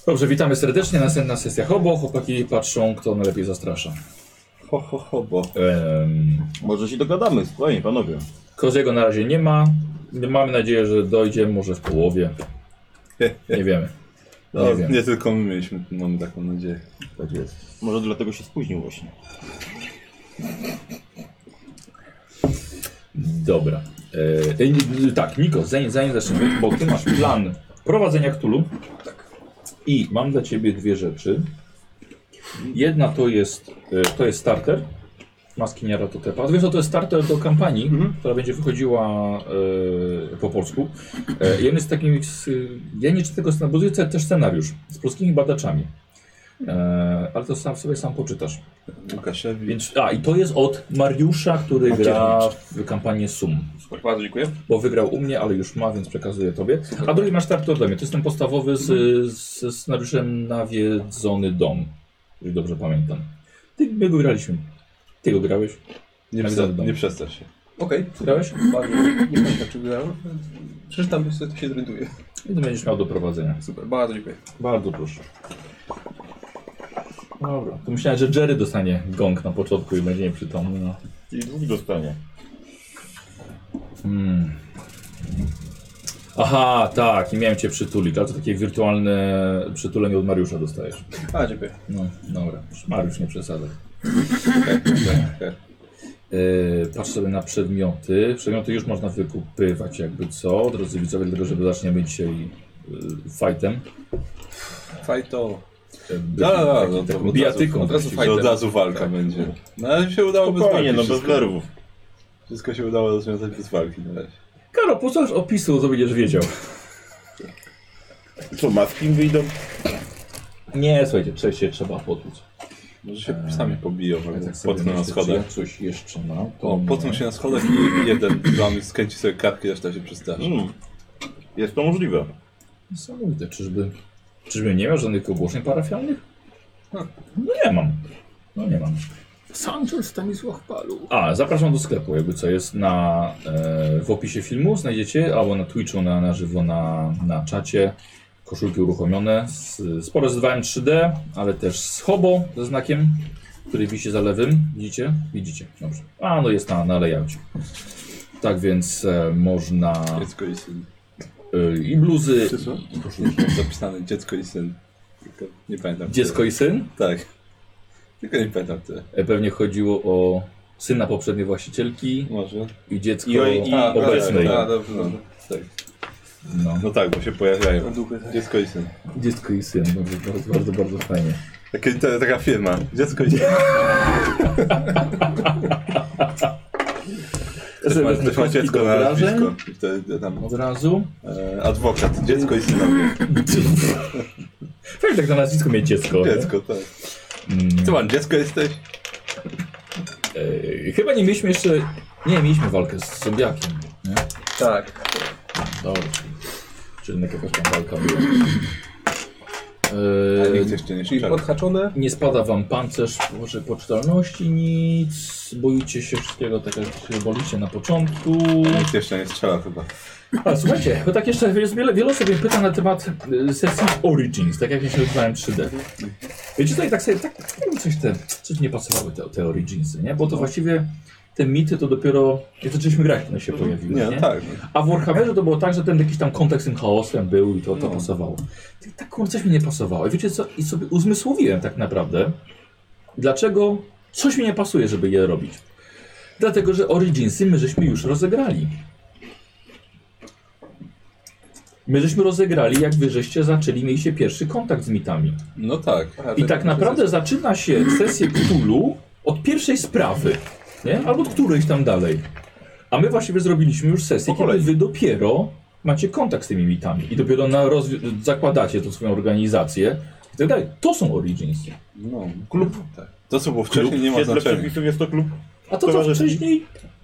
Dobrze, witamy serdecznie. Następna sesja Hobo. Chłopaki patrzą, kto najlepiej zastrasza. Hobo. Może się dogadamy, spokojnie panowie. Koziego na razie nie ma. Mamy nadzieję, że dojdzie może w połowie. Nie wiemy. No, wiem. nie tylko my mamy taką nadzieję. Tak jest. Może dlatego się spóźnił właśnie. Dobra. Tak, Niko, zanim zaczniemy, bo ty masz plan prowadzenia Cthulhu. Tak. I mam dla ciebie dwie rzeczy. Jedna to jest starter. Maskiniara to tepa. Wiesz, to jest starter do kampanii, która będzie wychodziła po polsku. Ja jest takim, ja nie czytam tego scenariusza, buduję też scenariusz z polskimi badaczami. Ale to sobie sam poczytasz. Łukaszewi. Więc, i to jest od Mariusza, który gra w kampanię SUM. Super, bardzo dziękuję. Bo wygrał u mnie, ale już ma, więc przekazuję tobie. A drugi masz starter ode mnie. To jest ten podstawowy z scenariuszem Nawiedzony Dom. Jeżeli dobrze pamiętam. My go graliśmy. Ty go grałeś? Nie przestań się. Okej. Grałeś? Bardzo nie pamiętam czy grałem. Przeczytam, sobie to się zorientuję. I to będziesz miał do prowadzenia. Super, bardzo dziękuję. Bardzo proszę. Dobra. To myślałem, że Jerry dostanie gong na początku i będzie nieprzytomny. No. I dwóch dostanie. Aha, tak. I miałem cię przytulić, ale to takie wirtualne przytulenie od Mariusza dostajesz. A, dziękuję. No, dobra. Mariusz, nie przesadzaj. Patrz sobie na przedmioty. Przedmioty już można wykupywać jakby co, drodzy widzowie, dlatego żeby zaczniemy dzisiaj fightem. Fajto. Taką bijatyką. Od razu Że od razu walka będzie. No ale się udało bez Spokojnie, walki. no bez nerwów. Wszystko się udało rozwiązać bez walki na razie. Karo, posłuchasz opisu, to będziesz wiedział. Co, maski im wyjdą? Nie, słuchajcie, się trzeba potłuc. Może się sami pobiją, ale Tak sobie potną na myślę, czy schodach. ja coś jeszcze mam. O, potną się na schodach i jeden plan skręci sobie kartki, reszta się przestraszy. Jest to możliwe. Niesamowite, czyżby nie miał żadnych ogłoszeń parafialnych? No nie mam. Sądzę Stanisław Palu. Zapraszam do sklepu, jakby co jest w opisie filmu, znajdziecie, albo na Twitchu, na żywo, na czacie. Koszulki uruchomione, sporo z 2M3D, ale też z Hobo ze znakiem, który wisi za lewym. Widzicie? Widzicie, dobrze. No jest na layoutie. Tak więc można Dziecko i syn. i bluzy, I koszulki. Zapisane dziecko i syn. Tylko nie pamiętam. dziecko i syn. Tak. Tylko nie pamiętam tyle. Pewnie chodziło o syna poprzedniej właścicielki Może. i dziecko I obecnej. Dobrze. Tak. No. No tak, bo się pojawiają. Duchy, tak. Dziecko i syn. Dziecko i syn, bardzo, bardzo, bardzo fajnie. Taka firma. Dziecko i syn. Też ma dziecko na nazwisko. I wtedy tam Od razu. adwokat. Dziecko i synowie. Fajnie tak na nazwisko mieć dziecko. Dziecko, tak. Co pan, dziecko jesteś? Chyba nie mieliśmy jeszcze... Nie, mieliśmy walkę z zombiakiem. Nie? Tak. Dobra. Czyli jakaś tam walka była. Nikt jeszcze nie Czyli strzela. odhaczone. Nie spada wam pancerz może poczytalności, nic. Boicie się wszystkiego tak jak się boliście na początku. Nikt jeszcze nie strzela chyba. Ale słuchajcie, bo tak jeszcze jest wiele osób mnie pyta na temat sesji Origins, tak jak ja się nazywałem 3D. Wiecie, tutaj tak sobie coś nie pasowały te Originsy, nie? Bo to właściwie te mity to dopiero jak zaczęliśmy grać, one się pojawiły, nie? Nie, tak. A w Warhammerze to było tak, że ten jakiś tam kontekst z tym chaosem był i to pasowało. Tak kurczę, coś mi nie pasowało. I wiecie co? I sobie uzmysłowiłem tak naprawdę, dlaczego coś mi nie pasuje, żeby je robić. Dlatego, że Originsy my żeśmy już rozegrali. My żeśmy rozegrali, jak wy żeście mieliście pierwszy kontakt z mitami. No tak. I tak naprawdę zaczyna się sesję Cthulhu od pierwszej sprawy, nie? Albo od którejś tam dalej. A my właściwie zrobiliśmy już sesję, kiedy wy dopiero macie kontakt z tymi mitami. I dopiero zakładacie tą swoją organizację i tak dalej. To są Origins. No, klub. Tak. To co było wcześniej nie ma Świetle znaczenia. przepisów jest to klub. A to co Towarzyski. wcześniej...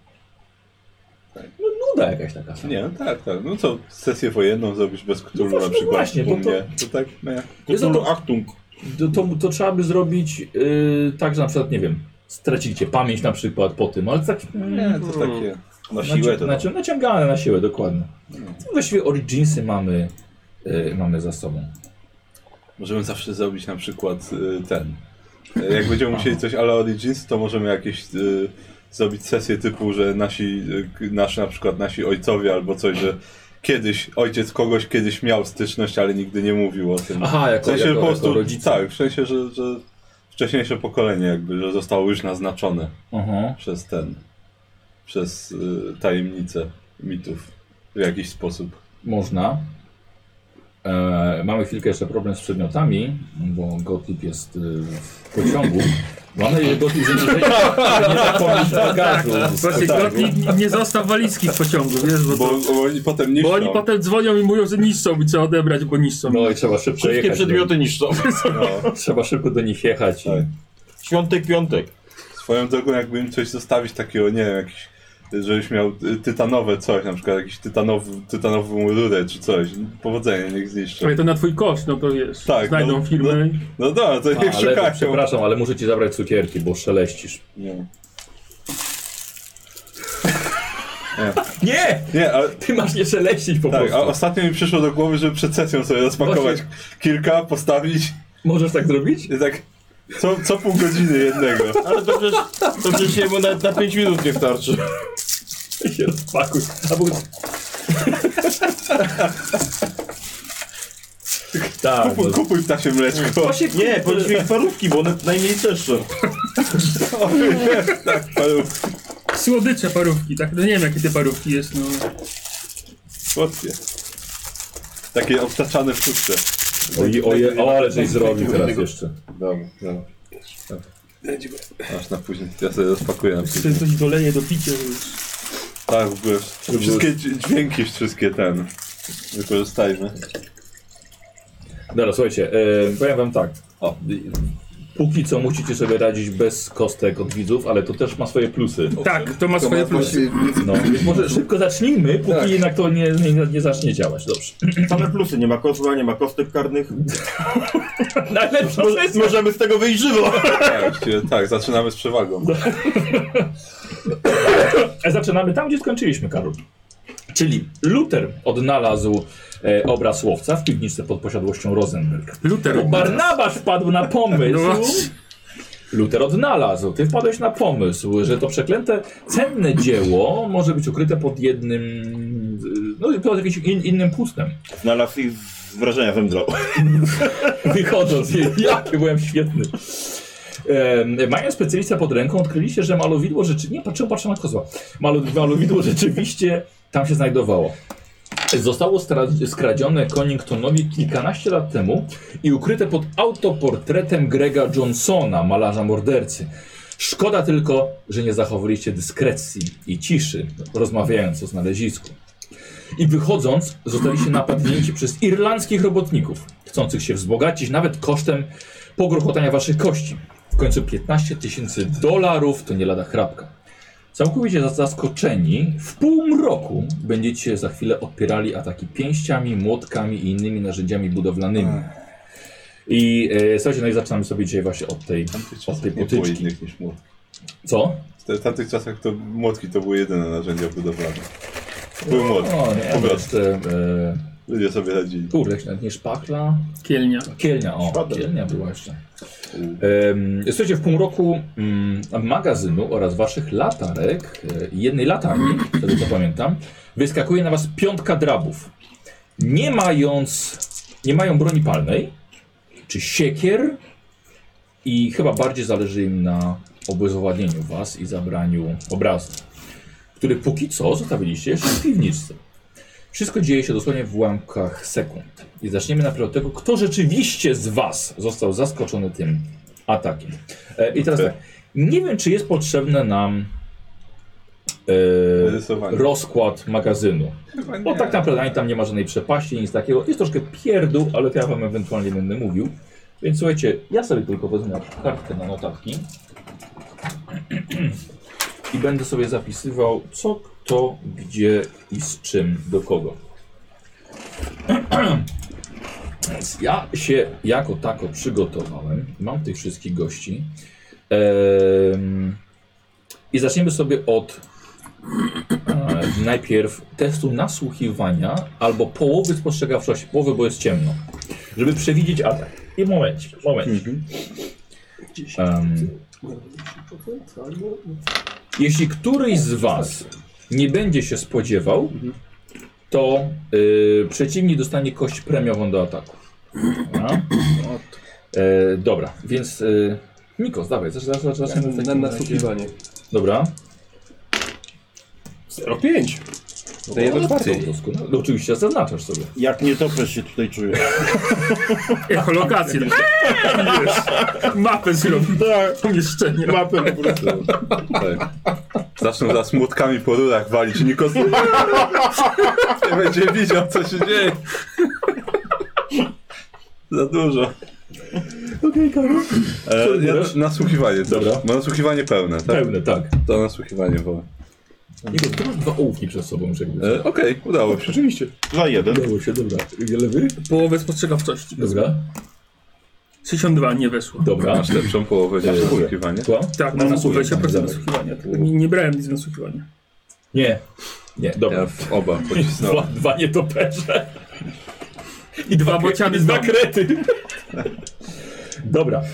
No nuda jakaś taka. Nie, no tak. No co, sesję wojenną zrobisz bez Cthulhu właśnie, na przykład właśnie, u bo mnie. To tak, nie. Cthulhu Achtung. To trzeba by zrobić tak, że na przykład, nie wiem, stracicie pamięć na przykład po tym, ale tak... Nie, to takie na siłę to. Naciągane na siłę, dokładnie. Właściwie Originsy mamy za sobą. Możemy zawsze zrobić na przykład ten. Jak będziemy musieli coś ale Origins, to możemy jakieś zrobić sesję typu, że na przykład nasi ojcowie albo coś, że kiedyś ojciec kogoś kiedyś miał styczność, ale nigdy nie mówił o tym. Aha, w sensie, jako po prostu, rodzice. tak, w sensie, że wcześniejsze pokolenie jakby, że zostało już naznaczone przez tajemnice mitów w jakiś sposób. Można. Mamy chwilkę jeszcze problem z przedmiotami, bo Gottlieb jest w pociągu. Mam nadzieję, że Gottlieb nie zapomnieć bagażu. Właśnie Gottlieb nie został walizki w pociągu, wiesz, Bo oni potem niszczą. bo oni potem dzwonią i mówią, że niszczą i trzeba odebrać, bo niszczą. No i trzeba szybko Wszystkie jechać. przedmioty niszczą. Trzeba szybko do nich jechać. Tak. Świątek, piątek. Swoją drogą, jakby im coś zostawić takiego, nie wiem, jakiś, żebyś miał tytanowe coś, na przykład jakiś tytanową rurę czy coś. Powodzenia, niech zniszczą. Ale to na twój koszt, no to wiesz, Tak, znajdą no, firmę. No dobra, to niech Ale szukają. przepraszam, ale muszę ci zabrać cukierki, bo szeleścisz. Nie. Nie! Nie, ale Ty masz nie szeleścić po tak, prostu. a ostatnio mi przyszło do głowy, żeby przed sesją sobie rozpakować kilka, postawić Możesz tak zrobić? i tak co pół godziny jednego. Ale to przecież jemu nawet na 5 minut nie starczy. Się rozpakuj. Tak, no, Kupuj ptasie mleczko. Nie, powinniśmy mieć parówki, bo one najmniej cieszą. Tak, parów. Słodycze parówki, tak? No nie wiem jakie te parówki jest, no. Słodkie. Takie obtaczane w sztuce. ale żeś zrobił teraz jeszcze. Dobra. Aż na później. Ja sobie rozpakuję na Sobie później. coś doleję do picia, to już. Tak, w ogóle wszystkie dźwięki, wszystkie wykorzystajmy. Dobra, słuchajcie, powiem wam tak. Póki co musicie sobie radzić bez kostek od widzów, ale to też ma swoje plusy. Tak, to ma swoje plusy. No, więc może szybko zacznijmy, póki jednak to nie zacznie działać. Dobrze. Same plusy, nie ma kozła, nie ma kostek karnych. Najlepsza sesja. Możemy z tego wyjść żywo. Tak, zaczynamy z przewagą. Zaczynamy tam, gdzie skończyliśmy, Karol. Czyli Luther odnalazł obraz łowca w piwniczce pod posiadłością Rosenberg. Luther. Barnabasz wpadł na pomysł. No właśnie. Luther odnalazł. Ty wpadłeś na pomysł, że to przeklęte, cenne dzieło może być ukryte pod jednym, no pod jakimś innym pustem. Znalazł i z wrażenia zemdlał. Wychodząc, jaki byłem świetny. Mając specjalistę pod ręką, odkryliście, że malowidło rzeczywiście, nie patrzę na kozła, malowidło rzeczywiście tam się znajdowało. Zostało skradzione Conningtonowi kilkanaście lat temu i ukryte pod autoportretem Grega Johnsona, malarza mordercy. Szkoda tylko, że nie zachowaliście dyskrecji i ciszy, rozmawiając o znalezisku. I wychodząc, zostaliście napadnięci przez irlandzkich robotników, chcących się wzbogacić nawet kosztem pogruchotania waszych kości. W końcu $15,000 to nie lada chrapka. Całkowicie zaskoczeni, w pół mroku będziecie za chwilę odpierali ataki pięściami, młotkami i innymi narzędziami budowlanymi. I słuchajcie, no i zaczynamy sobie dzisiaj właśnie od tej Nie było potyczki. innych niż młotki. Co? W tamtych czasach to młotki to były jedyne narzędzia budowlane. Były młotki. O nie, Po bo prostu. jeszcze... Ludzie sobie radzili. Kurde, nawet nie szpachla. Kielnia. Kielnia, kielnia była jeszcze. Słuchajcie, w półmroku magazynu oraz waszych latarek, jednej latarni, z tego co pamiętam, wyskakuje na was 5 drabów. Nie mają broni palnej, czy siekier i chyba bardziej zależy im na obezwładnieniu was i zabraniu obrazu, który póki co zostawiliście jeszcze w piwniczce. Wszystko dzieje się dosłownie w ułamkach sekund. I zaczniemy najpierw od tego, kto rzeczywiście z was został zaskoczony tym atakiem. I teraz tak, nie wiem, czy jest potrzebny nam Rysowanie. rozkład magazynu. Bo tak naprawdę ani tam nie ma żadnej przepaści, nic takiego. Jest troszkę pierdół, ale to ja wam ewentualnie będę mówił. Więc słuchajcie, ja sobie tylko wezmę kartkę na notatki i będę sobie zapisywał, co, kto, gdzie i z czym, do kogo. Więc ja się jako tako przygotowałem. Mam tych wszystkich gości. I zaczniemy sobie od najpierw testu nasłuchiwania albo połowy spostrzegawczości. Połowy, bo jest ciemno. Żeby przewidzieć atak. I momencik. Jeśli któryś z was nie będzie się spodziewał, to przeciwnik dostanie kość premiową do ataku. Dobra, więc Nikos, dawaj, zaczynamy Na nasłuchiwanie. Dobra. 0,5. To jeden czwarty. No, oczywiście zaznaczasz sobie. Jak nietoperz się tutaj czuje. Echolokację. Wiesz, mapę zrobił. Pomieszczenie. Mapę po prostu. Tak. Zaczną za smutkami po rurach walić. Nikos nie będzie widział, co się dzieje. Za dużo. Okej, Karol. Nasłuchiwanie. Dobra. Ma nasłuchiwanie pełne, tak? Pełne, tak. To nasłuchiwanie wolę. Nikos, ty masz 2 ołówki przed sobą, muszę powiedzieć. Okej, udało się. Oczywiście. 2-1. Udało się, dobra. Lewy? Połowę spostrzegawczości. Dobra. 62 nie weszło. Dobra. Masz lepszą połowę niż nasłuchiwanie. Kła? Tak, Na na nasłuchiwanie, 20% dawaj. nasłuchiwania. Nie brałem nic z nasłuchiwania. Nie. Nie, dobra. Ja w oba pocisnąłem. Dwa nietoperze. I 2 bociany z 2 domu. krety. Dobra.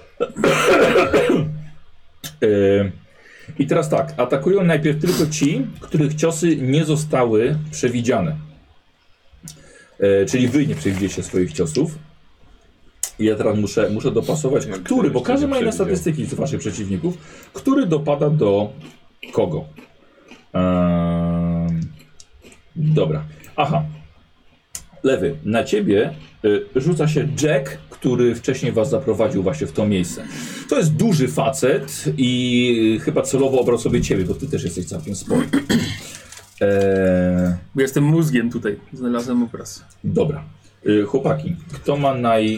I teraz tak, atakują najpierw tylko ci, których ciosy nie zostały przewidziane. Czyli wy nie przewidzieliście swoich ciosów. I ja teraz muszę dopasować, który, bo każdy ma inne statystyki z waszych przeciwników, który dopada do kogo. Dobra. Aha. Lewy, na ciebie rzuca się Jack, który wcześniej was zaprowadził właśnie w to miejsce. To jest duży facet i chyba celowo obrał sobie ciebie, bo ty też jesteś całkiem spory. Bo jestem mózgiem tutaj. Znalazłem obraz. Dobra. Chłopaki, kto ma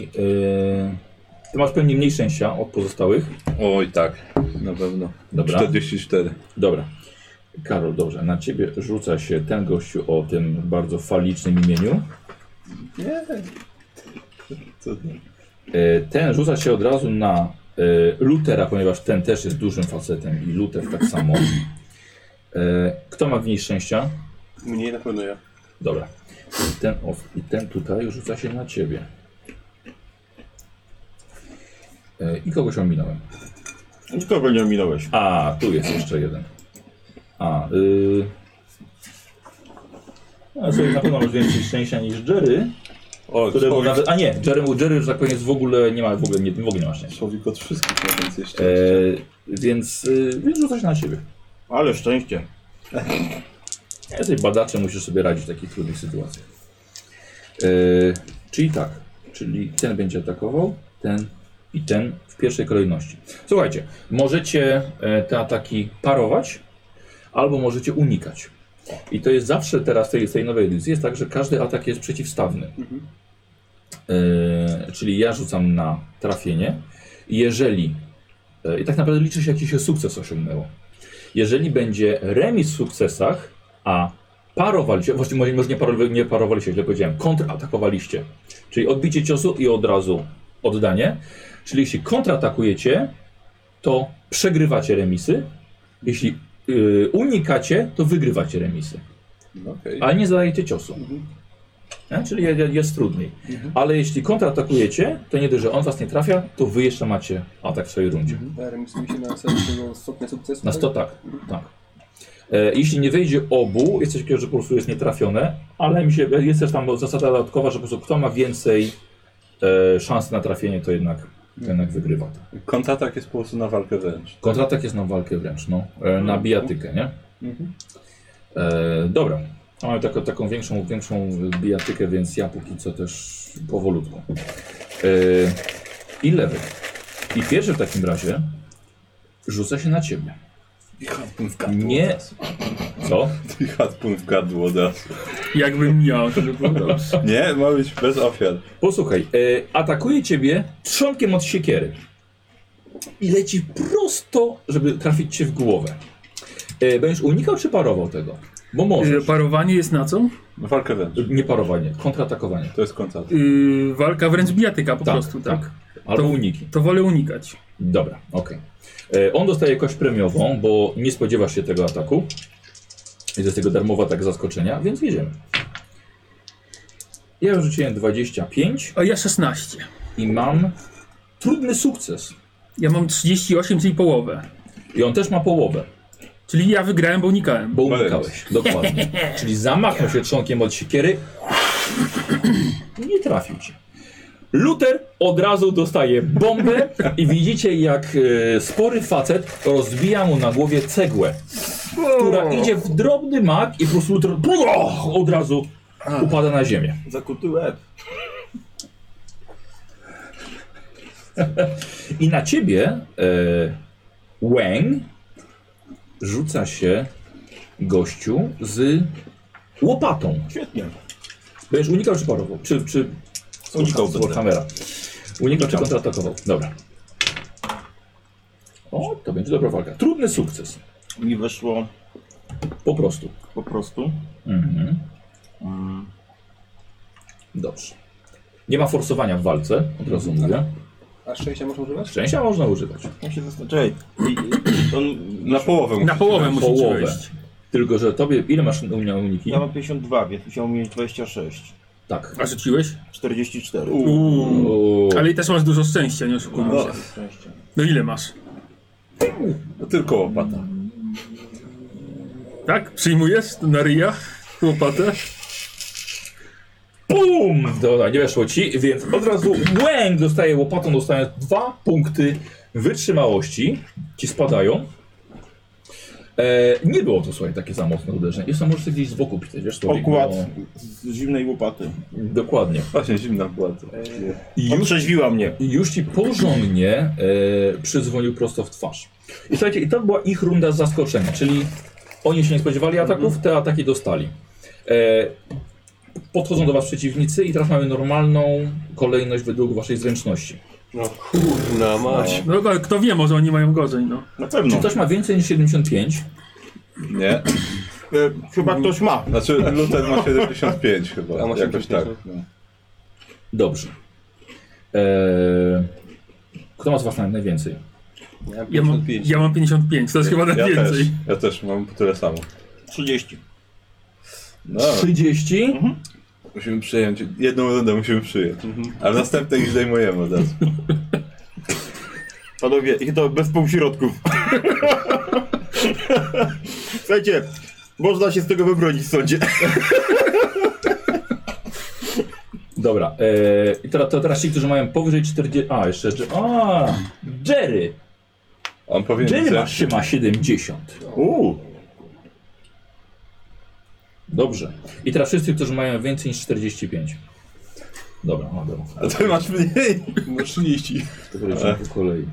ty masz pewnie mniej szczęścia od pozostałych. Oj tak, na pewno. Dobra. 44. Dobra. Karol, dobrze. Na ciebie rzuca się ten gościu o tym bardzo falicznym imieniu. Nie. Co to? Ten rzuca się od razu na Lutera, ponieważ ten też jest dużym facetem i Luther tak samo. Kto ma mniej szczęścia? Mniej na pewno ja. Dobra. I ten tutaj rzuca się na ciebie. I kogoś ominąłem. Nikogo nie ominąłeś. A, tu jest jeszcze jeden. Sobie na pewno masz więcej szczęścia niż Jerry. O, Któremu nawet, a nie, Jerry, że tak powiem, jest w ogóle nie ma szczęścia. Człowiek od wszystkich ma więcej szczęścia. Więc rzuca się na ciebie. Ale szczęście. Jesteś badaczem, musisz sobie radzić w takich trudnych sytuacjach. Czyli tak, czyli ten będzie atakował, ten i ten w pierwszej kolejności. Słuchajcie, możecie te ataki parować, albo możecie unikać. I to jest zawsze teraz w tej nowej edycji, jest tak, że każdy atak jest przeciwstawny. Czyli ja rzucam na trafienie. Jeżeli, i tak naprawdę liczy się, jaki się sukces osiągnęło. Jeżeli będzie remis w sukcesach, a parowaliście, właściwie może nie parowaliście, źle powiedziałem, kontratakowaliście, czyli odbicie ciosu i od razu oddanie. Czyli jeśli kontratakujecie, to przegrywacie remisy. Jeśli unikacie, to wygrywacie remisy. Okay. Ale nie zadajecie ciosu. Czyli jest trudniej. Ale jeśli kontratakujecie, to nie dość, że on was nie trafia, to wy jeszcze macie atak w swojej rundzie. Remisuje się na tego stopnia sukcesu? Na 100 tak. Jeśli nie wejdzie obu, jest coś takiego, że po prostu jest nietrafione, ale jest też tam zasada dodatkowa, że po prostu kto ma więcej szans na trafienie, to jednak wygrywa. Kontratak jest po prostu na walkę wręcz. Kontratak jest na walkę wręcz, no. Na bijatykę, nie? Dobra. Mamy taką większą bijatykę, więc ja póki co też powolutku. I lewy. I pierwszy w takim razie rzuca się na ciebie. Nie. Co? I harpun w gardło od razu. Jakbym miał, to by było dobrze. Nie, ma być bez ofiar. Posłuchaj, atakuje ciebie trzonkiem od siekiery. I leci prosto, żeby trafić cię w głowę. Będziesz unikał czy parował tego? Bo możesz. Parowanie jest na co? Walkę wręcz. Nie parowanie, kontratakowanie. To jest kontratak. Walka wręcz bijatyka po prostu, tak? Albo uniki. To wolę unikać. Dobra, okej. On dostaje kość premiową, bo nie spodziewasz się tego ataku. I to jest tego darmowa tak zaskoczenia, więc jedziemy. Ja rzuciłem 25. A ja 16. I mam trudny sukces. Ja mam 38, czyli połowę. I on też ma połowę, Czyli ja wygrałem, bo unikałem. bo unikałeś. Dokładnie. Czyli zamachnął się trzonkiem od siekiery. Nie trafił cię. Luther od razu dostaje bombę i widzicie, jak spory facet rozbija mu na głowie cegłę, która idzie w drobny mak i po prostu Luther od razu upada na ziemię. Zakuty łeb. I na ciebie Wang rzuca się gościu z łopatą. Świetnie. Będziesz unikał czy parował? Czy Unikał z Warhammera? Unikał czy kontratakował? Dobra. O, to będzie dobra walka. Trudny sukces. Mi weszło Po prostu. po prostu. Mhm. Dobrze. Nie ma forsowania w walce, od razu mówię. A szczęścia można używać? Szczęścia można używać. Ja się zastanawiam. On... Na połowę Na połowę musisz musicie Połowę. wejść. Tylko, że tobie ile masz uniki? Ja mam 52, więc musiał mieć 26. Tak. A rzuciłeś? 44. Ale i też masz dużo szczęścia, nie oszukujmy się. Szczęście. No ile masz? No tylko łopata. Tak? Przyjmujesz na ryja łopatę? Bum! Dobra, nie weszło ci, więc od razu Wang dostaje łopatą, dostając 2 punkty wytrzymałości. Ci spadają. Nie było to, słuchaj, takie za mocne uderzenie. Jest to może gdzieś z boku pisać, wiesz? Słowik, Okład no, z zimnej łopaty. dokładnie. Właśnie zimna była to. I już, Otrzeźwiła mnie. i już ci porządnie przydzwonił prosto w twarz. I słuchajcie, i to była ich runda z zaskoczenia, czyli oni się nie spodziewali ataków, te ataki dostali. Podchodzą do was przeciwnicy i teraz mamy normalną kolejność według waszej zręczności. No kurna mać. No ale kto wie, może oni mają gorzej, no. Na Czy pewno. ktoś ma więcej niż 75? Nie. Chyba ktoś ma. Znaczy Luther ma 75 chyba. A ma Jakoś 75, tak. No. Dobrze. Kto ma z was najwięcej? Ja mam 55, to jest chyba najwięcej. Ja też mam tyle samo. 30. No, 30? musimy przyjąć. Jedną rundę musimy przyjąć. Ale następne ich zdejmujemy od razu. Panowie, i to bez półśrodków. Słuchajcie, można się z tego wybronić w sądzie. Dobra. I teraz ci, którzy mają powyżej 40... A, jeszcze... Jerry! On powinien Jerry być ma 70. Dobrze. I teraz wszyscy, którzy mają więcej niż 45. Dobra, no dobra. A ty masz mniej. No 30. To powiedzmy po kolei.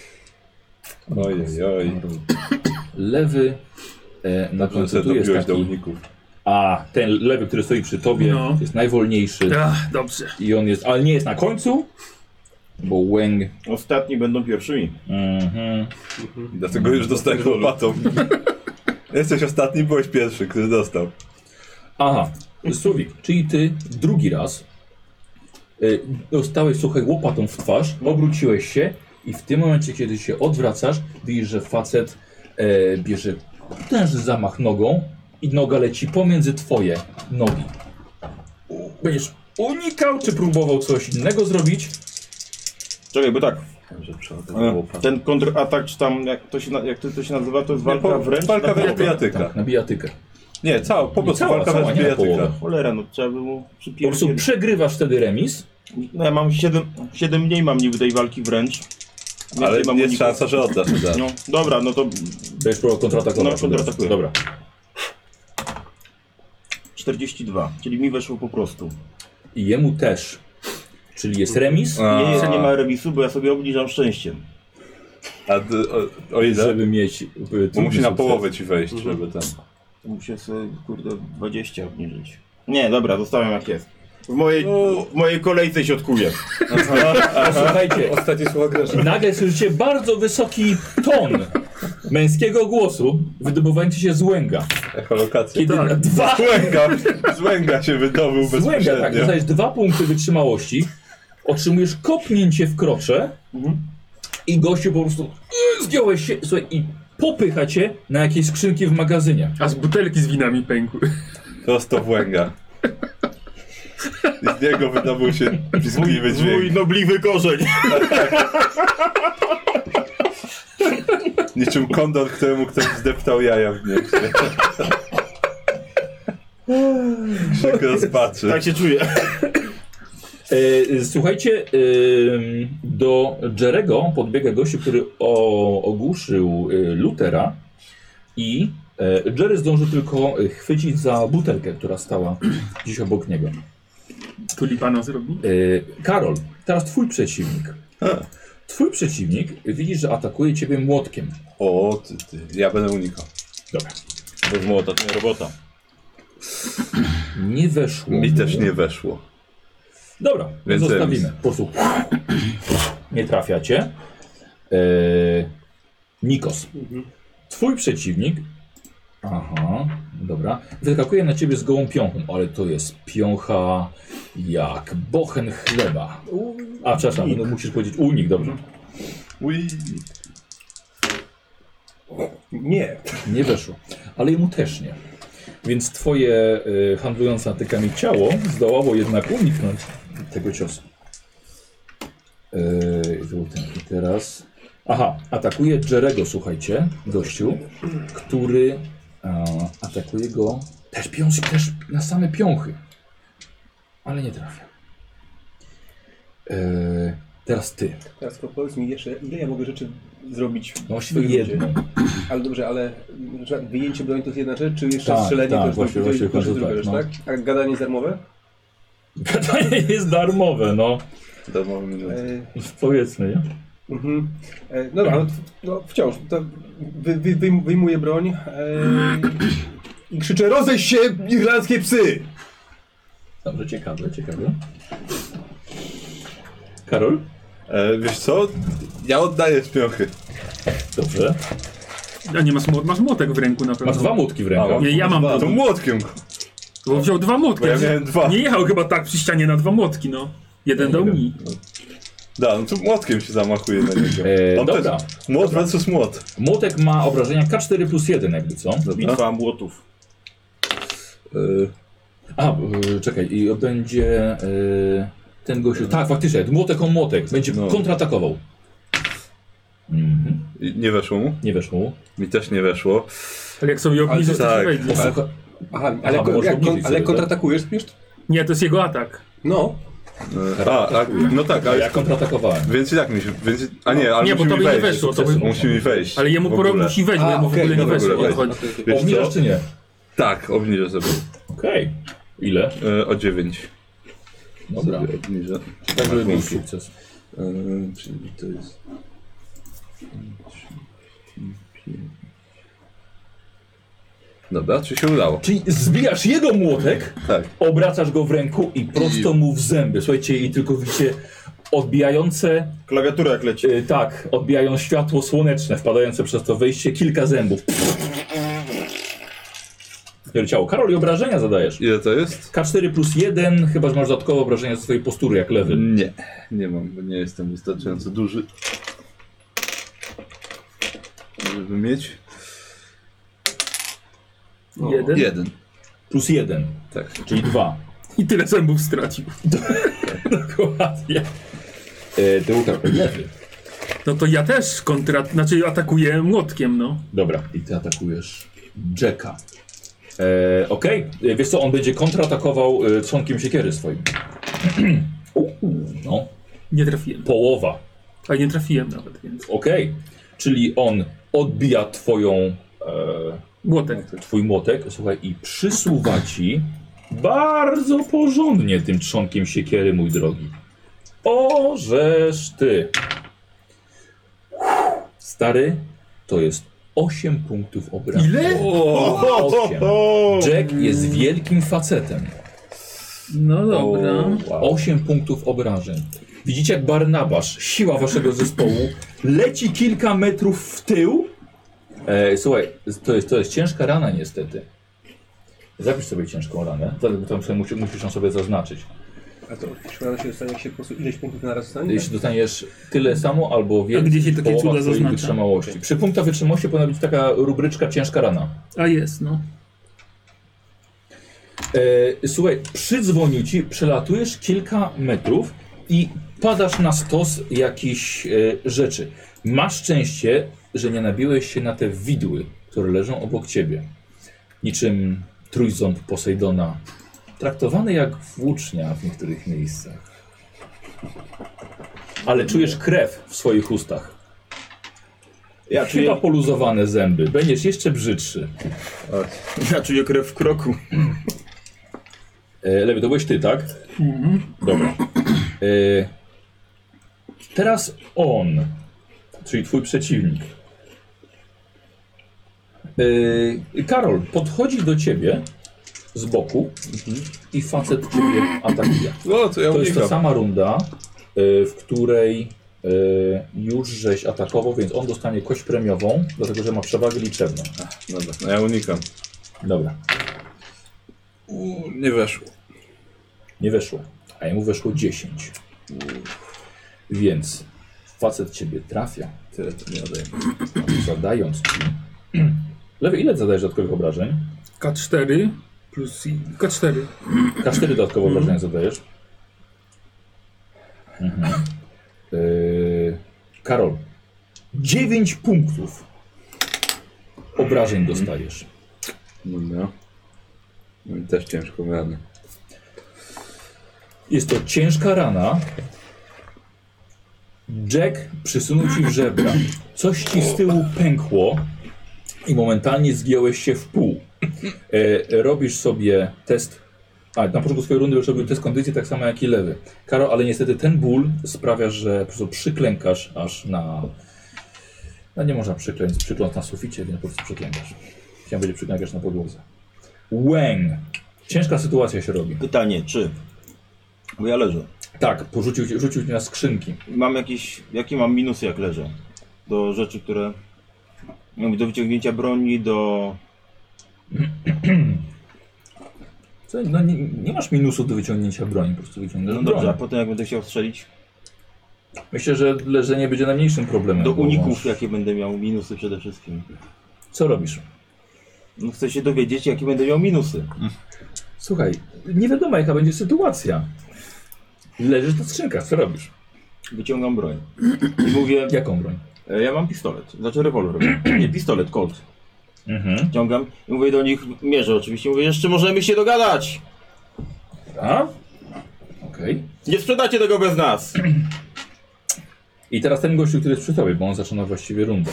Ojej. Lewy na Dobrze, końcu że tu jest dobiłeś do taki... uników. A ten lewy, który stoi przy tobie, No. jest najwolniejszy. Ach, dobrze. I on jest... Ale nie jest na końcu, bo Wang... Ostatni będą pierwszymi. Dlatego już dostałem łopatą. Jesteś ostatni, byłeś pierwszy, który dostał. Aha, Słowik, czyli ty drugi raz dostałeś, słuchaj, łopatą w twarz, obróciłeś się i w tym momencie, kiedy się odwracasz, widzisz, że facet bierze potężny zamach nogą i noga leci pomiędzy twoje nogi. Będziesz unikał, czy próbował coś innego zrobić? Czekaj, bo tak. Że przeładował łopatę. Ten kontratak, czy tam, jak to się nazywa, to jest walka wręcz? Walka na wręcz połowę. bijatyka. Tak, na bijatykę. Nie, po prostu cała, walka cała, wręcz nie na bijatyka. połowę. Cholera, no trzeba by mu Po prostu przypierdzieć. przegrywasz wtedy remis. No ja mam 7 mniej mam niby tej walki wręcz. Więcej Ale mam jest uników. szansa, że oddasz od razu. No, dobra, no to Będziesz próbował kontratakować. No, kontratakuję. Dobra. 42, czyli mi weszło po prostu. I jemu też. Czyli jest remis, Nie ma remisu, bo ja sobie obniżam szczęściem. O ile? żeby mieć... Bo musi na sukces. połowę ci wejść, żeby ten... To muszę sobie, kurde, 20 obniżyć. Nie, dobra, zostawiam jak jest. W mojej kolejce środkuję. A słuchajcie, Ostatnie słowa Grzesza. nagle słyszycie bardzo wysoki ton męskiego głosu wydobywający się z łęga. Echolokacja. Kiedy dwa Z łęga się wydobył z łęga, tak, bezpośrednio. dostajesz 2 punkty wytrzymałości, otrzymujesz kopnięcie w krocze i gościu po prostu zgiąłeś się, słuchaj, i popycha cię na jakieś skrzynki w magazynie. A z butelki z winami pękły. Prosto w łęga. I z niego wydobył się piskliwy dźwięk. Zwój nobliwy korzeń. Niczym kondor, któremu ktoś zdeptał jaja w mieście. Krzyk rozpaczy. Tak się czuję. Słuchajcie, do Jerego podbiega gościu, który ogłuszył Lutera i Jerry zdążył tylko chwycić za butelkę, która stała gdzieś obok niego. Tulipana zrobi? Karol, teraz twój przeciwnik. Twój przeciwnik widzisz, że atakuje ciebie młotkiem. O, ty. Ja będę unikał. Dobra. Bez młota to nie robota. Nie weszło. Mi też nie weszło. Dobra, Więc zostawimy. remis. Po prostu nie trafiacie. Nikos. Twój przeciwnik. Aha, dobra. Wyskakuje na ciebie z gołą piąchą, ale to jest piącha jak bochen chleba. A, przepraszam, no, musisz powiedzieć unik, dobrze. Ui. Nie. Nie weszło, ale jemu też nie. Więc twoje handlujące natykami ciało zdołało jednak uniknąć tego ciosu. I teraz... Aha, atakuje Jerego, słuchajcie, gościu, który atakuje go też na same piąchy, ale nie trafia. Teraz ty. Teraz powiedz mi jeszcze, ile ja mogę rzeczy zrobić? No właściwie jedną. Ale dobrze, ale wyjęcie broni to jest jedna rzecz, czy jeszcze Tak, strzelenie tak, to jest właśnie to jest tak, druga rzecz, no. tak? A gadanie jest darmowe? Gadanie jest darmowe, no. Darmowy minut. Powiedzmy, nie? Dobra, no wciąż. To wyjmuję broń i krzyczę: rozejść się, irlandzkie psy! Dobrze, ciekawe. Karol? Wiesz co? Ja oddaję śpiochy. Dobrze. A nie masz młotek w ręku na pewno. Masz dwa młotki w rękach. Nie, ja mam To młotkiem. Bo wziął dwa młotki. Bo ja miałem dwa. Nie jechał chyba tak przy ścianie na dwa młotki, no. Jeden dał mi. Da, no to młotkiem się zamachuje na niego. On Dobra. też, młot versus młot. Młotek ma obrażenia K4+1 jakby, co? Bitwa młotów. Czekaj, i będzie ten gościu... Tak, faktycznie, młotek on młotek. Będzie kontratakował. I nie weszło mu? Nie weszło mu. Mi też nie weszło. Ale jak sobie obniżysz, to tak. się wejdzie. Aha, można obniżyć sobie, kontratakujesz, wiesz? Nie, to jest jego atak. No. No tak, A ale... ja kontratakowałem. Więc i tak mi się... Więc, a nie, ale Nie, bo musi mi tobie nie wejść. weszło, to by- Musi mi wejść. Ale jemu w ogóle. musi wejść, bo jemu w ogóle nie dobra, weszło. dobra, Odchodzi. Wiesz Obniżasz co? czy nie? Tak, obniżę sobie. Okej. Ile? O 9. Dobra. Sobie obniżę. Tak, żeby był punkty. sukces. Czyli to jest... 5. Dobra, czy się udało? Czyli zbijasz jego młotek, Tak. obracasz go w ręku i prosto mu w zęby. Słuchajcie, i tylko widzicie odbijające, Klawiatura jak leci. tak, odbijają światło słoneczne, wpadające przez to wejście, kilka zębów. Ciało. Karol, i obrażenia zadajesz. Ile to jest? K4+1, chyba że masz dodatkowe obrażenia ze swojej postury, jak lewy. Nie, nie mam, bo nie jestem wystarczająco duży, żeby mieć. Jeden. 1. +1, Tak. czyli 2. I tyle zębów stracił. Dokładnie. Ty Łukasz, lewy. No to ja też atakuję młotkiem, no. Dobra, i ty atakujesz Jacka. Okej, wiesz co, on będzie kontratakował trzonkiem siekiery swoim. No, Nie trafiłem. połowa. A nie trafiłem nawet, więc. Okej, czyli on odbija Młotek. twój młotek, słuchaj, i przysuwa ci bardzo porządnie tym trzonkiem siekiery, mój drogi. O, żeż ty. Stary, to jest 8 punktów obrażeń. Ile? 8. Jack jest wielkim facetem. No dobra. 8 punktów obrażeń. Widzicie, jak Barnabasz, siła waszego zespołu, leci kilka metrów w tył. Słuchaj, to jest ciężka rana niestety. Zapisz sobie ciężką ranę. To sobie musisz ją sobie zaznaczyć. A to szkoda się dostanie, jak się po prostu ileś punktów na raz dostanie? Jeśli dostaniesz tyle samo albo więcej, gdzie się takie połowa cuda twojej zaznacza? wytrzymałości. Przy punktach wytrzymałości powinna być taka rubryczka ciężka rana. A jest, no. Słuchaj, przydzwonił ci, przelatujesz kilka metrów i padasz na stos jakichś rzeczy. Masz szczęście, że nie nabiłeś się na te widły, które leżą obok ciebie. Niczym trójząb Posejdona. Traktowany jak włócznia w niektórych miejscach. Ale czujesz krew w swoich ustach. Ja Chyba czuję, poluzowane zęby. Będziesz jeszcze brzydszy. ja czuję krew w kroku. Lewy, to byłeś ty, tak? Dobra. Teraz on, czyli twój przeciwnik. Karol podchodzi do ciebie z boku i facet ciebie atakuje. No, to ja To jest ta unikam. sama runda, w której już żeś atakował, więc on dostanie kość premiową, dlatego że ma przewagę liczebną. Dobra, no ja unikam. Dobra, Nie weszło. nie weszło, a jemu weszło 10. Więc facet ciebie trafia, Tyle to nie odejmę. zadając ci... Lewy, ile zadajesz dodatkowych obrażeń? K4 plus K4. K4 dodatkowe obrażenia zadajesz. Karol, 9 punktów obrażeń dostajesz. Dobra. No i też ciężko ranę. Jest to ciężka rana. Jack przysunął ci w żebra. Coś ci z tyłu pękło i momentalnie zgiąłeś się w pół. Robisz sobie test. A, na początku swojej rundy już robił test kondycji, tak samo jak i lewy. Karol, ale niestety ten ból sprawia, że po prostu przyklękasz aż na... No nie można przykląć na suficie, więc po prostu przyklękasz. Chciałem powiedzieć, przyklękasz na podłodze. Łęk. Ciężka sytuacja się robi. Pytanie, czy... Bo ja leżę. Tak, rzucił cię na skrzynki. Mam jakieś... Jakie mam minusy jak leżę? Do rzeczy, które... Do wyciągnięcia broni, do... Co, no nie masz minusu do wyciągnięcia broni, po prostu wyciągasz No broń. dobrze, a potem jak będę chciał strzelić? Myślę, że leżenie będzie najmniejszym problemem. Do bo uników masz- jakie będę miał minusy przede wszystkim. Co robisz? No chcę się dowiedzieć, jakie będę miał minusy. Słuchaj, nie wiadomo jaka będzie sytuacja. Leżysz na skrzynkach, co robisz? Wyciągam broń. I mówię, Jaką broń? ja mam pistolet. Znaczy rewolwer. Nie, pistolet, Colt. Ciągam i mówię do nich, mierzę oczywiście, mówię, jeszcze możemy się dogadać. A? Okej. Nie sprzedacie tego bez nas. I teraz ten gościu, który jest przy tobie, bo on zaczyna właściwie rundę.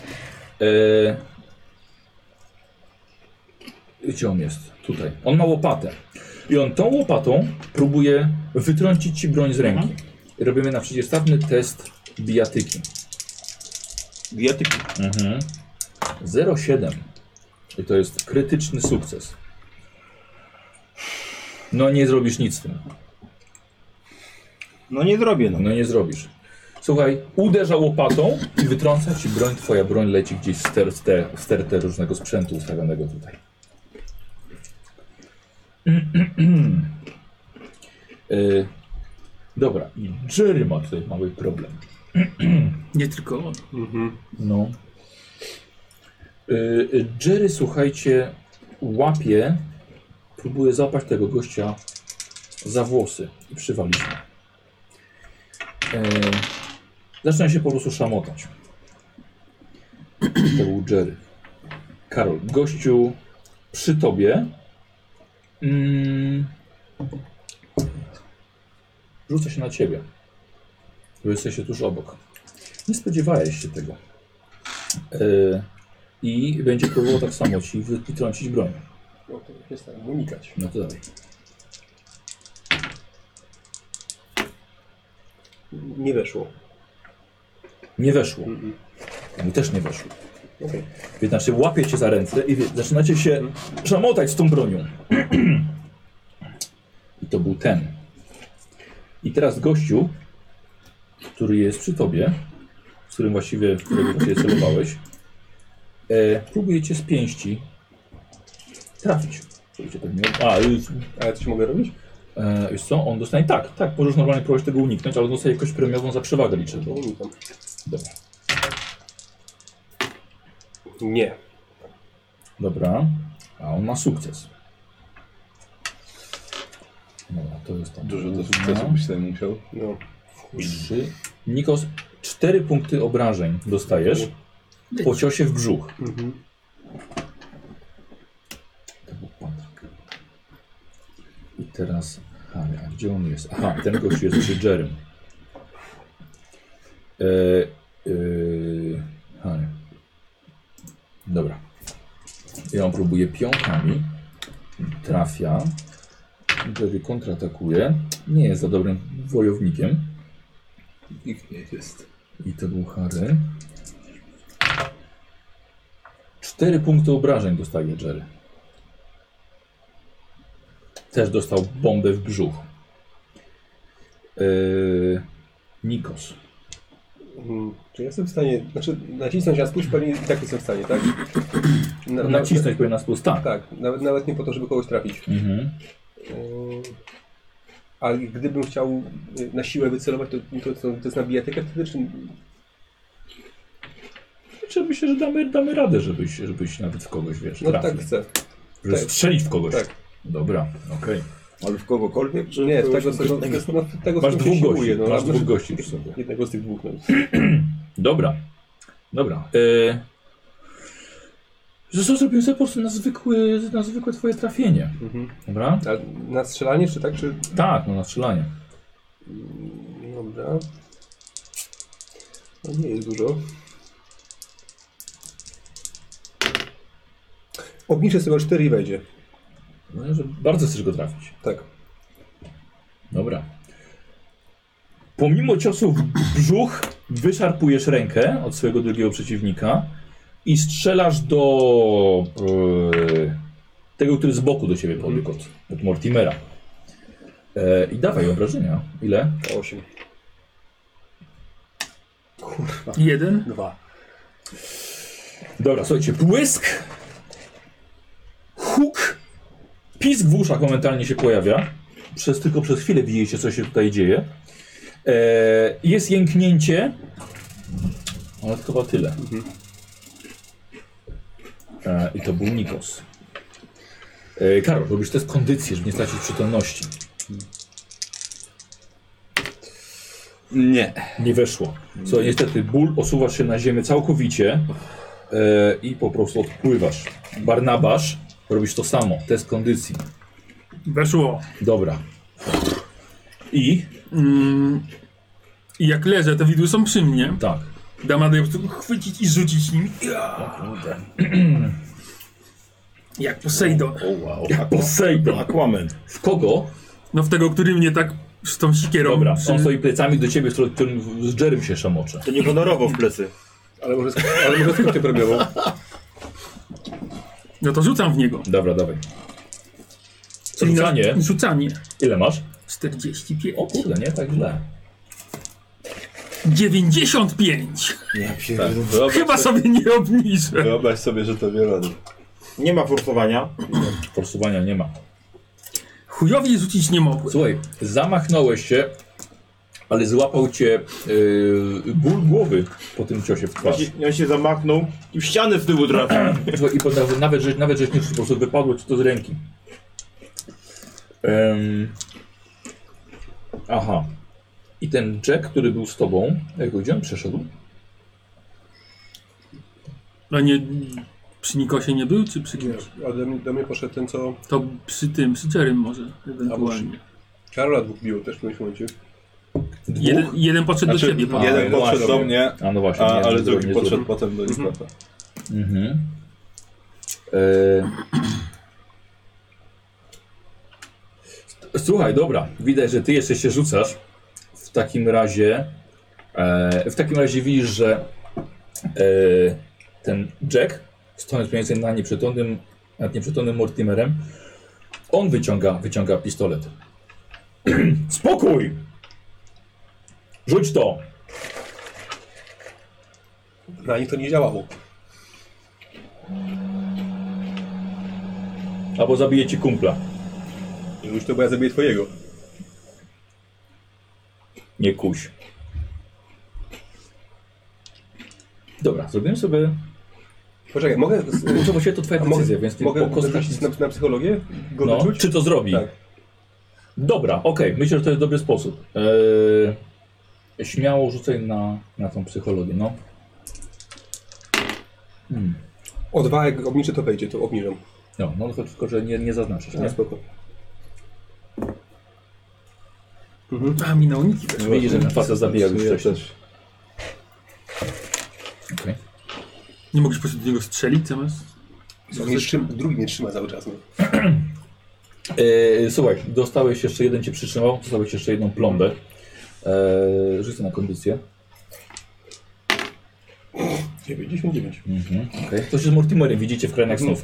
Gdzie on jest? Tutaj. On ma łopatę. I on tą łopatą próbuje wytrącić ci broń z ręki. I robimy na przeciwstawny test bijatyki. Bijatyki. 0,7. I to jest krytyczny sukces. No nie zrobisz nic z tym. No nie zrobię, no. No nie zrobisz. Słuchaj, uderza łopatą i wytrąca ci broń. Twoja broń leci gdzieś w stertę różnego sprzętu ustawionego tutaj. Dobra, i Jerry ma tutaj mały problem. Nie tylko on. No. Jerry, słuchajcie, łapie, próbuje złapać tego gościa za włosy i przywalić go. Zaczyna się po prostu szamotać. To był Jerry. Karol, gościu przy tobie. Rzuca się na ciebie. Bo jesteście tuż obok. Nie spodziewałeś się tego. I będzie próbował tak samo ci wytrącić broń. No to się staram unikać. No to dalej. Nie weszło. Nie weszło. Mu też nie weszło. Okej. Więc znaczy łapie cię za ręce i zaczynacie się szamotać z tą bronią. I to był ten. I teraz gościu, który jest przy tobie, z którym właściwie, którego właściwie celowałeś, próbuje cię z pięści trafić. Żeby cię pewnie... A ja coś mogę robić? Wiesz co, on dostanie... Tak, możesz normalnie próbować tego uniknąć, ale dostaje jakoś premiową za przewagę To liczebną. unikam. Dobra. Nie. Dobra, a on ma sukces. Dobra, to jest tam. Dużo do sukcesu byś tutaj musiał. No. 3. Nikos, 4 punkty obrażeń dostajesz po ciosie w brzuch. Mhm. To był Patryk. I teraz Harry, a gdzie on jest? Aha, ten gość jest przy Jerrym. Harry. Dobra. Ja on próbuje pionkami. Trafia. Jerry kontratakuje. Nie jest za dobrym wojownikiem. Nikt nie jest. I to był Harry. 4 punkty obrażeń dostaje Jerry. Też dostał bombę w brzuch. Nikos. Czy jestem w stanie, znaczy nacisnąć na spójrz, pewnie i tak jestem w stanie, tak? Nacisnąć powinien na spust. Tak. Tak, nawet nie po to, żeby kogoś trafić. Mhm. A gdybym chciał na siłę wycelować, to jest na bijatykę wtedy, czy... Czy myślę, że damy radę, żebyś nawet w kogoś, wiesz, No trafił. tak chcę. Żeby tak. strzelić w kogoś. Tak. Dobra, okej. Ale w kogokolwiek? Czy Nie, w tego, kogoś tego, konkretnego? tego Masz z kim dwóch się gości, siłuję, no. masz Znaczy, dwóch gości przy sobie. Jednego z tych dwóch. No. Dobra. Zresztą zrobiłem sobie po prostu na zwykłe twoje trafienie. Mhm. Dobra? A na strzelanie, czy tak, czy... Tak, no na strzelanie. Dobra. No nie jest dużo. Obniżę sobie o 4 i wejdzie. No, że bardzo chcesz go trafić. Tak. Dobra. Pomimo ciosu w brzuch wyszarpujesz rękę od swojego drugiego przeciwnika i strzelasz do tego, który z boku do ciebie podbiegł, od Mortimera. I dawaj obrażenia. Ile? 8. 1. 2. Dobra, słuchajcie, błysk, huk, pisk w uszach momentalnie się pojawia. Tylko przez chwilę widzieliście, co się tutaj dzieje. Jest jęknięcie, ale to chyba tyle. I to był Nikos. Karol, robisz test kondycji, żeby nie stracić przytomności. Nie. Nie weszło. Co niestety ból, osuwasz się na ziemię całkowicie i po prostu odpływasz. Barnabasz, robisz to samo. Test kondycji. Weszło. Dobra. I? I jak leżę, te widły są przy mnie. Tak. Dam radę po prostu chwycić i rzucić nim. Jak Poseidon. Wow. Jak Poseidon. Aquaman. W kogo? No w tego, który mnie tak z tą sikierą... Dobra, przy- on stoi plecami do ciebie, w którym z Jerrym się szamocze. To nie honorowo w plecy. Ale może skróty problemą. No to rzucam w niego. Dobra, dawaj. Czyli na- Rzucanie. Rzucanie. Ile masz? 45. O kurde, nie tak źle. 95. Ja Tak. Wyobraź, Chyba sobie nie obniżę. wyobraź sobie, że to wiele. Nie ma forsowania. Forsowania nie ma. Chujowi rzucić nie mogłem. Słuchaj, zamachnąłeś się, ale złapał cię ból głowy po tym ciosie w twarz. On się zamachnął i w ścianę z tyłu trafił. Słuchaj, i nawet żeś nie po prostu wypadło ci to z ręki. Aha. I ten Jack, który był z tobą, jak go gdzie on przeszedł? A nie... Przy Nikosie nie był, czy przy Nie, kimś? do mnie poszedł ten, co... To przy tym, przy Jerrym może, ewentualnie. Karola dwóch biło też w którymś momencie. Jeden podszedł Znaczy, do ciebie. pan. jeden no podszedł właśnie. do mnie, A no właśnie. nie, ale nie drugi zrobił, nie podszedł zrobił. potem do Nikota. Mhm. Słuchaj, dobra. Widać, że ty jeszcze się rzucasz. W takim razie widzisz, że ten Jack, stojąc mniej więcej nad nieprzytomnym Mortimerem, on wyciąga pistolet. Spokój! Rzuć to! Na nich to nie działało. Albo zabije ci kumpla. Już to, bo ja zabiję twojego. Nie kuś. Dobra, zrobiłem sobie... Poczekaj, mogę... Kurczę, właściwie to twoja decyzja, więc nie mogę po kostkach... wyrzucić na psychologię? Go No, wyczuć? czy to zrobi? Tak. Dobra, okej, myślę, że to jest dobry sposób. Śmiało rzucaj na tą psychologię, no. O 2 jak obniżę to wejdzie, to obniżam. No tylko, że nie zaznaczysz, nie? Spoko. A, mi na uniki też. Widzisz, że ten facet zabija już Ja wcześniej. też. Okej. Nie mogłeś po prostu do niego strzelić zamiast? Drugi mnie trzyma cały czas. No. Słuchaj, dostałeś jeszcze jeden, cię przytrzymał, dostałeś jeszcze jedną plombę. Rzucę na kondycję. 99. Okay. To się z Mortimerem widzicie w Krainach Snów.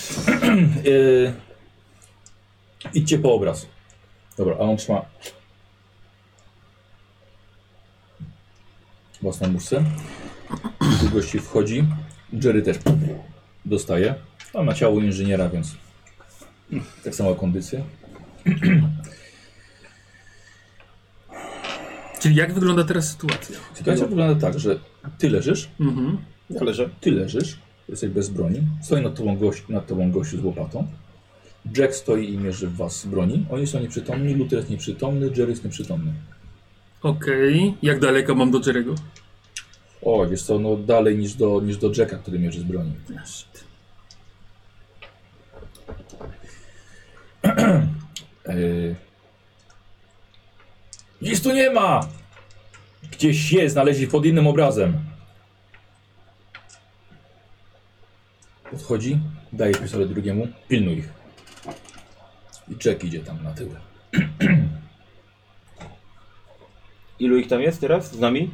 Idźcie po obraz. Dobra, a on trzyma własną muszce. Tu gości wchodzi. Jerry też dostaje. A ma ciało inżyniera, więc tak samo kondycja. Czyli jak wygląda teraz sytuacja? Sytuacja wygląda tak, że ty leżysz, Ja leżę. jesteś bez broni, stoi nad tobą gościu z łopatą. Jack stoi i mierzy w was z broni. Oni są nieprzytomni, Luther jest nieprzytomny, Jerry jest nieprzytomny. Okej. Jak daleko mam do Jerry'ego? O, wiesz co, no dalej niż do Jacka, który mierzy z broni. Shit. Nic tu nie ma! Gdzieś jest, znaleźli pod innym obrazem. Podchodzi, daje pistolet drugiemu, pilnuj ich. I Jack idzie tam na tył. Ilu ich tam jest teraz z nami?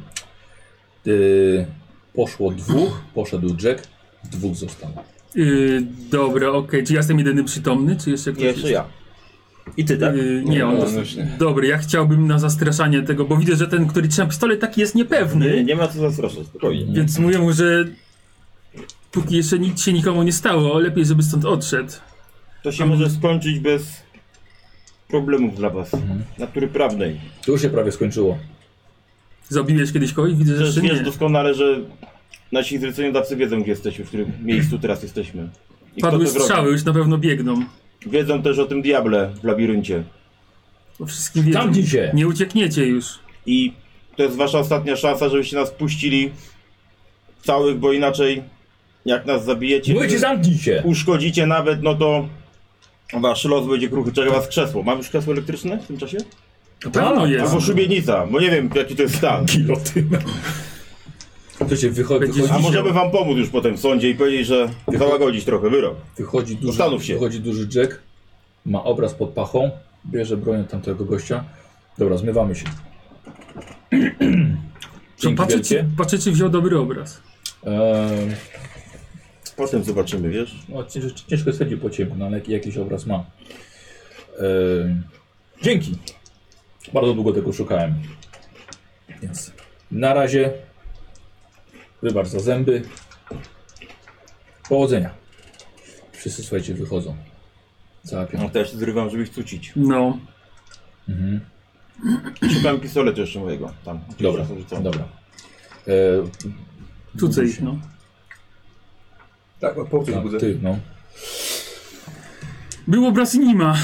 Poszło 2, poszedł Jack, 2 zostało. Dobra, okej. Czy ja jestem jedyny przytomny, czy jeszcze ktoś Jeszcze jest? ja. I ty, tak? Nie, on dostał. Dobra, ja chciałbym na zastraszanie tego, bo widzę, że ten, który trzyma pistolet, taki jest niepewny. Nie ma co zastraszać, spokojnie. Więc mówię mu, że póki jeszcze nic się nikomu nie stało, lepiej, żeby stąd odszedł. To się może skończyć bez problemów dla was. Natury prawnej. To już się prawie skończyło. Zabiłeś kiedyś kogoś? Widzę, że Przecież jeszcze wiesz nie. doskonale, że nasi zleceniodawcy wiedzą, gdzie jesteśmy, w którym miejscu teraz jesteśmy. I kto Padły to zrobi. strzały, już na pewno biegną. Wiedzą też o tym diable w labiryncie. O wszystkim wiedzą. Zamknij się! Nie uciekniecie już. I to jest wasza ostatnia szansa, żebyście nas puścili całych, bo inaczej jak nas zabijecie, Mówię ci, zamknij się! uszkodzicie nawet, no to wasz los będzie kruchy. Czeka was krzesło. Mam już krzesło elektryczne w tym czasie? Na pewno jest. Albo szubienica, bo nie wiem jaki to jest stan. Gilotyna. To się A możemy wam pomóc już potem w sądzie i powiedzieć, że załagodzić trochę wyrok. Zastanów się. Wychodzi duży Jack, ma obraz pod pachą, bierze broń od tamtego gościa. Dobra, zmywamy się. Dzięki wielkie. Patrzę, czy wziął dobry obraz. Potem zobaczymy, wiesz? No, ciężko stwierdzić po ciemku, no, ale jakiś obraz ma. Dzięki. Bardzo długo tego szukałem. Więc na razie. Wybacz za zęby. Powodzenia. Wszyscy, słuchajcie, wychodzą. Cała No piątka. to ja się zrywam, żeby ich cucić. No. Szukałem pistoletu jeszcze mojego. Tam. Dobra, Gdzieś tam dobra. Tudzę ich, no. Tak, po co budzę? Ty, no. Był obraz i nie ma.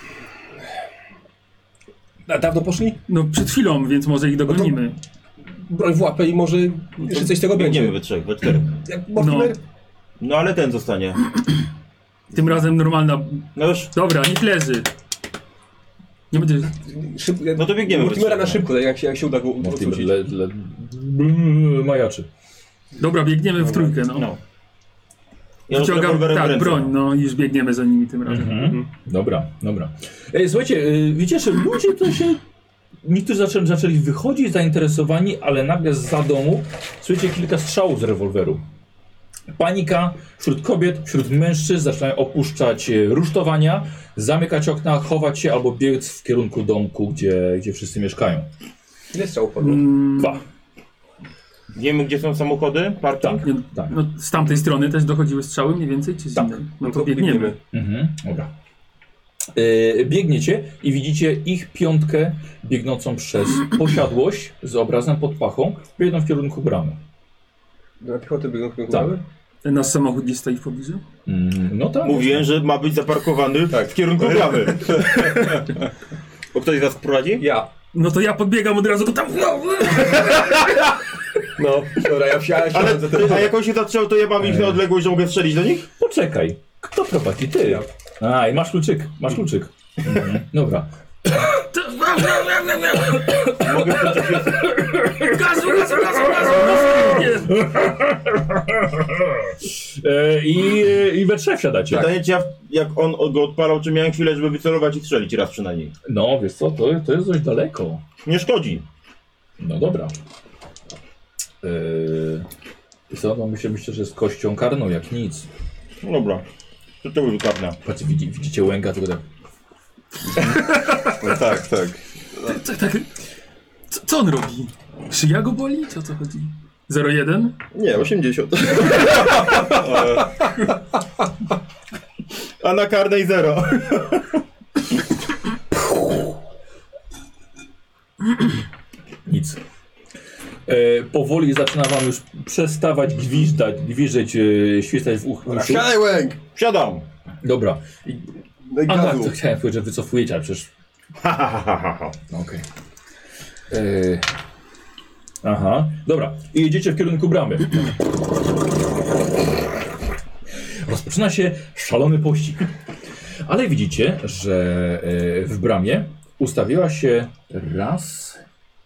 A dawno poszli? No przed chwilą, więc może ich dogonimy. Broń w łapę i może jeszcze coś z tego będzie. Biegniemy we trzech, we czterech. Jak Mortimer? No ale ten zostanie. Tym razem normalna... No już. Dobra, niech leży. Nie będzie... No to biegniemy. Mortimera we na trzech, szybko, tak jak się uda go Mortimer odsucić. majaczy. Dobra, biegniemy w trójkę, no. No. Ja już Wyciągam, rewolwerem w tak, ręce. broń, no i już biegniemy za nimi tym razem. Dobra, dobra. Słuchajcie, wiecie, że ludzie to się... Niektórzy zaczęli wychodzić zainteresowani, ale nagle zza domu słyszycie kilka strzałów z rewolweru. Panika wśród kobiet, wśród mężczyzn, zaczynają opuszczać rusztowania, zamykać okna, chować się albo biec w kierunku domku, gdzie wszyscy mieszkają. Ile strzałów padło? 2. Wiemy, gdzie są samochody? Parking? Nie, Tak. no, z tamtej strony też dochodziły strzały mniej więcej, czy z Tak. innej? No to biegniemy. Dobra. Biegniecie i widzicie ich piątkę biegnącą przez posiadłość z obrazem pod pachą, biegną w kierunku bramy. Na piechotę biegną w kierunku Tak. bramy? Ten nasz samochód nie stoi w pobliżu? No tak. Mówiłem, że ma być zaparkowany w kierunku bramy. Bo ktoś z was prowadzi? Ja. No to ja podbiegam od razu, go tam... No, dobra, ja wsiadłem za ten... A jak on się zatrzymał, to ja mam ich na odległość, że mogę strzelić do nich? Poczekaj, kto prowadzi? Ty. Ja. A, i masz kluczyk, Dobra. Mogę w tym czasie... Gazu! I we trzech wsiadacie. Pytanie, czy ja, jak on go odpalał, czy miałem chwilę, żeby wycelować i strzelić raz przynajmniej? No, wiesz co, to jest dość daleko. Nie szkodzi. No dobra. I co, no myślę, że z kością karną jak nic. No dobra. To tego wykarnia. Patrzcie, widzicie łęka, tylko tak. No tak. Tak. Co on robi? Szyja go boli? Co o co chodzi? 01? Nie, 80. A na karnej 0. Nic. Powoli zaczyna wam już przestawać gwiżdżeć, świstać w uszu. Siadaj, łęk! Siadam. Dobra. No i A tak, gazu. to chciałem powiedzieć, że wycofujecie, ale przecież... No, okej. Aha, dobra. I jedziecie w kierunku bramy. Rozpoczyna się szalony pościg. Ale widzicie, że w bramie ustawiła się raz,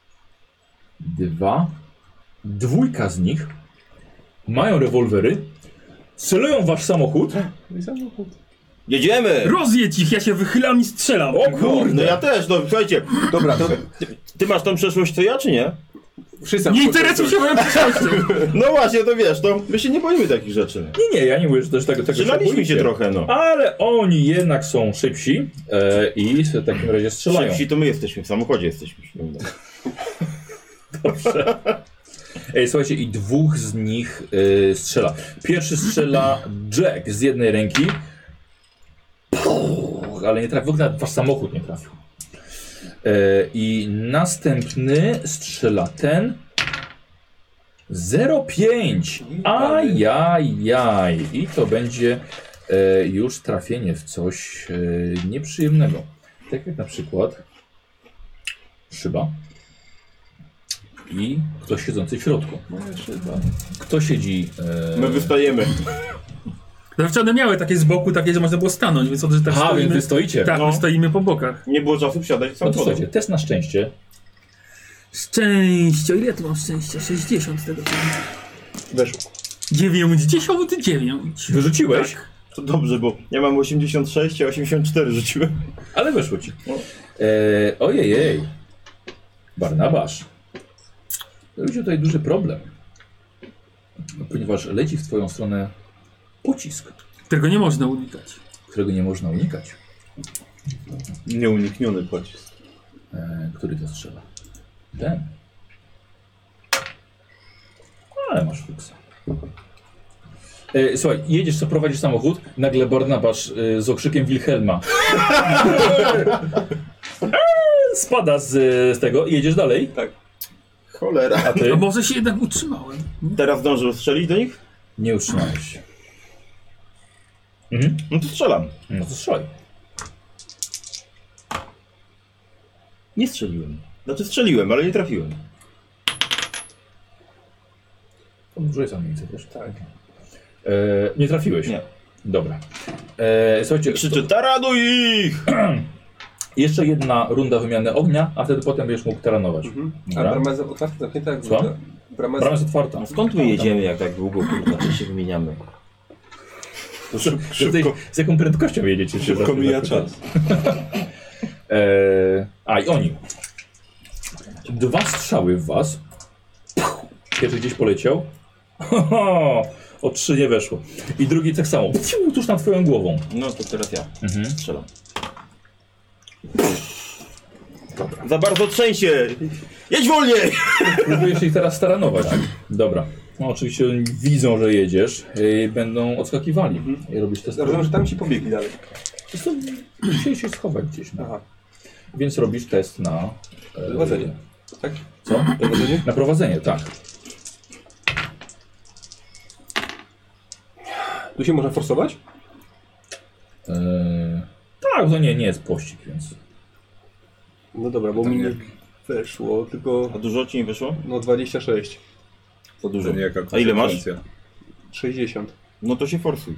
dwójka z nich mają rewolwery, celują w wasz samochód. Jedziemy! Rozjedź ich, ja się wychylam i strzelam. O kurde! No ja też, no słuchajcie. Dobra, to Ty masz tą przeszłość co ja, czy nie? wszyscy... Nie interesuj się moją przyszłością. No właśnie, to wiesz, to my się nie boimy takich rzeczy. Nie, ja nie mówię, że też tego Strzelaliśmy boicie. się trochę, no. Ale oni jednak są szybsi i w takim razie strzelają. Szybsi to my jesteśmy, w samochodzie jesteśmy. Ej, słuchajcie, i dwóch z nich strzela. Pierwszy strzela Jack z jednej ręki, ale nie trafił, w ogóle nawet wasz samochód nie trafił. I następny strzela ten 0,5. Ajajaj. I to będzie już trafienie w coś nieprzyjemnego. Tak jak na przykład szyba i ktoś siedzący w środku. Kto siedzi? My wystajemy. Zawsze one miały takie z boku, takie, że można było stanąć, więc one też Aha, więc stoimy. wy stoicie. Tak, No. my stoimy po bokach. Nie było czasu wsiadać w No to samochód. słuchajcie, test na szczęście. Szczęście, ile tu mam szczęścia? 60 tego. Weszło. 99. Wyrzuciłeś, Tak. To dobrze, bo ja mam 86, a 84 rzuciłem. ale wyszło ci. Ojej. Barnabasz. Robi się tutaj duży problem. Ponieważ leci w twoją stronę pocisk, Którego nie można unikać. którego nie można unikać. Nieunikniony pocisk. Który to strzela? Ten. Ale masz fuksa. Słuchaj, jedziesz, co prowadzisz samochód, nagle Barnabasz z okrzykiem Wilhelma spada z tego i jedziesz dalej. Cholera. A ty No może się jednak utrzymałem. Teraz zdążył strzelić do nich? nie utrzymałeś się. Mhm. No to strzelam. No to strzelaj. Nie strzeliłem. Znaczy strzeliłem, ale nie trafiłem. Rzucaj sam miejsce też. Tak. Nie trafiłeś? Nie. Dobra. Słuchajcie, Krzyczę, taranuj ich! jeszcze jedna runda wymiany ognia, a wtedy potem będziesz mógł taranować. A Dobra? brama jest otwarta, zamknięta? Jak Co? Brama Brama jest otwarta. A skąd my jedziemy, jak tak długo, kurwa, czy się wymieniamy? To szybko, Z jaką prędkością jedziecie? się szybko mija zapytam. czas. I oni. 2 strzały w was. Pierwszy gdzieś poleciał. O 3 nie weszło. I drugi tak samo. Tuż nad twoją głową. No to teraz ja Mhm. strzelam. Za bardzo trzęsie! Jedź wolniej! Próbujesz ich teraz staranować. Dobra. No oczywiście oni widzą, że jedziesz. Będą odskakiwali. I robisz test. Rozumiem, że tam ci pobiegli dalej. Musieli się schować gdzieś. No. Aha. Więc robisz test na... Prowadzenie. Tak? Co? Prowadzenie? Na prowadzenie, tak. Tu się można forsować? Tak, to nie jest pościg, więc... No dobra, bo mi nie weszło, tylko A dużo ci nie wyszło? no 26. To dużo. To nie jaka A ile masz? konsekwencja. 60. No to się forsuj.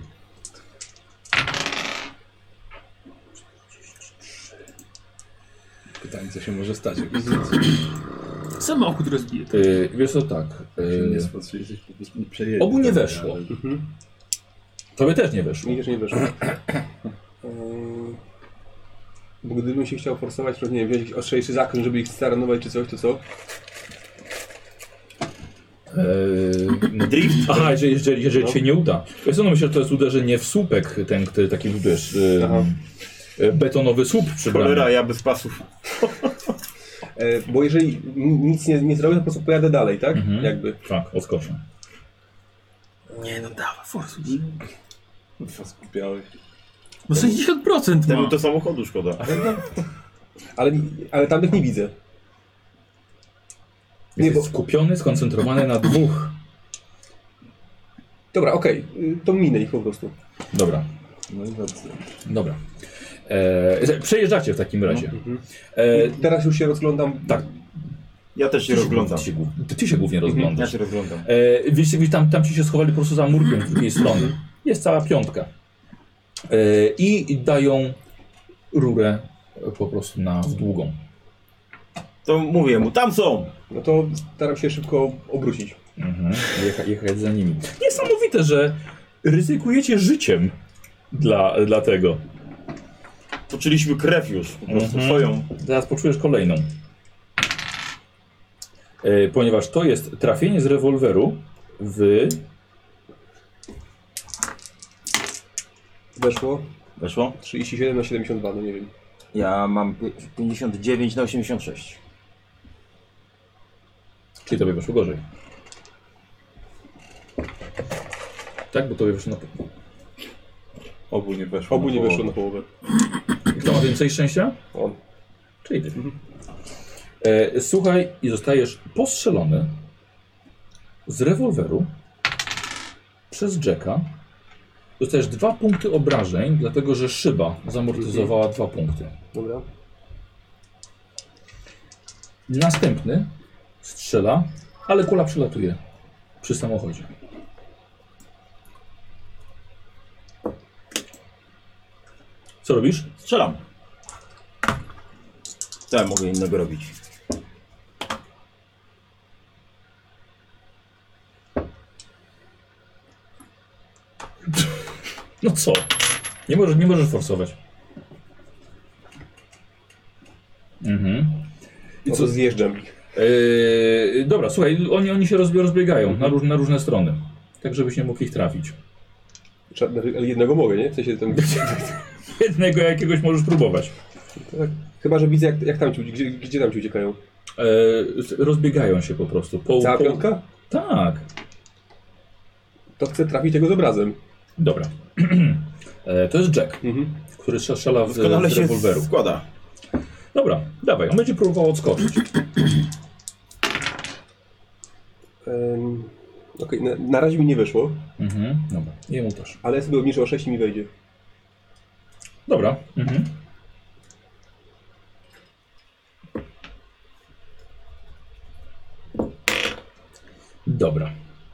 Pytanie, co się może stać. jak Samochód rozbije. Wiesz co, tak. się nie spodziewasz, po prostu nie przejedzie. Obu nie weszło. Mhm. Tobie też nie weszło. Mi też nie weszło. Bo gdybym się chciał forsować, to nie wiem, wziąć jakiś ostrzejszy zakręt, żeby ich staranować czy coś, to co? Drift. Aha, jeżeli się nie uda. Wiesz co, no myślę, że to jest uderzenie w słupek, ten, który taki, wiesz, betonowy słup przybrany. Cholera, ja bez pasów. Bo jeżeli nic nie zrobię, to po prostu pojadę dalej, tak? Mhm. Jakby. Tak, odskoczę. Nie no, dawaj, forsuj. Co skupiałeś? No 60% Temu ma. to samochodu szkoda. Ale tamtych nie widzę. Nie, Jesteś bo... skupiony, skoncentrowany na dwóch. Dobra, okej. To minę ich po prostu. Dobra, No i bardzo. dobra. Przejeżdżacie w takim razie. Teraz już się rozglądam. Tak. Ja też się rozglądam. Ty się głównie Ja rozglądasz. się rozglądam. Wiesz, tam ci się schowali po prostu za murkiem z drugiej strony. Jest cała piątka. I dają rurę po prostu w długą. To mówię mu, tam są! No to staram się szybko obrócić. Mhm. Jechać za nimi. Niesamowite, że ryzykujecie życiem dla tego. Toczyliśmy krew już, po prostu swoją. Zaraz poczujesz kolejną. Ponieważ to jest trafienie z rewolweru w... Weszło 37 na 72, no nie wiem. Ja mam 59 na 86. Czyli tobie weszło gorzej. Tak, bo tobie weszło na... Obu nie weszło. Obu nie weszło na połowę. Kto ma więcej szczęścia? On. Czyli ty. Słuchaj, i zostajesz postrzelony z rewolweru przez Jacka. Dostajesz 2 punkty obrażeń, dlatego że szyba zamortyzowała 2 punkty. Dobra. Następny strzela, ale kula przylatuje przy samochodzie. Co robisz? Strzelam. Co ja mogę innego robić? No co? Nie możesz forsować. Mhm. I No co? to zjeżdżam ich. Dobra, słuchaj, oni się rozbiegają na różne strony. Tak, żebyś nie mógł ich trafić. Ale jednego mogę, nie? W sensie tam... Jednego jakiegoś możesz próbować. Tak. Chyba, że widzę jak tam ci, gdzie tam ci uciekają. Rozbiegają się po prostu. Cała piątka? Tak. To chcę trafić tego z obrazem. Dobra. To jest Jack, który strzela z rewolweru. Się składa. Dobra, dawaj, on będzie próbował odskoczyć. Okej, na razie mi nie wyszło, Dobra, jemu też. ale ja sobie obniżę o 6 i mi wejdzie. Dobra. Dobra.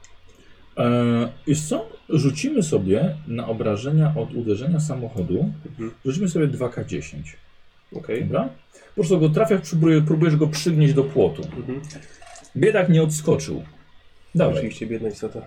Wiesz co? Rzucimy sobie na obrażenia od uderzenia samochodu. Rzucimy sobie 2K10. Okej. Dobra? Po prostu go trafiasz, próbujesz go przygnieść do płotu. Biedak nie odskoczył. Dawaj. Oczywiście biedna istota.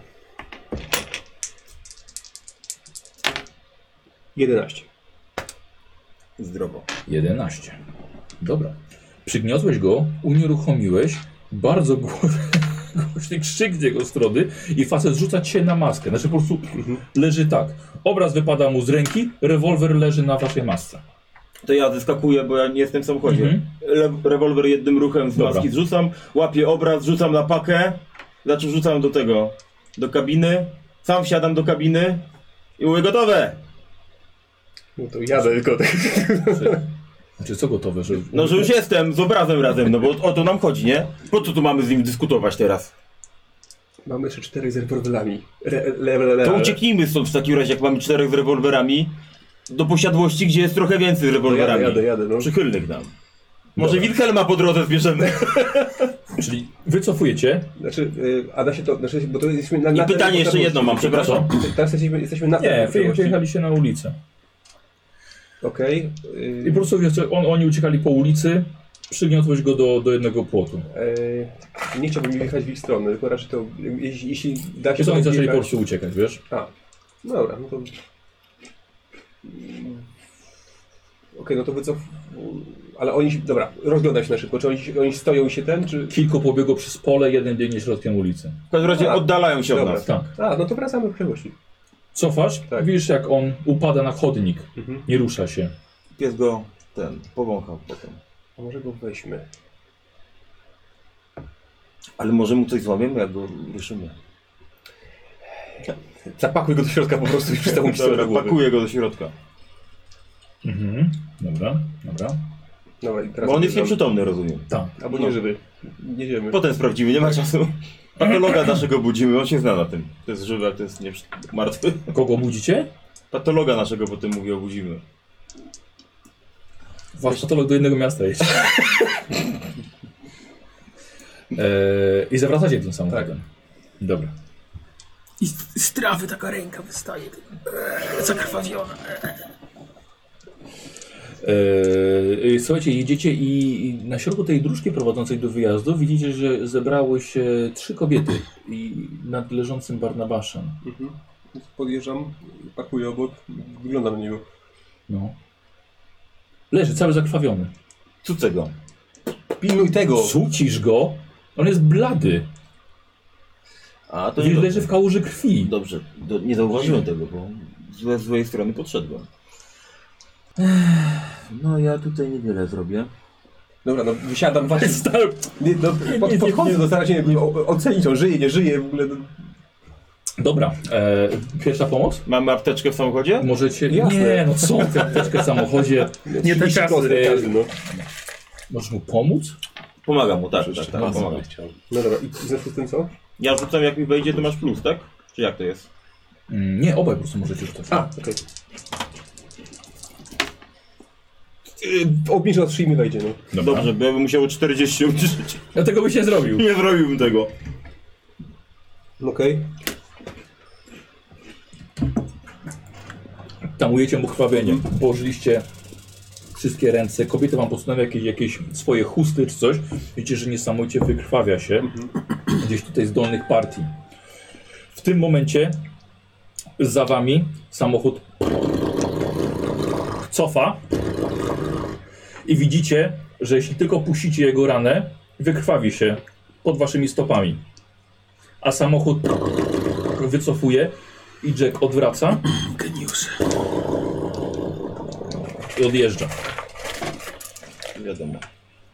11. Zdrowo. 11. Dobra. Przygniosłeś go, unieruchomiłeś, bardzo głośny krzyk z jego strony i facet rzuca cię na maskę. Znaczy po prostu leży tak. Obraz wypada mu z ręki, rewolwer leży na waszej masce. To ja zeskakuję, bo ja nie jestem w samochodzie. Rewolwer jednym ruchem z Dobra. maski zrzucam, łapię obraz, rzucam na pakę, znaczy wrzucam do kabiny, sam wsiadam do kabiny i mówię gotowe! No to jadę tylko. Znaczy co gotowe, że... No, że już jestem z obrazem razem, no bo o to nam chodzi, nie? Po co tu mamy z nim dyskutować teraz? Mamy jeszcze 4 z rewolwerami. To ucieknijmy stąd w takim razie, jak mamy 4 z rewolwerami, do posiadłości, gdzie jest trochę więcej z rewolwerami. Jadę, no. Przychylnych nam. Może Wilhelma po drodze zbierzemy. Czyli wycofujecie. Znaczy, a da się to, znaczy, bo to jesteśmy na... I pytanie jeszcze jedno mam, przepraszam. Teraz jesteśmy na... Nie, wyjechaliście na ulicę. Okej. I po prostu oni uciekali po ulicy, przygniotłeś go do jednego płotu. Nie chciałbym jechać w ich stronę, tylko raczej to, jeśli da się... Wiesz, oni zaczęli jechać- po prostu uciekać, wiesz? A, no dobra, no to... Okej, no to wycof... Ale oni... Dobra, rozglądaj się na szybko. Czy oni stoją się czy... Kilku pobiegło przez pole, jeden biegnie środkiem ulicy. W każdym razie oddalają się od Dobra. nas. Tak. A, no to wracamy do przeszłości. Cofasz, Tak. widzisz jak on upada na chodnik. Mhm. Nie rusza się. Pies go powąchał potem. A może go weźmy? Ale może mu coś złamiemy, jak go ruszymy. Zapakuj go do środka po prostu i przystawą pistolet do głowy. Pakuję go do środka. Mhm. Dobra. Dobra, i teraz... Bo on jest nieprzytomny, rozumiem. Tak. Albo nie żywy. Nie wiemy. Potem sprawdzimy, nie ma czasu. Patologa naszego budzimy, on się zna na tym. To jest żywy, a to jest martwy. Kogo budzicie? Patologa naszego potem mówi obudzimy. Wasz patolog do jednego miasta jest. I zawracacie tym samochodem. Dobra. I z trawy taka ręka wystaje. Zakrwawiona. Słuchajcie, jedziecie i na środku tej dróżki prowadzącej do wyjazdu widzicie, że zebrały się 3 kobiety i nad leżącym Barnabaszem. Mhm. Podjeżdżam, parkuję obok, wyglądam na niego. No. Leży cały zakrwawiony. Cudzę go. Pilnuj tego! Rzucisz go, on jest blady. A to Widzisz, nie leży w kałuży krwi. Dobrze, nie zauważyłem tego, bo z złej strony podszedłem. No ja tutaj niewiele zrobię. Dobra, no wysiadam właśnie. Nie, no, podchodzę do starania się ocenić, on żyje, nie żyje, w ogóle. No. Dobra, pierwsza pomoc? Mamy apteczkę w samochodzie? Możecie... Jasne. Nie, no co ty, apteczkę w samochodzie. Nie te 30 czasy. procent każdy, no. Możesz mu pomóc? Pomagam mu, tak, Przecież tak, bardzo pomagam. nie chciał. No dobra, i w związku z tym co? Ja rzucam, jak mi wejdzie, to masz plus, tak? Czy jak to jest? Nie, obaj po prostu możecie rzucać. A, okej. Obniżę od 3 i mi wejdzie, no. Dobra. Dobrze, bo ja bym musiał 40 obniżyć. Dlatego byś nie zrobił. Nie zrobiłbym tego. Okej. Tamujecie mu krwawienie. Położyliście wszystkie ręce. Kobiety wam podsunęły jakieś swoje chusty czy coś. Widzicie, że niesamowicie wykrwawia się. Gdzieś tutaj z dolnych partii. W tym momencie za wami samochód cofa i widzicie, że jeśli tylko puścicie jego ranę, wykrwawi się pod waszymi stopami. A samochód wycofuje i Jack odwraca Geniusze. i odjeżdża. Wiadomo.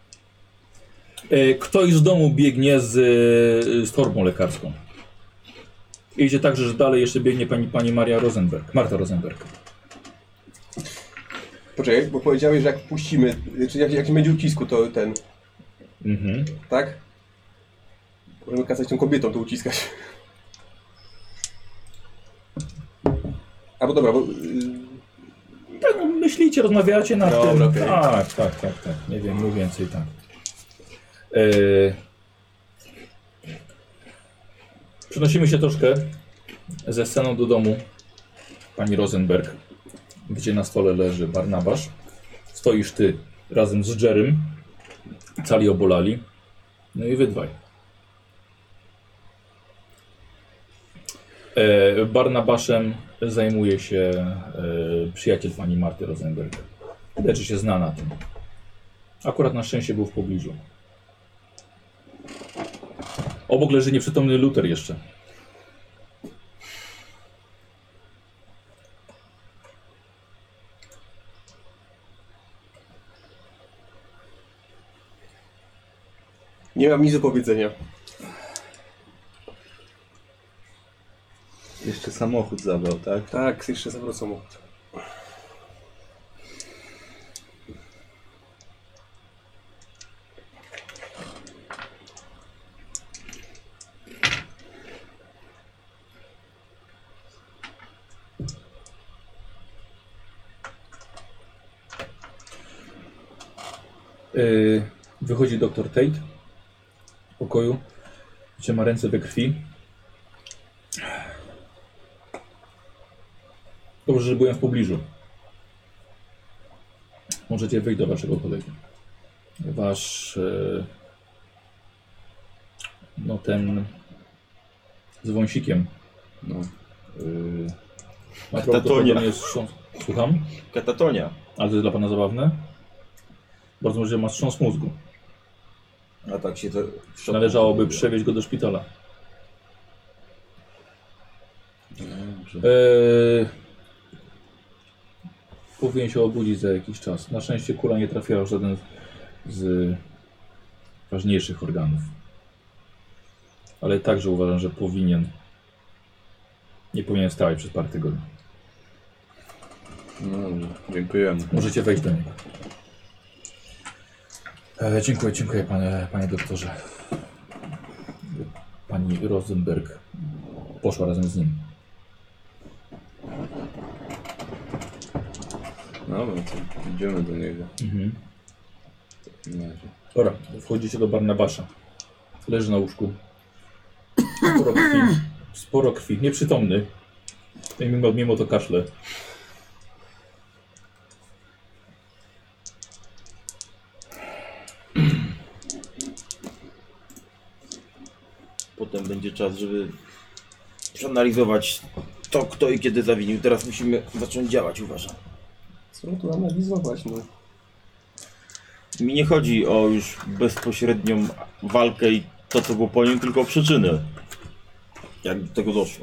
Ktoś z domu biegnie z torbą lekarską. Idzie także, że dalej jeszcze biegnie pani Marta Rosenberg. Poczekaj, bo powiedziałeś, że jak puścimy, czy jak nie będzie ucisku, to ten, Mhm. tak? Możemy kazać tą kobietą to uciskać. Albo dobra, bo... Tak, no, myślicie, rozmawiacie nad Dobra, tym. okej. Tak. Nie wiem, mniej więcej tak. Przenosimy się troszkę ze sceną do domu pani Rosenberg, gdzie na stole leży Barnabasz. Stoisz ty razem z Jerrym, cali obolali. No i wy dwaj. Barnabaszem zajmuje się przyjaciel pani Marty Rosenberg. Leczy się zna na tym. Akurat na szczęście był w pobliżu. Obok leży nieprzytomny Luther jeszcze. Nie mam nic do powiedzenia. Jeszcze samochód zabrał, tak? Tak, jeszcze zabrał samochód. Wychodzi doktor Tate z pokoju. Gdzie ma ręce we krwi. Dobrze, że byłem w pobliżu. Możecie wyjść do waszego kolegi. Wasz... no ten... z wąsikiem. No. Ma Katatonia. prawdopodobnie wstrząs... Słucham? Katatonia. Ale to jest dla pana zabawne? Bardzo może ma wstrząs mózgu. A tak się to... Należałoby przewieźć go do szpitala. Dobrze. Powinien się obudzić za jakiś czas. Na szczęście kula nie trafiła w żaden z ważniejszych organów. Ale także uważam, że nie powinien stać przez parę tygodni. No dobrze, dziękujemy. Możecie wejść do niego. Dziękuję panie doktorze. Pani Rosenberg poszła razem z nim. Dobra, to idziemy do niego. W takim razie. Dobra, wchodzicie do Barnabasza. Leży na łóżku. Sporo krwi. Sporo krwi. Nieprzytomny. Mimo to kaszle. Potem będzie czas, żeby przeanalizować to, kto i kiedy zawinił. Teraz musimy zacząć działać, uważam. Co tu analizować, no? Mi nie chodzi o już bezpośrednią walkę i to, co było po nim, tylko o przyczyny. Jak do tego doszło.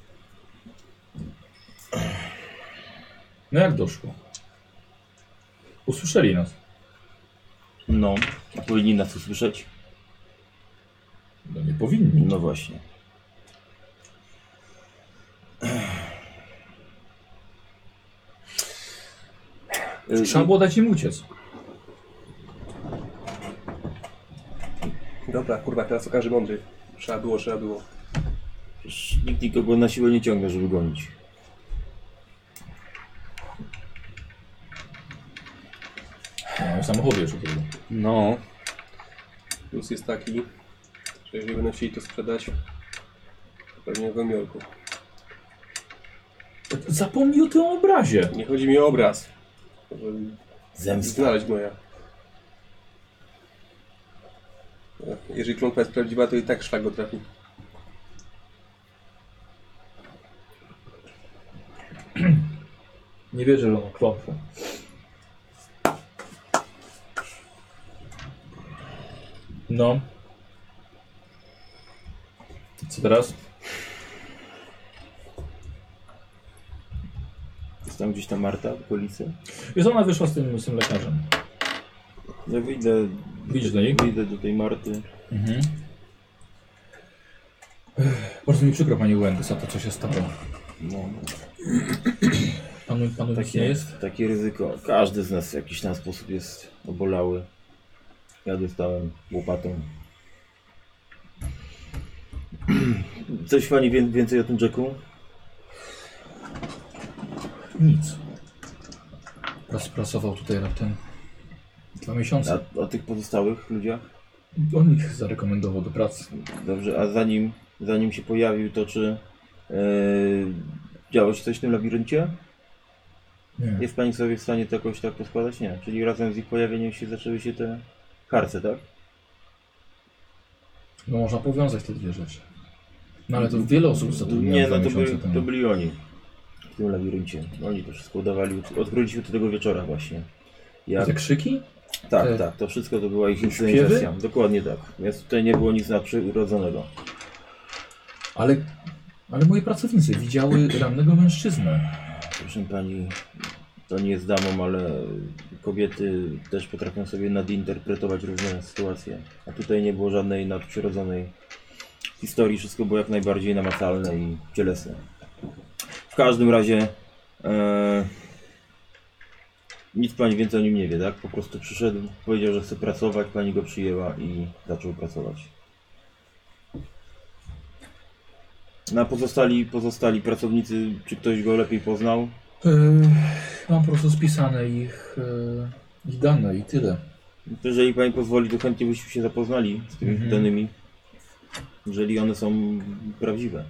No jak doszło? Usłyszeli nas. No, powinni nas usłyszeć. No nie powinni. No właśnie. Trzeba było dać im uciec. Dobra, kurwa, teraz okaże mądry. Trzeba było. Przecież nikt nikogo na siłę nie ciągnie, żeby gonić. No, samochody jeszcze tylko. No, Plus jest taki, że jeżeli będą chcieli to sprzedać, to pewnie w Nowym Jorku. Zapomnij o tym obrazie. Nie chodzi mi o obraz. Żeby Zemsta. znaleźć moja. Jeżeli klątwa jest prawdziwa, to i tak szlak go trafi. Nie wierzę, że on klątwę. No. Co teraz? Jest tam gdzieś ta Marta w okolicy? Jest ona wyszła z tym lekarzem. Ja wyjdę do tej Marty. Mhm. Bardzo mi przykro, pani Łęk, za to, co się stało. No, Panu nic nie jest? takie ryzyko. Każdy z nas w jakiś tam sposób jest obolały. Ja dostałem łopatą. Coś pani więcej o tym Jacku? Nic. Pracował tutaj raptem 2 miesiące. A o tych pozostałych ludziach? On ich zarekomendował do pracy. Dobrze, a zanim się pojawił, to czy działo się coś w tym labiryncie? Nie. Jest pani sobie w stanie to jakoś tak poskładać? Nie. Czyli razem z ich pojawieniem się zaczęły się te harce, tak? No można powiązać te dwie rzeczy. No ale to wiele osób zatrudniało Nie, 2 no miesiące temu. to byli oni. W tym labiryncie. Oni to wszystko udawali. Odkryliśmy to tego wieczora właśnie. I te krzyki? Tak, te- tak. To wszystko to była ich śpiewy? inscenizacja. Dokładnie tak. Więc tutaj nie było nic nadprzyrodzonego. Ale moi pracownicy widziały rannego mężczyznę. Proszę pani, to nie jest damą, ale kobiety też potrafią sobie nadinterpretować różne sytuacje. A tutaj nie było żadnej nadprzyrodzonej historii, wszystko było jak najbardziej namacalne i cielesne. W każdym razie nic pani więcej o nim nie wie, tak? Po prostu przyszedł, powiedział, że chce pracować, pani go przyjęła i zaczął pracować. Na pozostali pracownicy, czy ktoś go lepiej poznał? Mam po prostu spisane ich dane i tyle. To jeżeli pani pozwoli, to chętnie byśmy się zapoznali z tymi danymi. Jeżeli one są prawdziwe.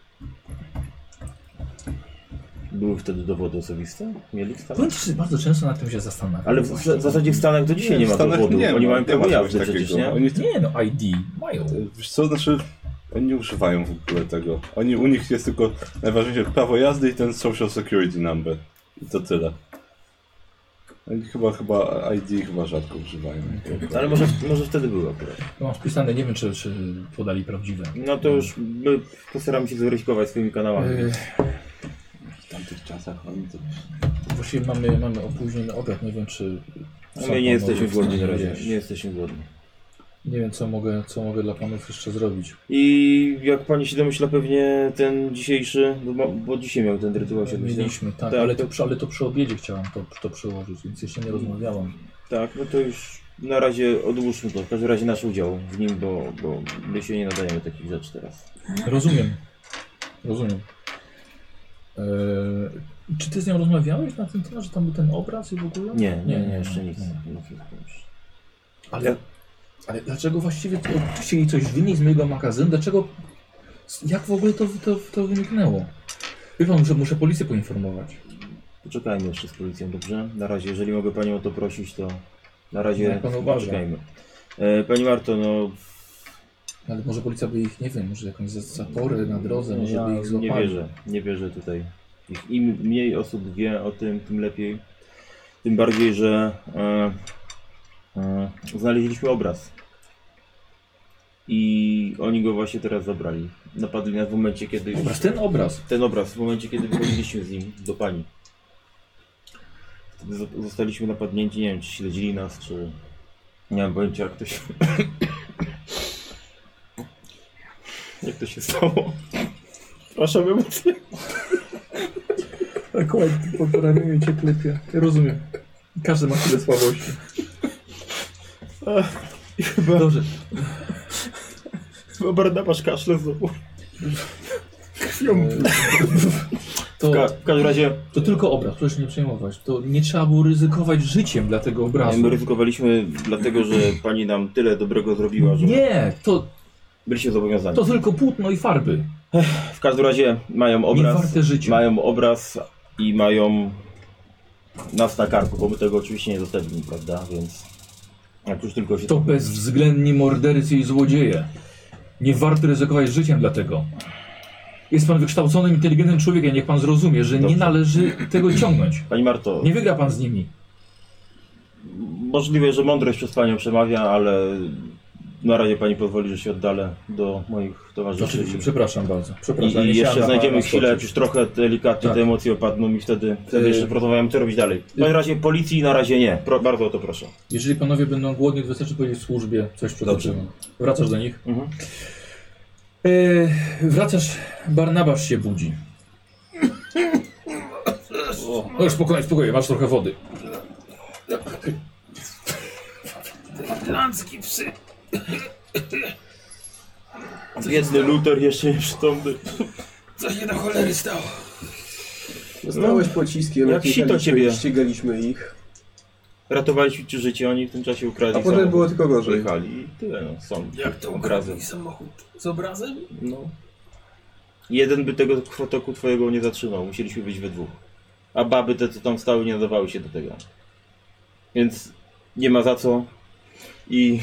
Były wtedy dowody osobiste? Mieli w Stanach? Powiem ci, że bardzo często nad tym się zastanawiam. Ale w zasadzie w Stanach do dzisiaj nie ma dowodu. Oni mają prawo jazdy przecież, nie? Oni, Nie no, ID mają. wiesz co, znaczy oni nie używają w ogóle tego. U nich jest tylko najważniejsze prawo jazdy i ten social security number. I to tyle. Oni chyba ID chyba rzadko używają. Ale może wtedy były akurat. Ja mam spisane, nie wiem czy podali prawdziwe. No to już my postaramy się zweryfikować swoimi kanałami. W tamtych czasach oni to... Właściwie mamy opóźniony obiad, nie wiem czy... My nie jesteśmy głodni na razie. Nie jesteśmy głodni. Nie wiem co mogę dla panów jeszcze zrobić. I jak pani się domyśla, pewnie ten dzisiejszy, bo dzisiaj miał ten rytuał się Mieliśmy, tak, tak, ale to przy obiedzie chciałam to przełożyć, więc jeszcze nie rozmawiałam. Tak, no to już na razie odłóżmy to. W każdym razie nasz udział w nim, bo my się nie nadajemy takich rzeczy teraz. Rozumiem. Czy ty z nią rozmawiałeś na ten temat, że tam był ten obraz i w ogóle? Nie, jeszcze nic. Ale dlaczego właściwie chcieli coś wynieść z mojego magazynu? Dlaczego? Jak w ogóle to wyniknęło? Wie pan, że muszę policję poinformować. Poczekajmy jeszcze z policją, dobrze? Na razie, jeżeli mogę panią o to prosić, to na razie poczekajmy. Pani Marto, no... Ale może policja by ich, nie wiem, może jakąś zaporę na drodze, może by ich złapali. Nie wierzę tutaj. Im mniej osób wie o tym, tym lepiej. Tym bardziej, że znaleźliśmy obraz. I oni go właśnie teraz zabrali. Napadli nas w momencie, kiedy... Ten obraz, w momencie, kiedy wychodziliśmy z nim do pani. Wtedy zostaliśmy napadnięci, nie wiem, czy śledzili nas, czy... Nie mam pojęcia, jak to się... jak to się stało. Przepraszam, emocje. Akurat po ramieniu cię klepie. Ja rozumiem. Każdy ma chwilę słabości. Dobrze. Chyba Barnabasz kaszle znowu. W każdym razie... To tylko obraz, proszę się nie przejmować. To nie trzeba było ryzykować życiem dla tego obrazu. My ryzykowaliśmy dlatego, że pani nam tyle dobrego zrobiła, że... Nie, byliście zobowiązani. to tylko płótno i farby. W każdym razie mają obraz, Nie warte życia. mają obraz i mają nas na karku, bo my tego oczywiście nie zostawimy, prawda, więc jak już tylko się... To bezwzględni mordercy i złodzieje. Nie warto ryzykować życiem dlatego. Jest pan wykształconym, inteligentnym człowiekiem, niech pan zrozumie, że nie należy tego ciągnąć. Pani Marto... Nie wygra pan z nimi. Możliwe, że mądrość przez panią przemawia, ale na razie pani pozwoli, że się oddalę do moich towarzyszy. Oczywiście, przepraszam bardzo. I jeszcze znajdziemy chwilę, jak już trochę delikatnie te emocje opadną i wtedy jeszcze porozmawiamy, co robić dalej. W razie razie policji na razie nie. Bardzo o to proszę. Jeżeli panowie będą głodni, to wystarczy powiedzieć w służbie coś przygotować. Wracasz do nich? Mhm. Wracasz, Barnabasz się budzi. O, spokojnie, masz trochę wody. Irlandzki psy. Biedny Luther jeszcze nieprzytomny. Co się do cholery stało? Zostałeś pociskiem, jak sito ciebie. Ścigaliśmy ich. Ratowaliśmy ci życie, oni w tym czasie ukradli A potem samochód, było tylko gorzej. pojechali i tyle, no, są. Jak to obrazem. ukradli samochód? Z obrazem? No. Jeden by tego krotoku twojego nie zatrzymał, musieliśmy być we dwóch. A baby te, co tam stały, nie nadawały się do tego. Więc nie ma za co i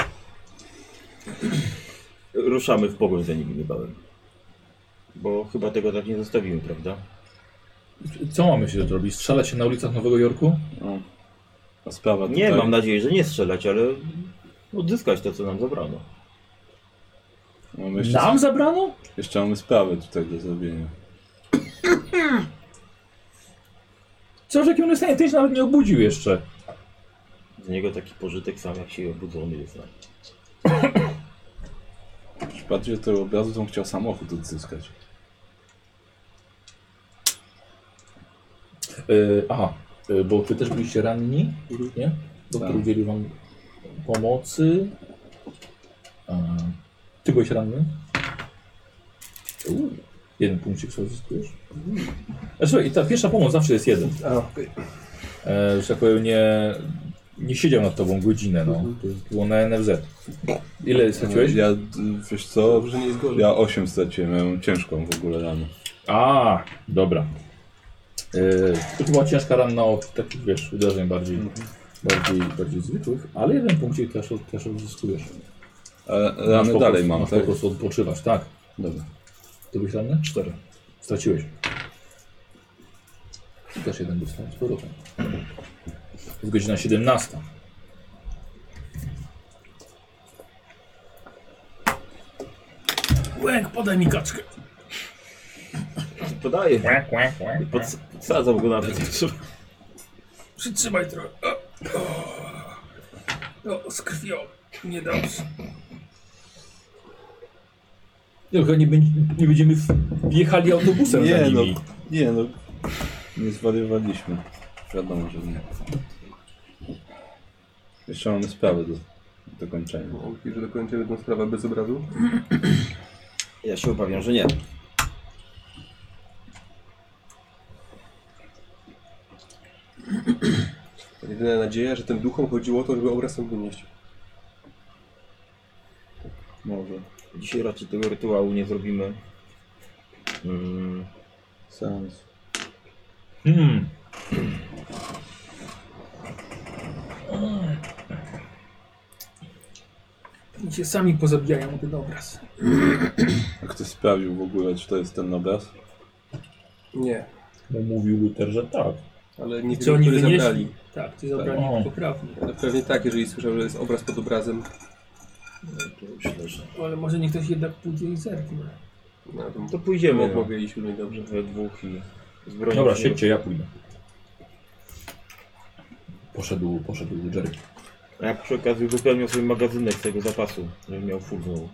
ruszamy w pogoń za nimi niebawem. Bo chyba tego tak nie zostawimy, prawda? Co mamy się zrobić? Strzelać się na ulicach Nowego Jorku? No. A sprawa Nie, tutaj... mam nadzieję, że nie strzelać, ale odzyskać to, co nam zabrano. Mamy Nam zabrano? Jeszcze mamy sprawę tutaj do zrobienia. Co, że jakim on jest stanie? Ty się nawet nie obudził jeszcze. Z niego taki pożytek sam, jak się obudzony jest. W przypadku tego obrazu to on chciał samochód odzyskać. Bo wy też byliście ranni, nie? Doktor Tak. udzielił wam pomocy. Ty byłeś ranny? Jeden punkcik sobie zyskujesz. Słuchaj, ta pierwsza pomoc zawsze jest jeden. Że tak powiem, Nie siedział nad tobą godzinę, no. To było na NFZ. Ile straciłeś? Ja, wiesz co, Dobrze, że nie jest gorzej. ja 8 straciłem, miałem ciężką w ogóle ranę. A, dobra. To była ciężka ranna od takich, wiesz, uderzeń bardziej zwykłych, ale jeden punkcik też odzyskujesz. Ale rany dalej mam, masz tak? po prostu odpoczywasz, tak. Dobra. Ty byś ranny? 4. Straciłeś. I też jeden dostałem z powrotem. Jest godzina 17. Łęk, podaj mi kaczkę. Podaję. Łęk. Podsadzam go nawet. Przytrzymaj trochę. O, z krwią. Niedobrze. Nie, chyba nie będziemy jechali autobusem za nimi. Nie zwariowaliśmy. Wiadomo, że nie. Jeszcze mamy sprawę do dokończenia. Mówisz, że dokończymy tę sprawę bez obrazu? Ja się obawiam, że nie. Jedyna nadzieja, że tym duchom chodziło o to, żeby obraz tam wynieść. Może. Dzisiaj raczej tego rytuału nie zrobimy. Sens. Oni się sami pozabijają ten obraz. A ktoś sprawdził w ogóle, czy to jest ten obraz? Nie, Bo mówił Luther, że tak. ale nie Czy wiem, oni który wynieśli? zabrali. Tak, ci zabrali O. poprawnie. Ale pewnie tak, jeżeli słyszał, że jest obraz pod obrazem. Ale może niech ktoś jednak pójdzie i zerknie. No, To pójdziemy. No. Mogliśmy mieć dobrze. We dwóch i z bronią. Dobra, się siedźcie, ja pójdę. Poszedł Jerry. A ja przy okazji uzupełniał sobie magazynek z tego zapasu, żebym miał full znowu.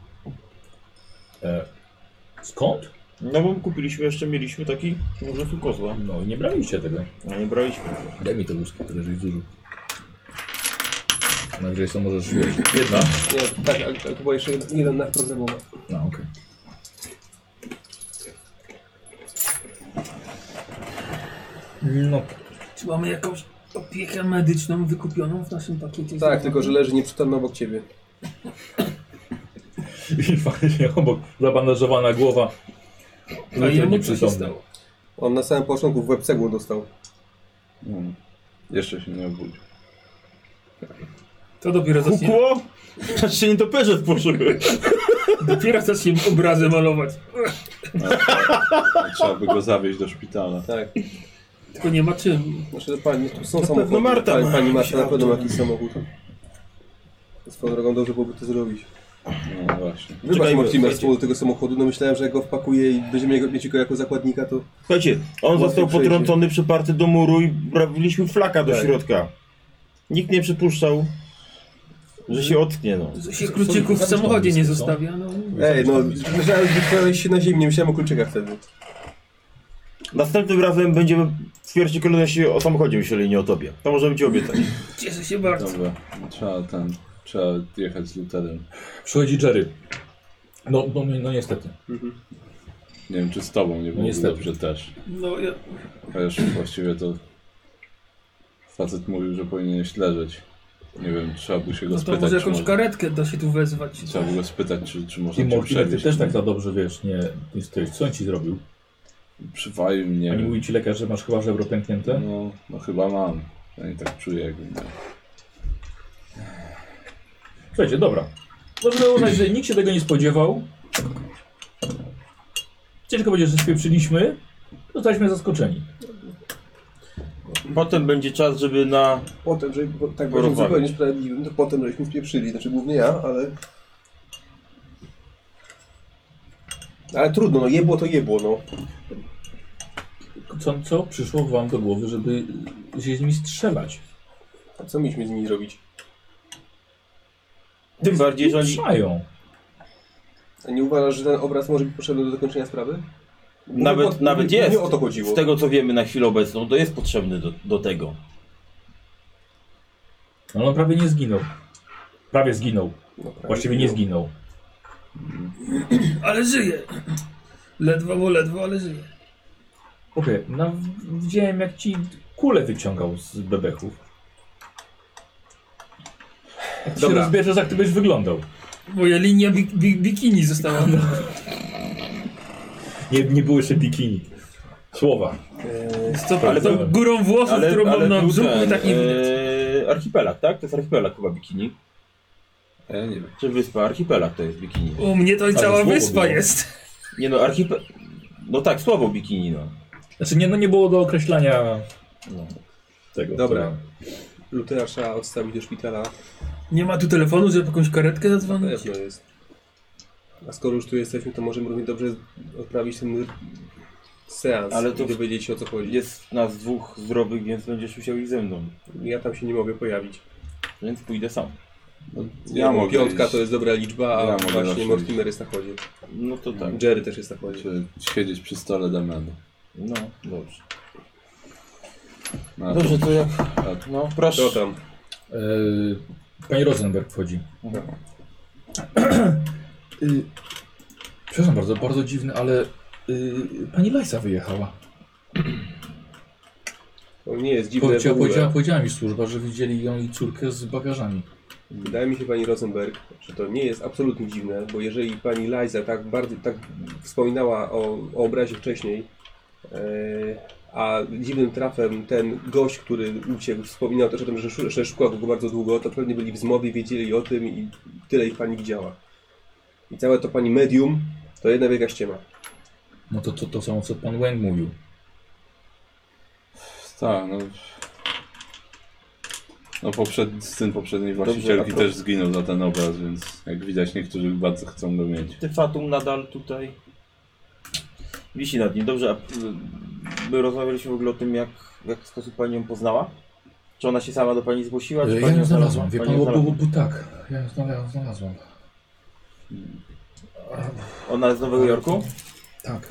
Skąd? No bo kupiliśmy, jeszcze mieliśmy taki może tu kozła. No i nie braliście tego. A nie braliśmy. Daj mi te łuski, które żeś zużył. Najwyżej są możesz wiesz. Jedna? Nie, tak, ale to była jeszcze jeden nadprogramowy. No, okej. No, Czy mamy jakąś opiekę medyczną wykupioną w naszym pakiecie? Tak, tylko że leży nieprzytomny obok ciebie. i faktycznie obok zabandażowana głowa. A jemu co się nieprzytomny. stało? On na samym początku w łeb cegłą dostał. Jeszcze się nie obudził. To dopiero zacznie, Kukło? Znaczy się nietoperze poszły. dopiero zacznie obrazy malować. Trzeba by go zawieźć do szpitala. Tak. Tylko nie ma czym. Znaczy, pani, tu są Na samochody. pewno Marta ma Pani jakiś Marta na pewno ma auto. jakiś samochód. Swoją drogą dobrze byłoby to zrobić. No właśnie. Wybacz Czekajmy, Mortimer z słuchajcie. powodu tego samochodu, no myślałem, że jak go wpakuję i będziemy mieć go jako zakładnika, to... Słuchajcie, on Łatwiej został przejdzie. potrącony, przyparty do muru i braliśmy flaka do Tak. środka. Nikt nie przypuszczał, że się ocknie, no. Że się kluczyków w samochodzie nie zostawia. No. Ej, no, myślałem, że wypchałeś się na ziemi, nie myślałem o kluczykach wtedy. Następnym razem będziemy w pierwszej kolejności o samochodzie myśleli, nie o tobie. To możemy ci obiecać. Cieszę się bardzo. Dobra, trzeba jechać z Lutherem. Przychodzi Jerry. No niestety. Nie wiem, czy z tobą nie byłoby niestety. dobrze też. No, ja... Chociaż właściwie to facet mówił, że powinieneś leżeć. Nie wiem, trzeba by się go no to spytać, może czy jakąś karetkę da się tu wezwać. trzeba by go spytać, czy I można cię Mortimer, ty przewieźć. też tak za dobrze wiesz, nie jesteś. Co on ci zrobił? Przywalił mnie. A nie mówi ci lekarz, że masz chyba żebro pęknięte? No chyba mam. Ja nie tak czuję, jakbym miał. Słuchajcie, dobra. Można uznać, że nikt się tego nie spodziewał. Ciężko będzie, że spieprzyliśmy. Zostaliśmy zaskoczeni. Potem będzie czas, żeby na... Potem, że bo, tak Porozmawiać. będziemy zupełnie sprawiedliwym, to potem żeśmy spieprzyli, znaczy głównie ja, ale... Ale trudno, no jebło to jebło, no. Co przyszło wam do głowy, żeby się z nimi strzelać? A co mieliśmy z nimi zrobić? Tym bardziej, że oni... Trzają. A nie uważasz, że ten obraz może być potrzebny do dokończenia sprawy? Nawet nie, jest. Nie o to chodziło. Z tego co wiemy na chwilę obecną, to jest potrzebny do tego. No on prawie nie zginął. Prawie zginął. No, prawie Właściwie nie zginął. Ale żyje. Ledwo, ale żyje. Okej, no widziałem jak ci kulę wyciągał z bebechów. Ty się Dobra. rozbierzesz, jak ty byś wyglądał. Moja linia bikini została. Nie było jeszcze bikini. Słowa. Co, ale to górą włosów, którą mam na był brzuchu i ten, tak nie widać. archipelag, tak? To jest archipelag chyba bikini. Ja nie wiem. Czy wyspa? Archipelag to jest bikini. U mnie to i cała słowo wyspa było. jest. Nie no, No tak, słowo bikini, no. Znaczy nie było do określania no. tego. Dobra. Lutera trzeba odstawić do szpitala. Nie ma tu telefonu, żeby jakąś karetkę Na zadzwonić? pewno jest. A skoro już tu jesteśmy, to możemy równie dobrze odprawić ten seans Ale to i dowiedzieć się, o co chodzi. Jest nas dwóch zdrowych, więc będziesz musiał iść ze mną. Ja tam się nie mogę pojawić. Więc pójdę sam. No, Ja mogę piątka iść. to jest dobra liczba, a Ja mogę właśnie zawsze Mortimer jest na chodzie. No to tak. Jerry też jest na chodzie. Czy siedzieć przy stole Damiana. No, dobrze. No, Dobrze, to jak... a- No, proszę. Co tam? Pani Rosenberg wchodzi. Mhm. Przepraszam bardzo, bardzo dziwne, ale pani Lajsa wyjechała. To nie jest dziwne w ogóle. Powiedziała mi służba, że widzieli ją i córkę z bagażami. Wydaje mi się, pani Rosenberg, że to nie jest absolutnie dziwne, bo jeżeli pani Liza tak wspominała o obrazie wcześniej, a dziwnym trafem ten gość, który uciekł, wspominał też o tym, że szukał go bardzo długo, to pewnie byli w zmowie, wiedzieli o tym i tyle ich pani widziała. I całe to pani medium to jedna wielka ściema. No to samo, co pan Wang mówił. Tak, no. No syn poprzedniej właścicielki Dobrze, też zginął za ten obraz, więc jak widać niektórzy bardzo chcą go mieć. Ty Fatum nadal tutaj wisi nad nim. Dobrze, a my rozmawialiśmy w ogóle o tym, w jaki sposób pani ją poznała? Czy ona się sama do pani zgłosiła? Czy Ja pani ją znalazłam, wie Pani pan, ją bo znalazła? tak, ja ją znalazłam. Ona jest z Nowego Jorku? Tak.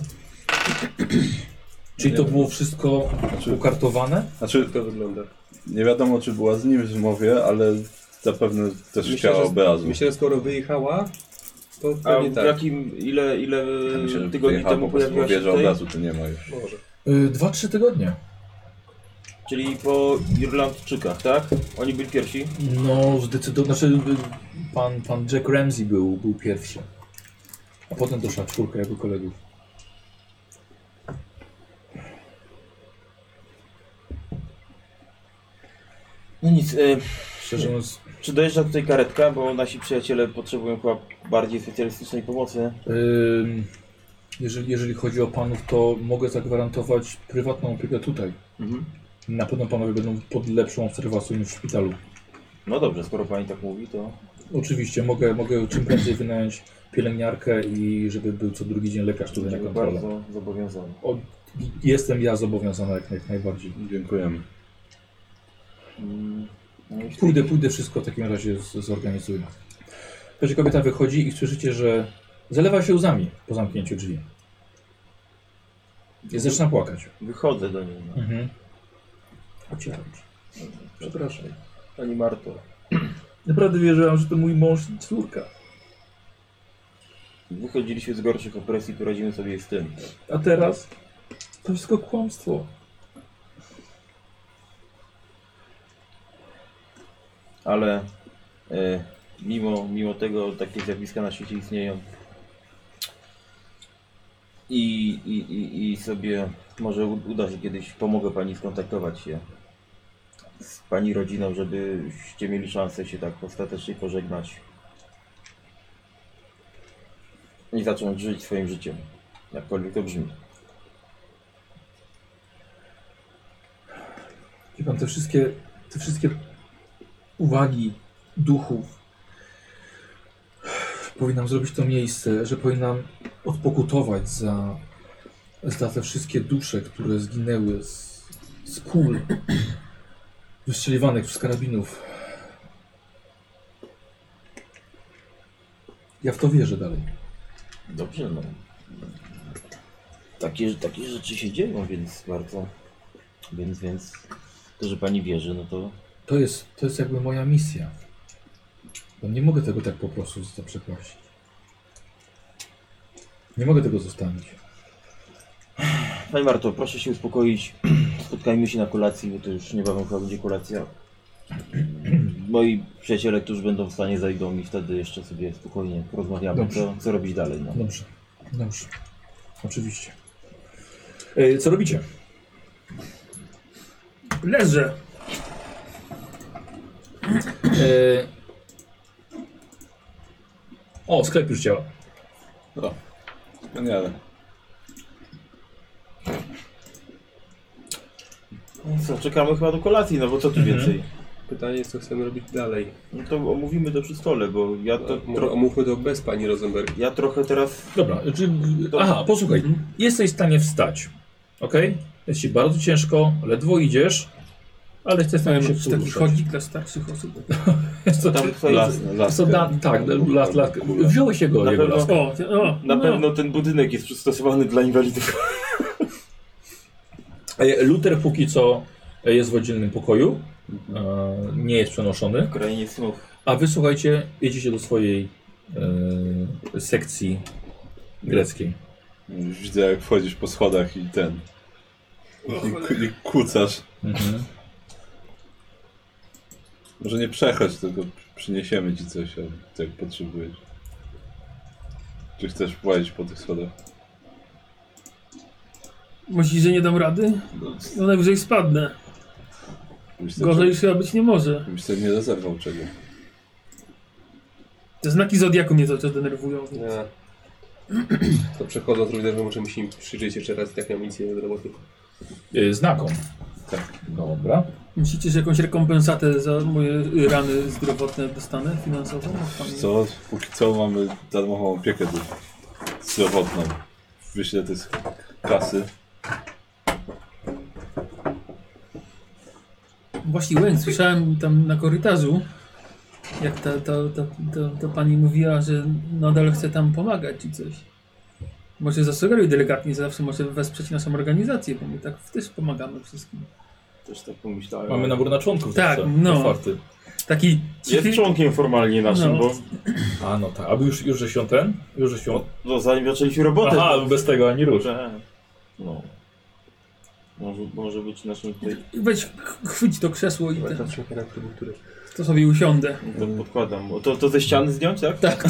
Czyli to było wszystko ukartowane? Znaczy, Jak to wygląda? nie wiadomo czy była z nim w zmowie, ale zapewne też chciała obrazu. Myślę, że skoro wyjechała, to A pewnie w tak. jakim, ile Myślę, że tygodni wyjechała temu po prostu, pojawiła wie, się że tutaj? obrazu tu nie ma już. Może. 2-3 tygodnie. Czyli po Irlandczykach, tak? Oni byli pierwsi? No, znaczy pan Jack Ramsey był pierwszy. A potem doszła 4 jego kolegów. No nic, Szczerze mówiąc, czy dojeżdża tutaj karetka, bo nasi przyjaciele potrzebują chyba bardziej specjalistycznej pomocy. jeżeli chodzi o panów, to mogę zagwarantować prywatną opiekę tutaj. Mhm. Na pewno panowie będą pod lepszą obserwacją niż w szpitalu. No dobrze, skoro pani tak mówi, to... Oczywiście, mogę czym prędzej wynająć pielęgniarkę i żeby był co drugi dzień lekarz tutaj na Będziemy kontrolę. bardzo zobowiązani. Jestem ja zobowiązany jak najbardziej. Dziękujemy. No i Pójdę wszystko w takim razie zorganizuję. Wiecie, kobieta wychodzi i słyszycie, że zalewa się łzami po zamknięciu drzwi. I zaczyna płakać. wychodzę do niej. No. Mhm. Ocieram się. Przepraszam. Pani Marto, Naprawdę wierzyłam, że to mój mąż i córka. wychodziliśmy z gorszych opresji, poradzimy sobie z tym. A teraz to wszystko kłamstwo. Ale mimo tego takie zjawiska na świecie istnieją. I sobie może uda się kiedyś, pomogę pani skontaktować się z pani rodziną, żebyście mieli szansę się tak ostatecznie pożegnać i zacząć żyć swoim życiem, jakkolwiek to brzmi. Wie pan, te wszystkie uwagi duchów, powinnam zrobić to miejsce, że powinnam odpokutować za te wszystkie dusze, które zginęły z kul wystrzeliwanych z karabinów. Ja w to wierzę dalej. Dobrze, no. Takie rzeczy się dzieją, więc bardzo. Więc to, że pani wierzy, no to. To jest jakby moja misja. Bo nie mogę tego tak po prostu przeprosić. Nie mogę tego zostawić. Pani Marto, proszę się uspokoić. Spotkajmy się na kolacji, bo to już niebawem chyba będzie kolacja. moi przyjaciele, którzy będą w stanie, zajdą i wtedy jeszcze sobie spokojnie porozmawiamy, co robić dalej. No. Dobrze, dobrze. Oczywiście. Co robicie? Leżę. O, sklep już działa. O, wspaniale. No co, czekamy chyba do kolacji, no bo co tu więcej? Pytanie jest, co chcemy robić dalej. No to omówimy to przy stole, bo ja to... Omówmy to bez pani Rosenberg. Ja trochę teraz... Dobra, aha, posłuchaj. Jesteś w stanie wstać. Okej? Jest ci bardzo ciężko, ledwo idziesz, ale jesteś w stanie się Taki poruszać. chodzik dla starszych osób. Jest to Tam tak, wziąłeś jego pewno- laskę. Na pewno ten budynek jest przystosowany dla inwalidów. Luther póki co jest w oddzielnym pokoju. Nie jest przenoszony. W krainie snów. A wy, słuchajcie, jedziecie do swojej sekcji greckiej. Już widzę, jak wchodzisz po schodach i ten... I kucasz. Mhm. Może nie przechodź, tylko przyniesiemy ci coś, jak potrzebujesz. Czy chcesz włazić po tych schodach? Myślisz, że nie dam rady? No najwyżej spadnę. Gorzej już chyba być nie może. Byś sobie nie rezerwował czego. Te znaki Zodiaku mnie cały czas denerwują. Ja. To przechodząc również, musimy się przyjrzeć jeszcze raz, jak mam misję do roboty. Znakom. Tak. Dobra. Myślicie, że jakąś rekompensatę za moje rany zdrowotne dostanę finansową? Co? Póki co mamy darmową opiekę zdrowotną. Wyślę te z kasy. Właśnie, Wayne, słyszałem tam na korytarzu, jak ta pani mówiła, że nadal chce tam pomagać czy coś. Może zasugeruj delikatnie, zawsze może wesprzeć naszą organizację, bo my tak też pomagamy wszystkim. Też tak pomyślałem. Mamy nabór na członków. Tak, zawsze. no. Otwarty. Taki Jest członkiem formalnie naszym, No. bo A no tak. Aby już że świąt ten? Już że świąt. no, zanim zaczęliśmy robotę... Aha, to... bez tego ani rusz. No. Może być naszym tutaj... Weź, chwyć to krzesło i Chyba patrzę na który. to sobie usiądę. To podkładam. To ze ściany zdjąć, tak? Tak,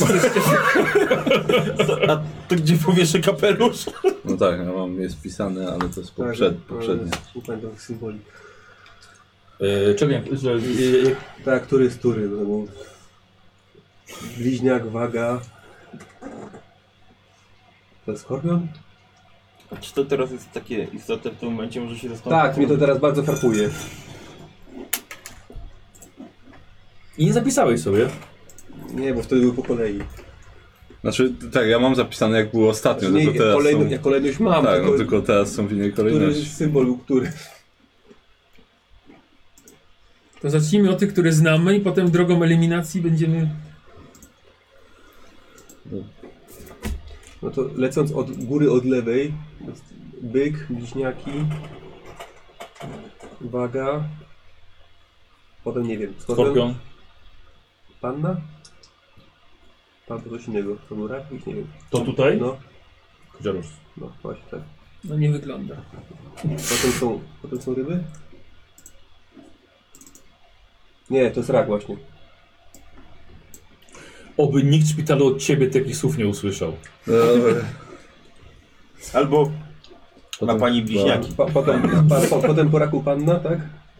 A to gdzie powieszę kapelusz? No tak, ja mam, jest pisane, ale to jest poprzednie. Nie pamiętam symboli. Czego Tak, który jest który? No, bo... Bliźniak, waga. To jest skorpion? A czy to teraz jest takie istotne w tym momencie, może się zastanowić? Tak, mnie to teraz bardzo farpuje. I nie zapisałeś sobie. Nie, bo wtedy był po kolei. Znaczy, tak, ja mam zapisane jak było ostatnio, Znaczy, tylko teraz są... ja kolejność mam, Tak, no tylko teraz są w innej który kolejności. symbol był który. to zacznijmy od tych, które znamy i potem drogą eliminacji będziemy... No to lecąc od góry, od lewej, byk, bliźniaki, waga, potem nie wiem, Skorpion. panna? Pan to coś innego, to był rak, już nie wiem. To tutaj? No, Chociaż. no właśnie tak. No nie wygląda. Potem są ryby? Nie, to jest rak właśnie. Oby nikt w szpitalu od ciebie takich słów nie usłyszał. Albo ma pani bliźniaki. Potem po raku panna, tak?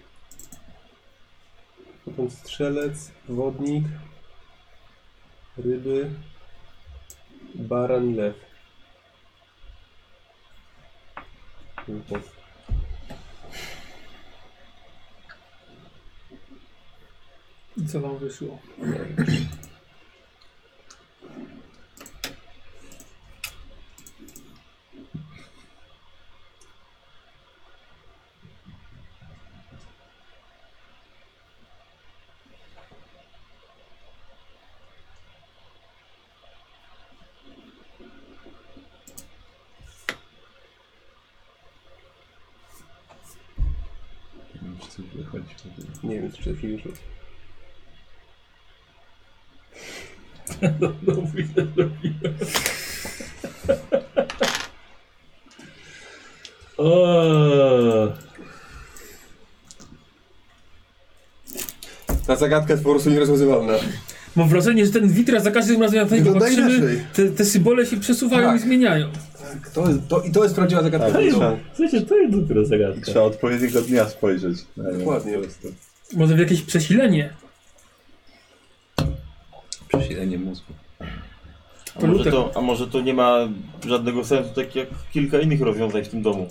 Potem strzelec, wodnik, ryby, baran i lew. I co wam wyszło? Czy coś wychodzi? Nie wiem, czy przed chwilą już. Ta zagadka jest po prostu nierozwiązywalna. Mam wrażenie, że ten witraz za każdym razem jak na niego Wygląda patrzymy, inaczej. te symbole się przesuwają Tak. i zmieniają. To jest prawdziwa zagadka. Tak, trzeba, W sensie, to jest dopiero zagadka. trzeba odpowiedniego dnia spojrzeć. Na nią Dokładnie. po prostu. Może w jakieś przesilenie. Przesilenie mózgu. A może to nie ma żadnego sensu, tak jak kilka innych rozwiązań w tym domu.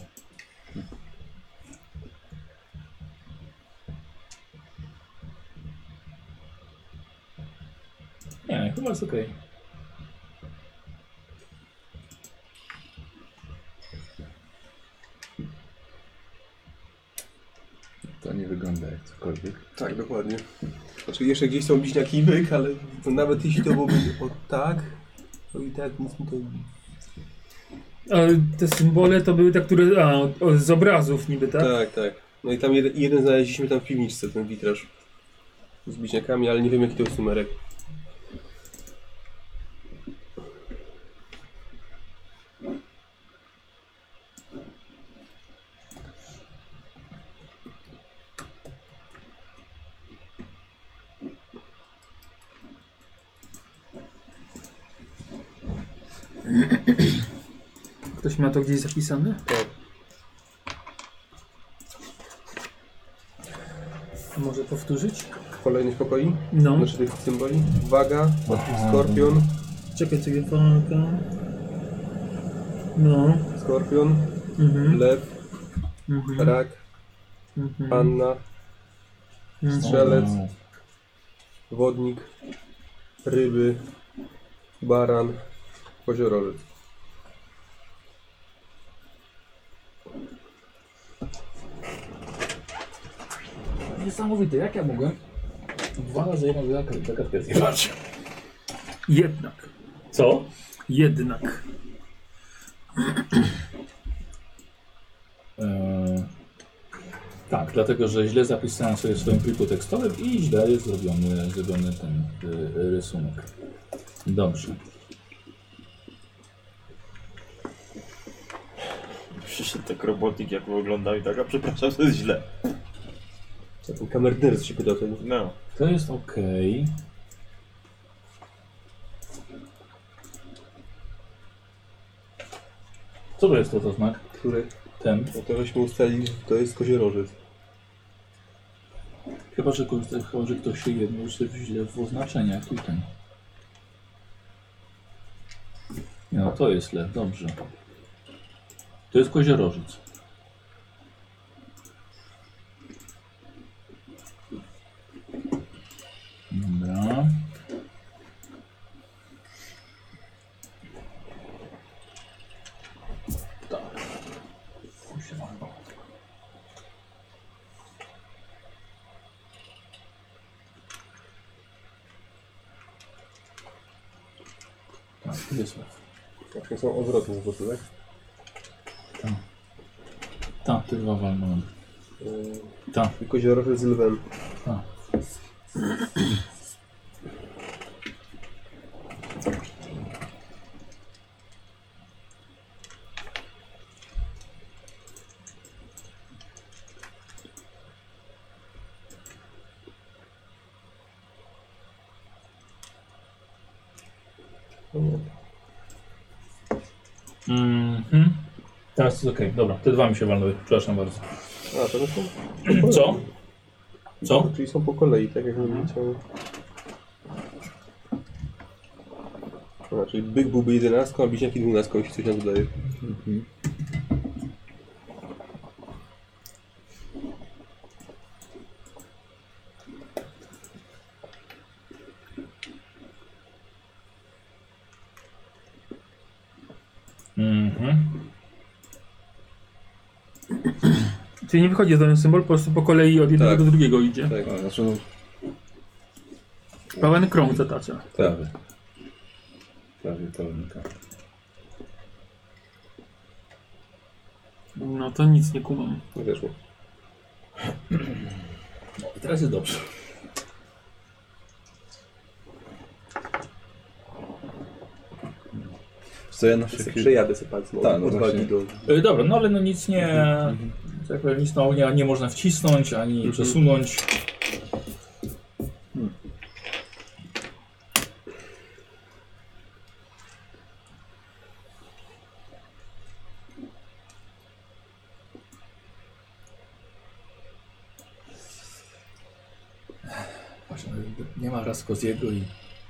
Nie, chyba jest okej. To nie wygląda jak cokolwiek. Tak, dokładnie. Znaczy jeszcze gdzieś są bliźniaki i byk, ale nawet jeśli to byłoby o tak, to i tak nic mi to... Ale te symbole to były te, które... z obrazów niby, tak? Tak, tak. No i tam jeden znaleźliśmy tam w piwniczce, ten witraż. Z bliźniakami, ale nie wiem jaki to jest numerek. Ktoś ma to gdzieś zapisane? Tak. Może powtórzyć? Kolejność pokoi? No. Znaczy tych symboli. Waga, skorpion, Czekaj, walka. No. skorpion, Mhm. lew, Mhm. rak, Mhm. panna, Mhm. strzelec, wodnik, ryby, baran, koziorożec. Niesamowite, jak ja mogłem 2 razy jedną zagadkę zjebać? Jednak. Co? Jednak. Tak, dlatego że źle zapisałem sobie w swoim pliku tekstowym i źle jest zrobiony ten rysunek. Dobrze. Przyszedł tak robotnik, jak wyglądał i tak, a przepraszam, to jest źle. Co ten kamerdyner się pytał wtedy? No. To jest ok. Co to jest to znak? Który? Ten. No to żeśmy ustalili, że to jest koziorożec. Chyba, że ktoś się jedną źle w oznaczeniach tutaj. No to jest lew, dobrze. To jest koziorożec. Dobra. Tak. Tak, to jest lew. Właśnie są odwrotne po prostu, tak? Tak, ty dwa walnąłem. Tak, Koziorożec z lwem. tak. Teraz jest okej, dobra, te dwa mi się walnęły, przepraszam bardzo. A, to są... Co? Co? Czyli są po kolei, tak jak mówicie. A, czyli byk byłby 11, a bliźniaki 12, jeśli coś nam wydaje. Czyli nie wychodzi ten symbol, po prostu po kolei od jednego Tak. do drugiego idzie. Tak. A, znaczy, no, Pełen krąg zatacza. prawie. Prawie pełnika. No to nic nie kumam. Nie weszło. I teraz jest dobrze. Co ja na Ja sobie wszelki... przejadę sobie palcem Tak, no od właśnie. wagi do... Dobra, no ale no nic nie... Tak powiem, nic nie można wcisnąć, ani przesunąć. Właśnie, nie ma Raskoziego i...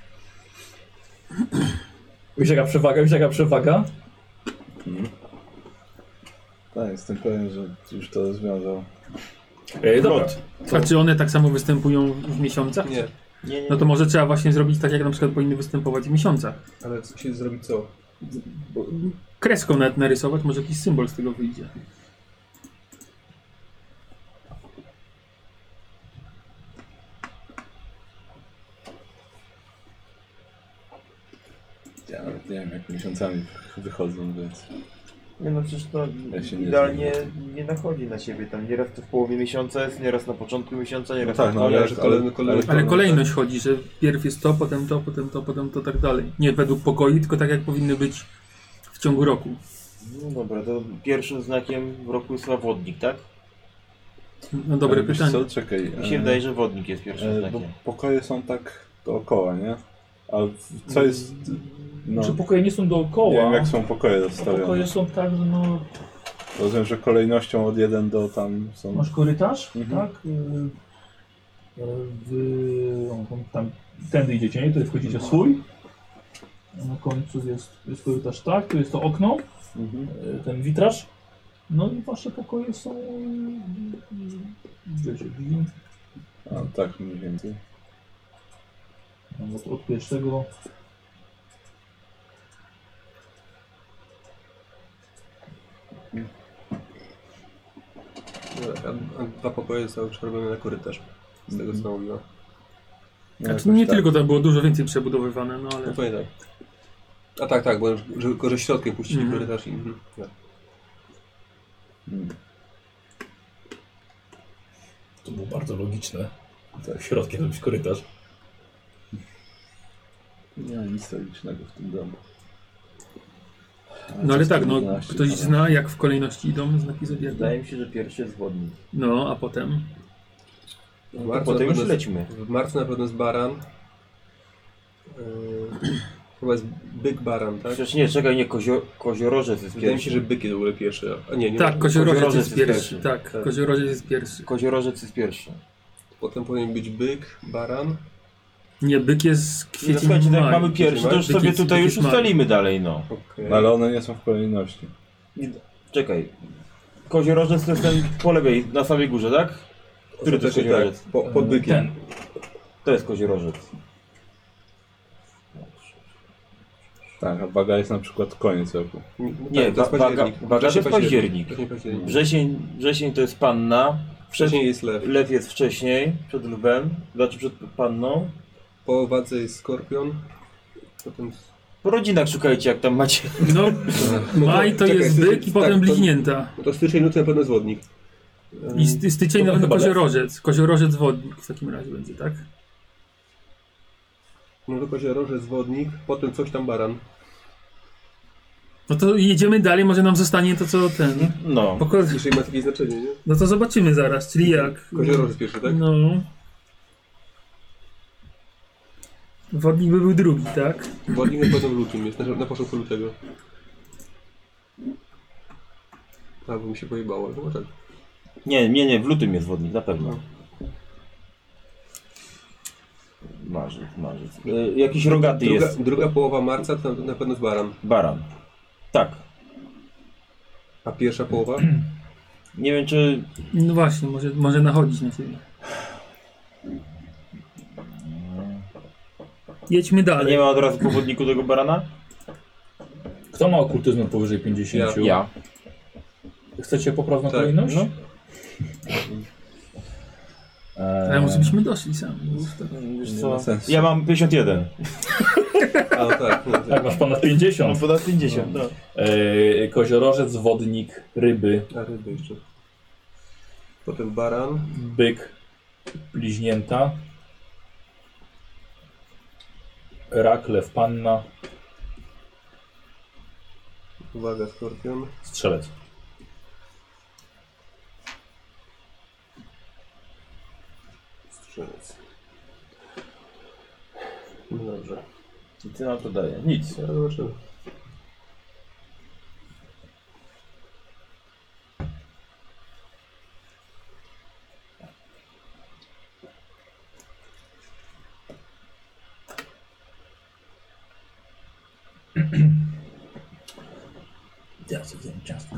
Wiesz jaka przewaga? Tak, jestem pewien, że już to rozwiązał. Dobra. A czy one tak samo występują w miesiącach? Nie, Nie. No to może trzeba właśnie zrobić tak, jak na przykład powinny występować w miesiącach. ale co się zrobić co? Kreską nawet narysować, może jakiś symbol z tego wyjdzie. Ja nawet nie wiem, jak miesiącami wychodzą, więc... Nie no przecież to Ja się nie idealnie nie nachodzi na siebie. Tam nieraz to w połowie miesiąca jest, nieraz na początku miesiąca, nieraz tak, na no, koniec. Ale kolejność chodzi, że pierw jest to, potem to, potem to, potem to, tak dalej. Nie według pokoi, tylko tak jak powinny być w ciągu roku. No dobra, to pierwszym znakiem w roku jest chyba wodnik, tak? No dobre Wiesz pytanie. Co? Czekaj. Mi się wydaje, że wodnik jest pierwszym Bo znakiem. pokoje są tak dookoła, nie? A co jest... No, Czy pokoje nie są dookoła? nie wiem, jak są pokoje Pokoje rozstawione. są tak, że no... Rozumiem, że kolejnością od 1 do tam są... Masz korytarz, Mhm. tak? Tam tędy idziecie, nie? Tutaj wchodzicie w swój. Na końcu jest korytarz, tak? Tu jest to okno, Mhm. ten witraż. No i wasze pokoje są... Wiecie, drzwi. A, tak, mniej więcej. Od pierwszego... A dwa pokoje są przerobione na korytarz. Z tego co mówiła. No, Znaczy, jakoś nie tak. tylko tam było dużo więcej przebudowywane, no ale... No pewnie tak. A tak, bo że środkiem puścili Mhm. korytarz i... Tak. To było bardzo logiczne. Tak, środkiem zrobić korytarz. Nie ma nic logicznego w tym domu. No ale co tak, no 11, ktoś ale- zna jak w kolejności idą znaki zodiaku. Wydaje mi się, że pierwszy jest wodnik. No, a potem... W To marcu, potem na już pewno lećmy. w marcu na pewno jest baran. Chyba jest byk baran, tak? Przecież nie, czekaj, nie, koziorożec jest Wydaje mi się, pierwszy. że byk jest w ogóle pierwszy. A nie, Tak, koziorożec Koziorożec jest jest pierwszy. pierwszy. Tak, Tak. koziorożec jest pierwszy. Koziorożec jest pierwszy. Potem powinien być byk, baran. Nie, byk jest No kwiecień, słuchajcie, tak jak maj. mamy pierwszy, to już Byk sobie jest- tutaj byk już jest maj. ustalimy dalej, no. Okej. No, ale one nie są w kolejności. Czekaj. Koziorożec to jest ten po lewej, na samej górze, tak? Który to jest Ostatecznie koziorożec? pod bykiem. Ten. To jest koziorożec. Tak, a waga jest na przykład koniec roku. Nie, to jest październik. waga to jest październik. Wrzesień, październik. Wrzesień to jest panna. Wcześniej jest lew. Lew jest wcześniej, przed lwem, znaczy przed panną. Po wadze jest skorpion. Potem... Po rodzinach szukajcie, jak tam macie. No, maj to czekaj, jest styczeń- byk i potem tak, to- bliźnięta. No to styczeń, luty na pewno jest wodnik. I styczeń To na chyba koziorożec. Koziorożec wodnik w takim razie będzie, tak? No to koziorożec, wodnik, potem coś tam baran. No to jedziemy dalej, może nam zostanie to co ten. No. Jeżeli ma takie znaczenie, nie? No to zobaczymy zaraz, czyli jak. Koziorożec pierwszy, tak? No. Wodnik by był drugi, tak? Wodnik na pewno w lutym jest, na początku lutego. A, bo mi się pojebało, ale może tak. Nie, w lutym jest wodnik, na pewno. Marzec. Jakiś rogaty jest. Druga połowa marca to na pewno jest baran. Baran. Tak. A pierwsza połowa? Nie wiem, czy... No właśnie, może nachodzić na ciebie. Jedźmy A dalej. nie ma od razu po wodniku tego barana? Kto ma okultyzm powyżej 50? Ja. Chcecie poprawną Tak. kolejność? No. Ale może byśmy doszli sami. Wiesz Nie co? ma sensu. Ja mam 51. A, no tak. No, Tak, masz ponad 50. Mam ponad 50, no. Koziorożec, wodnik, ryby, A ryby jeszcze. Potem baran. byk, bliźnięta, rak, lew, panna, Uwaga, skorpion. strzelec. Strzelec. No dobrze. I co nam to daje? Nic. Zaraz zobaczymy. Ja sobie zjem ciastko.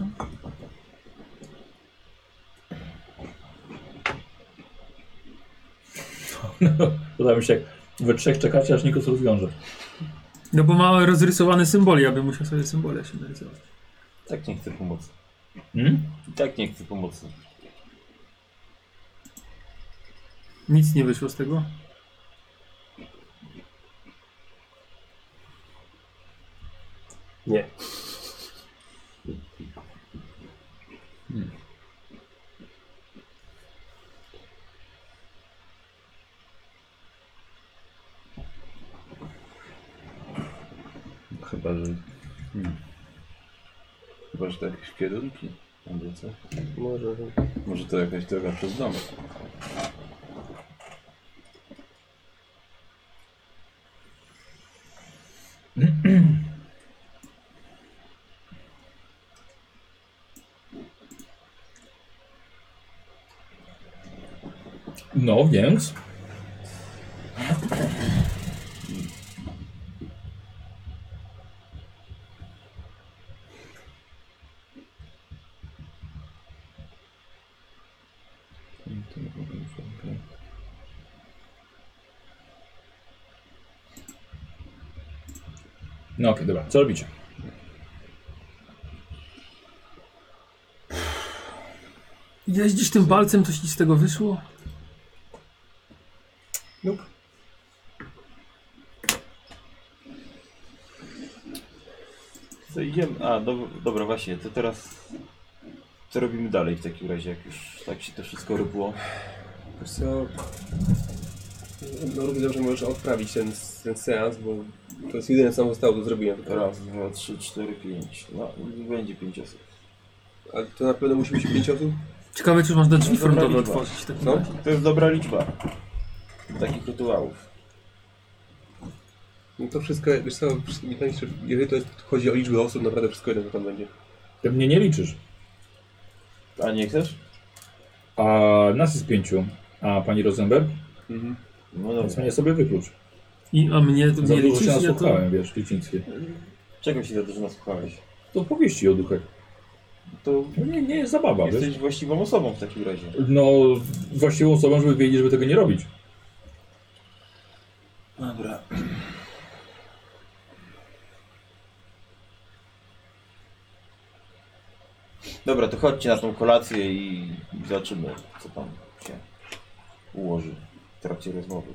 No, podoba mi się, jak we trzech czekacie, aż Nikos rozwiąże. No bo ma rozrysowane symbole, ja bym musiał sobie symbole się narysować. Tak nie chcę pomocy. Hmm? I tak nie chcę pomocy. Nic nie wyszło z tego. Nie. Chyba, że... Chyba, że to jakieś kierunki. Albo co? Może to jakaś droga przez domek. No, więc... No okej, dobra, co robicie? Jeździsz tym palcem, coś ci z tego wyszło? Nope. Co idziemy? A, dobra, właśnie, to teraz... Co robimy dalej w takim razie, jak już tak się to wszystko rybło? Wiesz co? No równie dobrze możesz odprawić ten seans, bo to jest jedyne, co nam zostało do zrobienia. Raz, 2, 3, 4, 5. No, będzie 5 osób. A to na pewno musi być 5 osób? Ciekawe, czy można drzwi No, dobra frontowe liczba. otworzyć. Tak No. To jest dobra liczba. Takich rytuałów. No to wszystko, wiesz co, jeżeli to jest, chodzi o liczbę osób, naprawdę wszystko jedno, co tam będzie. Ty mnie nie liczysz. A nie chcesz? A nas jest 5. A pani Rosenberg? No dobra. Więc mnie sobie wyklucz. A mnie to Za nie dużo się liczysz? Ja to... nasłuchałem, wiesz, w dzieciństwie. Czego się za dużo nasłuchałeś? To opowieści o duchach. To No nie jest zabawa, wiesz? jesteś właściwą osobą w takim razie. No, właściwą osobą, żeby wiedzieć, żeby tego nie robić. Dobra. Dobra, to chodźcie na tą kolację i zobaczymy, co tam się ułoży w trakcie rozmowy.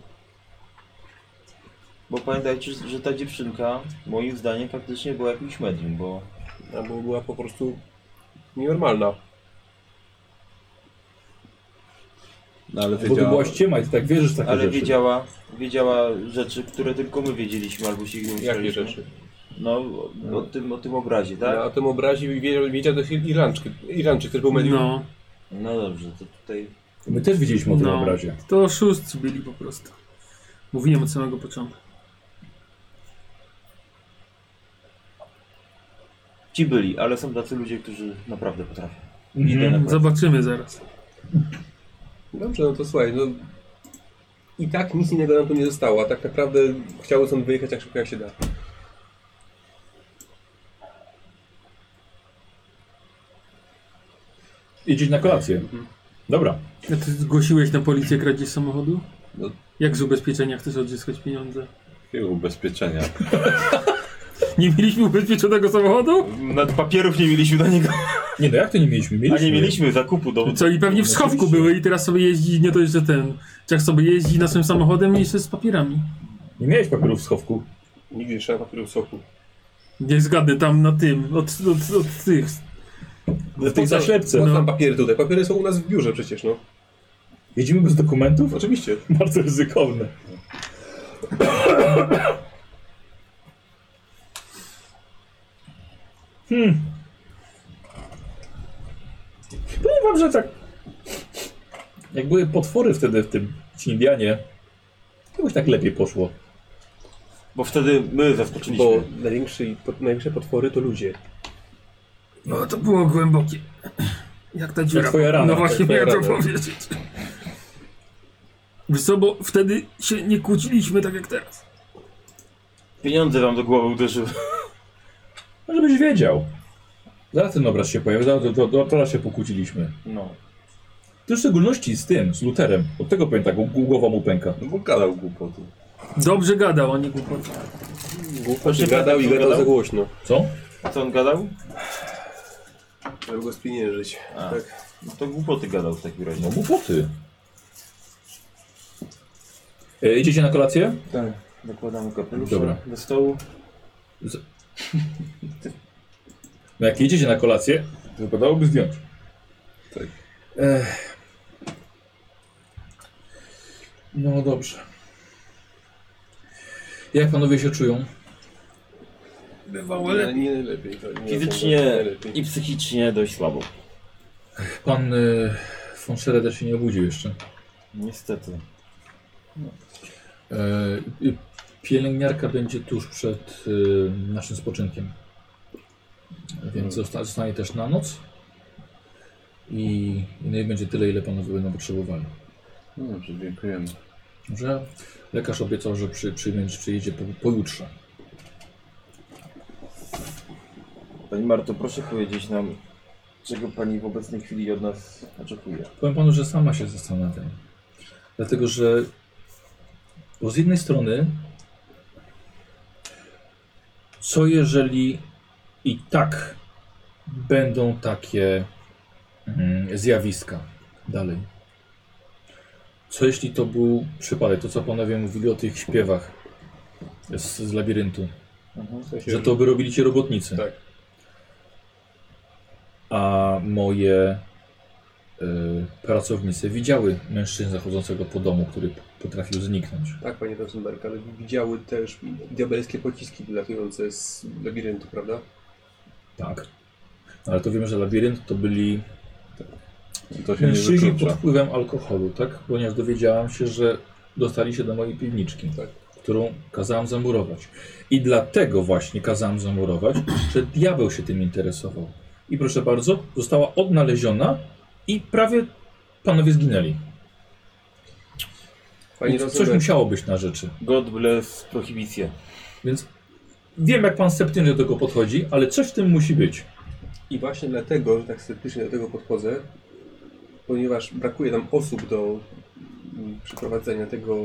Bo pamiętajcie, że ta dziewczynka, moim zdaniem, faktycznie była jakimś medium, bo... Albo była po prostu nienormalna. No ale Bo to była ściema i ty tak wierzysz w takie Ale rzeczy. wiedziała rzeczy, które tylko my wiedzieliśmy, albo się ich nie Jakie myśleliśmy. rzeczy? No, o tym obrazie, tak? Ja o tym obrazie wiedział też Irlandczyk, który był medium. No, No dobrze, to tutaj... My też wiedzieliśmy o tym no. obrazie. To oszustcy byli po prostu. Mówiłem od samego początku. Ci byli, ale są tacy ludzie, którzy naprawdę potrafią. Mhm. Zobaczymy zaraz. Dobrze, no to słuchaj, no i tak nic innego nam tu nie zostało, a tak naprawdę chciały stąd wyjechać jak szybko jak się da. Idzieć na kolację. Dobra. A ty zgłosiłeś na policję kradzież samochodu? No. Jak z ubezpieczenia chcesz odzyskać pieniądze? Jakiego ubezpieczenia? Nie mieliśmy ubezpieczonego samochodu? Nawet papierów nie mieliśmy do niego. Nie no, jak to nie mieliśmy? A nie mieliśmy zakupu do... Co i pewnie w No, schowku oczywiście. były i teraz sobie jeździ, nie dość, że jak sobie jeździ na swoim samochodem i jeszcze z papierami. Nie miałeś papierów w schowku. Nigdy nie trzeba papierów w soku. Nie zgadnę, tam na tym, od tych. W tej zaślepce. Po co no. nam papiery tutaj? Papiery są u nas w biurze przecież, no. Jedziemy bez dokumentów? Oczywiście. Bardzo ryzykowne. Powiem wam, że tak... Jak były potwory wtedy w tym Indianie, jakoś tak lepiej poszło. Bo wtedy my zaskoczyliśmy. Bo największe potwory to ludzie. No to było głębokie. Jak ta dziura. twoja rana. No właśnie Twoja miałem to rana. powiedzieć. Wiesz co, bo wtedy się nie kłóciliśmy tak jak teraz. Pieniądze wam do głowy uderzyły. No, żebyś wiedział. Zaraz ten obraz się pojawił, teraz się pokłóciliśmy. No. Ty w szczególności z tym, z Luterem. Od tego pamiętam, głowa mu pęka. No bo gadał głupoty. Dobrze gadał, a nie głupoty. Głupoty gadał i gadał za głośno, Co? A co on gadał? żeby go spieniężyć. A. Tak. No to głupoty gadał w takim razie. No głupoty. Idziecie na kolację? Tak. Zakładamy kapelusze Dobra. do stołu. No jak jedziecie na kolację, to wypadałoby zdjąć. Tak. No dobrze. Jak panowie się czują? Bywało Nie, lepiej. nie najlepiej. To nie Fizycznie najlepiej. i psychicznie dość słabo. Pan von Schroeder się nie obudził jeszcze. Niestety. Pielęgniarka będzie tuż przed naszym spoczynkiem. Więc zostanie też na noc. I nie będzie tyle, ile panowie będą potrzebowali. No dobrze, dziękujemy. Że lekarz obiecał, że przyjedzie pojutrze. Pani Marto, proszę powiedzieć nam, czego pani w obecnej chwili od nas oczekuje. Powiem panu, że sama się zastanawiam. Dlatego, że bo z jednej strony co jeżeli i tak będą takie zjawiska dalej? Co jeśli to był przypadek, to co panowie mówili o tych śpiewach z labiryntu, W sensie, że to by robili ci robotnicy, Tak. a moje pracownice widziały mężczyznę chodzącego po domu, który potrafił zniknąć. Tak, panie Rosenberg, ale widziały też diabelskie pociski wylatujące z labiryntu, prawda? Tak. Ale to wiemy, że labirynt to byli To się nie mężczyźni pod wyklucza. wpływem alkoholu, tak? Ponieważ dowiedziałam się, że dostali się do mojej piwniczki, Tak. którą kazałam zamurować. I dlatego właśnie kazałam zamurować, że diabeł się tym interesował. I proszę bardzo, została odnaleziona i prawie panowie zginęli. Panie Więc coś Rosenberg, musiało być na rzeczy. God bless prohibicję. Więc wiem, jak pan sceptycznie do tego podchodzi, ale coś w tym musi być. i właśnie dlatego, że tak sceptycznie do tego podchodzę, ponieważ brakuje nam osób do przeprowadzenia tego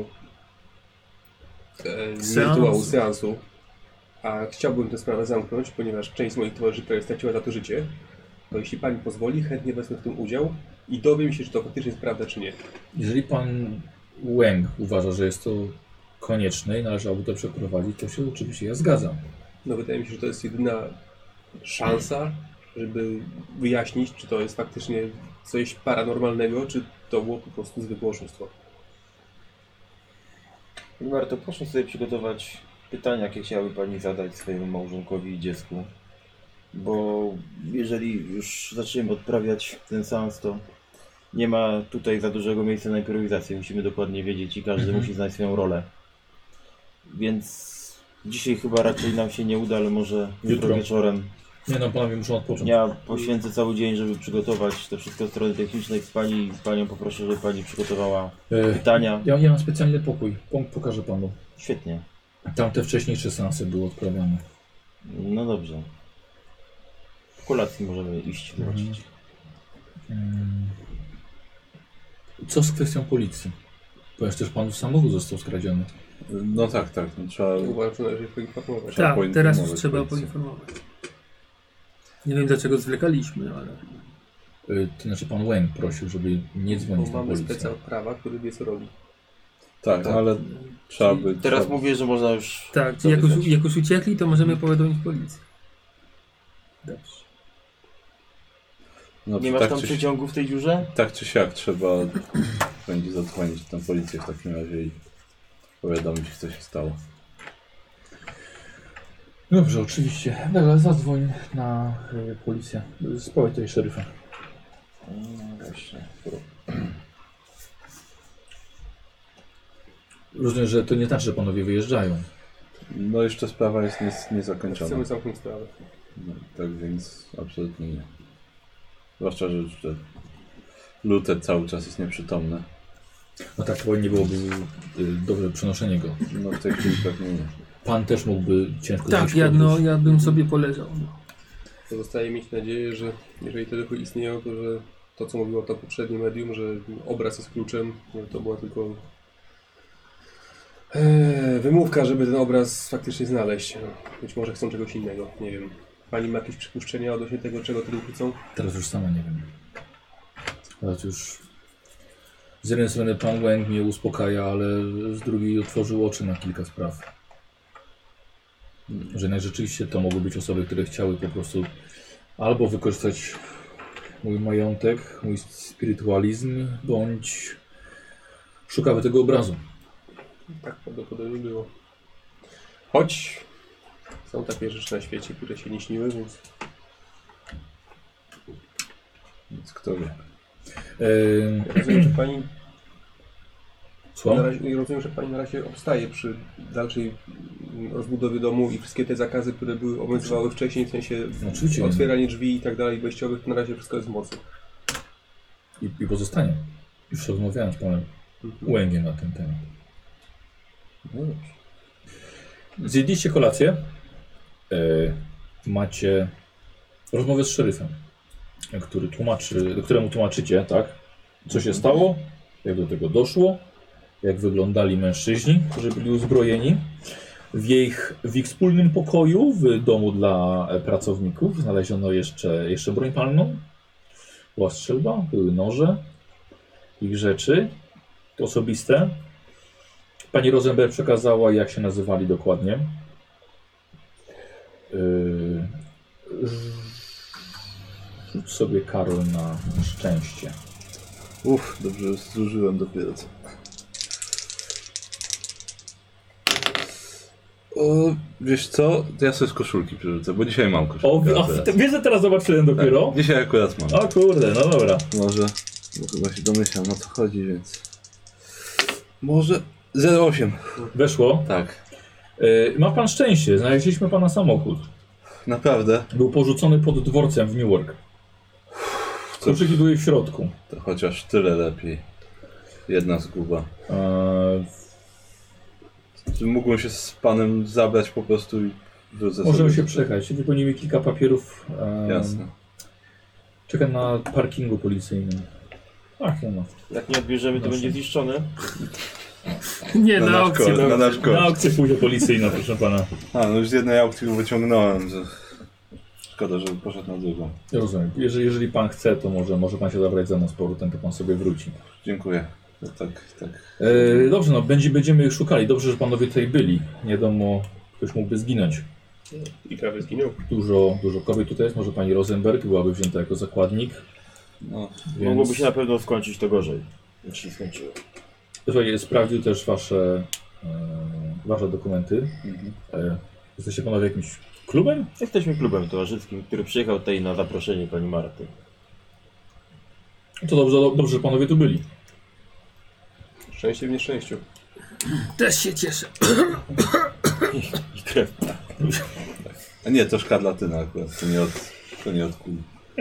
wirtuału, seansu, a chciałbym tę sprawę zamknąć, ponieważ część z moich towarzyszy prawie straciła za to życie, to jeśli pani pozwoli, chętnie wezmę w tym udział i dowiem się, czy to faktycznie jest prawda, czy nie. Jeżeli pan Łęk uważa, że jest to konieczne i należałoby to przeprowadzić, to się oczywiście ja zgadzam. No wydaje mi się, że to jest jedyna szansa, żeby wyjaśnić, czy to jest faktycznie coś paranormalnego, czy to było po prostu zwykłe oszustwo. Pani Marto, proszę sobie przygotować pytania, jakie chciałaby pani zadać swojemu małżonkowi i dziecku. Bo jeżeli już zaczniemy odprawiać ten seans, to nie ma tutaj za dużego miejsca na improwizację. Musimy dokładnie wiedzieć i każdy musi znać swoją rolę. Więc dzisiaj chyba raczej nam się nie uda, ale może jutro wieczorem. Nie no, panowie muszą odpocząć. Ja poświęcę cały dzień, żeby przygotować te wszystkie strony techniczne i z panią poproszę, żeby pani przygotowała pytania. Ja mam specjalny pokój. Pokażę panu. Świetnie. Tam te wcześniejsze seanse były odprawiane. No dobrze. W kolacji możemy iść zobaczyć. Co z kwestią policji? Ponieważ też panu samochód został skradziony. No tak, tak. No, trzeba... Uważam, że należy poinformować. Trzeba Tak, poinformować teraz już trzeba policję. poinformować. Nie wiem dlaczego zwlekaliśmy, ale... To znaczy pan Łęk prosił, żeby nie dzwonić Bo na mamy policję. specjal prawa, który wie co robi. Tak, Tak. ale trzeba by... Teraz trzeba... mówię, że można już... Tak, czyli zawyzać. jak już uciekli, to możemy powiadomić policję. Dobrze. No, Nie masz tak tam czy, przeciągu w tej dziurze? tak czy siak trzeba będzie zadzwonić na policję w takim razie i powiadomić, co się stało. Dobrze, oczywiście. Dobra, zadzwoń na policję. Spowiedź tutaj szeryfa. No właśnie. Rozumiem, że to nie znaczy, że panowie wyjeżdżają. No jeszcze sprawa jest niezakończona. Chcemy zamknąć sprawę. No, tak więc absolutnie nie. Zwłaszcza, że Luther cały czas jest nieprzytomny. No tak, bo nie byłoby dobrze przenoszenie go. No w tej chwili pewnie nie. Pan też mógłby ciężko Tak, zejść ja, podróż. no, ja bym sobie poleżał. Pozostaje mieć nadzieję, że jeżeli te duchy istnieją, to że to, co mówiło to poprzednie medium, że obraz jest kluczem, to była tylko wymówka, żeby ten obraz faktycznie znaleźć. No, być może chcą czegoś innego, nie wiem. Pani ma jakieś przypuszczenia odnośnie tego, czego te duchy chcą? Teraz już sama nie wiem. Teraz już z jednej strony pan Łęk mnie uspokaja, ale z drugiej otworzył oczy na kilka spraw. Że jednak rzeczywiście to mogły być osoby, które chciały po prostu albo wykorzystać mój majątek, mój spirytualizm, bądź szukały tego obrazu. Tak prawdopodobnie było. Choć są takie rzeczy na świecie, które się nie śniły, więc Kto wie. rozumiem, że pani Słucham? rozumiem, że pani na razie obstaje przy dalszej rozbudowie domu i wszystkie te zakazy, które były obowiązywały wcześniej, w sensie No, oczywiście. otwieranie drzwi i tak dalej, wejściowych, to na razie wszystko jest w mocy. I pozostanie. Już rozmawiałem z panem Łęgiem na ten temat. No dobrze. Zjedliście kolację. Macie rozmowę z szeryfem, któremu tłumaczycie, tak, co się stało, jak do tego doszło, jak wyglądali mężczyźni, którzy byli uzbrojeni. W ich wspólnym pokoju, w domu dla pracowników, znaleziono jeszcze broń palną, była strzelba, były noże, ich rzeczy osobiste. Pani Rosenberg przekazała, jak się nazywali dokładnie. Rzuć sobie, Karol, na szczęście. Dobrze, że zużyłem dopiero co. Wiesz co? To ja sobie z koszulki przerzucę, bo dzisiaj mam koszulkę. Wiesz, że teraz zobaczyłem dopiero? Tak, dzisiaj akurat mam. O kurde, no dobra. Może, bo chyba się domyślam, o co chodzi, więc... Może 0,8. Weszło. Tak. Ma pan szczęście, znaleźliśmy pana samochód. Naprawdę? Był porzucony pod dworcem w Newark. Kluczyki były w środku. To chociaż tyle lepiej. Jedna zguba. Czy mógłbym się z panem zabrać po prostu i wrócę Możemy sobie się tutaj? przejechać. Wypełnimy kilka papierów. Jasne. Czekam na parkingu policyjnym. Ach, no. Jak nie odbierzemy, to Proszę. będzie zniszczony. Nie, na nasz aukcję. koszt, na nasz Na koszt. aukcję pójdzie policyjna, proszę pana. No już z jednej aukcji wyciągnąłem, że... Szkoda, że poszedł na drugą. Rozumiem. Jeżeli pan chce, to może pan się zabrać za nas z powrotem, to pan sobie wróci. Dziękuję. No tak. Dobrze, no będziemy ich szukali. Dobrze, że panowie tutaj byli. Nie wiadomo, ktoś mógłby zginąć. I prawie zginął. Dużo kobiet tutaj jest. Może pani Rosenberg byłaby wzięta jako zakładnik. No, Więc... Mogłoby się na pewno skończyć to gorzej. Niż się skończyło. Słuchaj, sprawdził też wasze dokumenty. Jesteście panowie jakimś klubem? Jesteśmy klubem towarzyskim, który przyjechał tutaj na zaproszenie pani Marty. No to dobrze, że panowie tu byli. Szczęście w nieszczęściu. Też się cieszę. I krew. a nie, to szkarlatyna akurat, to nie od kuli.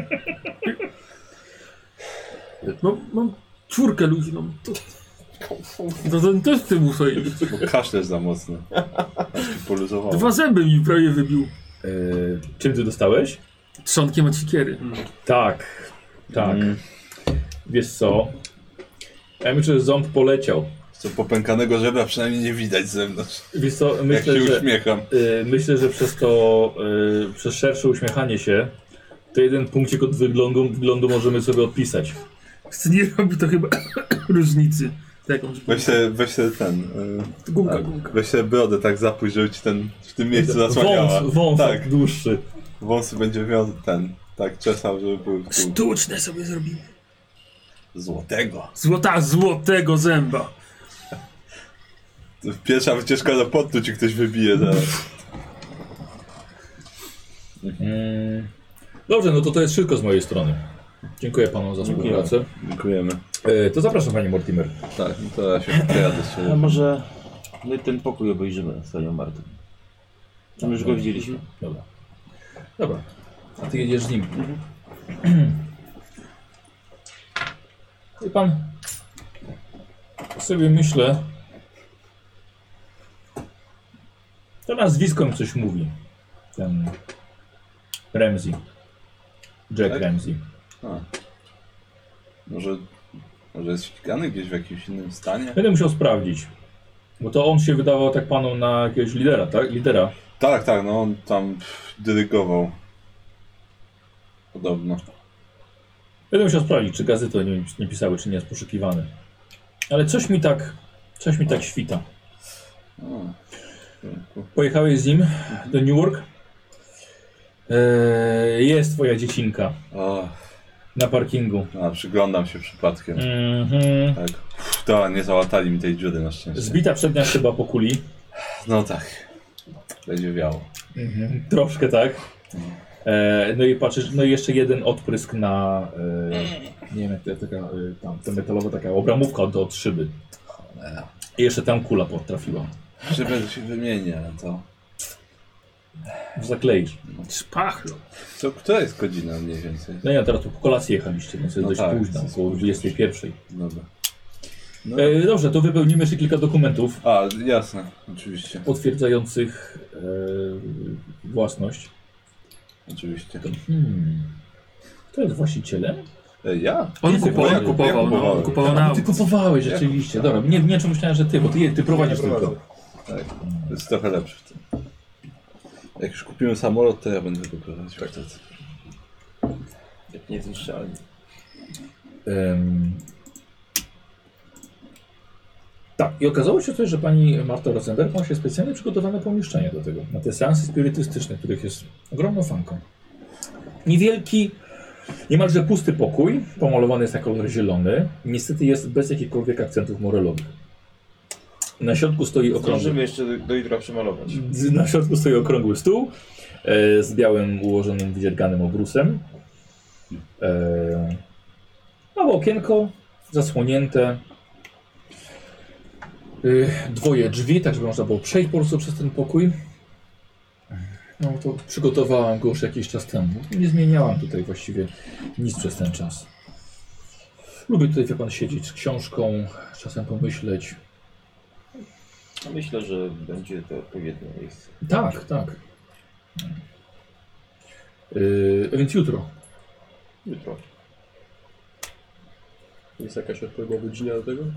Mam czwórkę luźną. To ten też ty muszę iść. Bo kaszlesz za mocno. Aż ci poluzowało. 2 zęby mi prawie wybił. Czym ty dostałeś? Trzonkiem od siekiery. Tak. Wiesz co? Ja myślę, że ząb poleciał. Co popękanego żebra przynajmniej nie widać z zewnątrz. Wiesz co? Jak się uśmiecham. Myślę, że przez szersze uśmiechanie się, to jeden punkcik od wyglądu możemy sobie odpisać. Nie robi to chyba różnicy. Jakąś Weź sobie ten... gumka. Weź sobie brodę tak zapuść, żeby ci ten w tym miejscu zasłaniała. Wąs tak, dłuższy. wąsy będzie miał ten, tak czesał, żeby były w kół. Sztuczne sobie zrobimy. Złotego. Złotego zęba. Pierwsza wycieczka do portu ci ktoś wybije zaraz. Dobrze, no to jest wszystko z mojej strony. Dziękuję panu za współpracę. Dziękujemy. To zapraszam, panie Mortimer. Tak, no to ja się przejadę z A ciebie. może my ten pokój obejrzymy z panią Martą. My już go widzieliśmy. Dobra. A ty jedziesz z nim. I pan sobie myślę, ten nazwisko mi coś mówi. Ten Ramsey. Jack Tak? Ramsey. A. Może jest ścigany gdzieś w jakimś innym stanie? Będę musiał sprawdzić. Bo to on się wydawał tak panu na jakiegoś lidera, tak? Lidera. Tak, no on tam dyrygował. Podobno. Będę musiał sprawdzić, czy gazety nie pisały, czy nie jest poszukiwany. Ale coś mi tak świta. O. Pojechałeś z nim do Newark? Jest twoja dziecinka O, na parkingu. przyglądam się przypadkiem. Mhm. Tak. To nie załatali mi tej dziury na szczęście. Zbita przednia szyba po kuli. No tak. Będzie wiało. Troszkę tak. No i patrzysz, no i jeszcze jeden odprysk na, nie wiem jak to taka, tam, ta metalowa taka obramówka od szyby. I jeszcze tam kula potrafiła. Szybę się wymieni, ale to... Zakleisz. Szpachlo. Która jest godzina mniej więcej? No ja teraz tu po kolacji jechaliście, więc jest No dość tak, późno, jest około późno. 21. Dobra. No. Dobrze, to wypełnimy jeszcze kilka dokumentów A, jasne, oczywiście. potwierdzających własność. Oczywiście. Kto jest właścicielem? Ja? On Ty kupował, kupowałem. on kupował na Ty kupowałeś rzeczywiście, dobra. Nie, czy myślałem, że ty, bo ty prowadzisz tylko. Tak, to jest trochę lepsze w tym. Jak już kupimy samolot, to ja będę go prowadził wtedy. Jak niezniszczalny. Tak, i okazało się też, że pani Marta Rosenberg ma się specjalnie przygotowane pomieszczenie do tego, na te seansy spirytystyczne, których jest ogromną fanką. Niewielki, niemalże pusty pokój, pomalowany jest na kolor zielony, niestety jest bez jakichkolwiek akcentów morelowych. Na środku stoi okrągły, Zdążymy jeszcze do jutra przemalować. na środku stoi okrągły stół z białym ułożonym wydzierganym obrusem. Małe okienko zasłonięte. Dwoje drzwi, tak żeby można było przejść po prostu przez ten pokój. No to przygotowałam go już jakiś czas temu. Nie zmieniałam tutaj właściwie nic przez ten czas. Lubię tutaj, wie pan, siedzieć z książką, czasem pomyśleć. Myślę, że będzie to odpowiednie miejsce. Tak, tak. Więc jutro. Jutro. Jest jakaś odpowiednia godzina do tego?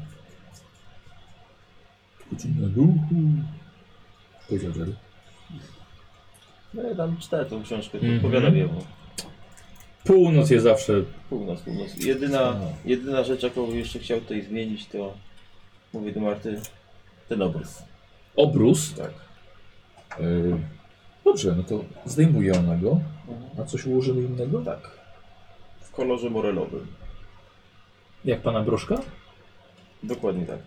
Godzina duchu. Powiedział Jerry. No ja tam czytałem tą książkę, to Mhm. odpowiadam jemu. Północ jest zawsze. Północ. Jedyna rzecz, jaką jeszcze chciał tutaj zmienić, to mówię do Marty, ten obrys. Obrus. Tak. Dobrze, no to zdejmuję ona go. A coś ułożymy innego? Tak. W kolorze morelowym. Jak pana broszka? Dokładnie tak.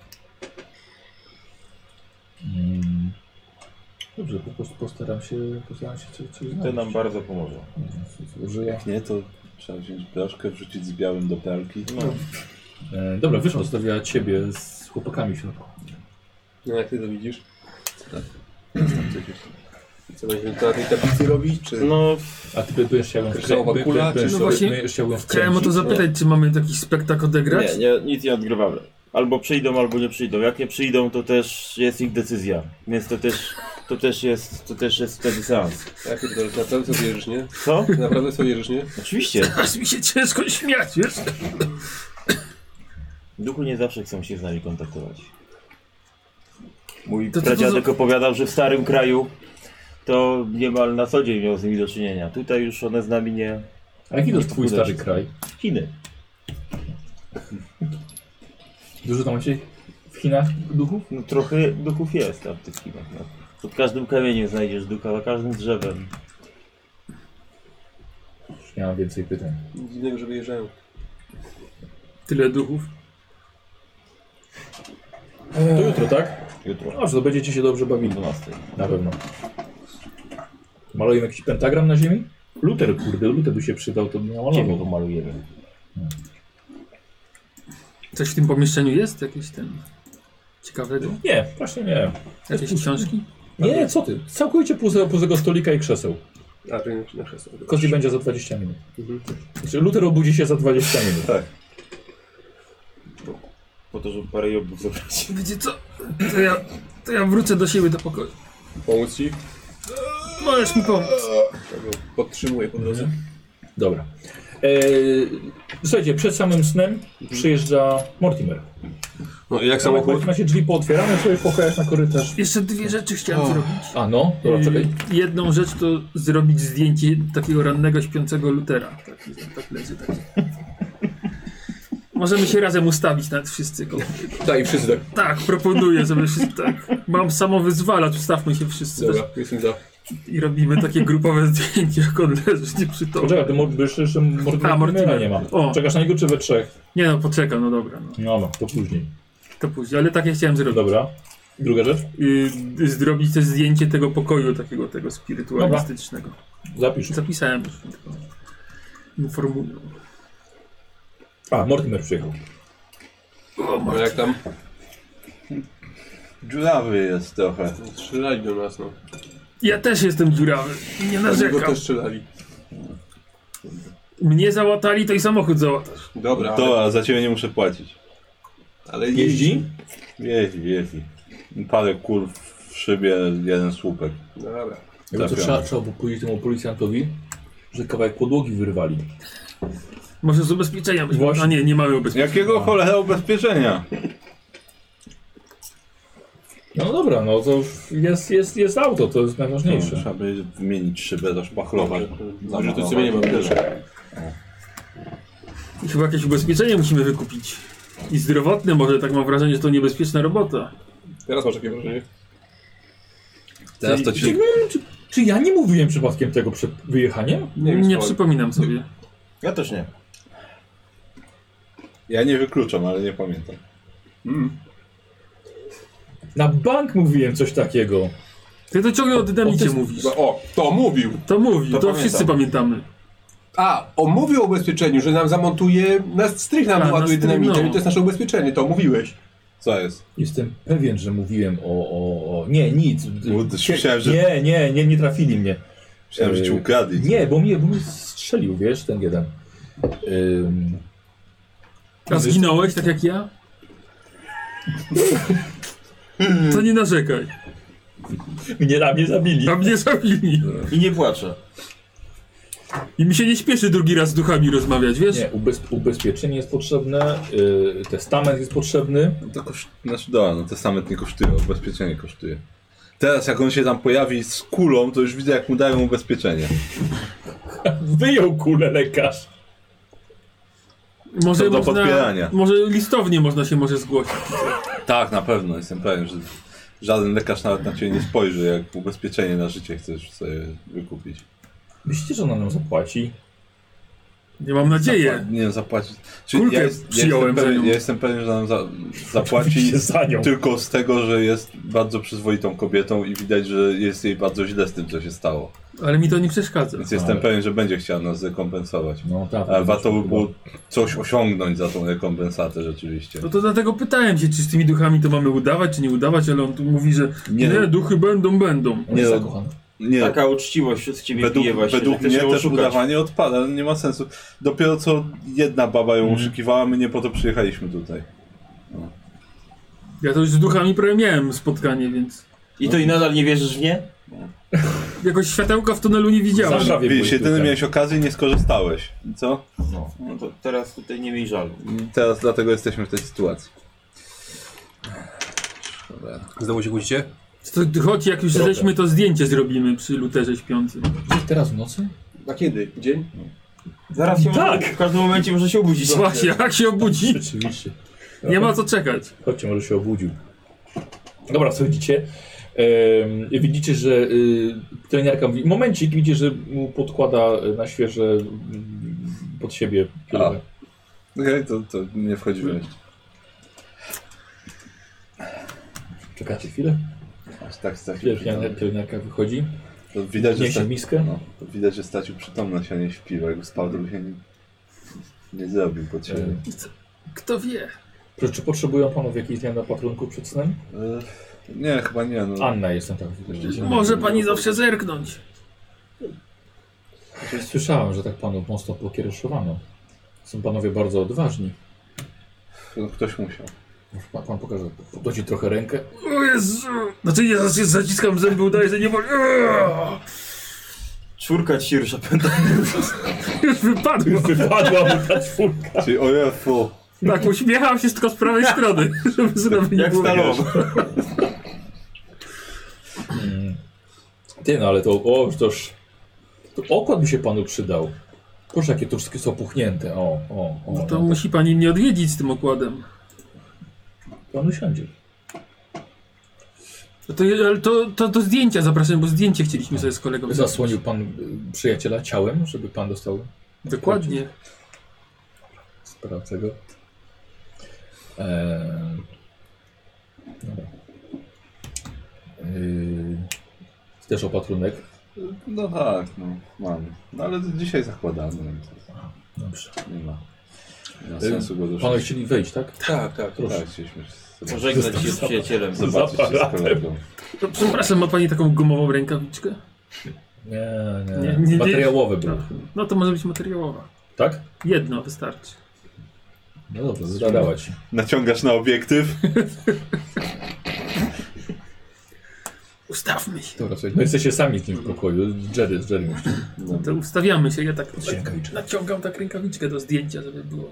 Dobrze, po prostu postaram się coś znaleźć. To nam bardzo pomoże. Że ja... Jak nie, to trzeba wziąć blaszkę, wrzucić z białym do pralki. No. Dobra, wyszła, zostawiała ciebie z chłopakami w środku. No jak ty to widzisz? Coś jeszcze. Co będziemy to na tej tablicy robić, czy... No, A ty będziesz chciał ją Kryształowa kula, czy- No właśnie, chciałem o to zapytać, czy mamy jakiś spektakl odegrać? nic nie odgrywamy. Albo przyjdą, albo nie przyjdą. Jak nie przyjdą, to też jest ich decyzja. Więc to też jest wtedy seans. Jak ty to naprawdę sobie wierzysz, nie? Co? Naprawdę sobie wierzysz, nie? Oczywiście. Aż mi się ciężko śmiać, wiesz? Duchu nie zawsze chcą się z nami kontaktować. Mój To pradziadek opowiadał, że w starym kraju to niemal na co dzień miał z nimi do czynienia. Tutaj już one z nami nie... A jaki to jest twój Nie stary podejść. kraj? Chiny. Dużo tam macie w Chinach duchów? No, trochę duchów jest tam w tych Chinach. No. Pod każdym kamieniem znajdziesz ducha, za każdym drzewem. Już nie mam więcej pytań. Nic dziwnego, że wyjeżdżają. Tyle duchów. To jutro, tak? Jutro. Dobrze, to będziecie się dobrze bawili. 12. Na pewno. Malujemy jakiś pentagram na ziemi? Luter, kurde, Luter by się przydał, to by Ciebie namalował. pomalujemy. Coś w tym pomieszczeniu jest? Jakieś ten... ciekawego? Nie, właśnie nie. Jakieś książki? Nie, co ty? Całkowicie pustego stolika i krzeseł. A, to nie na krzesło. Kozi będzie za 20 minut. Mhm. Znaczy, Luter obudzi się za 20 minut. Tak. Po to, żeby parę jobów zabrać. Wiecie co? To ja wrócę do siebie do pokoju. Pomóc ci? Możesz mi pomóc. Ja go podtrzymuję po drodze. Dobra. Słuchajcie, przed samym snem przyjeżdża Mortimer. No i jak samochód? Macie drzwi pootwierane, sobie w pokojach na korytarz. Jeszcze dwie rzeczy chciałem zrobić. A no, dobra, czekaj. Jedną rzecz to zrobić zdjęcie takiego rannego, śpiącego Lutera. Tak leży. Tak. Możemy się razem ustawić nawet wszyscy. Daj, wszyscy tak. Tak, proponuję, żeby wszyscy tak. Mam samowyzwalacz, ustawmy się wszyscy Dobra, jestem za. i robimy takie grupowe zdjęcie, jak on leży nieprzytomny. Poczekaj, ty jeszcze Mortimera nie ma. O. Czekasz na niego czy we trzech? Nie no, poczekam, no dobra. No. No, to później. To później, ale takie chciałem zrobić. Dobra. Druga rzecz? Zrobić też zdjęcie tego pokoju takiego, tego spirytualistycznego. Zapisz. Zapisałem już. Tylko informuję. A, Mortimer przyjechał. No jak tam? Dziurawy jest trochę. Strzelali do nas, no. Ja też jestem dziurawy. Nie Do niego narzekam. też strzelali. Mnie załatali, to i samochód załatasz. Dobra, Dobra, za ciebie nie muszę płacić. ale Jeździ? Jeździ. Parę kur w szybie, jeden słupek. Dobra. Jakby to trzeba było powiedzieć temu policjantowi, że kawałek podłogi wyrwali. Może z ubezpieczenia być. Właśnie. A nie mamy ubezpieczenia. Jakiego cholera ubezpieczenia? No dobra, no to jest auto, to jest najważniejsze. Trzeba by wymienić szybę, zaszpachlować. Może to sobie nie mam też. I chyba jakieś ubezpieczenie musimy wykupić. I zdrowotne może, tak mam wrażenie, że to niebezpieczna robota. Teraz masz takie wrażenie? Teraz to ci... Czy ja nie mówiłem przypadkiem tego przed wyjechaniem? Nie przypominam sobie. Ja też nie. Ja nie wykluczam, ale nie pamiętam. Na bank mówiłem coś takiego. Ty to ciągle o dynamicie to- mówisz. No, o, to mówił. To mówił, to pamiętam. wszyscy pamiętamy. A, on mówił o ubezpieczeniu, że nam zamontuje, strych nam A, wyładuje na strych, dynamitem no. i to jest nasze ubezpieczenie, to mówiłeś. Co jest? Jestem pewien, że mówiłem o... Nie, nic. Myślałem, że- Nie trafili mnie. Myślałem, że ci ukradli. Nie, bo mnie strzelił, wiesz, ten jeden. A zginąłeś tak jak ja? To nie narzekaj. Mnie zabili. A mnie zabili. I nie płaczę. I mi się nie śpieszy drugi raz z duchami rozmawiać, wiesz? Nie, ubezpieczenie jest potrzebne, testament jest potrzebny. No to znaczy, dobra, no testament nie kosztuje, ubezpieczenie kosztuje. Teraz jak on się tam pojawi z kulą, to już widzę jak mu dają ubezpieczenie. Wyjął kulę lekarz. Może To do podpierania. może listownie można się może zgłosić. Tak, na pewno, jestem pewien, że żaden lekarz nawet na ciebie nie spojrzy, jak ubezpieczenie na życie chcesz sobie wykupić. Myślicie, że ona nam zapłaci? Nie mam nadzieję. Nie zapłaci. Kulkę przyjąłem za nią. ja jestem pewien, że nam zapłaci Oczywiście za nią. tylko z tego, że jest bardzo przyzwoitą kobietą i widać, że jest jej bardzo źle z tym, co się stało. Ale mi to nie przeszkadza. Więc jestem pewien, że będzie chciała nas zrekompensować. No tak. Ale warto by było coś osiągnąć za tą rekompensatę rzeczywiście. No to dlatego pytałem się, czy z tymi duchami to mamy udawać, czy nie udawać, ale on tu mówi, że Nie, nie, no. duchy będą. Nie, Nie, zakochany. Nie, Taka uczciwość z ciebie bije właśnie. według że chcesz mnie ją też oszukać. udawanie odpada, nie ma sensu. Dopiero co jedna baba ją Mhm. oszukiwała, my nie po to przyjechaliśmy tutaj. Ja to już z duchami prawie miałem spotkanie, więc I to i nadal nie wierzysz w nie? jakoś światełka w tunelu nie widziałem. Zawsze. Prawie Widzisz, byłeś jedyny tutaj. miałeś okazję i nie skorzystałeś. I co? No to teraz tutaj nie miej żalu. I teraz dlatego jesteśmy w tej sytuacji. Dobra. Znowu się kłócicie? To chodź, jak już żeśmy, to zdjęcie zrobimy przy Luterze śpiącym. Teraz w nocy? A kiedy? Dzień? Zaraz się Tak. w każdym momencie może się obudzić. Właśnie, jak się obudzi, Rzeczywiście. nie ma co czekać. Chodźcie, może się obudził. Dobra, co widzicie? Widzicie, że trenerka mówi, momencik, widzicie, że mu podkłada na świeże pod siebie pieluchę. Okej, to nie wchodzi w myśl. Czekacie chwilę? Aż tak stracił Wiesz, przytomność. trenerka wychodzi, To widać, że niesie miskę. no, to widać, że stracił przytomność, a nie śpi, bo jakby spał, to by się nie zrobił pod siebie. Kto wie? Czy potrzebują panowie jakiejś zmiany na patrunku przed snem? Nie, chyba nie. No. Anna jestem tam. Może pani zawsze zerknąć. Słyszałem, że tak panów mocno pokiereszowano. Są panowie bardzo odważni. No, ktoś musiał. Pan pokaże, podnosi trochę rękę. O Jezu! Znaczy ja zaciskam zęby, udaję, że nie boli. Czwórka ci się rusza pęta. Już wypadło. Wypadła mu ta czwórka. Czyli o Jezu. Tak, uśmiecham się tylko z prawej strony, żeby znowu nie Jak było. stalowo. Ty, no ale to okład by się panu przydał. Proszę, jakie to wszystkie są puchnięte. No to musi pani mnie odwiedzić z tym okładem. Panu siądzie. Ale to do zdjęcia zapraszam, bo zdjęcie chcieliśmy sobie z kolegą zrobić. Zasłonił pan przyjaciela ciałem, żeby pan dostał Dokładnie. sprawę go. Dobra. Też opatrunek. No tak, no mam. No ale to dzisiaj zakładamy. Więc Dobrze. nie ma sensu go Panowie chcieli wejść, tak? Tak. Tak, chcieliśmy się Pożegnać się z przyjacielem. zobaczyć się z kolegą. To, przepraszam, ma pani taką gumową rękawiczkę? Nie. Materiałowe były. No to może być materiałowa. Tak? Jedno wystarczy. No dobrze, zadawać się. Naciągasz na obiektyw. Ustawmy się. Dobra, słuchaj, no jesteście sami w tym pokoju. Jerry musi. No to ustawiamy się. Ja tak Rękawiczkę. naciągam tak rękawiczkę do zdjęcia, żeby było.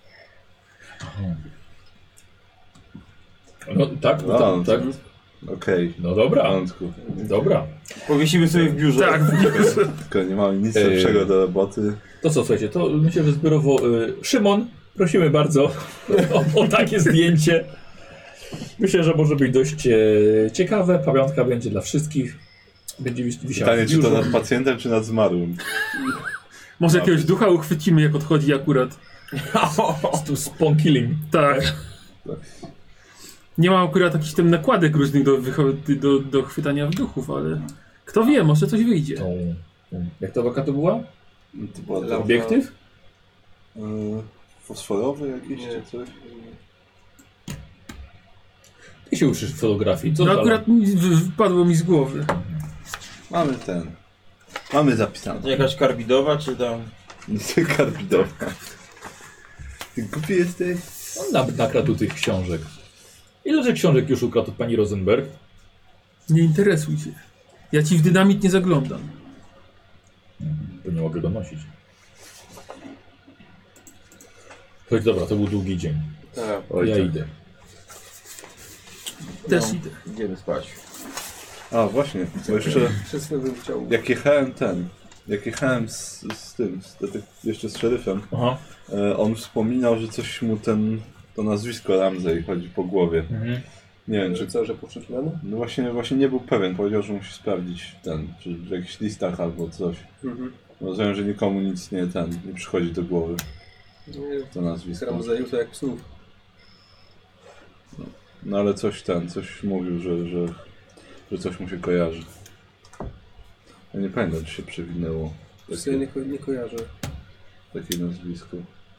No tak, No, tak. Okej. No W dobra, porządku. dobra. Powiesimy sobie w biurze. Tak, Tylko nie mamy nic lepszego do roboty. To co, słuchajcie, to myślę, że zbiorowo... Szymon, prosimy bardzo o takie zdjęcie. Myślę, że może być dość ciekawe. Pamiątka będzie dla wszystkich. Będzie wisiała Pytanie, w czy to biurze. nad pacjentem, czy nad zmarłym? może jakiegoś ducha uchwycimy, jak odchodzi akurat. Tu spawn killing. Tak. Nie mam akurat jakichś tam nakładek różnych do chwytania w duchów, ale kto wie, może coś wyjdzie. Jak to waka to była? To była Lampa. Obiektyw? Fosforowy jakiś, Nie. czy coś? Ty się uczysz fotografii. Co No za- akurat wypadło mi z głowy. Mamy zapisane. Jakaś karbidowa, czy tam... Ty karbidowa. Ty głupi jesteś? On nakradł tych książek. Ile że książek już ukradł od pani Rosenberg? Nie interesuj się. Ja ci w dynamit nie zaglądam. To nie mogę go nosić. Chodź, dobra, to był długi dzień. Tak. Ja idę. Też No, idę. Idziemy spać. A właśnie, bo jeszcze Przez chwilę bym chciał. jak jechałem z tym, jeszcze z szeryfem, Aha. on wspominał, że coś mu to nazwisko Ramsey chodzi po głowie. Mhm. Nie wiem, Że czy... co, że poszukiwany? No właśnie nie był pewien, powiedział, że musi sprawdzić czy w jakichś listach albo coś. Mhm. Rozumiem, że nikomu nic nie przychodzi do głowy, to Z nazwisko. Ramzeju to jak psów. No ale coś mówił, że coś mu się kojarzy. Ja nie pamiętam, czy się przewinęło Ja nie kojarzę. takie nazwisko.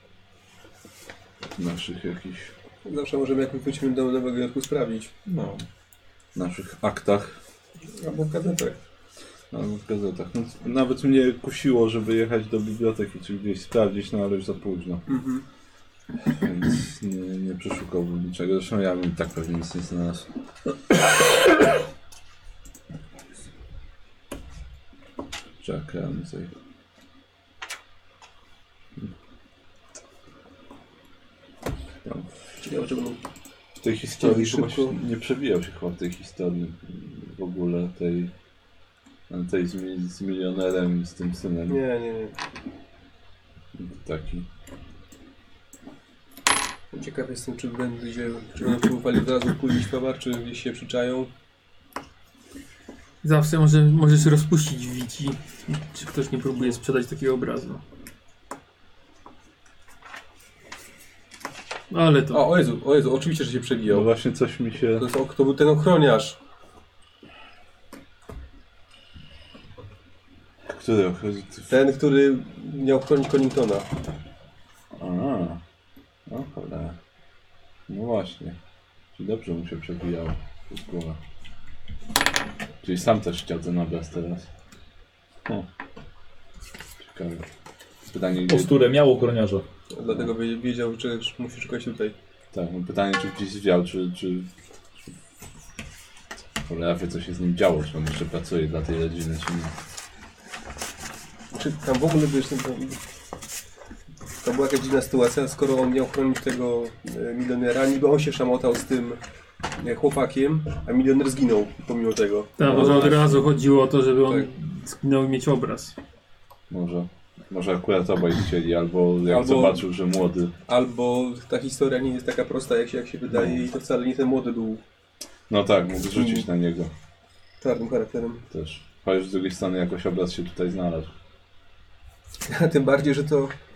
Naszych jakichś, Zawsze możemy jak wrócimy do Nowego Jorku sprawdzić. No. naszych aktach, Albo w gazetach. albo w gazetach. No, nawet mnie kusiło, żeby jechać do biblioteki, czy gdzieś sprawdzić, no ale już za późno. Mhm. Więc nie przeszukałbym niczego. Zresztą ja bym tak pewnie nic nie znalazł. Jack Ramsey. Tam Ciekawe, czy będą... w tej historii Szybko. chyba nie przewijał się chyba w tej historii w ogóle tej z milionerem i z tym synem. Nie. Taki. Ciekaw jestem, czy będą próbowali od razu pójść w towar, czy gdzieś się przyczają. Zawsze możesz rozpuścić wici, czy ktoś nie próbuje sprzedać takiego obrazu. Ale to... O Jezu, oczywiście, że się No przewijał. właśnie coś mi się... To był ten ochroniarz. Który? Ten, który miał chronić Conningtona. No cholera. No właśnie. Czyli dobrze mu się przebijało przez głowę. Czyli sam też chciał ten obraz teraz. O. Ciekawe. Pytanie, gdzie... Posturę miał ochroniarza. Dlatego wiedział, że musi szukać tutaj. Tak, no pytanie, czy gdzieś zwiał, czy cholera wie, co się z nim działo, czy on jeszcze pracuje dla tej rodziny, czy nie. Czy tam w ogóle, wiesz, to była jakaś dziwna sytuacja, skoro on miał chronić tego milionera, niby on się szamotał z tym chłopakiem, a milioner zginął pomimo tego. Tak, może od razu chodziło o to, żeby on zginął i mieć obraz. Może akurat obaj chcieli, albo zobaczył, że młody. Albo ta historia nie jest taka prosta, jak się wydaje i to wcale nie ten młody był No tak, mógł rzucić na niego twardym charakterem. też. Chociaż z drugiej strony jakoś obraz się tutaj znalazł. Tym bardziej, że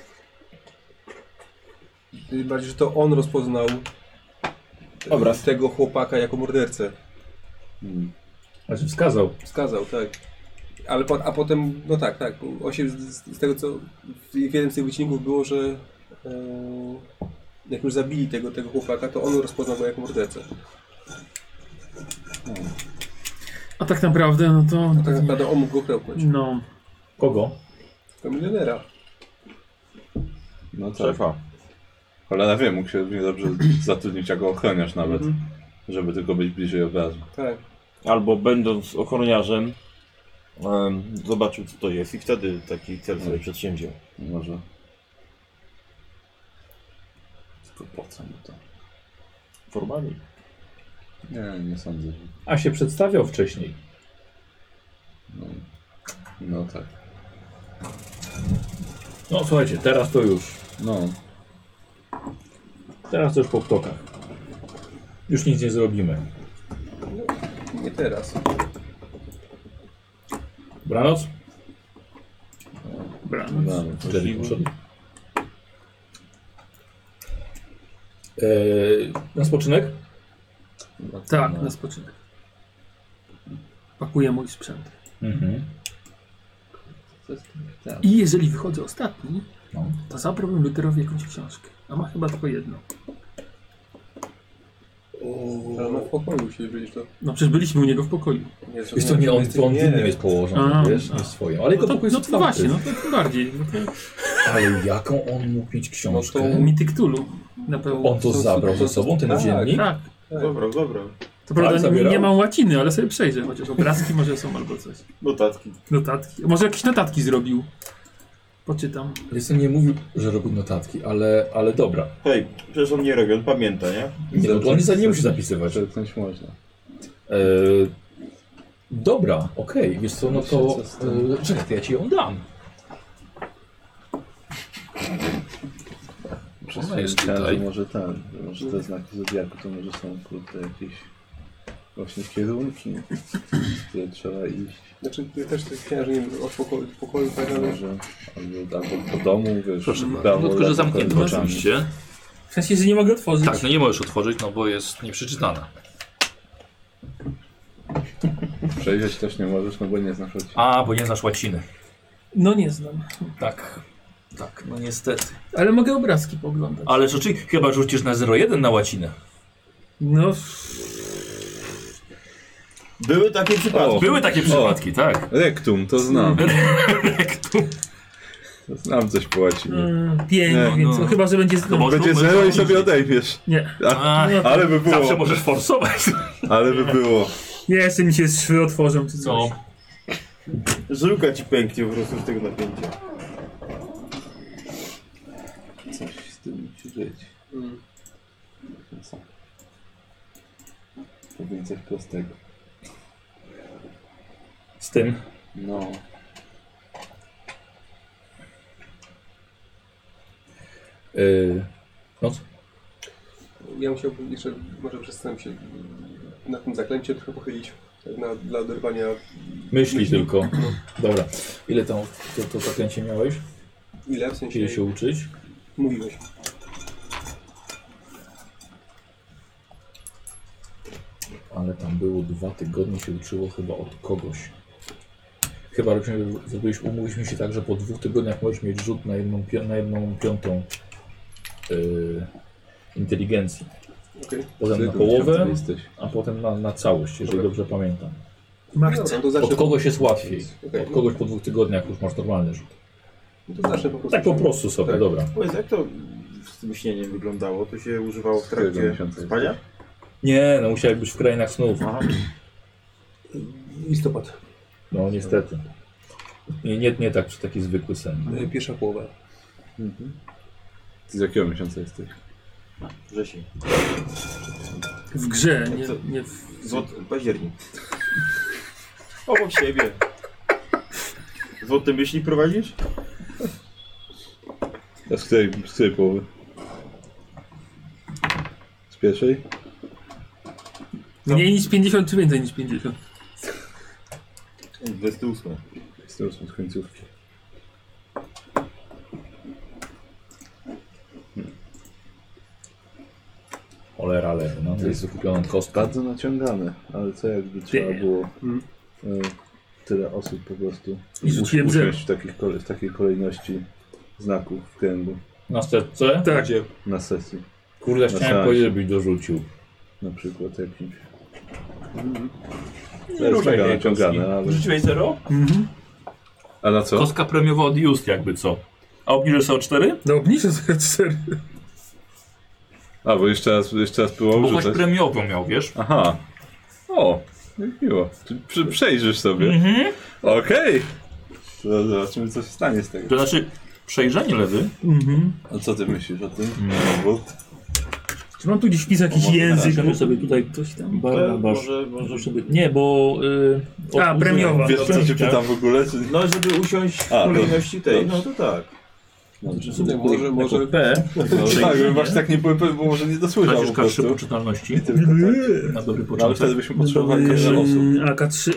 to on rozpoznał Obraz tego chłopaka jako mordercę. Znaczy wskazał. Wskazał, tak. Ale a potem, no tak. On się z tego, co w jednym z tych wycinków było, że jak już zabili tego chłopaka, to on rozpoznał go jako mordercę. A tak naprawdę, no to... A tak naprawdę on mógł go chełpnąć. No, Kogo? To milionera. No tak. szefa. Cholera wie, mógł się równie dobrze zatrudnić jako ochroniarz nawet, żeby tylko być bliżej obrazu. Tak. Albo będąc ochroniarzem, zobaczył, co to jest i wtedy taki cel sobie przedsięwziął. Może. Tylko po co mu to? Formalnie. Nie sądzę, że... A się przedstawiał wcześniej. No tak. No słuchajcie, teraz to już. No. Teraz to już po ptokach. Już nic nie zrobimy. Nie teraz. Dobranoc? dobranoc. Jerry poszedł. Na spoczynek? Tak, na spoczynek. Pakuję mój sprzęt. Mhm. I jeżeli wychodzę ostatni, No. to zabrałbym Lutherowi jakąś książkę. A ma chyba tylko jedną. Ale on w pokoju się byliś to. No przecież byliśmy u niego w pokoju. Nie, Wiesz co, nie, on w innym jest położony, A, wiesz, a. nie w swoim. Ale jego No to, pokój jest no to otwarty. właśnie, no to tym bardziej. No to Ale jaką on mógł mieć książkę? No to- Mityk Tulu na pewno. On to zabrał ze sobą, ten Tak. dziennik? Tak. Dobra. To prawda, zabierał? nie mam łaciny, ale sobie przejrzę, chociaż obrazki może są albo coś. Notatki. Notatki. Może jakieś notatki zrobił. Poczytam. Jestem nie mówił, że robi notatki, ale dobra. Hej, przecież on nie robi, on pamięta, nie? Nie, no, on nie musi zapisywać. Przetknąć można. Dobra, okej, wiesz co, no to... czekaj, to ja ci ją dam. Przez Ona jest chwilę tutaj. myślałem, że może te znaki zodiaku to może są kurde jakieś właśnie kierunki, w które trzeba iść. Znaczy, ja też tak chciałem, że nie wiem, od pokoju tak, ale... Może albo po domu, wiesz, Proszę, prawo, tylko że lewo, zamknięte prawo. oczywiście. W sensie, że nie mogę otworzyć. Tak, no nie możesz otworzyć, no bo jest nieprzeczytana. Przejrzeć też nie możesz, no bo nie znasz odcinka. A, bo nie znasz łaciny. No nie znam. Tak, no niestety. Ale mogę obrazki pooglądać. Ale rzeczywiście, chyba rzucisz na 0,1 na łacinę. No, Były takie przypadki. Były takie przypadki, tak. Rektum, to znam. Rektum. Znam coś po łacinie. 5, Nie, więc no. chyba, że będzie... No, Będzie możesz zero i rzucić. sobie odejmiesz. Nie. Ale by było. Zawsze możesz forsować. Ale by było. Nie, jeszcze mi się szwy otworzą czy coś. No. Żółka ci pęknie po prostu z tego napięcia. Coś z tym musi być. Co? Powiem coś prostego. Z tym. No. No co? Ja musiałbym jeszcze, może przestałem się na tym zaklęcie trochę pochylić. Tak dla oderwania... Myśli tylko. Dobra. Ile tam to zaklęcie miałeś? Ile? W sensie... Kiedy się uczyć? Mówiłeś. Ale tam było 2 tygodnie się uczyło chyba od kogoś. Chyba umówiliśmy się tak, że po 2 tygodniach możesz mieć rzut na jedną piątą inteligencji. Okej. Potem na Ty połowę, jesteś. a potem na całość, jeżeli Dobra. dobrze pamiętam. Marce. Dobra, to zacznę... Od kogoś jest łatwiej. Okej, Od kogoś po 2 tygodniach już masz normalny rzut. no to zacznę po prostu. Tak po prostu sobie, Tak. dobra. Powiedz, jak to z tym śnieniem wyglądało? To się używało w Którego trakcie miesiąca spania? Nie, no musiałeś być w krainach snów. Aha. Listopad. No niestety. Nie tak, czy taki zwykły sen. Pierwsza połowa. Ty z jakiego miesiąca jesteś? Wrzesień. W grze, Co? nie w... Październik. Obok siebie. Złote myśli prowadzisz? A z której połowy? Z pierwszej? Mniej niż 50 czy więcej niż 50? 28. Z końcówki. Cholera lewy, no. To jest wykupioną kostkę. Bardzo naciągane, ale co jakby trzeba było tyle osób po prostu I rzuciłem zero. usiąść w takiej kolejności znaków w kręgu Na serce? Tak. Gdzie? na sesji. Kurde, chciałem seansie. powiedzieć, żebyś dorzucił. Na przykład jakimś. To Nie jest ruszaj mega tej naciągane, kostki. ale... Rzuciłeś 0? Mhm. A na co? Kostka premiowa od Just jakby co. A obniżysz sobie o 4? No obniżę sobie 4. A, bo jeszcze raz było Bo coś rzucać. premiową miał, wiesz? Aha. O, jak miło. Przejrzysz sobie. Mhm. Okej. To zobaczymy, co się stanie z tego. To znaczy, przejrzenie lewy. Mhm. A co ty myślisz o tym? Czy mam tu gdzieś wpisać jakiś Może język? Żeby sobie tutaj Coś tam. Może sobie... Nie, bo... premiowa. Wiesz, co cię pytam w ogóle? Czy... No, żeby usiąść w A, kolejności tej. dobrze. No to tak. Może P. No, tak, bym właśnie tak nie byłem pewien, bo może nie dosłyszał Tracisz po prostu. kartę poczytalności. I tylko tak. Na dobry No, ale początek. wtedy byśmy potrzebowali kolejne osób. AK3.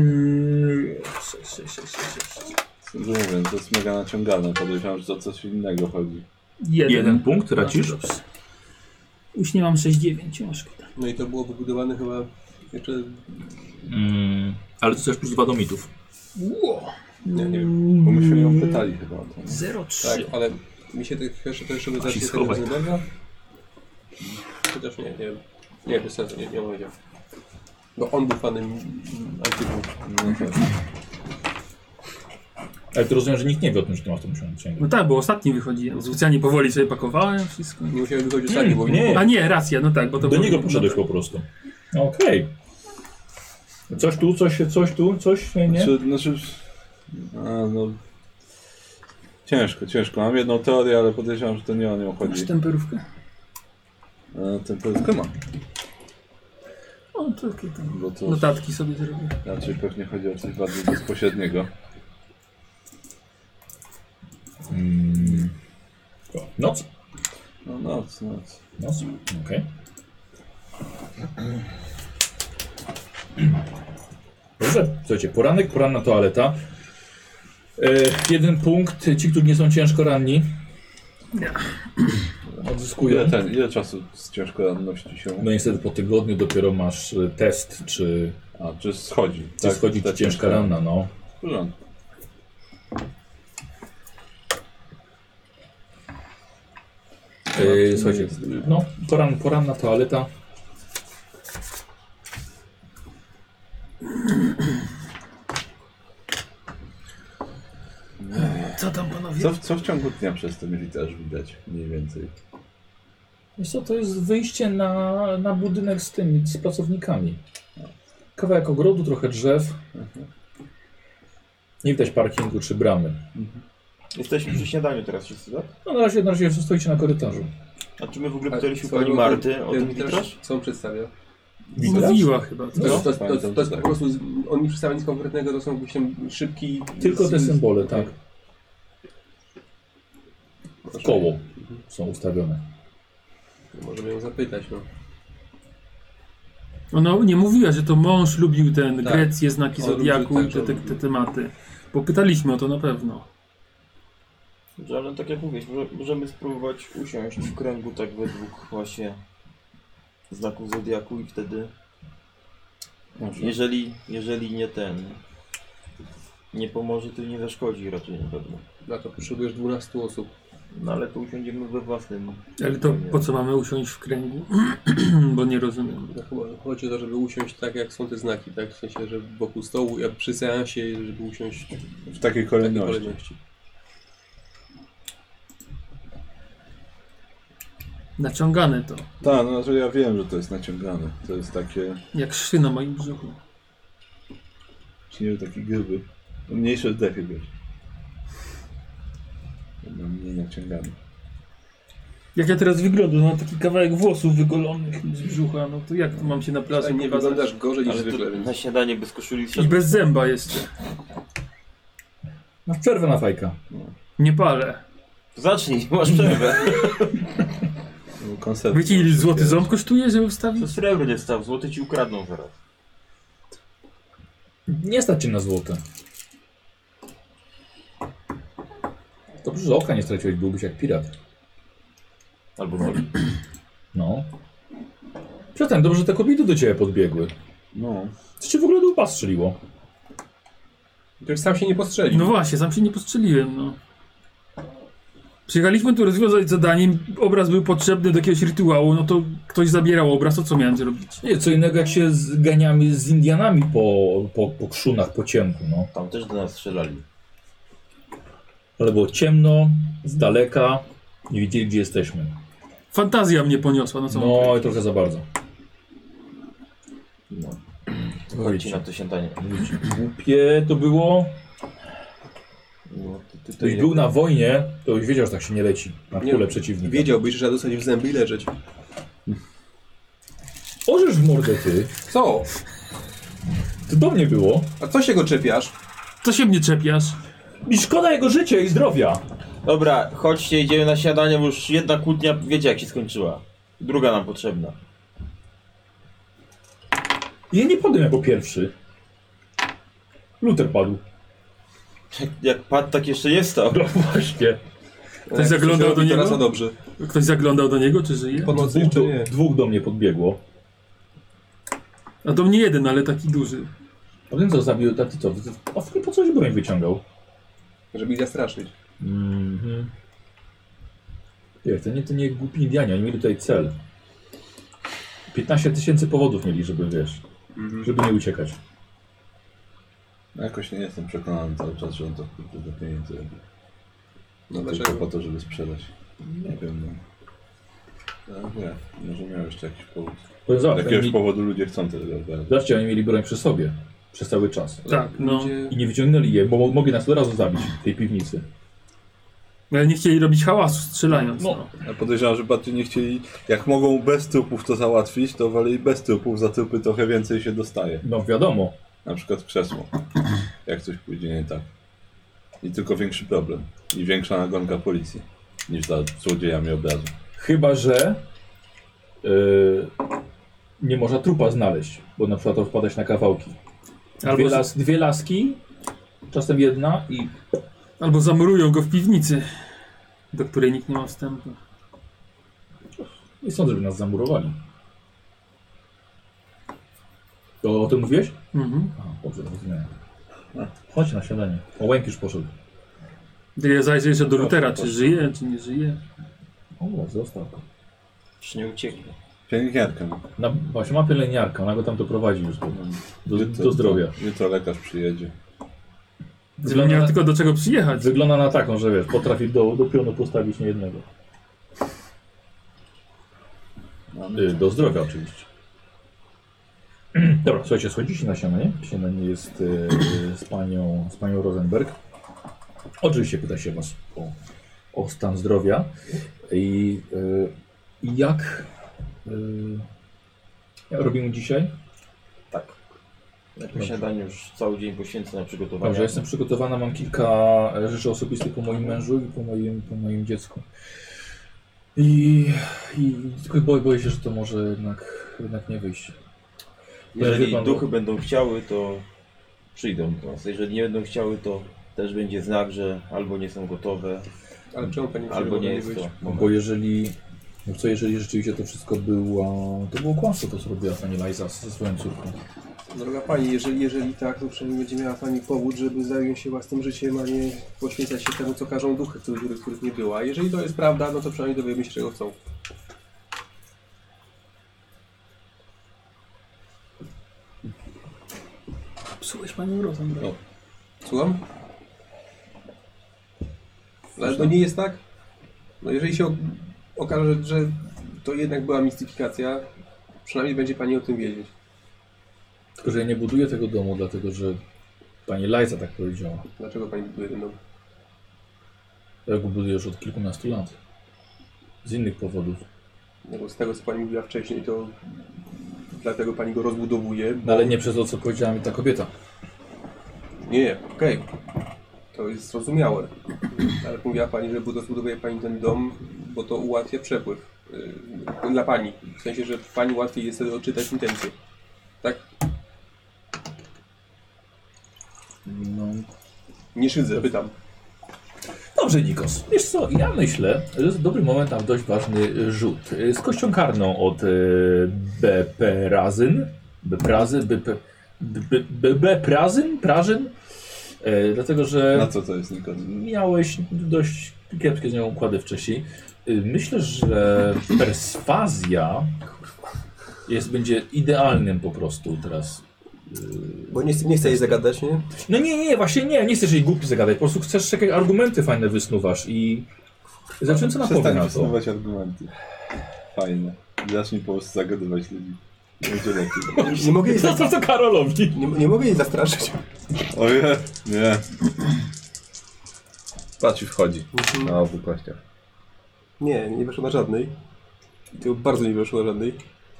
Że mówię, to jest mega naciągane. Podejrzewam, że to coś innego chodzi. Jeden punkt tracisz. Dobrze. Już nie mam 6,9, a szkoda. No i to było wybudowane chyba jeszcze... Ale to też plus 2 do mitów. Nie wiem. Bo myśmy ją pytali chyba o to. 0,3. Tak, ale mi się to jeszcze wydaje tego schowaj. Rosenberga. Chociaż nie wiem. Nie, bez sensu, nie powiedział. Bo on był fanem Antyku. No tak. Ale to rozumiem, że nikt nie wie o tym, że ty masz tą księgę. No tak, bo ostatni wychodziłem. Specjalnie powoli sobie pakowałem wszystko. Nie musiałem wychodzić ostatni, bo nie. A nie, racja, no tak, bo to Do było- niego poszedłeś po prostu. Okej. Coś tu, coś nie? Znaczy, no... Ciężko. Mam jedną teorię, ale podejrzewam, że to nie o nią Masz chodzi. temperówkę. Temperówkę mam. O, takie tam Bo to notatki sobie zrobię. raczej pewnie chodzi o coś bardziej bezpośredniego. Noc? No noc. Noc? Okej. Dobrze, słuchajcie, poranna toaleta. 1 punkt, ci, którzy nie są ciężko ranni. Odzyskują. Ile czasu z ciężko ranności się... No niestety po tygodniu dopiero masz test, czy czy schodzi. Tak, schodzi ci ciężka ranna, no. W porządku. Słuchajcie, no, poranna toaleta. Co tam panowie? Co w ciągu dnia przez ten militarzy widać mniej więcej? Wiesz co, to jest wyjście na budynek z pracownikami. Kawałek ogrodu, trochę drzew. Nie widać parkingu czy bramy. Jesteśmy przy śniadaniu teraz wszyscy, tak? No na razie stoicie na korytarzu. A czy my w ogóle pytaliśmy pani Marty o ten witraż? Co on przedstawia? Mówiła chyba. To jest Pamiętam, po prostu, on nie przedstawia nic konkretnego, to są jakieś tam szybki... Tylko te symbole, tak. W koło są ustawione. Możemy ją zapytać, no. Ona nie mówiła, że to mąż lubił ten Tak. Grecję, znaki On zodiaku lubił, i tak, te tematy. Bo pytaliśmy o to na pewno. Dobrze, ale tak jak mówisz, możemy spróbować usiąść w kręgu tak według właśnie znaków zodiaku i wtedy jeżeli nie pomoże, to nie zaszkodzi raczej na pewno. Na to potrzebujesz 12 osób. No ale to usiądziemy we własnym. Ale to po co mamy usiąść w kręgu? Bo nie rozumiem. No chyba chodzi o to, żeby usiąść tak, jak są te znaki, tak? W sensie, że wokół stołu, jak przy seansie, żeby usiąść W takiej w takiej kolejności. kolejności. Naciągane to. Tak, no że ja wiem, że to jest naciągane. To jest takie, Jak szwy na moim brzuchu. nie wiem, takie gruby. Mniejsze oddechy wiesz. No, mniej naciągane. Jak ja teraz wyglądam, mam taki kawałek włosów wygolonych z brzucha, no to jak to mam się na plaży Nie pokazać? wyglądasz gorzej niż Ale zwykle, to więc... na śniadanie bez koszuli I bez zęba jeszcze. Masz przerwę na fajka. Nie palę. Zacznij, masz przerwę. No, konserwy. Wiecie ile złoty ząb kosztuje, żeby wstawić? To srebro nie stał, złoty ci ukradną zaraz. Nie stać cię na złote. Dobrze, że oka nie straciłeś, byłbyś jak pirat. Albo woli. No. Przestań, dobrze, że te kobiety do ciebie podbiegły. No. Co ci w ogóle do łba strzeliło? Ktoś sam się nie postrzelił. No właśnie, sam się nie postrzeliłem, no. Przyjechaliśmy tu rozwiązać zadanie, obraz był potrzebny do jakiegoś rytuału, no to ktoś zabierał obraz, to co miałem zrobić? Nie, co innego jak się zganiamy z Indianami po krzunach, po ciemku, no. Tam też do nas strzelali. Ale było ciemno, z daleka, nie wiedzieli gdzie jesteśmy. Fantazja mnie poniosła, no co mam No i powiedzieć? trochę za bardzo. No. Chodźcie na to śniadanie. Głupie to było. No, Gdybyś był na wojnie, to już wiedział, że tak się nie leci na Nie, kulę przeciwnika. Wiedziałbyś, że trzeba dostać w zęby i leżeć. Orzesz w mordę ty. Co? To do mnie było. A co się go czepiasz? Co się mnie czepiasz? Mi szkoda jego życia i zdrowia. Dobra, chodźcie, idziemy na śniadanie, bo już jedna kłótnia, wiecie jak się skończyła. Druga nam potrzebna. Ja nie padłem jako pierwszy. Luther padł. Jak padł, tak jeszcze nie stał. No właśnie. Ktoś zaglądał do Teraz a niego? dobrze. Ktoś zaglądał do niego, czy żyje? Po nocy jeszcze nie. Dwóch do mnie podbiegło. A to mnie jeden, ale taki duży. A ten co zabił, a ty co? A w po coś broń wyciągał? Żeby ich zastraszyć. Mhm. Wiesz, to nie głupi Indianie, oni mieli tutaj cel. 15 000 powodów mieli, żeby wiesz, żeby nie uciekać. No, jakoś nie jestem przekonany cały czas, że on to do pieniędzy robi. No Tylko dlaczego? po to, żeby sprzedać. Nie wiem, no. No nie, może miał jeszcze jakiś powód. Bo Z zobacz, jakiegoś oni, powodu ludzie chcą tyle robić. zobaczcie, oni mieli broń przy sobie. Przez cały czas. Tak, no. Ludzie... I nie wyciągnęli je, bo mogli nas od razu zabić w tej piwnicy. Ale nie chcieli robić hałasu strzelając. No. No. Ja podejrzewam, że bardziej nie chcieli, jak mogą bez trupów to załatwić, to woleli bez trupów, za trupy trochę więcej się dostaje. No wiadomo. Na przykład krzesło, jak coś pójdzie nie tak. I tylko większy problem. I większa nagonka policji, niż za złodziejami obrazu. Chyba, że nie można trupa znaleźć, bo na przykład rozpadać na kawałki. Albo, Dwie laski, czasem jedna i albo zamurują go w piwnicy, do której nikt nie ma wstępu. nie sądzę, żeby nas zamurowali. To o tym mówiłeś? Mhm. A, dobrze, rozumiem. Chodź na śniadanie. O, Łęk już poszedł. Ja zajrzę jeszcze do Lutera, czy Proszę. żyje, czy nie żyje. O, został. Już nie ucieknie. Pielęgniarka. Właśnie ma pielęgniarkę, ona go tam doprowadzi już do zdrowia. Jutro lekarz przyjedzie. Żeby miał tylko do czego przyjechać. Wygląda na taką, że wiesz, potrafi do pionu postawić nie jednego. Do zdrowia oczywiście. Dobra, słuchajcie, schodzicie na śniadanie. Śniadanie jest z panią Rosenberg. Oczywiście pyta się was o stan zdrowia i jak robimy dzisiaj? Tak. Na śniadanie już cały dzień poświęcę na przygotowanie. Dobrze, jestem przygotowana, mam kilka rzeczy osobistych po moim mężu i po moim dziecku. I tylko boję się, że to może jednak nie wyjść. Jeżeli Wie pan, duchy będą chciały, to przyjdą do nas. Jeżeli nie będą chciały, to też będzie znak, że albo nie są gotowe, Ale czemu pani myśli, albo że nie mogą jest być? to. Bo jeżeli rzeczywiście to wszystko to było kłamstwo, to co robiła pani Liza ze swoją córką. Droga pani, jeżeli tak, to przynajmniej będzie miała pani powód, żeby zająć się własnym życiem, a nie poświęcać się temu, co każą duchy, których nie było. A jeżeli to jest prawda, no to przynajmniej dowiemy się, czego chcą. Psułeś panią Rosenberg. No. Słucham? Ale to nie jest tak? No jeżeli się okaże, że to jednak była mistyfikacja, przynajmniej będzie pani o tym wiedzieć. Tylko, że ja nie buduję tego domu, dlatego że pani Liza tak powiedziała. Dlaczego pani buduje ten dom? Ja go buduję już od kilkunastu lat. Z innych powodów. No bo z tego, co pani mówiła wcześniej, to dlatego pani go rozbudowuje. No ale nie przez to, co powiedziała mi ta kobieta. Nie, okej. To jest zrozumiałe. Ale mówiła pani, że rozbudowuje pani ten dom, bo to ułatwia przepływ. Dla pani. W sensie, że pani łatwiej jest wtedy odczytać intencje. Tak? No. Nie szydzę, pytam. Dobrze, Nikos. Wiesz co, ja myślę, że jest dobry moment na dość ważny rzut. Z kością karną od BP Razyn. BP Prażyn? Dlatego, że Na co to jest, Nikos? miałeś dość kiepskie z nią układy wcześniej. Myślę, że perswazja będzie idealnym po prostu teraz. Bo nie chcę jej zagadać, nie? No nie, właśnie nie chcesz jej głupi zagadać, po prostu chcesz jakieś argumenty fajne wysnuwasz i zacząłem co na powiem Przestań na to. wysuwać argumenty. Fajne. Zacznij po prostu zagadywać ludzi. Będzie lepiej. Nie mogę jej, To Karolowi. nie mogę jej zastraszyć. Ojej, nie. Patrz i wchodzi na obu kościach. Nie weszło na żadnej. I to bardzo nie weszło na żadnej.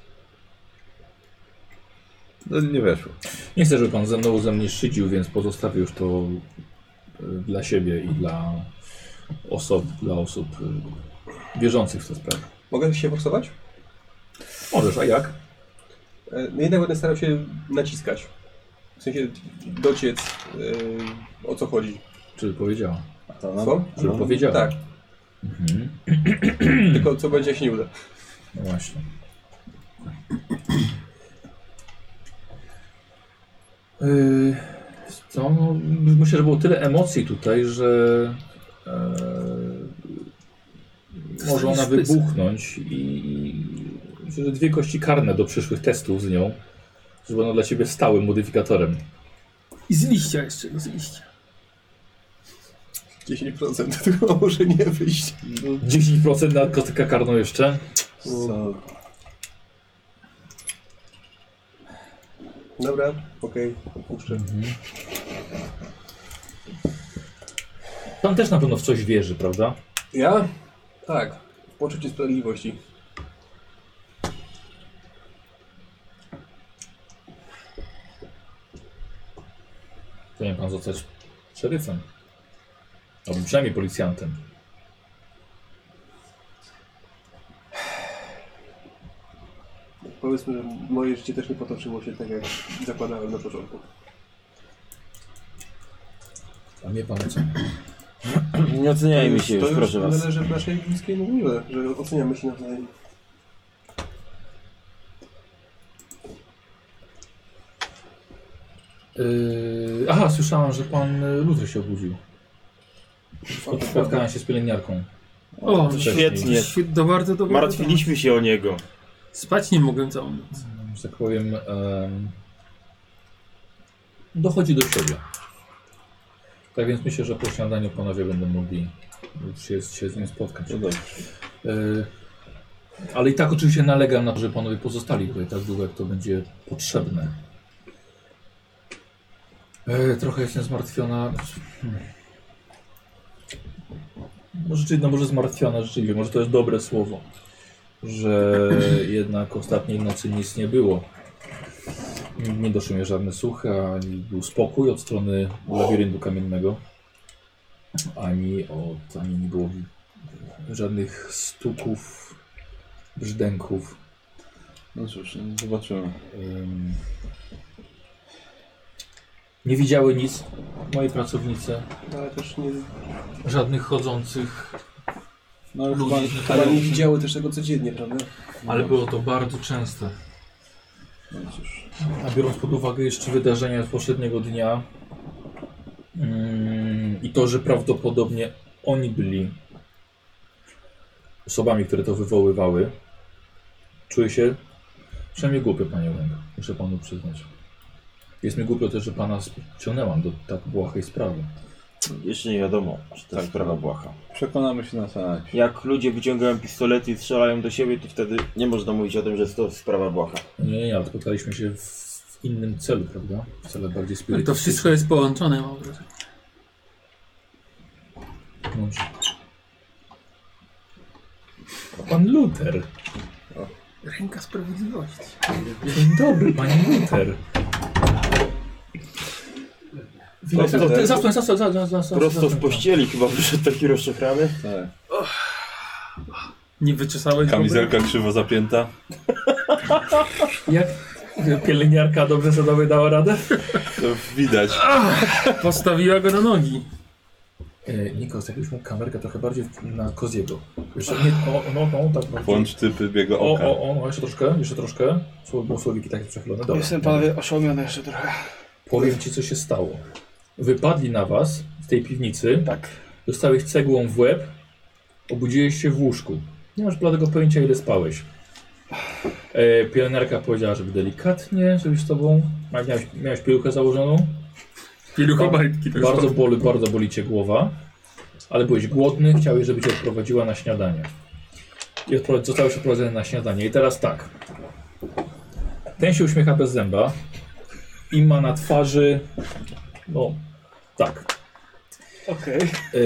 No nie weszło. Nie chcę, żeby pan ze mnie szydził, więc pozostawię już to dla siebie i dla osób wierzących w tę sprawę. Mogę się forsować? Możesz, a jak? No jednak będę starał się naciskać. W sensie dociec, o co chodzi. Czy powiedziała? Co? Żeby powiedziała. Tak. Mhm. Tylko co będzie, jak się nie uda. No właśnie. Co? No, myślę, że było tyle emocji tutaj, że może ona wybuchnąć i myślę, że 2 kości karne do przyszłych testów z nią, żeby ona dla ciebie stałym modyfikatorem. I z liścia jeszcze, z liścia. 10% tego może nie wyjść. 10% na kostkę karną jeszcze. Co? Dobra, okej, puszczę. Pan też na pewno w coś wierzy, prawda? Ja? Tak, w poczucie sprawiedliwości. Powinien pan zostać szeryfem. Albo przynajmniej policjantem. Powiedzmy, że moje życie też nie potoczyło się tak, jak zakładałem na początku. A mnie pan ocenia. Nie oceniajmy się już, proszę To was. zależy w naszej bliskiej mówile, że oceniamy się nawzajem. Aha, słyszałam, że pan Luther się obudził. Spotkałem się z pielęgniarką. O, To świetnie. To bardzo to Martwiliśmy się o niego. Spać nie mogłem całą noc. Że tak powiem, dochodzi do siebie. Tak więc myślę, że po śniadaniu panowie będą mogli się z nim spotkać. No dobrze. Ale i tak oczywiście nalegam na to, że panowie pozostali tutaj tak długo, jak to będzie potrzebne. Trochę jestem zmartwiona. Może zmartwiona rzeczywiście, może to jest dobre słowo, że jednak ostatniej nocy nic nie było. Nie doszły mnie żadne słuchy, ani był spokój od strony labiryntu kamiennego, ani nie było żadnych stuków, brzdęków. No cóż, zobaczymy. Nie widziały nic moje pracownice, Ale też nie, żadnych chodzących No ale ludzi. ale nie widziały też tego codziennie, prawda? Ale było to bardzo częste. No cóż. A biorąc pod uwagę jeszcze wydarzenia z poprzedniego dnia i to, że prawdopodobnie oni byli osobami, które to wywoływały, czuję się przynajmniej głupio, panie Łęga. Muszę panu przyznać. Jest mi głupio też, że pana ciągnęłam do tak błahej sprawy. Jeszcze nie wiadomo, czy to Tak, sprawa no. błaha. Przekonamy się na senacie. Jak ludzie wyciągają pistolety i strzelają do siebie, to wtedy nie można mówić o tym, że jest to sprawa błaha. Nie, ale spotkaliśmy się w innym celu, prawda? W celu bardziej No i to spirytystycznym. wszystko jest połączone, mam wrażenie. Dobrze. Pan Luther. Ręka sprawiedliwości. Dzień dobry, panie Luther. Zastań. Prosto z pościeli chyba wyszedł taki rozczochrany. Tak. Nie wyczesałeś Kamizelka krzywo zapięta. Jak pielęgniarka dobrze sobie dała radę? To widać. Postawiła go na nogi. Nikos, jakbyś mógł kamerkę trochę bardziej na Koziego. Jeszcze nie, tak bardziej. Włącz typy biegu oka. No, jeszcze troszkę. Bo słowiki takie przechylone. Dobra. Jestem panowie oszołomiony jeszcze trochę. Powiem ci, co się stało. Wypadli na was z tej piwnicy, Tak. dostałeś cegłą w łeb, obudziłeś się w łóżku. Nie masz bladego pojęcia, ile spałeś. Pielęgniarka powiedziała, żeby delikatnie, żebyś z tobą... Miałeś pieluchę założoną. Pieluchobajtki też. Bardzo boli cię głowa, ale byłeś głodny, chciałeś, żeby cię odprowadziła na śniadanie. I zostałeś odprowadzony na śniadanie. I teraz tak. Ten się uśmiecha bez zęba i ma na twarzy... No, tak. Okej.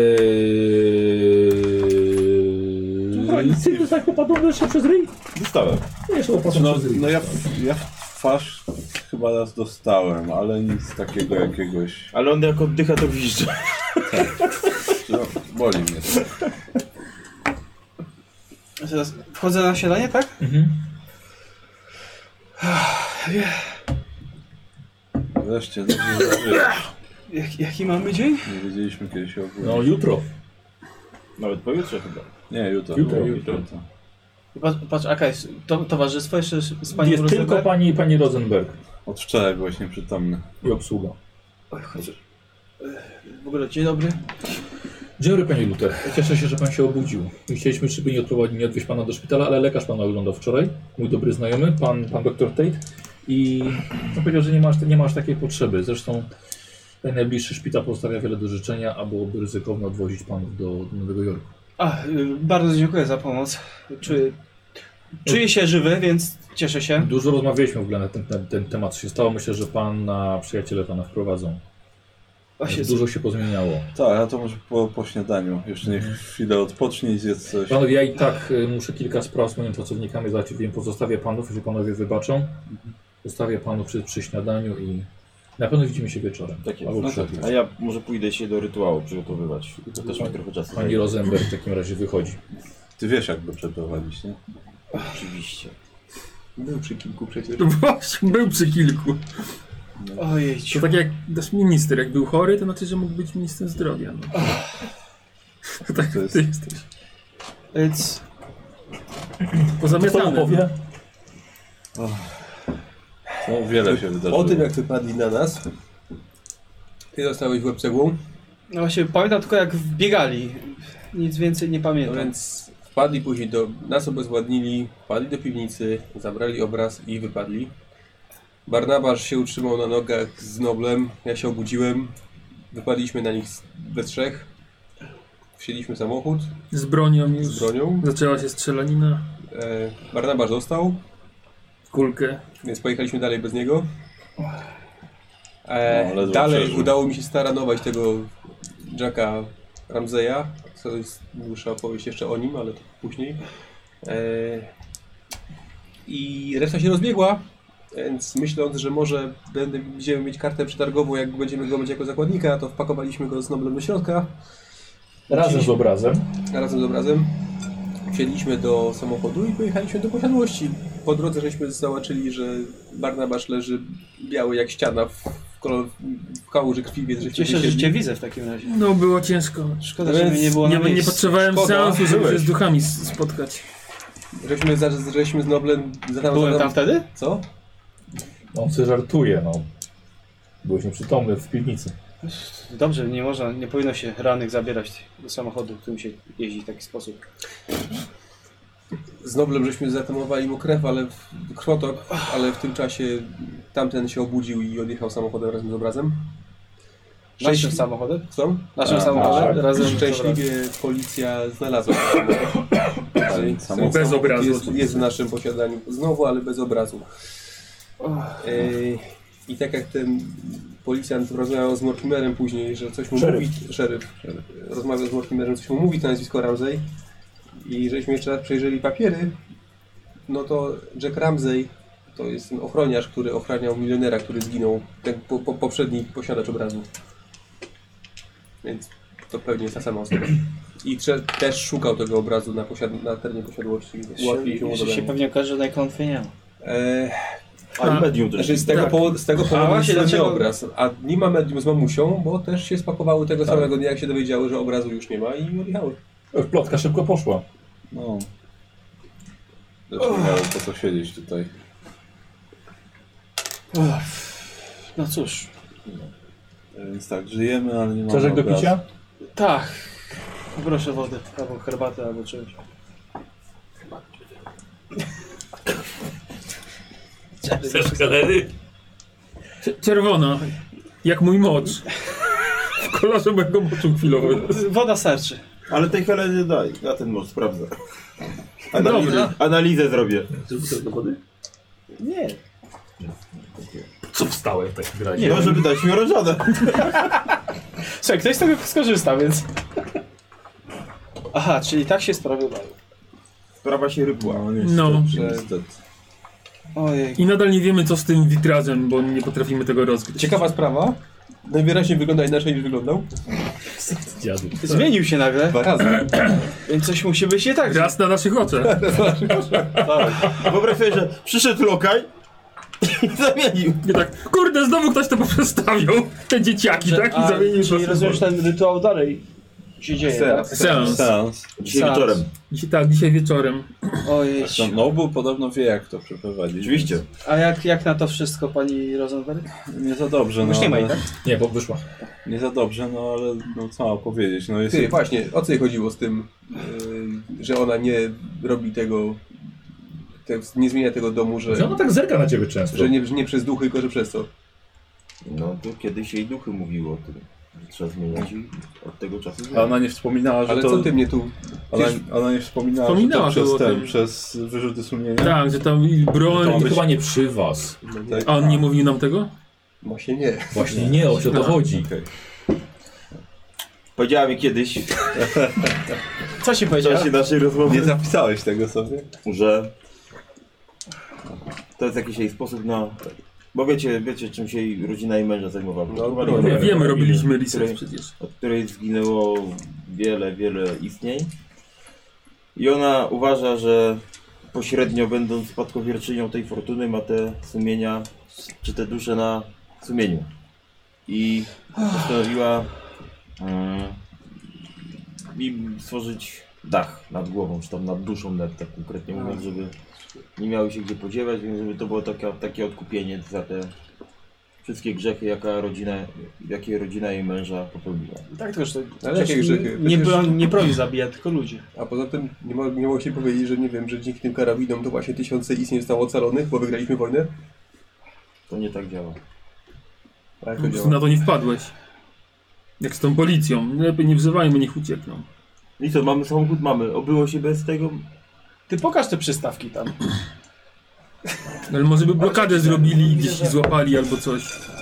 Ty dostałeś popadł jeszcze przez ryj? Dostałem. Jeszcze popadł No, przez ryj. no ja w twarz chyba raz dostałem, ale nic takiego jakiegoś... Ale on jak oddycha, to wjeżdża. No, boli mnie to. Teraz wchodzę na śniadanie, tak? Mhm. Wreszcie, dobrze, że Jaki mamy dzień? nie wiedzieliśmy kiedy się obudzić. No jutro. Nawet pojutrze chyba. Nie, jutro. Jutro. Patrz, Aka jest towarzystwo jeszcze z panią Jest tylko Rosenberg? pani Rosenberg Od wczoraj byłeś nieprzytomny. i obsługa. Oj, chodź. W ogóle dzień dobry. Dzień dobry, panie Luther. Cieszę się, że pan się obudził. Chcieliśmy szybko nie odwieźć pana do szpitala, ale lekarz pana oglądał wczoraj. Mój dobry znajomy, pan dr Tate. I on powiedział, że nie masz takiej potrzeby. Zresztą ten najbliższy szpital pozostawia wiele do życzenia, a byłoby ryzykowne odwozić panów do Nowego Jorku. Bardzo dziękuję za pomoc. Czuję się żywy, więc cieszę się. Dużo rozmawialiśmy w ogóle na ten temat, co się stało. Myślę, że przyjaciele pana wprowadzą. Właśnie, Dużo się pozmieniało. Tak, a to może po śniadaniu. Jeszcze niech chwilę odpocznie i zjedz coś. Panowie, ja i tak muszę kilka spraw z moimi pracownikami załatwić, więc pozostawię panów, jeżeli panowie wybaczą. Zostawię panów przy śniadaniu i na pewno widzimy się wieczorem. Tak jest. Albo No przed. tak. A ja może pójdę się do rytuału przygotowywać. To też mi trochę czasu Pani zajmie. Rosenberg w takim razie wychodzi. Ty wiesz jak go przeprowadzić, nie? Oczywiście. Był przy kilku przecież. No właśnie, był przy kilku. Ojejciu. To tak jak nasz minister, jak był chory, to znaczy, że mógł być ministrem zdrowia. No. To tak To jak jest- ty jesteś. Więc Pozamiatane. powie? No, wiele się wydarzyło. O tym, jak wypadli na nas. Ty dostałeś w łeb cegłą, no właśnie pamiętam tylko jak wbiegali. Nic więcej nie no pamiętam. więc wpadli później nas obezwładnili, wpadli do piwnicy, zabrali obraz i wypadli. Barnabasz się utrzymał na nogach z Noblem, ja się obudziłem, wypadliśmy na nich we trzech. Wsiedliśmy w samochód Z bronią już. z bronią. Zaczęła się strzelanina. Barnabasz dostał, Kulkę. więc pojechaliśmy dalej bez niego. ledwo Dalej przeżył. udało mi się staranować tego Jacka Ramseya. To jest dłuższa opowieść jeszcze o nim, ale to później. I reszta się rozbiegła, więc myśląc, że może będziemy mieć kartę przetargową, jak będziemy go mieć jako zakładnika, to wpakowaliśmy go z Noblem do środka. Razem z obrazem. Razem z obrazem. Wsiedliśmy do samochodu i pojechaliśmy do posiadłości. Po drodze żeśmy zobaczyli, że Barnabasz leży biały jak ściana w kałuży krwi, więc żeśmy Cieszę się, że wysiedli. cię widzę w takim razie. No było ciężko. Szkoda, że mnie nie było na Nie miejscu. potrzebowałem Szkoda. seansu, żeby się Byłeś. z duchami spotkać. Żeśmy z Noblem... Byłem tam wtedy? Co? On sobie żartuje, no. Byłeś nieprzytomny w piwnicy. Dobrze, nie powinno się rannych zabierać do samochodu, w którym się jeździ w taki sposób. Z Noblem żeśmy zatamowali mu krew, krwotok, ale w tym czasie tamten się obudził i odjechał samochodem razem z obrazem. Naszym samochodem? Co? Naszym samochodem? tak. Razem Szczęśliwie policja znalazła Samochód. Bez obrazu. jest w naszym posiadaniu znowu, ale bez obrazu. I tak jak ten policjant rozmawiał z Mortimerem później, że coś mu mówi, szeryf rozmawiał z Mortimerem, coś mu mówi to nazwisko Ramsey i żeśmy jeszcze raz przejrzeli papiery, no to Jack Ramsey to jest ten ochroniarz, który ochraniał milionera, który zginął, ten poprzedni posiadacz obrazu. Więc to pewnie jest ta sama osoba. I też szukał tego obrazu na terenie posiadłości. Ułatwił się Jeszcze się pewnie okaże, że na klątwie nie ma. A i medium też. Znaczy z tego powodu właśnie, jest dlaczego- obraz. A nie ma medium z mamusią, bo też się spakowały tego samego dnia, jak się dowiedziały, że obrazu już nie ma i odjechały. Plotka szybko poszła. No. Też nie miało po co siedzieć tutaj. No cóż. Więc tak, żyjemy, ale nie mamy Czarek do obrazu. picia? Tak. Proszę wodę, albo herbatę, albo czymś. Chcesz kalery? Czerwona. Jak mój mocz. W kolorze mojego moczu chwilowy. Woda starczy. Ale tej Heleny daj, ja ten może sprawdzę. Dobra. Analizę zrobię. Do wody? Nie. Co wstałeś w takim razie? No, żeby dać mi orężadę. Słuchaj, ktoś z tego skorzysta, więc... Aha, czyli tak się sprawy mają. Sprawa się rybła. No. Niestety. Ojej. I nadal nie wiemy, co z tym witrażem, bo nie potrafimy tego rozgryźć. Ciekawa sprawa. Najwyraźniej wygląda inaczej niż wyglądał. Dziadu. Zmienił się nagle, 2 razy. więc coś musi być nie tak. Raz na naszych oczach. Wyobraź sobie, że przyszedł lokaj i zamienił. I tak, kurde, znowu ktoś to poprzestawiał. Te dzieciaki, tak? I zamienił czyli to. rozumiem, że ten rytuał dalej się dzieje, tak? Seans. Seans. Dzisiaj Seans. wieczorem. Dzisiaj wieczorem. Ojej. No, Nobu podobno wie, jak to przeprowadzić. Oczywiście. A jak na to wszystko pani Rosenberg? Nie za dobrze, no Już nie ma ale... jej, tak? Nie, bo wyszła. Nie za dobrze, no ale no co mam powiedzieć, no jest... Ty, właśnie, o co jej chodziło z tym, że ona nie robi tego, nie zmienia tego domu, Że ona tak zerka na ciebie często. że nie przez duchy, tylko że przez co? No to kiedyś jej duchy mówiło o tym, że trzeba zmieniać i od tego czasu A zmienia. ona nie wspominała, że Ale to... co ty mnie tu... Ona nie wspominała, Wspominała że to to o przez tym. przez wyrzuty sumienia? Tak, że tam i To broń. on chyba nie przy was. A on nie mówił nam tego? Właśnie nie. Właśnie nie, o co to chodzi. Okej. Powiedziała mi kiedyś, Co ci w powiedziała? czasie naszej rozmowy, Nie zapisałeś tego sobie? że to jest jakiś jej sposób na... Bo wiecie czym się jej rodzina i męża zajmowała. No, Próbowali- no, Wiemy, robiliśmy research Której- przecież. od której zginęło wiele istnień. I ona uważa, że pośrednio będąc spadkobierczynią tej fortuny ma te sumienia, czy te dusze na sumieniu. I postanowiła im stworzyć dach nad głową, czy tam nad duszą, nawet tak konkretnie mówiąc, żeby nie miały się gdzie podziewać, więc żeby to było takie odkupienie za te wszystkie grzechy, jakie rodzina jej męża popełniła. Tak, tylko że to Ale jakie grzechy? nie broni zabija, tylko ludzie. A poza tym nie mogę się powiedzieć, że nie wiem, że dzięki tym karabinom to właśnie tysiące istnień zostało ocalonych, bo wygraliśmy wojnę? To nie tak działa. A jak Po to prostu działa? na to nie wpadłeś. Jak z tą policją. Lepiej nie wzywajmy, niech uciekną. I co, mamy samochód? Mamy. Obyło się bez tego? Ty pokaż te przystawki tam. Ale może by blokadę zrobili i gdzieś ich złapali albo coś.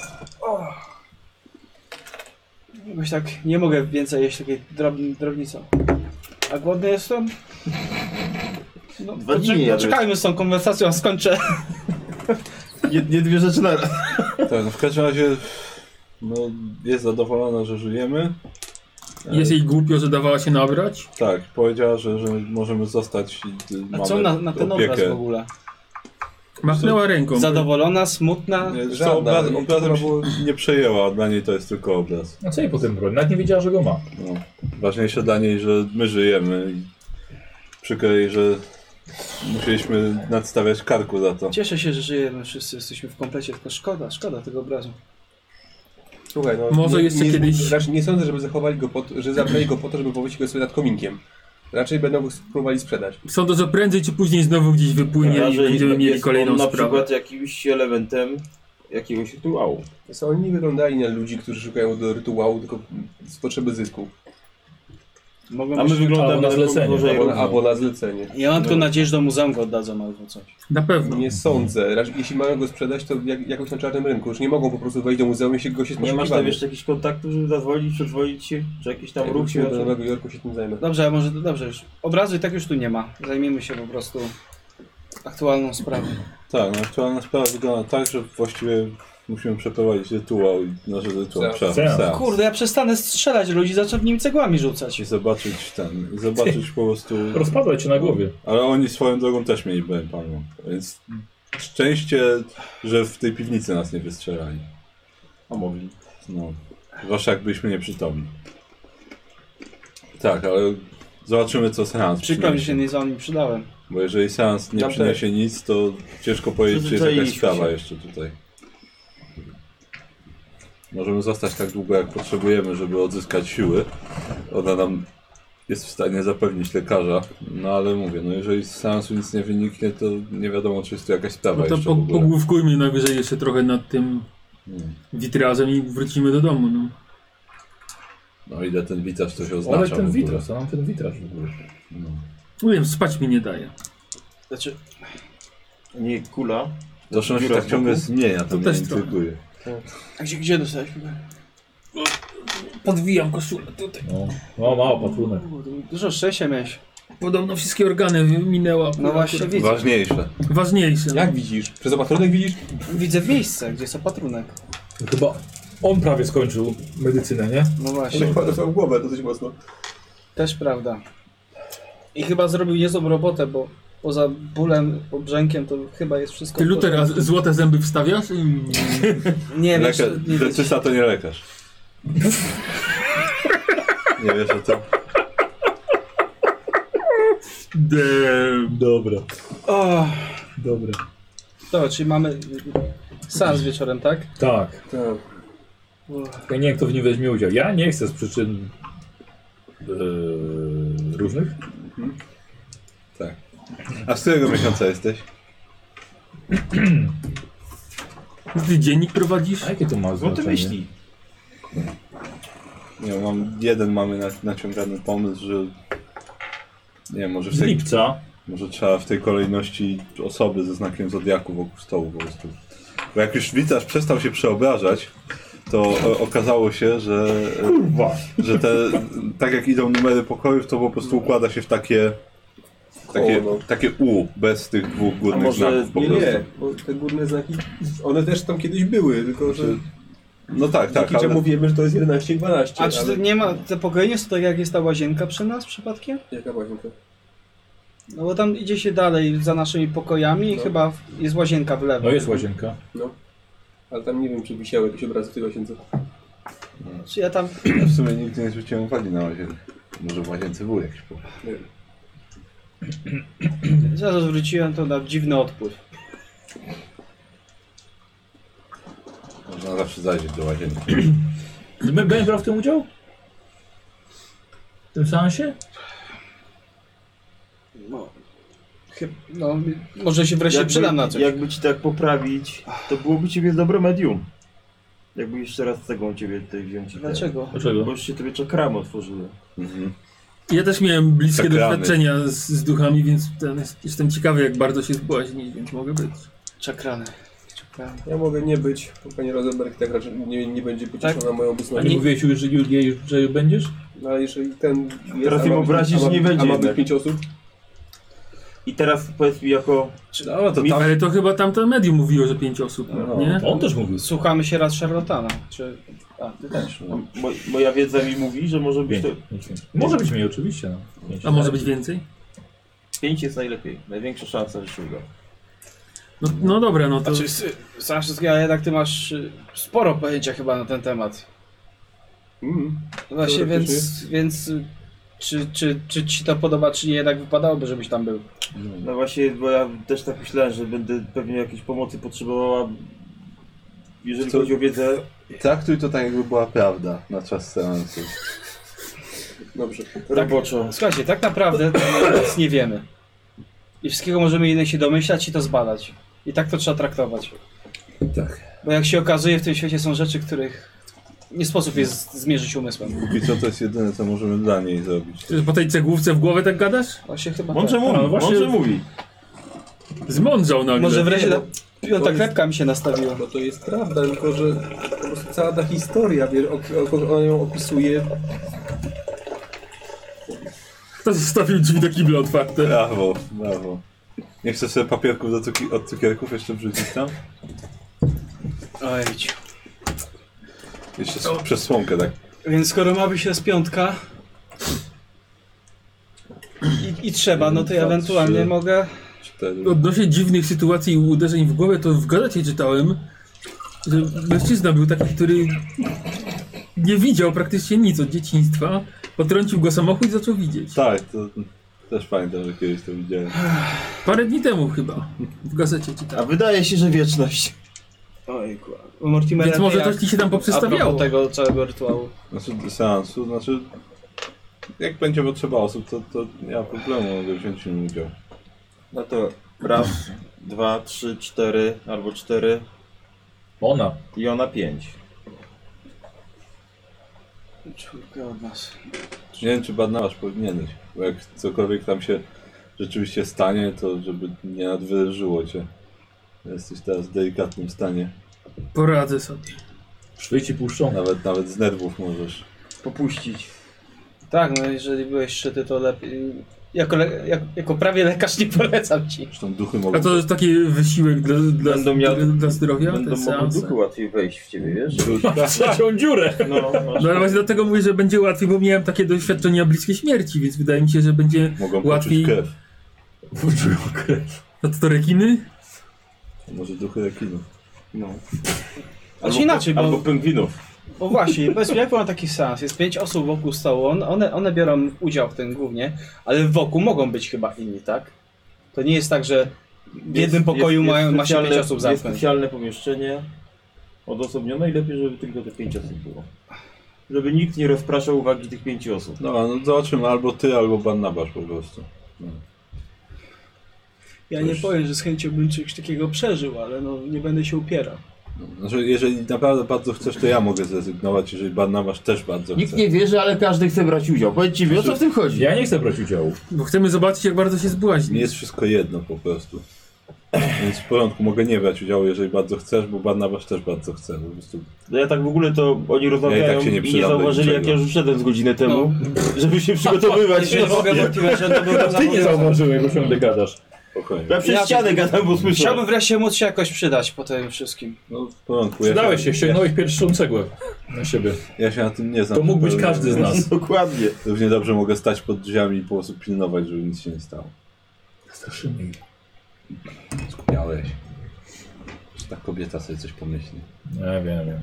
Jakoś tak nie mogę więcej jeść takiej drobnicą. A głodny jestem? No, 2 dni nie jadłeś. poczekajmy z tą konwersacją, skończę. Nie dwie rzeczy na raz. Tak, no w każdym razie no, jest zadowolona, że żyjemy. Jest jej głupio, że dawała się nabrać? Tak, powiedziała, że możemy zostać i A mamy co na ten obraz opiekę. w ogóle? Machnęła ręką. Zadowolona, smutna? Nie, Żadna. obrazem się nie przejęła, dla niej to jest tylko obraz. A co jej potem broń? Nawet nie wiedziała, że go ma. No. Ważniejsze dla niej, że my żyjemy i przykro jej, że musieliśmy nadstawiać karku za to. Cieszę się, że żyjemy, wszyscy jesteśmy w komplecie, tylko szkoda tego obrazu. Słuchaj, no, Może jeszcze kiedyś- Raczej nie sądzę, żeby zachowali go że zabrali go po to, żeby powiesić go sobie nad kominkiem. Raczej będą go próbowali sprzedać. Sądzę, że prędzej czy później znowu gdzieś wypłynie i będziemy mieli kolejną na sprawę. przykład jakimś elementem jakiegoś rytuału. Co, oni nie wyglądali na ludzi, którzy szukają do rytuału, tylko z potrzeby zysku. Mogą A my być... wyglądamy albo na na zlecenie, zlecenie. Albo na zlecenie. Ja mam tylko nadzieję, że do muzeum go oddadzą albo coś. Na pewno. Nie sądzę. Jeśli mają go sprzedać, to jakoś na czarnym rynku. Już nie mogą po prostu wejść do muzeum, jeśli gość jest Nie masz tam poszukiwany. jeszcze jakichś kontaktów, żeby zadzwonić, przedzwonić się? Czy jakiś tam Jak ruch wrócimy się do Nowego Jorku, się tym zajmę. Dobrze, a może dobrze już. Obrazu i tak już tu nie ma. Zajmiemy się po prostu aktualną sprawą. Tak, no aktualna sprawa wygląda tak, że właściwie musimy przeprowadzić rytuał i nasz rytuał Seans. Kurde, ja przestanę strzelać ludzi, zacznę w nim cegłami rzucać. I zobaczyć po prostu... Rozpadła cię na głowie. Ale oni swoją drogą też mieli broń palną, więc szczęście, że w tej piwnicy nas nie wystrzelali. A mogli. No, zwłaszcza jak byliśmy nieprzytomni. Tak, ale zobaczymy co seans Przykro mi, że się przyniesie. nie za nim przydałem. Bo jeżeli seans nie Tam przyniesie nic, to ciężko powiedzieć, czy jest jakaś Przyzwyczailiśmy sprawa się. jeszcze tutaj. Możemy zostać tak długo jak potrzebujemy, żeby odzyskać siły. Ona nam jest w stanie zapewnić lekarza, no ale mówię, no jeżeli z seansu nic nie wyniknie, to nie wiadomo, czy jest tu jakaś sprawa No to jeszcze w ogóle. pogłówkujmy najwyżej jeszcze trochę nad tym witrażem i wrócimy do domu. No. No ile ten witraż coś oznacza Ale w ten ogóle. witraż, co nam ten witraż w ogóle? No. Nie wiem, spać mi nie daje. Znaczy, Nie kula. Zresztą się Dziura tak w ciągle boku. zmienia, to mnie też trochę. intryguje. a gdzie dostałeś? Podwijam koszulę tutaj. No, mało patrunek. Dużo szczęścia miałeś. Podobno wszystkie organy minęła. No właśnie widzę. Ważniejsze. Ważniejsze. Jak widzisz? Przez opatrunek widzisz? Widzę miejsce, gdzie jest opatrunek. Chyba on prawie skończył medycynę, nie? No On właśnie, chyba dostał w głowę dosyć mocno. też prawda. I chyba zrobił niezłą robotę, bo poza bólem, obrzękiem to chyba jest wszystko... Ty, Luter, a złote zęby wstawiasz? Nie, wiesz, nie wiesz. Dentysta to nie lekarz. Nie wiesz o tym? Dobra, O, dobra. dobra, czyli mamy seans wieczorem, tak? Tak. Tak. Ja nie wiem, kto w nim weźmie udział. Ja nie chcę z przyczyn różnych. Tak. A z którego miesiąca jesteś? Ty dziennik prowadzisz? A jakie to ma Złote znaczenie? myśli. Nie, mamy naciągany pomysł, że nie wiem, może Z lipca. może trzeba w tej kolejności osoby ze znakiem zodiaku wokół stołu po prostu. Bo jak już witraż przestał się przeobrażać, to okazało się, że tak jak idą numery pokojów, to po prostu układa się w takie U, bez tych dwóch A górnych może znaków po Nie, prostu. nie, bo te górne znaki, one też tam kiedyś były, tylko że No tak, dzięki ale czemu wiemy, że to jest 11 i 12. A czy to nie ma, te pokoje nie są tak jak jest ta łazienka przy nas przypadkiem? Jaka łazienka? No bo tam idzie się dalej za naszymi pokojami i No. chyba jest łazienka w lewo. No jest łazienka. No. Ale tam nie wiem, czy wisiały jakieś obrazy w tej łazience. Czy ja tam... ja w sumie nigdy nie zwróciłem uwagi na łazienkę. Może w łazience był jakiś pokój. Nie wiem. Zaraz zwróciłem to na dziwny odpływ. Można zawsze zajrzeć do łazienki. Będziesz brał w tym udział? W tym seansie? No, może się wreszcie przydam na coś. Jakby ci tak poprawić, to byłoby ciebie dobre medium. Jakby jeszcze raz cegą ciebie tutaj wziąć. Dlaczego? Dlaczego? Bo już się tobie czakramy otworzyły. Mhm. Ja też miałem bliskie Sakrany. doświadczenia z duchami, więc jestem ciekawy, jak bardzo się zbłaźni, więc mogę być. Czakrany. Czakrany. Ja mogę nie być, bo pani Rosenberg tak raczej nie będzie pocieszona moją A obecnością. nie mówiłeś już, że będziesz? No ale jeżeli ten jest, Teraz im obrazić nie będzie A ma jednak. być 5 osób? I teraz powiedz mi jako... No to tam... Ale to chyba tamte medium mówiło, że 5 osób, No. nie? On też mówił. Słuchamy się raz szarlatana. Czy... A, ty też. Moja wiedza mi mówi, że może być to... Może być mniej, oczywiście. No. A może być więcej? 5 jest najlepiej. Największa szansa, że się uda. No dobra, no to... Znaczy, sam wszystkiego, ale jednak ty masz sporo pojęcia chyba na ten temat. Właśnie, więc czy ci to podoba, czy nie, jednak wypadałoby, żebyś tam był. No właśnie, bo ja też tak myślałem, że będę pewnie jakiejś pomocy potrzebowała. Jeżeli Co? chodzi o wiedzę, Traktuj to tak, jakby była prawda na czas seansu. Dobrze. roboczo. Słuchajcie, tak naprawdę to nic nie wiemy. I wszystkiego możemy jedynie się domyślać i to zbadać. I tak to trzeba traktować. Tak. Bo jak się okazuje, w tym świecie są rzeczy, których nie sposób jest zmierzyć umysłem. Póki co to jest jedyne, co możemy dla niej zrobić. Po tej cegłówce w głowę tak gadasz? Właśnie chyba Mądrze tak. mówi, No, właśnie- mądrze mówi. Zmądrzał nagle. Może wreszcie Nie, ta piąta klepka mi się nastawiła. Bo to jest prawda, tylko że po prostu cała ta historia, wiesz, on ją opisuje. Kto zostawił drzwi do kibla otwarte? Brawo, brawo. Nie chcesz sobie papierków od cukierków jeszcze wrzucić tam? Ojciu. Jeszcze przez słomkę, tak? Więc skoro ma być raz piątka i trzeba, no to ja 2, ewentualnie 3. mogę... 4. Odnośnie dziwnych sytuacji i uderzeń w głowę, to w gazecie czytałem, że mężczyzna był taki, który nie widział praktycznie nic od dzieciństwa. Potrącił go samochód i zaczął widzieć. Tak, to też pamiętam, że kiedyś to widziałem. Parę dni temu chyba. W gazecie A czytałem. wydaje się, że wieczność. Ojku. U Mortimera Więc może jak coś ci się tam a poprzestawiało. propos tego całego rytuału. Znaczy seansu, znaczy jak będzie potrzeba osób, to nie ma problemu, mogę wziąć w nim udział. No to raz, 2, 3, 4 albo 4 Ona. i ona 5. Czwórka od nas. Nie wiem, czy Barnabasz powinieneś, bo jak cokolwiek tam się rzeczywiście stanie, to żeby nie nadwyrężyło cię. Jesteś teraz w delikatnym stanie. Poradzę sobie. Szwy ci puszczą. Nawet z nerwów możesz. Popuścić. Tak, no jeżeli byłeś szyty, to lepiej... Jako prawie lekarz nie polecam ci. Zresztą duchy mogą... A to jest taki wysiłek dla zdrowia? Będą te mogły seanse? duchy łatwiej wejść w ciebie, wiesz? Masz trzecią dziurę. No, masz... No ale właśnie dlatego mówię, że będzie łatwiej, bo miałem takie doświadczenia bliskie śmierci, więc wydaje mi się, że będzie Mogą łatwiej. poczuć krew. Wyczują krew. No to rekiny? Może duchy rekinów. no. Znaczy inaczej, bo... Albo pingwinów. Bo właśnie, powiedzmy, jak mam taki seans, jest 5 osób wokół stołu, one biorą udział w tym głównie, ale wokół mogą być chyba inni, tak? To nie jest tak, że w jednym pokoju ma się 5 osób Jest zamknąć. specjalne pomieszczenie odosobnione i lepiej, żeby tylko te 5 osób było. Żeby nikt nie rozpraszał uwagi tych 5 osób. No zobaczymy, albo ty, albo Barnabasz po prostu. No. Ja nie powiem, że z chęcią bym coś takiego przeżył, ale no nie będę się upierał. Znaczy, jeżeli naprawdę bardzo chcesz, to ja mogę zrezygnować, jeżeli Barnabasz też bardzo Nikt chce. nie wierzy, ale każdy chce brać udział. Powiedzcie mi, o co w tym chodzi? Ja nie chcę brać udziału. Bo chcemy zobaczyć, jak bardzo się Nie zbłaźni. jest wszystko jedno po prostu. Więc w porządku, mogę nie brać udziału, jeżeli bardzo chcesz, bo Barnabasz też bardzo chce. Po prostu. No ja tak w ogóle to oni rozmawiają Ja i tak się nie i nie przydam do zauważyli, jak niczego. ja już wszedłem z godzinę temu, żeby się przygotowywać. Nie mogę wątpić, że to był Ty nie zauważyłeś, bo ciągle gadasz. Spokojnie. Ja przez ścianę gadam, bo słyszę. Chciałbym wreszcie móc się jakoś przydać po tym wszystkim. No w porządku. Przydałeś się, ściągnąłeś pierwszą cegłę na siebie. Ja się na tym nie znam. To mógł być zupełnie, każdy z więc nas. Dokładnie. Równie dobrze mogę stać pod drzwiami i po prostu pilnować, żeby nic się nie stało. Straszymy ich. Skupiałeś. Że ta kobieta sobie coś pomyśli. Nie wiem.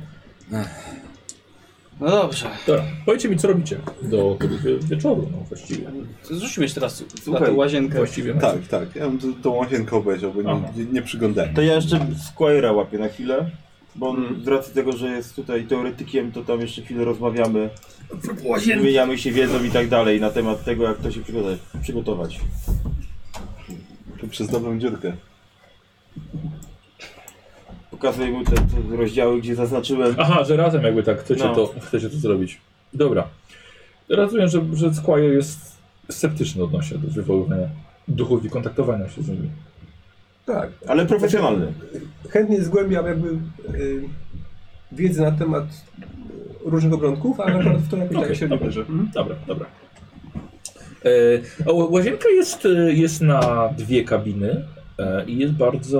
No dobrze. Dobra, powiedzcie mi, co robicie do tego wieczoru, no właściwie. Zrzućmy się teraz na Słuchaj, tę łazienkę. Właściwie Tak. Ja bym tą łazienkę obejrzał, bo Aha. nie przyglądałem. To ja jeszcze Squire'a łapię na chwilę, bo on z racji tego, że jest tutaj teoretykiem, to tam jeszcze chwilę rozmawiamy, wymieniamy się wiedzą i tak dalej na temat tego, jak to się przygotować. To przez dobrą dziurkę. Pokazuję mu te rozdziały, gdzie zaznaczyłem. Aha, że razem jakby tak chcecie, No. chcecie to zrobić. Dobra. Rozumiem, że Squire jest sceptyczny odnośnie do wywoływania duchów i kontaktowania się z nimi. Tak. Ale profesjonalny. Chętnie zgłębiam jakby wiedzę na temat różnych obrączków, ale akurat w to jakoś Okej, tak się nie dobra. wierzę. Dobra. Łazienka jest na 2 kabiny i jest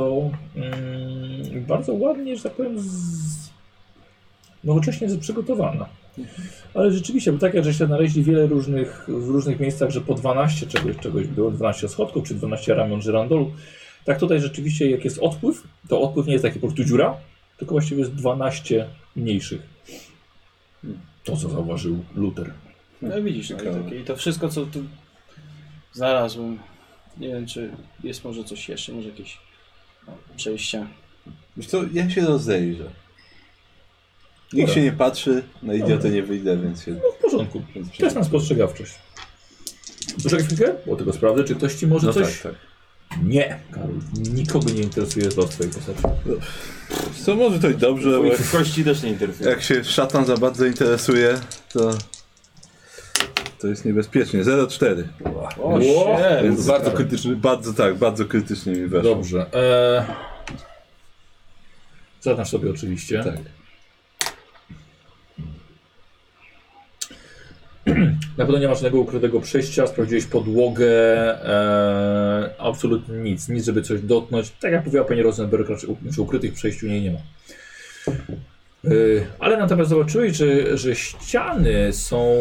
bardzo ładnie, że tak powiem, nowocześnie przygotowana. Ale rzeczywiście, bo tak jak żeście znaleźli w różnych miejscach, że po 12 czegoś było, 12 schodków czy 12 ramion żyrandolu, tak tutaj rzeczywiście jak jest odpływ, to odpływ nie jest taki po prostu dziura, tylko właściwie jest 12 mniejszych. To, co zauważył Luther. No widzisz, no i to wszystko, co tu znalazłem. Nie wiem, czy jest może coś jeszcze, może jakieś przejścia. Wiesz co, ja się rozejrzę. Nikt Dobra. się nie patrzy, na idiotę nie wyjdę, więc się... No w porządku. Więc To jest na spostrzegawczość. Poczekaj chwilkę, bo tego sprawdzę, czy ktoś ci może No coś tak. Nie, Karol, nikogo nie interesuje los twojej postaci. Co może to i dobrze, bo Twoich kości też nie interesuje. jak się szatan za bardzo interesuje, to jest niebezpiecznie. 0,4. O, shit. Więc Bardzo krytyczny. bardzo krytycznie mi weszło. Dobrze. Zaznacz sobie oczywiście. Tak. Na pewno nie masz żadnego ukrytego przejścia, sprawdziłeś podłogę, absolutnie nic, żeby coś dotknąć. Tak jak mówiła pani Rosenberg, raczej ukrytych przejściu nie ma. Ale natomiast zobaczyłeś, że ściany są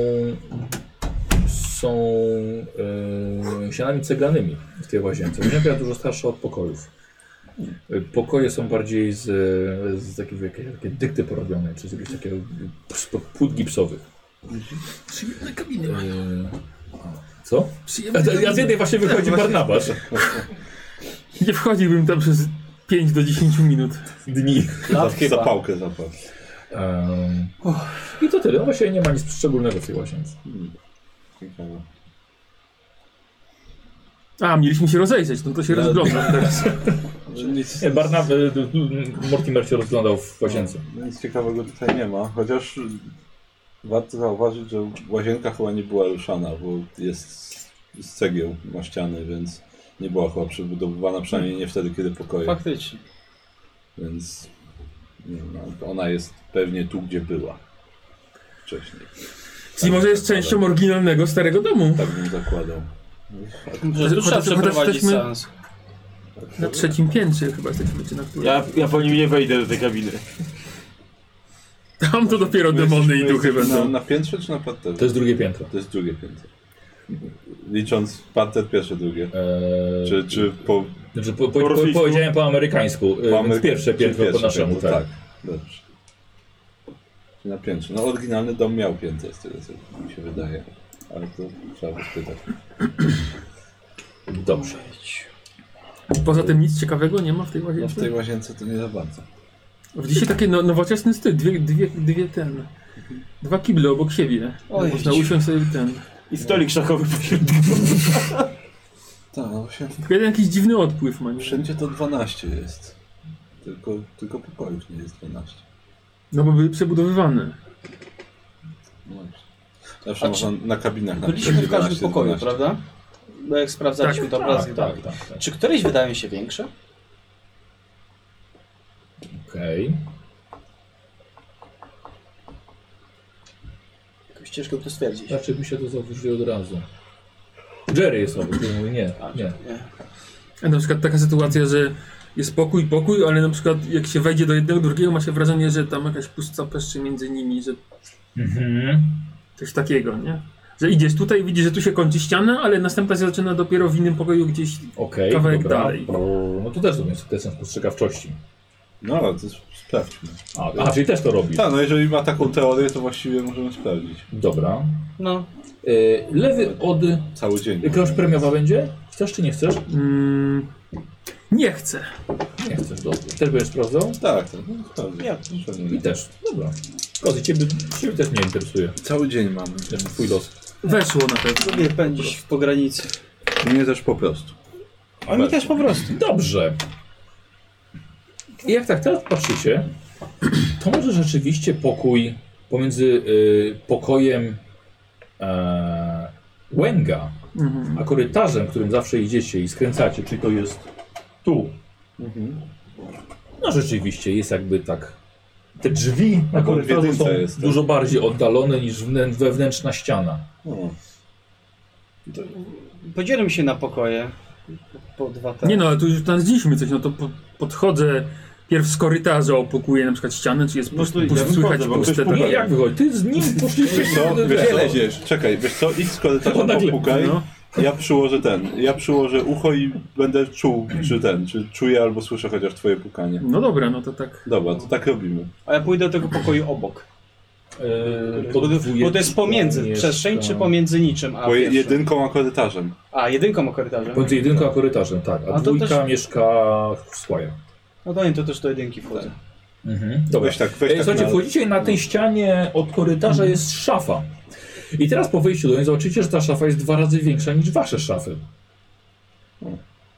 ścianami ceglanymi w tej łazience. Łazienka dużo starsza od pokojów. Pokoje są bardziej z takiego, takie dykty porobione, czy z jakichś takiego płót gipsowych. Przyjemne kabiny. Co? Ja z jednej właśnie wychodzi Barnabasz. Nie wchodziłbym tam przez 5 do 10 minut. Dni. Zapałkę zapał. I to tyle. No właściwie nie ma nic szczególnego w tej łazience. Ciekawe. A, mieliśmy się rozejrzeć, no to się rozglądam teraz. Nic, Nie, Mortimer się rozglądał w łazience. nic ciekawego tutaj nie ma, chociaż warto zauważyć, że łazienka chyba nie była ruszana, bo jest z cegieł ma ściany, więc nie była chyba przebudowywana, przynajmniej nie wtedy, kiedy pokoje. Faktycznie. Więc nie wiem, no, ona jest pewnie tu, gdzie była wcześniej. Czyli może jest częścią oryginalnego starego domu. Tak bym zakładał. Może tu trzeba chociaż przeprowadzić jesteśmy- seans. Na 3. piętrze chyba jesteśmy, czy na którym. Ja po nim nie wejdę do tej kabiny. Tam to dopiero demony i duchy będą. Na piętrze czy na parterze? To jest drugie piętro. To jest drugie piętro. Licząc parter pierwsze, drugie. Czy po Znaczy, rosyjsku? powiedziałem po amerykańsku, więc pierwsze piętro po naszemu, piętro, tak. Dobrze. Czyli na piętrze. No oryginalny dom miał piętro, z tego co mi się wydaje. Ale to trzeba by spytać. Dobrze. Poza tym nic ciekawego nie ma w tej No w łazience? tej łazience to nie za bardzo. Widzicie takie nowoczesny styl, dwa kible obok siebie. Oj, Można usiąść sobie ten. I stolik szachowy pośrodku. Tak, no właśnie. Tylko jeden jakiś dziwny odpływ ma. Nie? Wszędzie to 12 jest. Tylko pokojów nie jest 12. No bo były przebudowywane. No właśnie. Zawsze można na kabinach Byliśmy w każdym 11, pokoju, 12. prawda? Bo jak sprawdzaliśmy to raz i tak. Czy któreś wydają się większe? Okej. Jakoś ciężko to stwierdzić. Dlaczego mi się to zauważyli od razu? Jerry jest obok, który mówi nie. A na przykład taka sytuacja, że jest pokój, ale na przykład jak się wejdzie do jednego, drugiego, ma się wrażenie, że tam jakaś pusta peszczy między nimi, że coś takiego, nie? Że idziesz tutaj i widzisz, że tu się kończy ściana, ale następna się zaczyna dopiero w innym pokoju gdzieś Okej, kawałek dobra. dalej. No to też jest test spostrzegawczości. No ale to sprawdźmy. Czyli też to robi. Tak, no jeżeli ma taką teorię, to właściwie możemy sprawdzić. Dobra. No. Lewy od... Cały dzień. Jakaś premiowa będzie? Chcesz czy nie chcesz? Nie chcę. Nie chcesz, dobrze. Też będziesz sprawdzał? Tak, no, sprawdzę. Ja. I też, dobra. Kozy, ciebie też nie interesuje Cały dzień mamy. ten twój los. Weszło na pewno. Lubię pędzić w pogranicy. Mnie też po prostu. Oni też po prostu. Dobrze. I jak tak teraz patrzycie, to może rzeczywiście pokój pomiędzy pokojem Łęga a korytarzem, którym zawsze idziecie i skręcacie, czyli to jest tu. No rzeczywiście jest jakby tak. Te drzwi na Taką korytarzu są wiedynce jest, tak? dużo bardziej oddalone niż wewnętrzna ściana. No. Podzielmy się na pokoje. Po dwa te. Nie no, ale tu już znaleźliśmy coś, no to podchodzę pierw z korytarza, opokuję na przykład ścianę, czy jest No to ja słychać wychodzę, bo puste. ktoś tak? Nie, jak wychodzi? Ty z nim poszliście. Wiesz co? Czekaj, wiesz co? Idź z korytarza, On nagle- popukaj. no. Ja przyłożę ucho i będę czuł, czy czuję albo słyszę chociaż twoje pukanie. No dobra, no to tak. Dobra, to tak robimy. A ja pójdę do tego pokoju obok. Bo to jest pomiędzy przestrzeń, czy pomiędzy niczym, a Po pierwszym? jedynką a korytarzem. A, jedynką o korytarzem. Pomiędzy jedynką a korytarzem, tak. A A to dwójka też- mieszka w Squire. No to nie, to też do jedynki wchodzę. Dobra. Weź tak Słuchajcie, wchodzicie na tej ścianie od korytarza jest szafa. I teraz po wejściu do niej zobaczycie, że ta szafa jest 2 razy większa niż wasze szafy.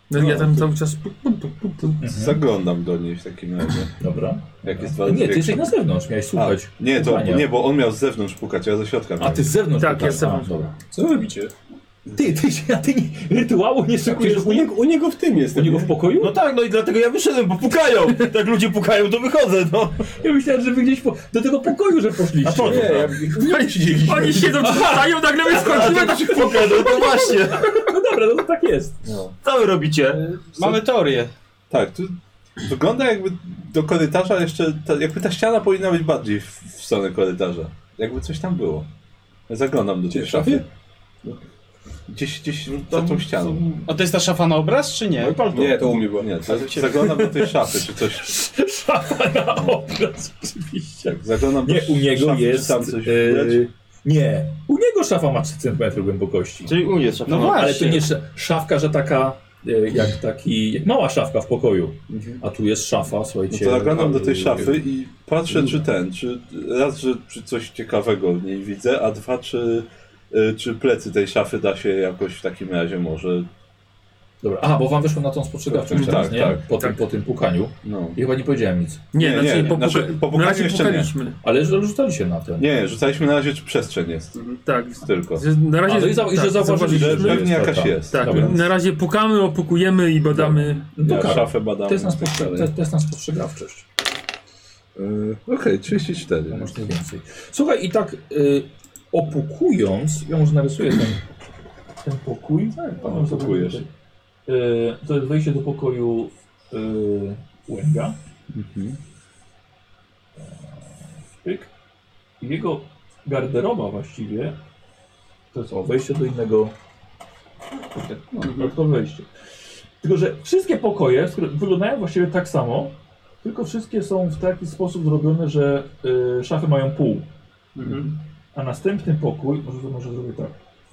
No, ja tam cały czas... Zaglądam do niej w takim razie. Dobra. Jak jest Nie, ty jesteś na zewnątrz, miałeś słuchać. Nie, bo on miał z zewnątrz pukać, a ja ze środka A miałem. ty z zewnątrz Tak, pukasz. ja z zewnątrz. Dobra. Co robicie? Ty rytuału nie szykujesz U niego w tym jest. u niego w pokoju? No tak, no i dlatego ja wyszedłem, bo pukają. Jak ludzie pukają, to wychodzę, no. Ja myślałem, że wy gdzieś do tego pokoju, że poszliście. A po co? Nie, Oni siedzą, czytają, nagle my schodzimy, to się Pukają, no to właśnie. No dobra, no to tak jest. Co wy robicie? Mamy teorię. Tak, tu wygląda jakby do korytarza jeszcze, jakby ta ściana powinna być bardziej w stronę korytarza. Jakby coś tam było. Ja zaglądam do tej szafy. Gdzieś za tą ścianą. A to jest ta szafa na obraz, czy nie? Nie, to u mnie było. Nie, zaglądam do tej szafy, czy coś. Szafa na obraz, oczywiście. Tak, zaglądam do Nie, u niego szafy, jest... czy tam coś nie, u niego szafa ma 3 cm głębokości. Czyli u mnie jest No Ale to właśnie. nie szafka, że taka jak mała szafka w pokoju. A tu jest szafa, No słuchajcie. to zaglądam do tej szafy i patrzę, czy raz, czy coś ciekawego w niej widzę, a dwa, czy plecy tej szafy da się jakoś w takim razie może... Dobra, aha, bo wam wyszło na tą spostrzegawczość Tak, teraz, nie? tak. Po tym pukaniu. No. I chyba nie powiedziałem nic. Nie, znaczy, po na pukaniu razie jeszcze nie. pukaliśmy. Ale rzucali się na ten. Nie, rzucaliśmy na razie, czy przestrzeń jest. Tak. Tylko. Na razie, A, no i że zauważyliśmy, Że że pewnie jest jakaś taka. jest. Tak, Dobra. na razie pukamy, opukujemy i badamy. No Ja tak. szafę badam. To jest na spostrzegawczość. Okej, 34. To masz nie więcej. Słuchaj, i tak opukując, ja może narysuję ten pokój. Tak, opukujesz. To jest wejście do pokoju Łęga. Pyk. I jego garderoba właściwie to jest wejście do innego. To wejście. Tylko, że wszystkie pokoje wyglądają właściwie tak samo, tylko wszystkie są w taki sposób zrobione, że szafy mają pół. A następny pokój, może zrobię tak.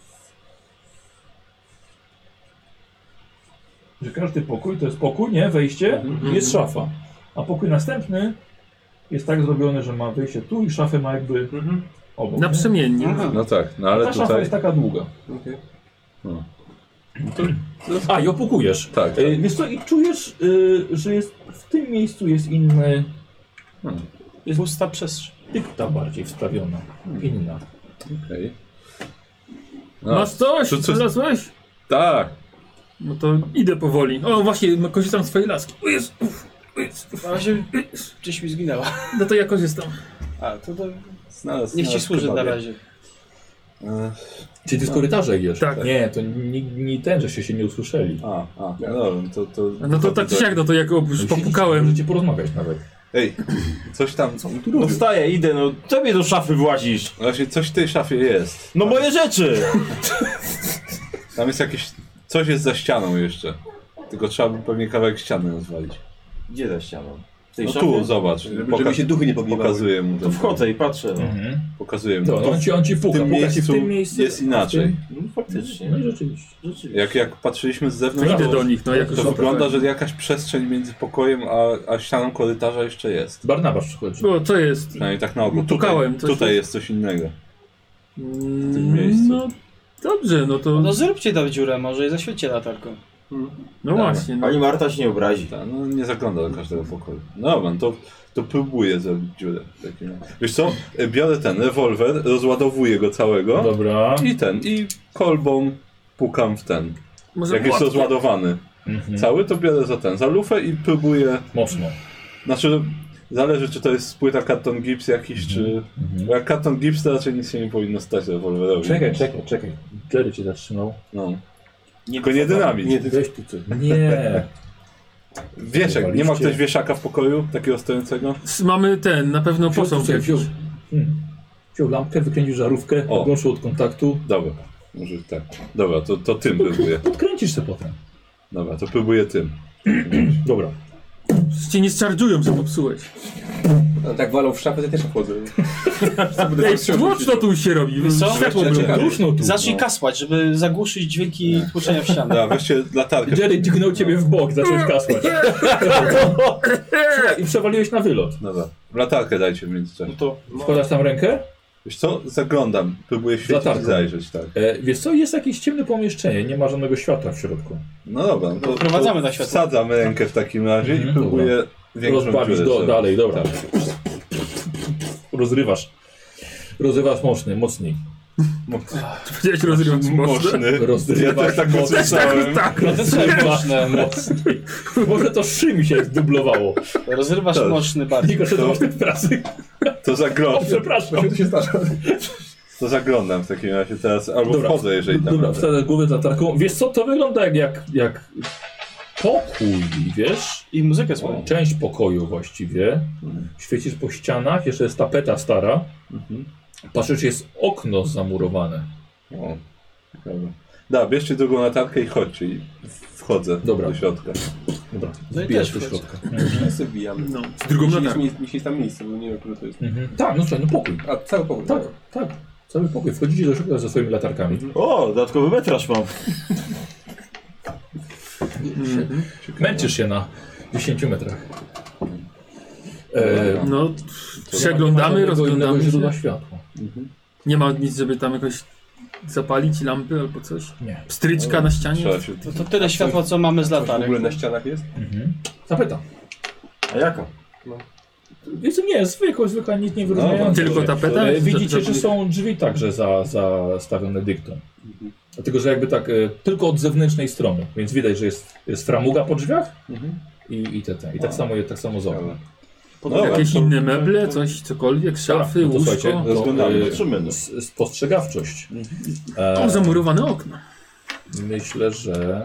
Że każdy pokój to jest pokój, nie? Wejście i jest szafa. A pokój następny jest tak zrobiony, że ma wejście tu i szafę ma jakby obok. nie? Naprzemiennie. No tak, no A ale ta szafa tutaj... jest taka długa. Okay. No. A, i opukujesz. Tak. Wiesz co, i czujesz, że jest w tym miejscu jest inny... Jest pusta przestrzeń. Dykta bardziej wstawiona. Inna. Okej. No, Masz coś? co- Znalazłeś? tak. No to idę powoli. O, właśnie, korzystam z twojej laski. O jest. Na razie gdzieś mi zginęła. No to ja korzystam. A, to Znalazł, niech ci służy na razie. Czyli ty z korytarza idziesz? Tak. Nie, to nie ten, żeście się nie usłyszeli. no dobra, to... No to tak czy siak, no to jak już popukałem. Możecie porozmawiać nawet. Ej, coś tam... No wstaję, idę, no tobie do szafy włazisz. Właśnie coś w tej szafie jest. No moje rzeczy. Tam jest jakieś... Coś jest za ścianą jeszcze. Tylko trzeba by pewnie kawałek ściany rozwalić. Gdzie za ścianą? W tej No szafie? tu, zobacz. Żeby się duchy nie pogniewały. Pokazuję mu. To wchodzę i patrzę, no. Pokazuję mu. To, on ci puka. w tym Puka ci miejscu w tym miejscu jest inaczej. No faktycznie. No i rzeczywiście. Jak patrzyliśmy z To zewnątrz, idę do nich, no jakoś. to wygląda, że jakaś przestrzeń między pokojem a ścianą korytarza jeszcze jest. Barnabasz przychodzi. O, co jest? Przynajmniej tak na oko. Pukałem, coś Tutaj jest. jest coś innego. Mm, miejscu. No dobrze, no to. No zróbcie tam dziurę może i zaświećcie latarką. No właśnie. No. Pani Marta się nie obrazi. Ta, no nie zagląda do każdego pokoju. No dobra, to próbuję zrobić dziurę. Wiesz co? Biorę ten rewolwer, rozładowuję go całego Dobra. i kolbą pukam w ten. Może Jak jest płatkiem. rozładowany cały, to biorę za lufę i próbuję. Mocno. Znaczy, zależy czy to jest płyta karton gips jakiś, czy... Bo jak karton gips, to raczej nic się nie powinno stać rewolwerowi. Czekaj. Jerry cię zatrzymał. No. Tylko nie dynamit. Nie, weź tu coś. Nie. Wieszek, nie ma ktoś wieszaka w pokoju, takiego stojącego? Mamy ten, na pewno posąg jakiś. Wziął lampkę, wykręcił żarówkę, O. odłączył od kontaktu. Dobra, może tak. Dobra, to tym próbuję. Podkręcisz się potem. Dobra, to próbuję tym. Dobra. Cię nie zcharżują, że popsułeś. A tak walą w szafę, to też wchodzę. Ej, głośno tu się robi. Wiesz co? Światło Ja było. czekam. Głośno tu. Zacznij kasłać, żeby zagłuszyć dźwięki tłuczenia w ścianę. Dobra, weźcie latarkę. Jerry dźgnął ciebie w bok, zacząłeś kasłać. Słuchaj, i przewaliłeś na wylot. Dobra, latarkę dajcie w międzyczasie. No to Wkładasz tam rękę Wiesz co? Zaglądam. Próbuję świecić Latarką. i zajrzeć, tak. Wiesz co, jest jakieś ciemne pomieszczenie, nie ma żadnego światła w środku. No dobra, no to Wprowadzamy na światło. wsadzam rękę w takim razie i próbuję większą Rozbawić dziurę zrobić. dalej, dobra. Tak. Rozrywasz mocniej. Powiedziałeś rozrywać mocno. Mocny. Rozrywasz Ja też tak mocno. usłyszałem. Tak, No to trzeba mocne. Mocniej. Może to szymi się zdublowało. Rozrywasz Tak. mocny bardziej. Tylko, że to masz w pracy. To O, zaglądam. przepraszam. To się zdarza. To zaglądam w takim razie teraz, albo Dobra. wchodzę, jeżeli tam Dobra, będę. wsadzę głowę z latarką. Wiesz co, to wygląda jak pokój, wiesz? I muzykę słychać. Część pokoju właściwie. Świecisz po ścianach, jeszcze jest tapeta stara. Patrzysz, jest okno zamurowane. O, dobra. Da, bierzcie drugą latarkę i chodźcie. I wchodzę Dobra. do środka. Dobra, No i wbijasz też do wchodź. środka. Ja sobie wbijam. No, z drugą latarką. Jeśli jest tam miejsce, bo nie wiem, które to jest. Tak, no słuchaj, no pokój. A, cały pokój. Tak, tak. Cały pokój. Wchodzicie do środka ze swoimi latarkami. O, dodatkowy metraż mam. Męczysz się na 10 metrach. No, Nie przeglądamy, ma żadnego rozglądamy innego się. źródła światła. Nie ma nic, żeby tam jakoś zapalić lampy albo coś? Nie. Pstryczka na ścianie? Trzeba się... To tyle światła, co mamy z Coś w latarek. ogóle na ścianach jest? Tapeta. A jaka? Więc nie, zwykła, nic nie wyróżniająca. Tylko tapeta? Widzicie, że są drzwi także zastawione dyktą. Dlatego, że jakby tak, tylko od zewnętrznej strony. Więc widać, że jest framuga po drzwiach i tak samo z okna. No, Jakieś inne meble, coś, cokolwiek, szafy, no to łóżko? słuchajcie, to, Rozglądamy. Patrzymy, no. spostrzegawczość. O, zamurowane okno. Myślę, że...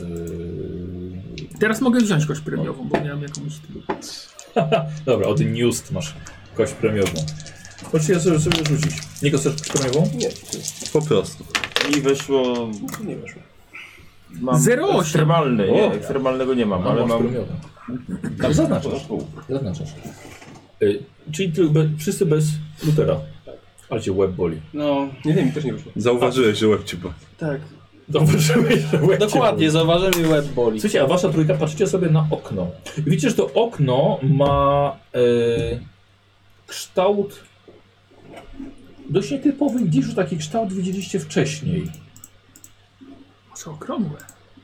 Teraz mogę wziąć kość premiową, bo miałem jakąś... Dobra, od Newst masz kość premiową. Możecie sobie rzucić. Nie chcesz kość premiową? Nie, Po prostu. Mi weszło... nie weszło. Mam 0,8. ekstremalny, O! nie, ekstremalnego nie mam, ale masz mam... premiową. Tak, zaznaczasz. Czyli wszyscy bez Lutera. Ale cię łeb boli. No, Nie, mi też nie wyszło. Zauważyłeś, że łeb ci boli. tak. Zauważyłeś, że łeb cię Dokładnie, boli. zauważyłem i łeb boli. Słuchajcie, a wasza trójka, patrzycie sobie na okno. Widzicie, że to okno ma kształt dość nietypowy. Gdzieś już taki kształt widzieliście wcześniej. Może okrągłe.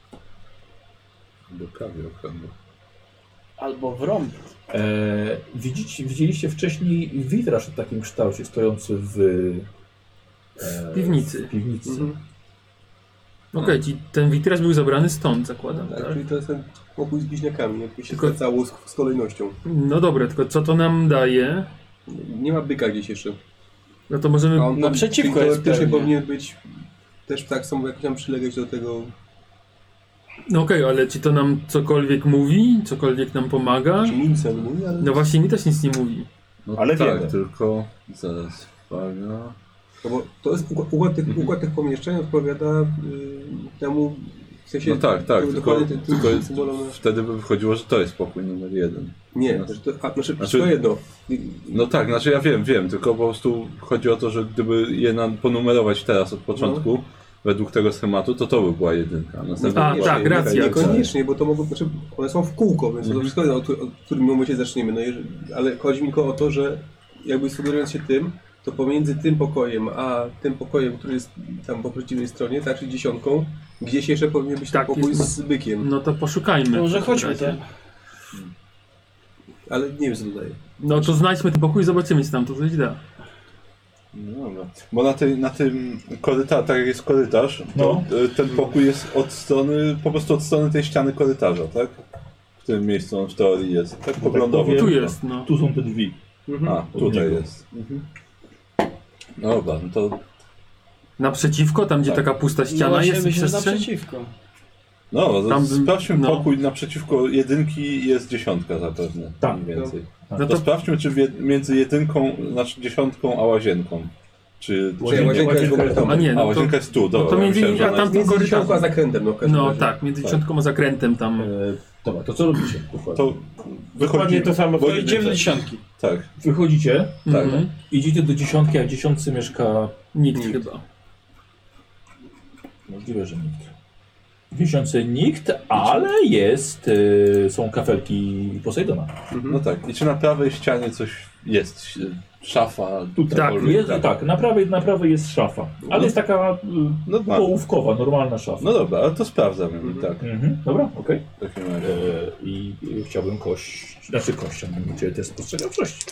Bo prawie okrągło. Albo w rąb. Widzieliście wcześniej witraż w takim kształcie stojący w Piwnicy. w piwnicy. Okej, czyli ten witraż był zabrany stąd, zakładam, Tak, tak? czyli to jest ten pokój z bliźniakami, jakby się Tylko- zgadzało z kolejnością. No dobra, tylko co to nam daje? Nie ma byka gdzieś jeszcze. No to możemy... A on Naprzeciwko jest teoretycznie pewnie. powinien być też tak samo jakoś tam przylegać do tego. No okej, ale czy to nam cokolwiek mówi? Cokolwiek nam pomaga? Czy Nielsen mówi, ale. No właśnie mi też nic nie mówi. No Ale tak, wiemy. tylko... Zaraz, uwaga... No bo to jest układ tych pomieszczeń odpowiada temu. W sensie, No tak, tylko dokładnie tym symbolom. wtedy by wychodziło, że to jest pokój numer 1. Nie, że to, znaczy Znaczy- to jedno. No tak, znaczy ja wiem, tylko po prostu chodzi o to, że gdyby je ponumerować teraz od początku, według tego schematu, to by była jedynka. Następnie A, była tak, jedynka racja. i Niekoniecznie, bo to mogą, znaczy one są w kółko, więc to wszystko jedno, od którym momencie zaczniemy. No, ale chodzi mi tylko o to, że jakby sugerując się tym, to pomiędzy tym pokojem, a tym pokojem, który jest tam po przeciwnej stronie, tak, czyli 10, gdzieś jeszcze powinien być Tak, ten pokój jest- z bykiem. No to poszukajmy. To może w takim chodźmy razie. tam. Ale nie wiem, co to daje. No to znajdźmy ten pokój i zobaczymy, co tam to coś da. No dobra. Bo na tym korytarzu, tak jak jest korytarz, No. to ten pokój jest od strony, po prostu od strony tej ściany korytarza, tak? W tym miejscu on w teorii jest. Tak poglądowo. powiem, Tu jest, no. Tu są te drzwi. A, tutaj niego. jest. No dobra, no to... Naprzeciwko, tam gdzie Tak. taka pusta No ściana właśnie, jest myślę, że przestrzeń? naprzeciwko. No, Tam- sprawdźmy no. pokój naprzeciwko jedynki jest 10 zapewne. Tak. Mniej więcej. No To to sprawdźmy, czy między jedynką, znaczy 10 a łazienką. Czy Łazienka jest w ogóle tam. A nie, A no to, łazienka jest tu, dobra. to między- myślałem, że a ona tam- jest... Między korytarz. 10 a zakrętem, no w każdym no razie. tak, między dziesiątką a zakrętem tam. Dobra, to co robicie? Dokładnie. To Dokładnie wychodzi... to samo, bo co Idziemy do dziesiątki. Tak. Wychodzicie, tak. Mhm. idziecie do 10, a w 10 mieszka... Nikt chyba. Możliwe, że nikt. Wisiący nikt, ale jest, są kafelki Posejdona. No tak. I czy na prawej ścianie coś jest? Szafa? Tutaj Tak, Tak, na prawej jest szafa, ale jest taka połówkowa, normalna szafa. No dobra, ale to sprawdzam ją i tak. Dobra, okej. W takim razie. I chciałbym kością, mam cię test spostrzegawczości.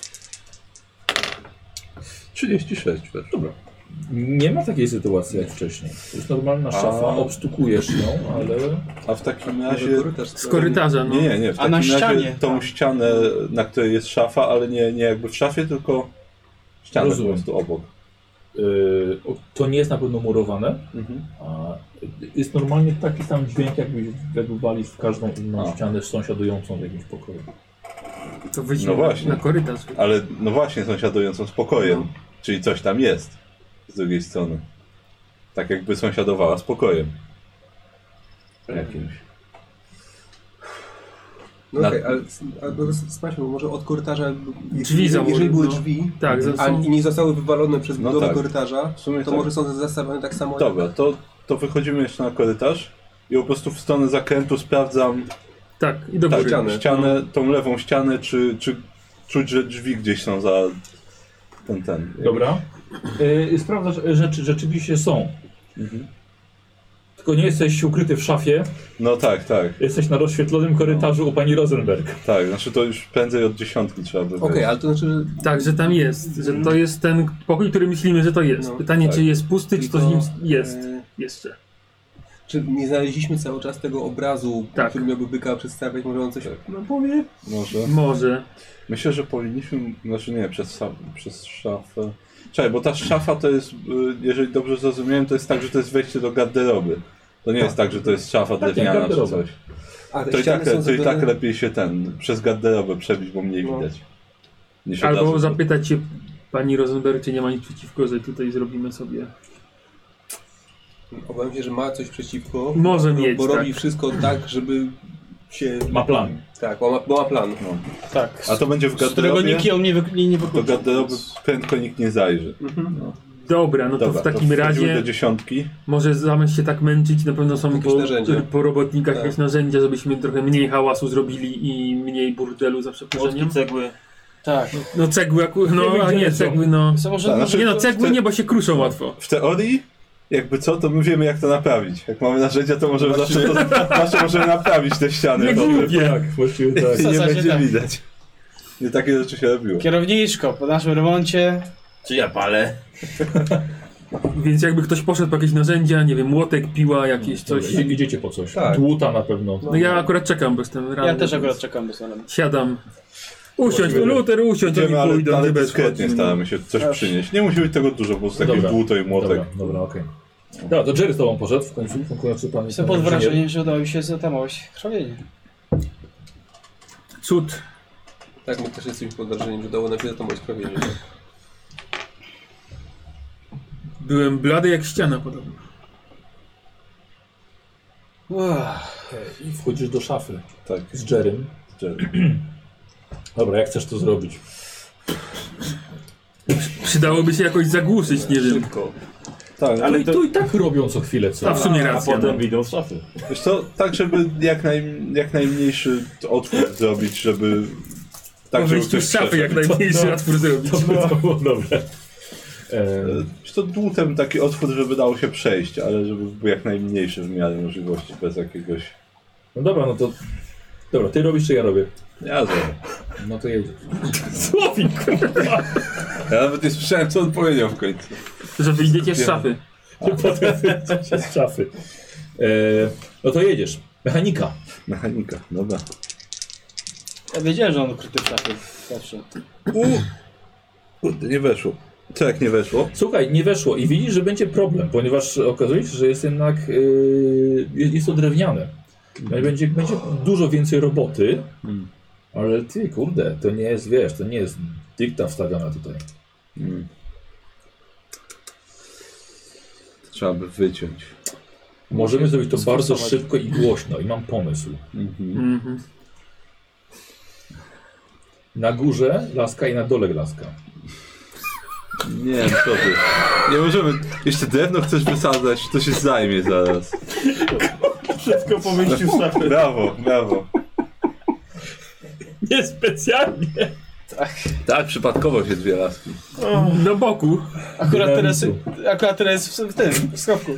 36 weszło. Dobra. Nie ma takiej sytuacji jak wcześniej. To jest normalna szafa, obstukujesz ją, ale... A w takim razie... Z korytarza, no. Nie. W takim na razie ścianie, tą tam. ścianę, na której jest szafa, ale nie jakby w szafie, tylko ścianę po prostu obok. To nie jest na pewno murowane. A jest normalnie taki sam dźwięk, jakbyś wali w każdą inną ścianę sąsiadującą w jakimś pokoju. To wyjdzie No właśnie. na korytarz. Ale no właśnie sąsiadującą z pokojem. Czyli coś tam jest z drugiej strony. Tak jakby sąsiadowała z pokojem. Jakimś. No okej, ale sprawdźmy, może od korytarza, Drzwi jeżeli były no. drzwi, Tak, i nie zostały wywalone przez No budowę tak. korytarza, W sumie to tak. może są zastawione tak samo Dobra, to wychodzimy jeszcze na korytarz i po prostu w stronę zakrętu sprawdzam Tak, i do góry. ścianę, tą lewą ścianę, czy czuć, że drzwi gdzieś są za ten. Dobra. Sprawdzasz, rzeczywiście są. Tylko nie jesteś ukryty w szafie, No tak. jesteś na rozświetlonym korytarzu u pani Rosenberg. Tak, znaczy to już prędzej od 10 trzeba by Okej, ale to znaczy, że Tak, że tam jest, że to jest ten pokój, który myślimy, że to jest. No, Pytanie, tak. czy jest pusty, czy coś w nim jest e, jeszcze. czy nie znaleźliśmy cały czas tego obrazu, Tak. który miałby byka przedstawiać, może on coś Tak. powie? Może. Myślę, że powinniśmy, znaczy nie, przez szafę. Czekaj, bo ta szafa to jest, jeżeli dobrze zrozumiałem, to jest tak, że to jest wejście do garderoby. To nie jest tak, że to jest szafa drewniana czy garderoba. coś. A te To i ściany są tak zrobione- lepiej się przez garderobę przebić, bo mniej No. widać. Niż od Albo razu. zapytać się pani Rosenberg, czy nie ma nic przeciwko, że tutaj zrobimy sobie. Obawiam się, że ma coś przeciwko. Może mieć, bo tak. robi wszystko tak, żeby się... Ma plan. Tak, bo ma plan. No. Tak. A to będzie w z którego garderobie, nikt ją nie do wykluczył. garderoby prędko nikt nie zajrzy. Dobra, no to Dobra, w takim wchodzimy razie do 10. może zamiast się tak męczyć, na pewno są Jakieś narzędzia. po robotnikach Tak. jakieś narzędzia, żebyśmy trochę mniej hałasu zrobili i mniej burdelu za przeproszeniem. cegły. Tak. No cegły akurat, no Nie a nie, wiem, cegły no. Co może... Tak, znaczy- Nie no, cegły nie, bo się kruszą łatwo. W teorii, jakby co, to my wiemy jak to naprawić. Jak mamy narzędzia, to możemy zawsze możemy naprawić te ściany. Nie dobre. głupie. Tak, właściwie tak. I nie zasadzie będzie tak. widać. Nie takie rzeczy się robiło. Kierowniczko, po naszym remoncie... Czy ja palę? Więc jakby ktoś poszedł po jakieś narzędzia, nie wiem, młotek, piła, jakieś coś. Idziecie po coś. Tak. Dłuta na pewno. No ja akurat czekam, bo jestem rano. Ja też akurat czekam bez salem. Siadam. Usiądź, Luter, usiądź, oni Idziemy, ale pójdą, nie bez dyskretnie chodzi. staramy się coś przynieść. Nie musi być tego dużo, po prostu takie Dobra. dłuto i młotek. Dobra, okej. Dobra, to Jerry z tobą poszedł w końcu pan Jestem pod wrażeniem, że udało mi się zatamować krwawienie. Cud. Tak, my też jesteśmy pod wrażeniem, że dało nam się zatamować krwawienie. Byłem blady jak ściana podobno. I wchodzisz do szafy Tak. z Jerrym. Dobra, jak chcesz to zrobić? Przydałoby się jakoś zagłuszyć, nie wiem. Szybko. Tak, Ale to i tak robią co chwilę, co? A w sumie racja. potem idą z szafy. wiesz co, tak żeby jak najmniejszy otwór zrobić, żeby... Po żeby wyjściu ktoś z szafy przeszedł. jak najmniejszy otwór zrobić. To było dobre. Wiesz to dłutem taki otwór, żeby dało się przejść, ale żeby był jak najmniejszy w miarę możliwości, bez jakiegoś... No dobra, no to... Dobra, ty robisz czy ja robię? Ja zrobię. No to jedziesz. Słowik, kurwa! Ja nawet nie słyszałem, co on powiedział w końcu. Że wyjdziecie z szafy. Potem wyjdziecie z szafy. No to jedziesz. Mechanika. Mechanika, dobra. Ja wiedziałem, że on ukryty w szafie. Zawsze. Kurde, nie weszło. Co jak nie weszło? Słuchaj, nie weszło i widzisz, że będzie problem, ponieważ okazuje się, że jest jednak... jest to drewniane. No i będzie dużo więcej roboty. Ale ty, kurde, to nie jest, wiesz, to nie jest dykta wstawiona tutaj. Trzeba by wyciąć. Możemy zrobić to bardzo szybko i głośno i mam pomysł. Mhm. Na górze laska i na dole laska. Nie, co ty. Nie możemy... Jeszcze drewno chcesz wysadzać, to się zajmie zaraz. Wszystko po wyjściu z szafy. Brawo, brawo. Niespecjalnie. Tak, przypadkowo się dwie laski. Do boku. Akurat teraz w tym, w schowku.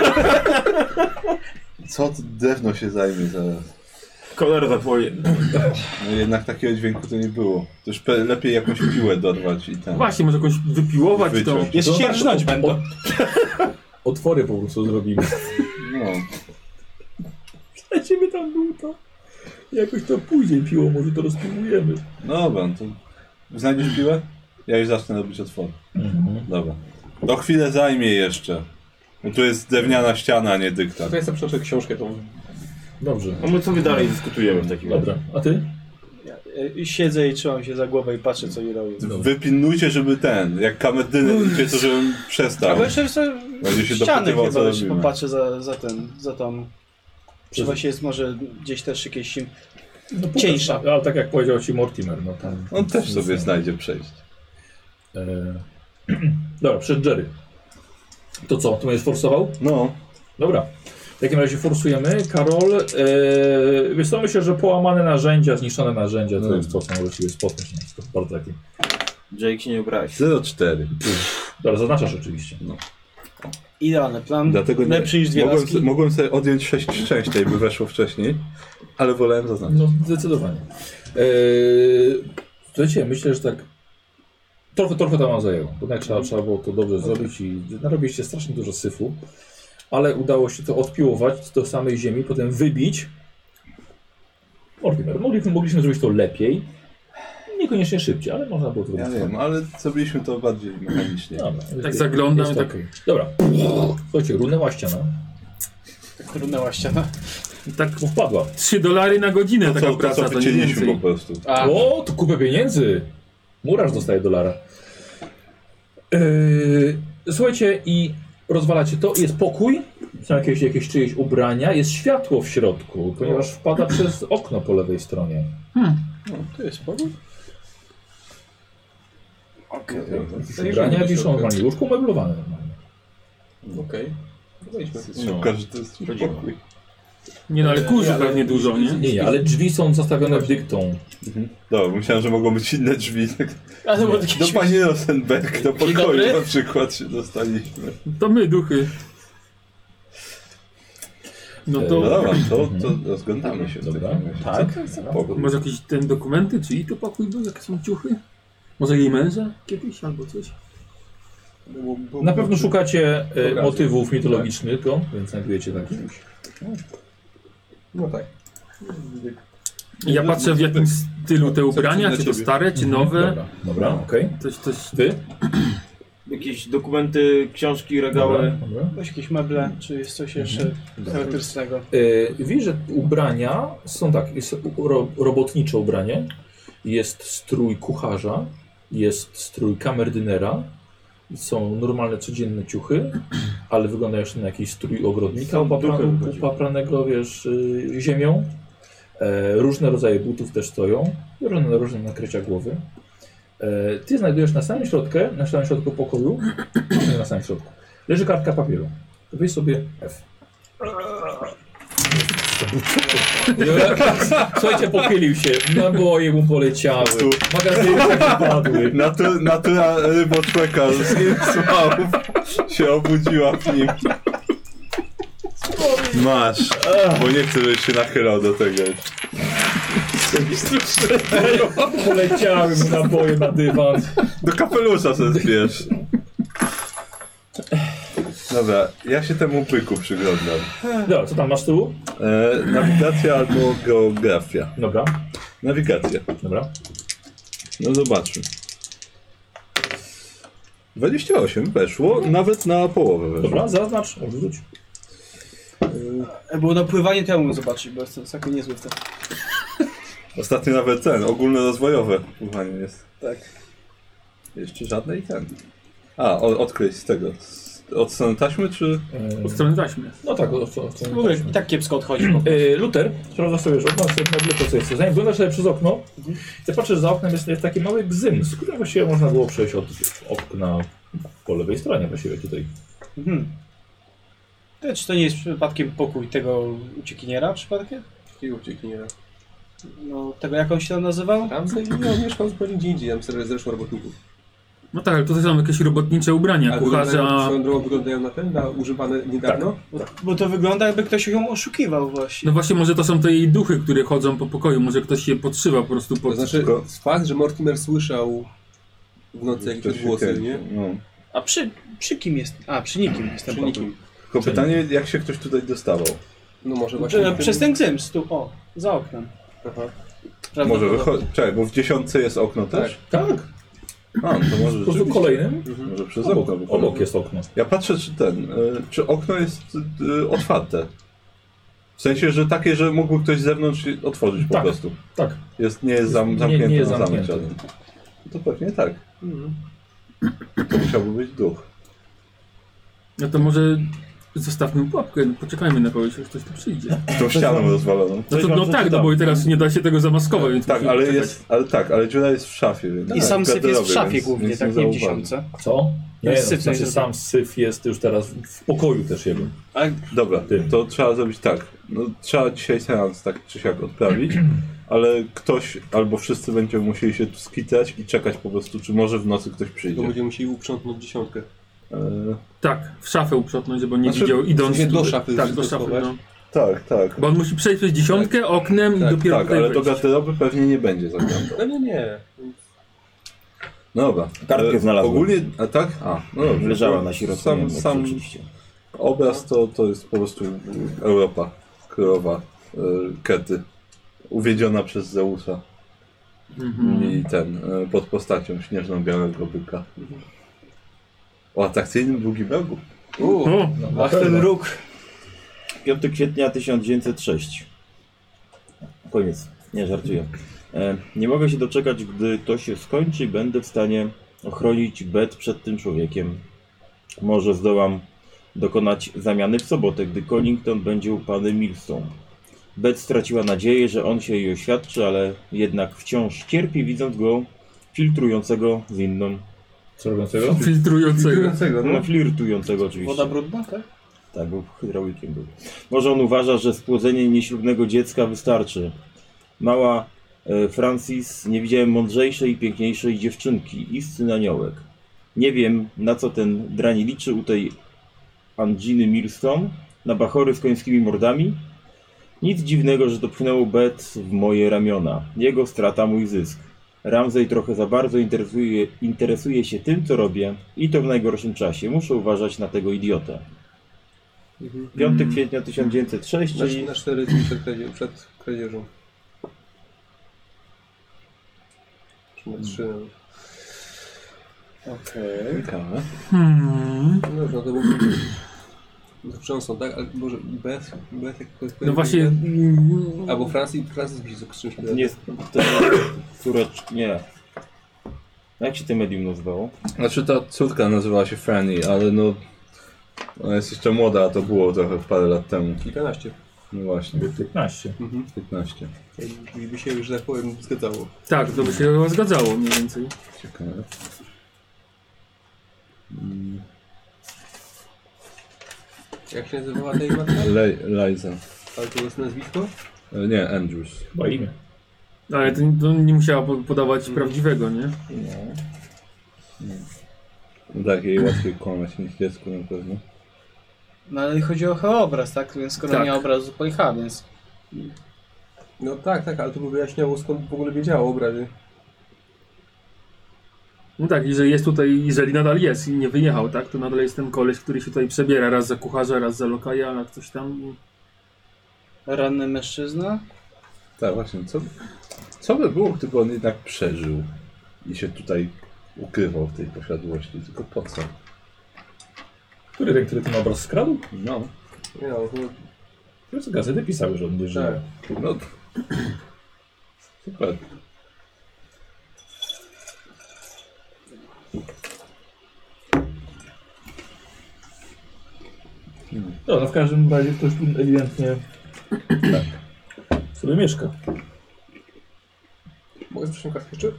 Co to drewno się zajmie zaraz? Kolor zapłoje. No jednak takiego dźwięku to nie było. To już lepiej jakąś piłę dorwać i tam. Właśnie, może jakąś wypiłować to. Wyciąć. Jeszcze się rżnąć tak, będą. Otwory po prostu zrobimy. No. Dla ciebie tam był to. Jakoś to później piło, może to rozpróbujemy. No dobra, no to znajdziesz piłę? Ja już zacznę robić otwory. Dobra. To chwilę zajmie jeszcze. No tu jest drewniana ściana, a nie dyktat. To ja sobie przeczytać książkę tą. Dobrze. A my sobie dalej dyskutujemy w takim razie. Dobra. A ty? Siedzę i trzymam się za głowę i patrzę, co i robię. Wypilnujcie, żeby jak kamerdyner idzie, to żebym przestał. Albo jeszcze sobie Będzie się ściany dopytywał, chyba co jeszcze robimy. popatrzę za tą... Czy właśnie jest może gdzieś też jakieś cieńsza. Ale tak jak powiedział ci Mortimer, no tam... On też sobie znajdzie przejść. Dobra, przed Jerry. To co, tu będziesz forsował? No. Dobra. W takim razie forsujemy. Karol, wiesz co, myślę, że połamane narzędzia, zniszczone narzędzia to jest to, co możesz sobie spotkać. To jest bardzo takie. Jake się nie obrazi. 0,4. Dobra, zaznaczasz oczywiście. No. Idealny plan. Dlatego Lepszy niż dwie laski. mogłem sobie odjąć 6 szczęścia, jakby weszło wcześniej, ale wolałem zaznaczyć. No, zdecydowanie. Słuchajcie, myślę, że tak trochę tam wam zajęło, bo tak trzeba było to dobrze zrobić i narobiliście strasznie dużo syfu, ale udało się to odpiłować do samej ziemi, potem wybić. Mogliśmy zrobić to lepiej, niekoniecznie szybciej, ale można było to Ja zrobić. wiem, ale zrobiliśmy to bardziej mechanicznie. Dobra, Tak zaglądam, jest tak. okej. Dobra, słuchajcie, runęła ściana, Tak runęła ściana. Tak wpadła. $3 na godzinę taka To praca, co to nie wycięliśmy więcej. po prostu. A, O, tu kupę pieniędzy! Murarz dostaje $1. Słuchajcie, i rozwalacie to, jest pokój, są jakieś czyjeś ubrania, jest światło w środku, ponieważ wpada przez okno po lewej stronie. tu jest powód. Ubrania wiszą normalnie, łóżko meblowane normalnie. Okej. Wejdźmy. Szybko, że to jest pokój. Nie no, ale kurzu pewnie dużo, nie? Nie, ale drzwi są zastawione dyktą. Dobra, myślałem, że mogą być inne drzwi. Ale było takie Do pani Rosenberg, do pokoju dobry. na przykład się dostaliśmy. To my, duchy. No No to dobra, to rozglądamy się. w Dobra. takim razie. Tak? Co to za pokój? może jakieś ten dokumenty, czy i to pokój był, jakie są ciuchy? Może jej męża kiedyś albo coś? Na pewno szukacie motywów mitologicznych, więc znajdujecie takie. No tak. Ja patrzę w jakim stylu te ubrania, czy to stare, czy nowe. Dobra, okej. Coś. Ty? Jakieś dokumenty, książki, regały. Dobra. Weź jakieś meble, czy jest coś jeszcze charakterystycznego. Widzisz, że ubrania są tak, jest robotnicze ubranie, jest strój kucharza, jest strój kamerdynera, są normalne, codzienne ciuchy, ale wygląda jeszcze na jakiś strój ogrodnika Są duchy wychodziły. popapranego, wiesz, ziemią. Różne rodzaje butów też stoją, różne nakrycia głowy. Ty znajdujesz na samym środku pokoju, nie na samym środku, leży kartka papieru. Weź sobie F. Słuchajcie, pochylił się, naboje mu poleciały, magazyny wypadły. Natura ryboczłeka z sławów się obudziła w nim. Masz, bo nie chcę, żebyś się nachylał do tego. Poleciały mu naboje na dywan. Do kapelusza sobie zbierz. Dobra, ja się temu byku przyglądam. Dobra, co tam masz z tyłu? Nawigacja albo geografia. Dobra, Nawigacja. dobra. No zobaczmy. 28 weszło, nawet na połowę weszło. Dobra, zaznacz, odwróć. Było napływanie temu zobaczyć, bo jestem taki niezły w tym. Ostatnio nawet ogólnorozwojowe pływanie jest. Tak. Jeszcze żadnej i ten. A, odkryć z tego. Od strony taśmy, czy... Od strony taśmy. No tak, W ogóle i tak kiepsko odchodzi. Luther, sprawdzasz sobie, że okno sobie meble, to co jest. Zaglądasz sobie przez okno i patrzysz, za oknem jest taki mały gzym, z którym właściwie można było przejść od okna po lewej stronie właściwie tutaj. Mhm. Czy to nie jest przypadkiem pokój tego uciekiniera przypadkiem? Jakiego uciekiniera? No, tego jak on się tam nazywał? Tam sobie nie, on mieszkał zupełnie gdzie indziej, tam sobie zresztą robotników. No tak, ale tutaj są jakieś robotnicze ubrania, A kucharza. swoją drogą wyglądają na ten, na używane niedawno? Bo to wygląda jakby ktoś ją oszukiwał właśnie. No właśnie, może to są te jej duchy, które chodzą po pokoju, może ktoś je podszywa po prostu pod... To znaczy, Tylko- fakt, że Mortimer słyszał w nocy jakieś Ktoś odgłosy, się nie? No. A przy kim jest? A, przy nikim jest ten Przy pokój. nikim. Tylko pytanie, jak się ktoś tutaj dostawał? No może właśnie... Przez ten gzyms, tu, o, za oknem. Aha. Może wychodzi. Czekaj, bo w 10 jest okno też? Tak, A, no to może po prostu rzeczywiście. kolejnym. Może przez Obok, okno wychodzi. obok jest okno. Ja patrzę, czy okno jest otwarte. W sensie, że takie, że mógłby ktoś z zewnątrz otworzyć po Tak. prostu. Tak. Nie jest zamknięte nie jest na zamek zamknięte. żaden. To pewnie tak. To musiałby być duch. No to może zostawmy pułapkę, poczekajmy na kogoś, aż ktoś tu przyjdzie. Tą ścianą rozwaloną. No, Coś to, wam no tak, no przeczytam. bo teraz nie da się tego zamaskować, więc Tak, musimy ale poczekać. ale dziura jest w szafie, więc... I sam w syf jest w garderobie, szafie więc głównie, nic tak, nie w zauważy. 10. Co? Nie, Syf no, znaczy jest- sam syf jest już teraz w pokoju też jego. A Dobra, Tym. to trzeba zrobić tak. No, trzeba dzisiaj seans tak czy siak odprawić, ale ktoś albo wszyscy będziemy musieli się tu skitać i czekać po prostu, czy może w nocy ktoś To przyjdzie. będziemy musieli uprzątnąć 10. Tak, w szafę uprzątnąć, żeby on nie Znaczy, widział idąc... w sensie do tutaj. szafy Tak, do wszystko szafy, schować. no. Tak, tak. Bo on musi przejść przez 10 oknem i dopiero Tak, tutaj ale do wejść. garderoby pewnie nie będzie zaglądał. No nie. No dobra. Kartkę znalazłem. Ogólnie, a tak? A, no dobrze. Leżała na środku. Sam obraz to jest po prostu Europa królowa Kety. Uwiedziona przez Zeusa. I pod postacią śnieżną białego byka. O atrakcyjnym długim rogu. O, No, Ach, ten róg. 5 kwietnia 1906. Koniec. Nie, żartuję. Nie mogę się doczekać, gdy to się skończy i będę w stanie ochronić Bet przed tym człowiekiem. Może zdołam dokonać zamiany w sobotę, gdy Collington będzie u pani Millstone. Bet straciła nadzieję, że on się jej oświadczy, ale jednak wciąż cierpi, widząc go filtrującego z inną. Co robiącego? filtrującego. No, flirtującego oczywiście. woda brudna, tak? Tak, był hydraulikiem był. Może on uważa, że spłodzenie nieślubnego dziecka wystarczy. Mała Francis, nie widziałem mądrzejszej i piękniejszej dziewczynki. Istny aniołek. Nie wiem, na co ten drani liczy u tej Anginy Millstone. Na bachory z końskimi mordami? Nic dziwnego, że dopchnęło Bet w moje ramiona. Jego strata, mój zysk. Ramsey trochę za bardzo interesuje się tym, co robię i to w najgorszym czasie. Muszę uważać na tego idiotę. 5 kwietnia 1906, czyli Na 4 dni przed kradzieżą. Czy na 3 nawet. Okej. Ciekawe. No dobrze, no to był... Johnson, tak? Ale może Beth jakoś... No właśnie... Albo Francis by się z czymś nie jest córeczka, nie. Jak się to medium nazywało? Znaczy ta córka nazywała się Franny, ale no... Ona jest jeszcze młoda, a to było trochę parę lat temu. Kilkanaście. No właśnie, 15. 15. By się, że tak powiem, zgadzało. Tak, to by się chyba zgadzało mniej więcej. Ciekawe. Jak się nazywała tej matka? Liza. Ale to jest nazwisko? Nie, Andrews. Chyba imię. Ale to nie musiała podawać prawdziwego, nie? No tak, jej łatwiej kłamać niż dziecku na pewno. No ale chodzi o obraz, tak? Więc skoro Tak. nie ma obrazu, to pojechała, więc... No tak, ale to by wyjaśniało, skąd w ogóle wiedziała o obrazie. No tak, jeżeli nadal jest i nie wyjechał, tak, to nadal jest ten koleś, który się tutaj przebiera raz za kucharza, raz za lokaja, a coś tam. Ranny mężczyzna? Tak, właśnie, co by było, gdyby on jednak przeżył i się tutaj ukrywał w tej posiadłości, tylko po co? Który ten obraz skradł? No, Nie no, chyba... Z gazety pisały, że on nie żyje. no, super. No, w każdym razie ktoś tu ewidentnie tak, sobie mieszka. Mogę zwrócić kartkę jeszcze?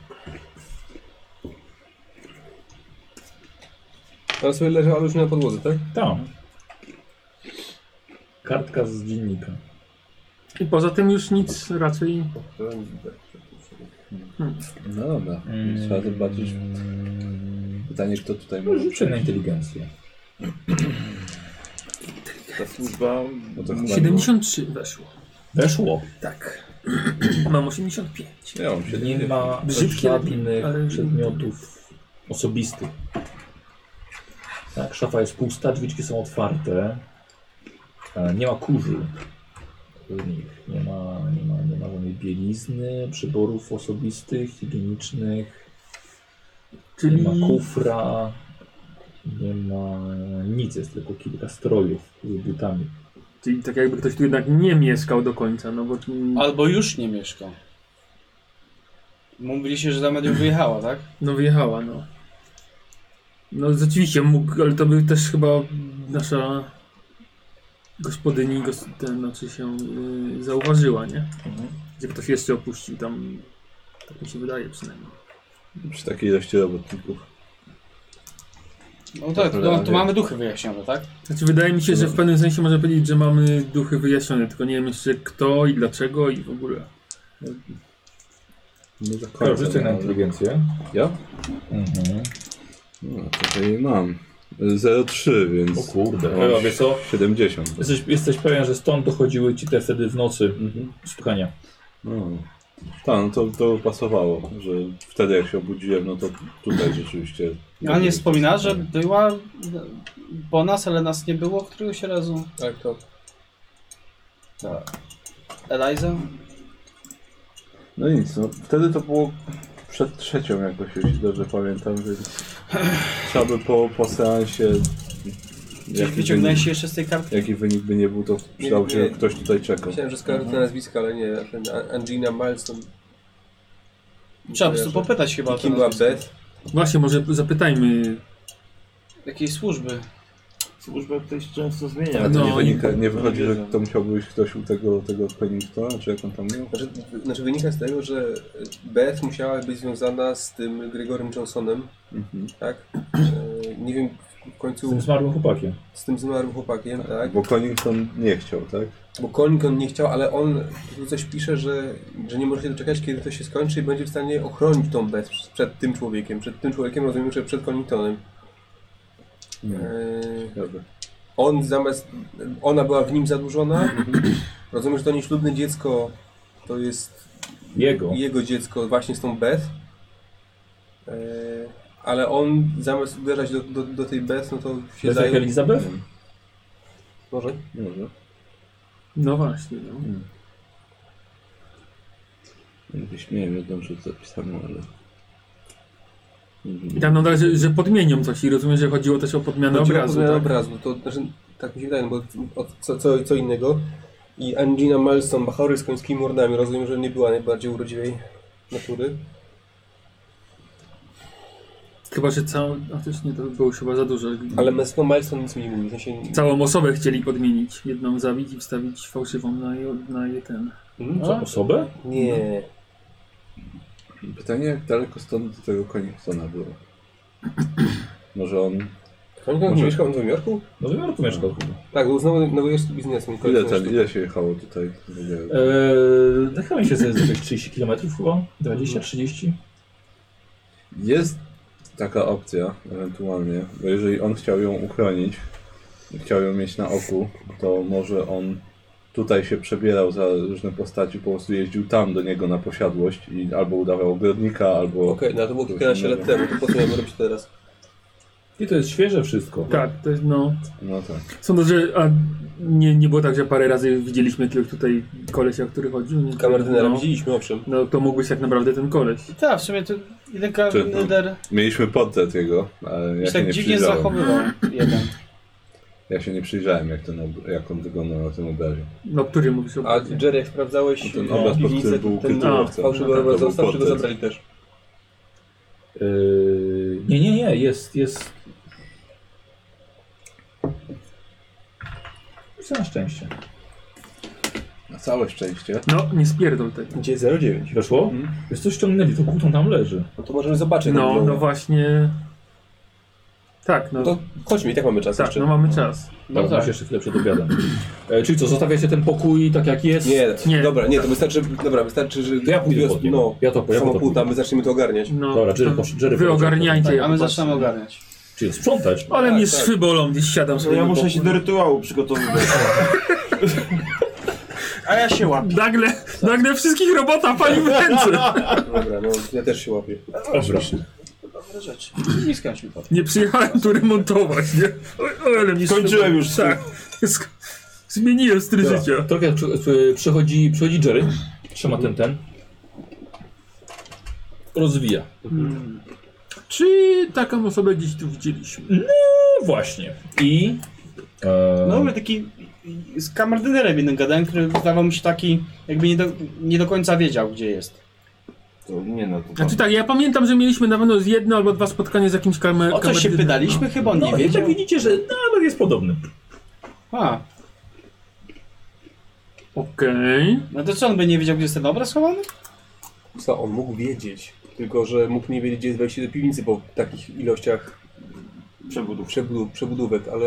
Ona sobie leżała już na podłodze, tak? Tam. Kartka z dziennika. I poza tym już nic raczej... No dobra, trzeba zobaczyć. Pytanie, kto tutaj może Rzucę na inteligencję. Ta służba... No to chyba 73 weszło. Weszło. Tak. Mam 85. Ja mam się Nie ma Brzydkie, żadnych ale- przedmiotów osobistych. Tak, szafa jest pusta, drzwiczki są otwarte. Nie ma kurzy w nich. Nie ma żadnej bielizny, przyborów osobistych, higienicznych. Czyli... Nie ma kufra. Nie ma nic, jest tylko kilka strojów z butami. Czyli tak jakby ktoś tu jednak nie mieszkał do końca, no bo... Albo już nie mieszka. Mówiliście, że ta medium wyjechała, tak? No wyjechała, no. No rzeczywiście mógł, ale to by też chyba nasza gospodyni, znaczy się zauważyła, nie? Gdzie ktoś jeszcze opuścił tam, tak mi się wydaje przynajmniej. przy takiej ilości robotników. No tak, no, to mamy duchy wyjaśnione, tak? Znaczy wydaje mi się, że w pewnym sensie można powiedzieć, że mamy duchy wyjaśnione, tylko nie wiem jeszcze kto i dlaczego i w ogóle. Nie za Dobra, rzucę na inteligencję. Ja? Mhm. No, tutaj mam 0,3, więc... O kurde, Mam wiesz co? 70. Jesteś pewien, że stąd dochodziły ci te wtedy w nocy stukania. No. Tak, no to pasowało, że wtedy jak się obudziłem, no to tutaj rzeczywiście... A nie wspomina, że była po nas, ale nas nie było któregoś razu. Tak, to. Eliza? No nic, no wtedy to było przed trzecią jakoś, jeśli dobrze pamiętam, więc trzeba by po seansie... Gdzieś wyciągnęliście jeszcze z tej kartki? Jaki wynik by nie był, to przydał się, nie. jak ktoś tutaj czekał. Myślałem, że skoro te nazwiska, ale nie. Ten Angina Milestone. Trzeba po prostu popytać chyba o to Kim była nazwisko. Beth? Właśnie, może zapytajmy. Jakiej służby? Służba ktoś często zmienia. Ale to No nie, wynika, i- nie wychodzi, nie że wiedzą. to musiał być ktoś u tego Penningtona, czy jak on tam miał? Znaczy wynika z tego, że Beth musiała być związana z tym Gregorem Johnsonem, Mhm. tak? Nie wiem w Z końcu tym zmarłym chłopakiem. z tym zmarłym chłopakiem, tak? Bo Connington nie chciał, tak? Bo Connington nie chciał, ale on tu coś pisze, że nie może się doczekać, kiedy to się skończy i będzie w stanie ochronić tą Beth przed tym człowiekiem. Przed tym człowiekiem rozumiem, że przed Conningtonem. Dobra. Ona była w nim zadłużona. Rozumiem, że to nieślubne dziecko to jest jego dziecko właśnie z tą Beth. Ale on zamiast uderzać do tej Beth, no to się Bez jak zajął... Elizabeth? Może? Może. No właśnie, no. Gdzieś miałem jedną rzecz zapisaną, ale... I tam nadal, że podmienią coś i rozumiem, że chodziło też o podmianę obrazu, tak? obrazu. To znaczy, tak mi się wydaje, no bo co innego. I Angina Milestone, bachory z końskimi mordami, rozumiem, że nie była najbardziej urodziwej natury. Chyba, że a też nie, to było już chyba za dużo. Ale Milestone nic mi nie mówi. W sensie... Całą osobę chcieli podmienić. Jedną zabić i wstawić fałszywą na je ten. Co, osobę? Nie. Pytanie, jak daleko stąd do tego Conningtona było? Może on... Connington nie mieszkał w Nowym Jorku? No w Jorku mieszkał chyba. Tak, był znowu nowojorski biznesmen. Ile się jechało tutaj? Chyba mi się zdaje, że jakieś 30 km chyba? 20-30? Jest taka opcja, ewentualnie, bo jeżeli on chciał ją uchronić, chciał ją mieć na oku, to może on tutaj się przebierał za różne postaci, po prostu jeździł tam do niego na posiadłość i albo udawał ogrodnika, albo... Okej, no to było kilkanaście lat temu, to po co miałem robić teraz? I to jest świeże wszystko. Tak, to jest no. No tak. Sądzę, że nie było tak, że parę razy widzieliśmy jakiegoś tutaj kolesia, który chodził. Nie? Kamerdynera No, widzieliśmy, owszem. no to mógł być tak naprawdę ten koleś. Tak, w sumie to jeden Czy, no, kalendarz mieliśmy portret jego, ale ja się się nie tak dziwnie przyjrzałem. zachowywał. Jeden. Ja się nie przyjrzałem, jak on wyglądał na tym obrazie. No, który mówisz o A obrazie? Jerry, jak sprawdzałeś Ten obraz, pod piwnicę, którym był ten krytykowca. fałszywy obraz To był został, czy go portret. zabrali też? Nie, jest. Na szczęście. Na całe szczęście. No, nie spierdol tego. Gdzie 0,9. Weszło? Wiesz co, ściągnęli, to kłótą tam leży. No to możemy zobaczyć. No właśnie. Tak, no. To chodźmy, i tak mamy czas Tak, jeszcze. no mamy czas. No, tak. masz jeszcze chwilę przed obiadem. Czyli co, zostawiacie ten pokój tak jak jest? Nie. Dobra, nie, to wystarczy, że To ja pójdę pod niego. no, Ja to samochód, pójdę. a my zaczniemy to ogarniać. No, Dobra, Jerry to poszedł, Jerry wy poleciał. ogarniajcie. Tak, ja a my popatrzę. zaczynamy ogarniać. Czyli sprzątać. Ale Tak, mnie tak. szwy bolą, gdzieś siadam sobie. Ja na muszę boku. się do rytuału przygotowywać. A ja się łapię. Nagle wszystkich robota pali w ręce. Dobra, no ja też się łapię. Dobra. Dobre rzeczy. Miska mi padła. Nie przyjechałem tu remontować, nie? Oj, ale mnie Skończyłem szwy- już. Tak. Zmieniłem styl życia. Trochę przychodzi Jerry, trzyma ten. Rozwija. Czy taką osobę gdzieś tu widzieliśmy? No właśnie. I... No ale taki z kamerdynerem jednym gadałem, który wydawał mi się taki, jakby nie do końca wiedział, gdzie jest. To nie no, to Znaczy tak, ja pamiętam, że mieliśmy na pewno jedno albo dwa spotkania z jakimś O coś się kamerdynerem. pytaliśmy, chyba on nie No i wiedział. tak widzicie, że nawet jest podobny. A, Okej. no to co, on by nie wiedział, gdzie jest ten obraz schowany? Co on mógł wiedzieć? Tylko, że mógł nie wiedzieć, gdzie jest wejście do piwnicy po takich ilościach przebudówek, ale...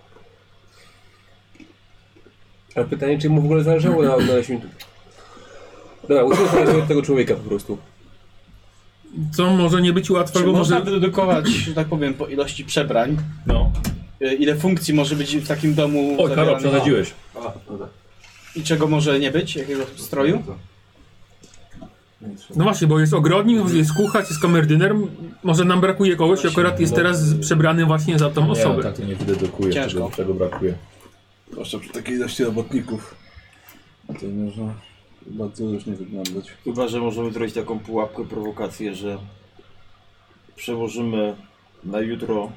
Ale pytanie, czy mu w ogóle zależało na odnalezieniu... Dobra, musimy znaleźć tego człowieka po prostu. Co może nie być łatwe, Czy bo można może... wydedukować, że tak powiem, po ilości przebrań, No. ile funkcji może być w takim domu Oj, Karol, zawierane? przesadziłeś. I czego może nie być? Jakiego stroju? No właśnie, bo jest ogrodnik, jest kucharz, jest kamerdyner. Może nam brakuje kogoś, akurat jest teraz przebrany właśnie za tą Nie, osobę. tak to nie wydedukuje, Ciężko. czego brakuje. Zwłaszcza przy takiej ilości robotników. To można bardzo różnie wyglądać. Chyba, że możemy zrobić taką pułapkę, prowokację, że przełożymy na jutro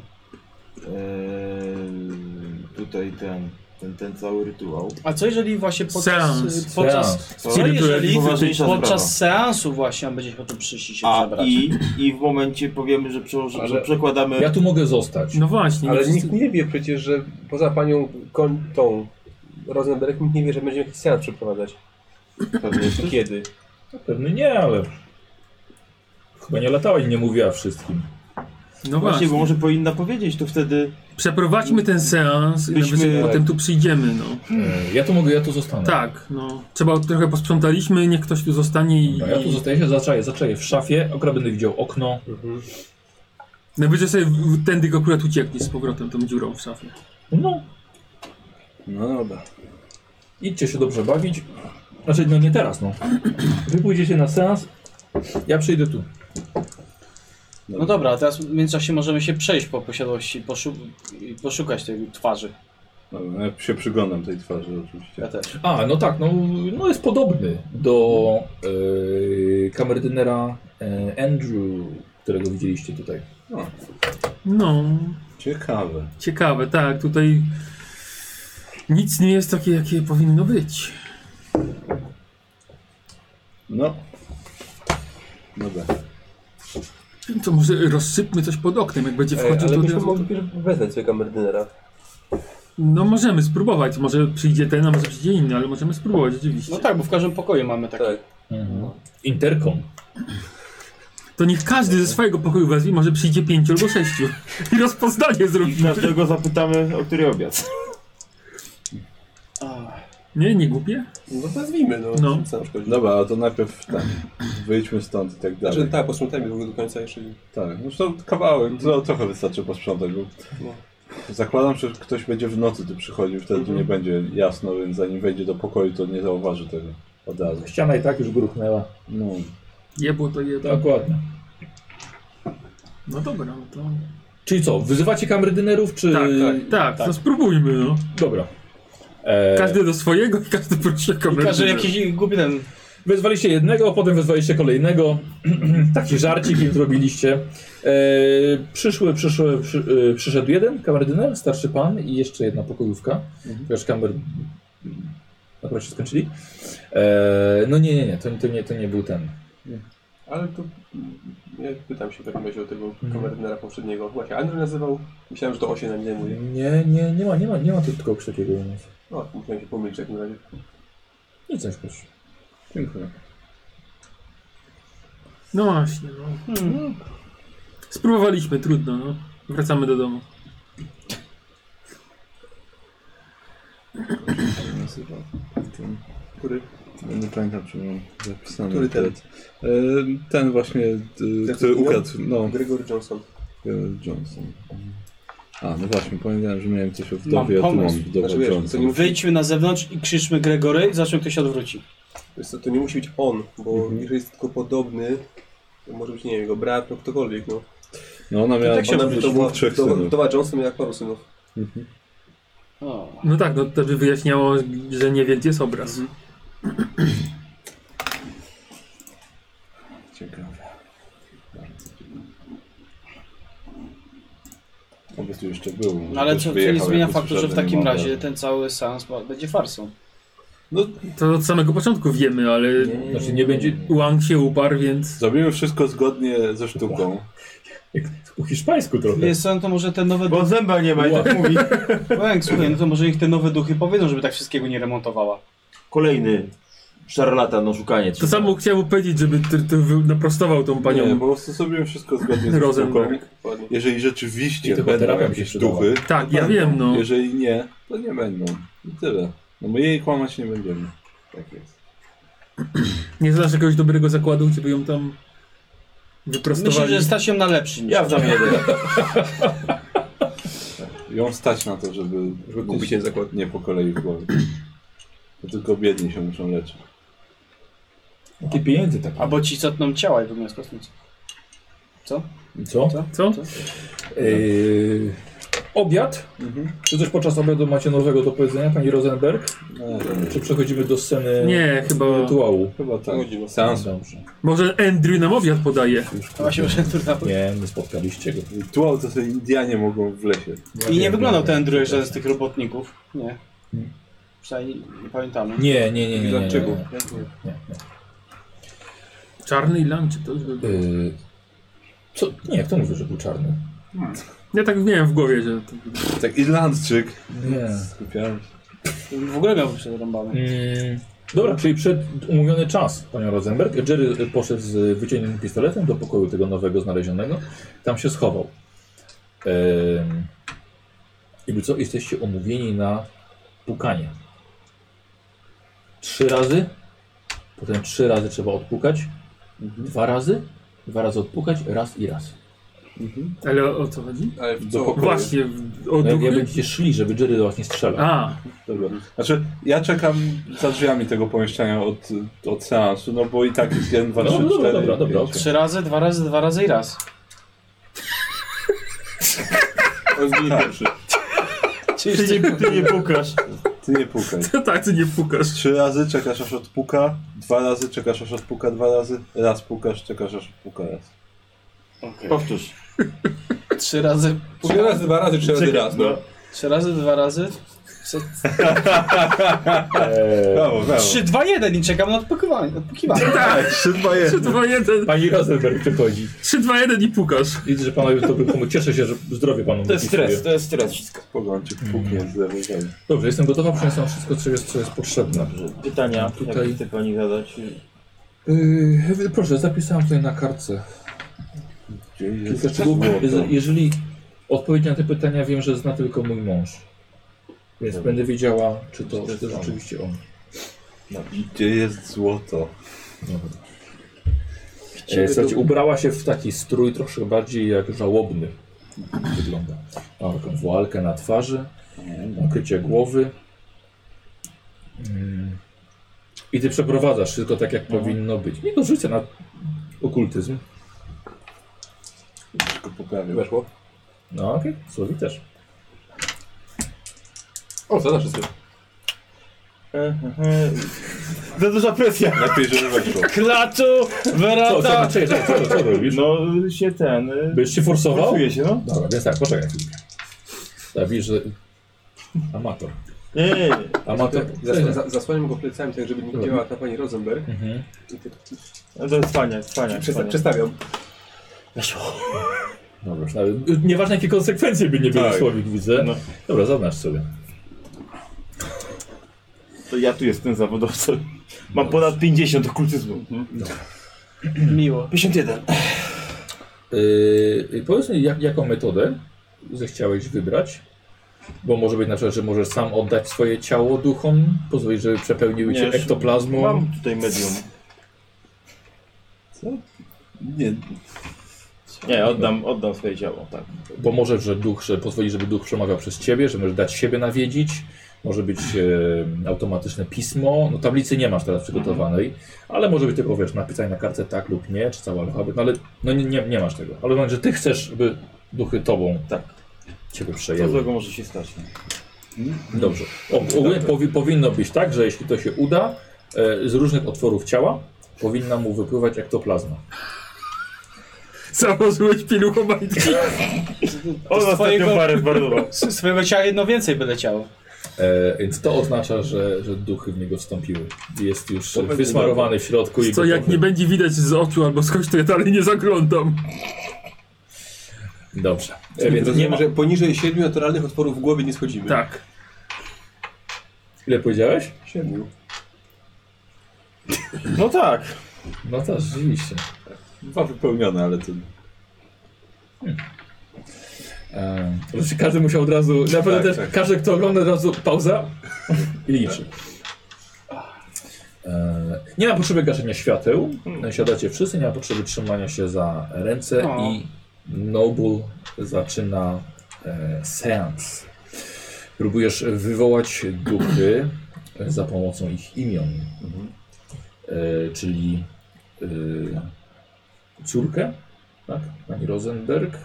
tutaj ten cały rytuał. A co jeżeli właśnie podczas... Seans. Co jeżeli Poważniejsza podczas sprawa. seansu właśnie on będzie chciał tu przyjść i się A przebrać? i w momencie powiemy, że, że przekładamy... Ja tu mogę zostać. No właśnie, Ale nie nikt wszyscy... nie wie przecież, że poza panią tą Rosenberg nikt nie wie, że będziemy jakiś seans przeprowadzać. Pewnie jest Kiedy? Pewnie nie, ale... Chyba nie latała i nie mówiła wszystkim. No Właśnie, właśnie. bo może powinna powiedzieć, to wtedy... Przeprowadźmy ten seans i Byśmy- najwyżej potem tu przyjdziemy, no. Ja tu zostanę. Tak, no. Trzeba trochę posprzątaliśmy, niech ktoś tu zostanie i... Dobra, ja tu zostaję się, zaczaję w szafie, akurat będę widział okno. Najwyżej sobie tędy akurat ucieknie z powrotem tą dziurą w szafie. No, No dobra. idźcie się dobrze bawić. Znaczy, no nie teraz, no. Wy pójdziecie na seans, ja przyjdę tu. No dobra, a teraz w międzyczasie możemy się przejść po posiadłości i poszukać tej twarzy. Dobra, ja się przyglądam tej twarzy oczywiście. Ja też. A, no tak, no jest podobny do kamerdynera Andrew, którego widzieliście tutaj. No, Ciekawe. ciekawe, tak, tutaj nic nie jest takie, jakie powinno być. No. Dobra. To może rozsypmy coś pod oknem, jak będzie wchodził, Ale to... byśmy mogli wezwać sobie kamerdynera. No możemy spróbować, może przyjdzie ten, a może przyjdzie inny, ale możemy spróbować oczywiście. No tak, bo w każdym pokoju mamy taki. Tak. Interkom. To niech każdy ze swojego pokoju wezwie, może przyjdzie 5 albo 6 i rozpoznanie zrobimy. Każdego zapytamy, o który obiad. Nie, nie głupie? No wezwijmy, no. No. Co nam szkodzi? Dobra, ale to najpierw tak. Wyjdźmy stąd i tak dalej. Znaczy tak, posprzątajmy w ogóle do końca jeszcze. Tak, no to kawałek, to trochę wystarczy posprzątać, bo No. zakładam, że ktoś będzie w nocy tu przychodził, wtedy tu nie będzie jasno, więc zanim wejdzie do pokoju, to nie zauważy tego od razu. Ściana i tak już gruchnęła. No, Jebło to jedno. Dokładnie. No dobra, no to... Czyli co, wyzywacie kamerdynerów, czy... Tak, to spróbujmy, no. Dobra. Każdy do swojego i każdy prosi o I kamerę. każdy jakiś głupi ten... Wezwaliście jednego, potem wezwaliście kolejnego. Taki żarcik im zrobiliście. Przyszedł jeden kamerdyner, starszy pan i jeszcze jedna pokojówka. Chociaż akurat się skończyli. No nie, to nie był ten. Ale to... Ja pytam się w takim razie o tego kamerdynera poprzedniego. Właśnie Andrzej nazywał. Myślałem, że to 8 na mnie zajmuje. Nie ma tu tylko takiego u nas. No, musiałem się pomylić w takim razie. Nic nie proszę. dziękuję. No właśnie, no. Spróbowaliśmy, trudno, no. Wracamy do domu. Który? Nie pamiętam, czy mam zapisane. Który ten? Ten właśnie, który ukradł. No, Gregory Johnson. Johnson. A, no właśnie, pamiętałem, że miałem coś o Mam wdowie, a tu mam pomysł. wdowę Znaczy, wiesz, Johnson. to nie musi- Wyjdźmy na zewnątrz i krzyczmy Gregory i zobaczmy, kto się odwróci. Wiesz co, to nie musi być on, bo jeżeli jest tylko podobny, to może być, nie wiem, jego brat, no ktokolwiek, no. No ona miała tak się dwóch, trzech synów. Wdowa Johnson miała paru synów. O. No tak, no to by wyjaśniało, że nie wie, gdzie jest obraz. Ciekawe. Oby tu jeszcze był. No ale Też co nie wyjechał zmienia jakoś faktu, że w żaden takim model. razie ten cały seans będzie farsą. To od samego początku wiemy, ale Znaczy nie będzie... Wang się uparł, więc... Zrobimy wszystko zgodnie ze sztuką. Po hiszpańsku trochę. Wiesz co, no to może te nowe Bo zęba nie ma i tak mówi. Łęk, słuchaj, no to może ich te nowe duchy powiedzą, żeby tak wszystkiego nie remontowała. Kolejny szarlatan, no szukanie. To samo chciałbym powiedzieć, żeby naprostował tą Nie, panią po prostu zrobimy wszystko zgodnie ze sztuką. Rosenberg. Jeżeli I rzeczywiście tylko będą terapia mi się jakieś przydała. duchy, Tak, to ja będą. wiem, no. Jeżeli nie, to nie będą. I tyle. No my jej kłamać nie będziemy. Tak jest. Nie znasz jakiegoś dobrego zakładu, gdzie by ją tam wyprostowali? Myślę, że stać się na lepszy niż. Ja znam jeden. Ją stać na to, żeby kupić ten zakład. nie po kolei w głowie. To tylko biedni się muszą leczyć. Jakie pieniędzy takie? Albo ci cotną ciała i wyglądają z kosmicy. Co? Co? Co? Obiad? Czy coś podczas obiadu macie nowego do powiedzenia, pani Rosenberg? Czy przechodzimy do sceny Nie, chyba... rytuału? Chyba tak. Godzina. Seans. Dobrze. Może Andrew nam obiad podaje. A właśnie, może Nie, nie spotkaliście go. Rytuał to sobie Indianie mogą w lesie. I nie wyglądał ten Andrew jak żaden z tych robotników. Nie. Przynajmniej nie pamiętamy. Nie. Dlaczego? Nie. Czarny i lunch, to już by było. Co? Nie, kto mówi, że był czarny? Ja tak miałem w głowie, że... Tak Irlandczyk. Nie. Skupiałem się. W ogóle miał przerąbane. Dobra, czyli przed umówiony czas, panią Rosenberg. Jerry poszedł z wyciągniętym pistoletem do pokoju tego nowego znalezionego. Tam się schował. Jakby co, jesteście umówieni na pukanie. 3 razy. Potem 3 razy trzeba odpukać. 2 razy. 2 razy odpukać. Raz i raz. Ale o co chodzi? Ale w Do co? pokoju. Właśnie, o Jak duchy? będziecie szli, żeby Jerry do was nie strzelał. A, Dobra. Znaczy, ja czekam za drzwiami tego pomieszczenia od seansu, no bo i tak jest 1, 2, 3, No, 4. dobra. 3 razy, 2 razy, 2 razy i raz. On zginie pierwszy. Ty nie pukasz. Ty nie pukaj. to tak, ty nie pukasz. 3 razy czekasz aż odpuka, 2 razy czekasz aż odpuka 2 razy, raz pukasz, czekasz aż odpuka raz. Okay. Powtórz. 3 razy. 3 razy, 2 razy, 3 razy raz, no. 3 razy, 2 razy. Co? Brawo, brawo. 3, 2, 1 i czekam na odpukiwanie. Tak, 3, 2, 1. 3, 2, 1. Pani Rosenberg przychodzi. 3, 2, 1 i pukasz. Widzę, że panowie to pomóc. Cieszę się, że zdrowie panu To jest dopisuje. stres, to jest stres wszystko. Poglądzik puknie z lewej strony. Dobrze, jestem gotowa, przyniosę wszystko, co jest potrzebne. Pytania, Tutaj- jak chce pani zadać? Proszę, zapisałem tutaj na kartce Gdzie kilka jest szczegółów. złoto? Jeżeli odpowiedź na te pytania wiem, że zna tylko mój mąż. Więc Dobra. będę wiedziała, czy to jest on. rzeczywiście on. Gdzie jest złoto? Słuchajcie, ubrała się w taki strój troszkę bardziej jak żałobny. Wygląda. Ma taką woalkę na twarzy, nakrycie głowy. I ty przeprowadzasz wszystko tak, jak powinno być. Nie to rzucę na okultyzm. Tylko poprawię. Weszło. No okej, Słowi też. O, co na wszystko? Za duża presja. Lepiej, żeby weszło. Klaczu, Co Verata. robisz? No się ten... Byś się forsował? Forsuje się, no. Dobra, więc tak, poczekaj chwilkę. Tak, widzisz, że... Amator. Nie. Amator. Zasłaniam go plecami, tak żeby nie widziała ta pani Rosenberg. Mhm. I ty No to jest fajnie. przestawiam. Dobra, już nawet, nieważne jakie konsekwencje by nie były, Tak. Słowik, widzę. No. Dobra, zaznacz sobie. To ja tu jestem zawodowcem. Mam ponad 50 okultyzmu. Miło. 51. Powiedz mi, jaką metodę zechciałeś wybrać? Bo może być na przykład, że możesz sam oddać swoje ciało duchom, pozwolić, żeby przepełniły cię już ektoplazmą. Mam tutaj medium. Co? Nie. Nie, oddam swoje ciało, tak. Bo może, że pozwoli, żeby duch przemawiał przez ciebie, że możesz dać siebie nawiedzić. Może być automatyczne pismo. No tablicy nie masz teraz przygotowanej, ale może być tylko, wiesz, napisanie na kartce tak lub nie, czy cały alfabet, no ale no nie masz tego. Ale moment, że ty chcesz, żeby duchy tobą Tak. ciebie Co przejęły. złego może się stać? Dobrze. Ogólnie powinno być tak, że jeśli to się uda, z różnych otworów ciała powinna mu wypływać ektoplazma. Założyłeś pieluchomajtki. On ostatnią parę zmarnował. Z swojego ciała jedno więcej by leciało. Więc to oznacza, że duchy w niego wstąpiły. Jest już To będzie wysmarowany w środku i Co, jak gotowy. nie będzie widać z oczu albo skądś, to ja dalej nie zaglądam. Dobrze. Więc Więc nie ma... że poniżej 7 naturalnych otworów w głowie nie schodzimy. Tak. Ile powiedziałeś? 7. No tak. No to rzeczywiście. 2 wypełnione, ale to... Oczywiście każdy musiał od razu, na pewno Tak, też tak. każdy, kto ogląda, od razu pauza i liczy. Nie ma potrzeby gaszenia świateł, siadacie wszyscy, nie ma potrzeby trzymania się za ręce i Noble zaczyna seans. Próbujesz wywołać duchy za pomocą ich imion, czyli córkę, tak? Pani Rosenberg.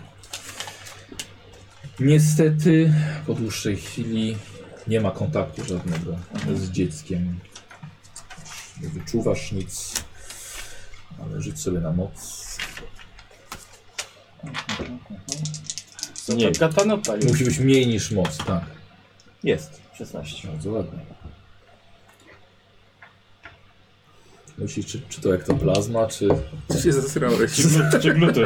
Niestety po dłuższej chwili nie ma kontaktu żadnego z dzieckiem. Nie wyczuwasz nic, ale żyć sobie na moc. Nie. Katan odpalił. Musi być mniej niż moc, tak. Jest. 16. Bardzo ładnie. Myślisz, czy to ektoplazma, czy... Ty się zesrałeś. Czy gluty?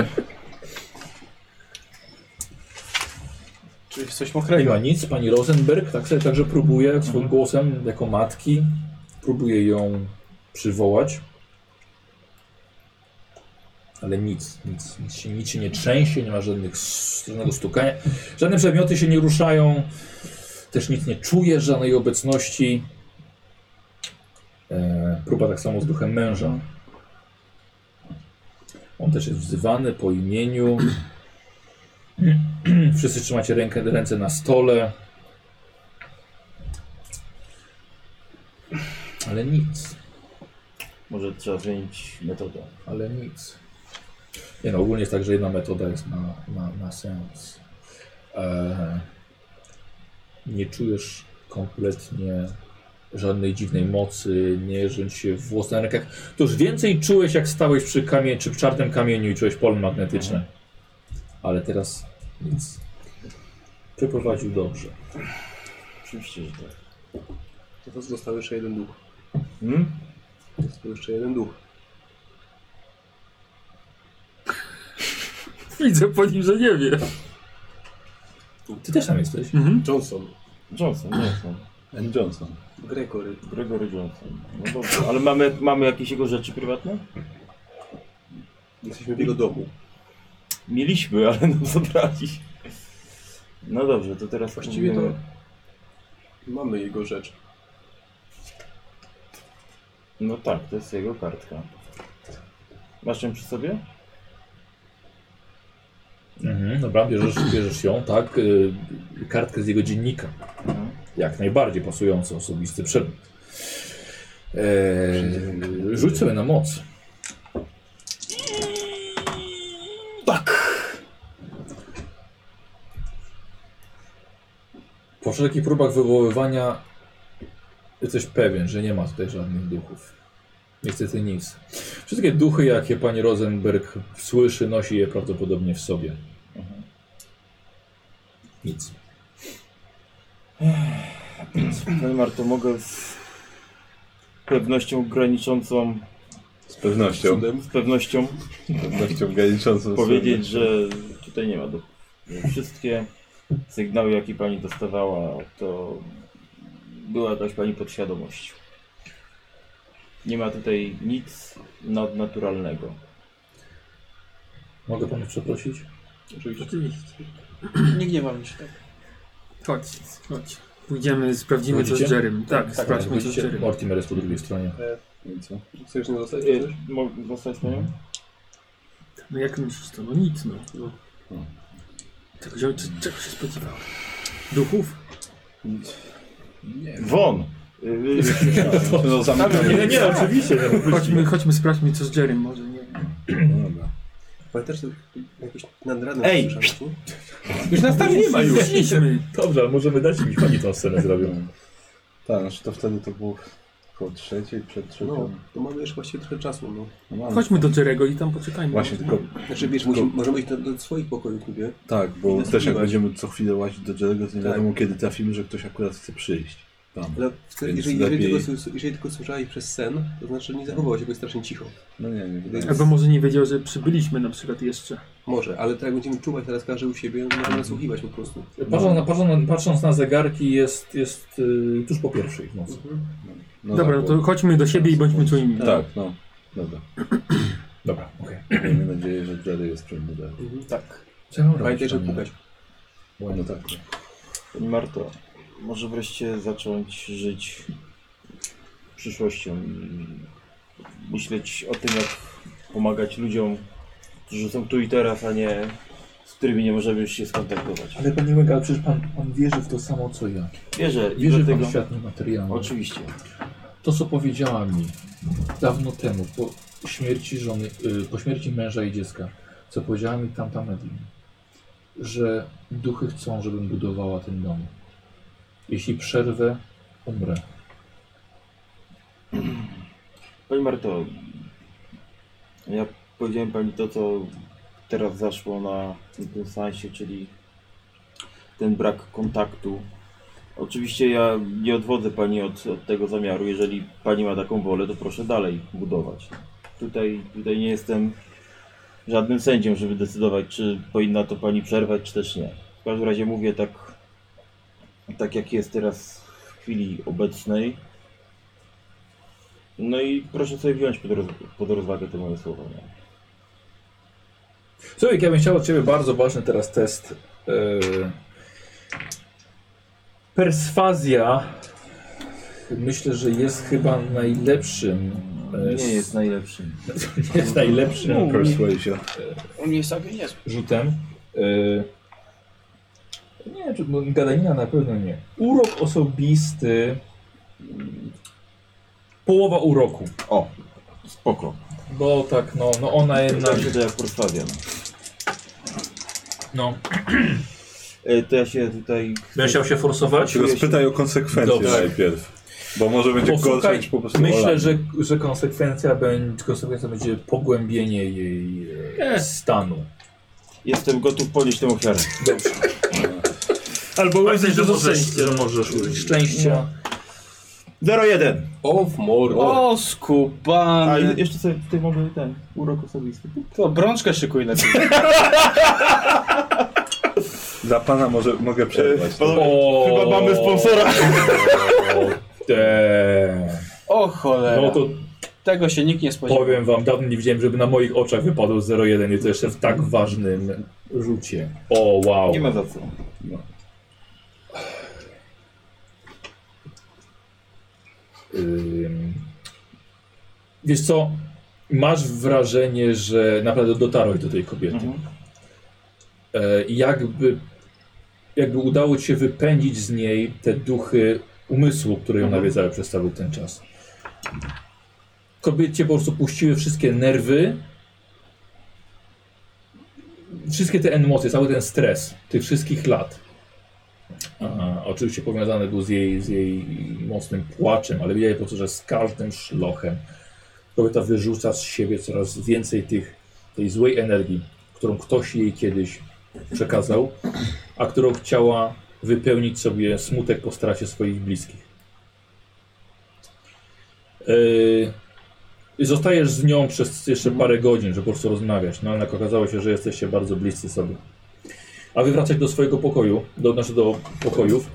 Czyli coś Nie mokrego. ma nic. Pani Rosenberg tak sobie także próbuje swoim głosem, jako matki, próbuje ją przywołać. Ale nic się nie trzęsie, nie ma żadnego stukania. Żadne przedmioty się nie ruszają. Też nic nie czujesz, żadnej obecności. Próba tak samo z duchem męża. On też jest wzywany po imieniu. Wszyscy trzymacie ręce na stole. Ale nic. Może trzeba zmienić metodę. Ale nic. Nie no, ogólnie jest tak, że jedna metoda jest na seans. Nie czujesz kompletnie żadnej dziwnej mocy, nie rządź się włos na rękach. To już więcej czułeś, jak stałeś przy czarnym kamieniu i czułeś pole magnetyczne. Ale teraz nic. Przeprowadził dobrze. Oczywiście, że tak. To został jeszcze jeden duch. Hmm? Został jeszcze jeden duch. Widzę po nim, że nie wie. Ty też tam jesteś? Johnson. Johnson. N. Johnson. Gregory. Gregory Johnson. No dobrze. Ale mamy jakieś jego rzeczy prywatne? Jesteśmy w jego domu. Mieliśmy, ale nam zabrali. No dobrze, to teraz... Właściwie to mamy jego rzecz. No tak, to jest jego kartka. Masz ją przy sobie? Dobra, bierzesz ją, tak. Kartkę z jego dziennika. Jak najbardziej pasujący osobisty przedmiot. Rzuć sobie na moc. Tak! Po wszelkich próbach wywoływania jesteś pewien, że nie ma tutaj żadnych duchów. Niestety nic. Wszystkie duchy, jakie pani Rosenberg słyszy, nosi je prawdopodobnie w sobie. Nic. Panie Marto, mogę z pewnością graniczącą... Z pewnością. Z pewnością Z pewnością graniczącą. powiedzieć, że tutaj nie ma duchów. Że wszystkie sygnały, jakie pani dostawała, to była jakaś pani podświadomość. Nie ma tutaj nic nadnaturalnego. Mogę panią przeprosić? Oczywiście. Nie gniewam się tak. Chodź. Pójdziemy, sprawdzimy co z Chodzicie? Jerem. Tak, sprawdźmy co z Widzicie, Jerem. Mortimer jest po drugiej stronie. I co? Chcesz nie zostać? Mogę zostać na nią? No jak myślisz to? No nic no. No. Czego się spodziewałeś? Duchów? Nie, Won! no zamykamy. Nie, oczywiście. Chodźmy, sprawdźmy co z Jerem może, nie wiem. No dobra. Pamiętasz, że jakoś nad ranem Ej! słyszałeś, nie? Już nas tam nie ma już. Szliśmy. Dobrze, ale możemy dać im, oni tą scenę zrobią. Tak, znaczy to wtedy to było koło 3, przed 3. No, to mamy jeszcze właściwie trochę czasu, no. No mamy. Chodźmy do Jerego i tam poczekajmy. Właśnie, tylko Znaczy wiesz, możemy iść do swoich pokojów, nie? tak, I bo też jak nasłuchiwać. będziemy co chwilę łazić do Jerego, to nie Tak. wiadomo kiedy trafimy, że ktoś akurat chce przyjść. Tam. Ale Więc jeżeli lepiej- tylko słyszałeś przez sen, to znaczy, że nie zachowywał się jakoś strasznie cicho. No nie wydaje Albo może nie wiedział, że przybyliśmy na przykład jeszcze. Może, ale tak jak będziemy czuwać teraz każdy u siebie, no możemy nasłuchiwać po prostu. Patrząc na zegarki jest tuż po pierwszej w nocy. No Dobra, tak, to chodźmy do siebie i bądźmy czujni. Tak, no. Dobra. Dobra, okej. Miejmy nadzieję, że Jerry jest przed budową. Tak. Pamiętaj, żeby pukać. No tak. Pani Marto, może wreszcie zacząć żyć przyszłością i myśleć o tym, jak pomagać ludziom, którzy są tu i teraz, a nie z którymi nie możemy już się skontaktować. Ale panie Łęga, ale przecież pan wierzy w to samo co ja. Wierzę i Wierzy pan dlatego... w świat niematerialny. Oczywiście. To co powiedziała mi dawno temu, po śmierci żony, po śmierci męża i dziecka, co powiedziała mi tamta Medlin, że duchy chcą, żebym budowała ten dom. Jeśli przerwę, umrę. Pani Marto, ja powiedziałem Pani to, co teraz zaszło na tym seansie, czyli ten brak kontaktu. Oczywiście ja nie odwodzę Pani od tego zamiaru. Jeżeli Pani ma taką wolę, to proszę dalej budować. Tutaj nie jestem żadnym sędzią, żeby decydować, czy powinna to Pani przerwać, czy też nie. W każdym razie mówię tak jak jest teraz w chwili obecnej. No i proszę sobie wziąć pod rozwagę te moje słowa. Nie? Słuchaj, ja bym chciał od Ciebie bardzo ważny teraz test. Perswazja. Myślę, że jest chyba najlepszym. Nie jest najlepszym. Nie jest najlepszym Persuasion. U mnie jest całkiem niezły. rzutem. Nie, czy gadanina na pewno nie. Urok osobisty. Połowa uroku. O, spoko. Bo tak, no ona jednak. Zawsze to jak perswazja. No. To ja się tutaj... Będziesz chciał się forsować? Tylko spytaj o konsekwencje Dobrze. najpierw. Bo może będzie Posłuchaj, gorsza niż po prostu myślę, olanie. że konsekwencja będzie pogłębienie jej stanu. Jestem gotów ponieść tę ofiarę. Dobrze. Albo Pamiętaj, że dużo możesz, szczęścia. że możesz użyć szczęścia. 0-1. Of more. O, A skubany. jeszcze sobie tutaj mogę ten urok osobisty. To brączkę szykuj na tym. Dla pana mogę przerwać. Chyba mamy sponsora. O cholera. No to Tego się nikt nie spodziewał. powiem wam, dawno nie widziałem, żeby na moich oczach wypadł 0,1 i to jeszcze w tak ważnym rzucie. O, wow. Nie ma za co. Wiesz co, masz wrażenie, że naprawdę dotarłeś do tej kobiety. Mhm. Jakby udało ci się wypędzić z niej te duchy umysłu, które ją nawiedzały przez cały ten czas. Kobiecie po prostu puściły wszystkie nerwy, wszystkie te emocje, cały ten stres tych wszystkich lat. Oczywiście powiązany był z jej mocnym płaczem, ale widać po prostu, że z każdym szlochem kobieta wyrzuca z siebie coraz więcej tej złej energii, którą ktoś jej kiedyś przekazał, a którą chciała wypełnić sobie smutek po stracie swoich bliskich. Zostajesz z nią przez jeszcze parę godzin, żeby po prostu rozmawiać, no jednak okazało się, że jesteście bardzo bliscy sobie. A wy wracać do swojego pokoju, do pokojów.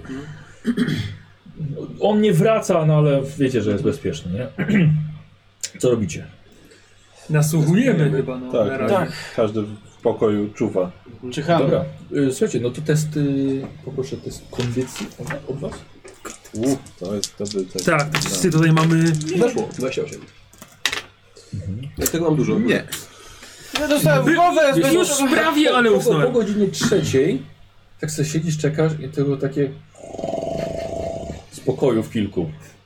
On nie wraca, no ale wiecie, że jest bezpieczny, nie? Co robicie? Nasłuchujemy chyba, no. Tak, na razie. tak. Każdy w pokoju czuwa. Czyhamy. Dobra, słuchajcie, no to test, poproszę test kondycji od was. To jest dobry test. Tak, to wszyscy tutaj mamy... Weszło, 28. Ja tego mam dużo. Nie. Ja dostałem w głowę! Już prawie, ale Po usnąłem. godzinie 3 tak sobie siedzisz, czekasz i tego takie spokoju w kilku.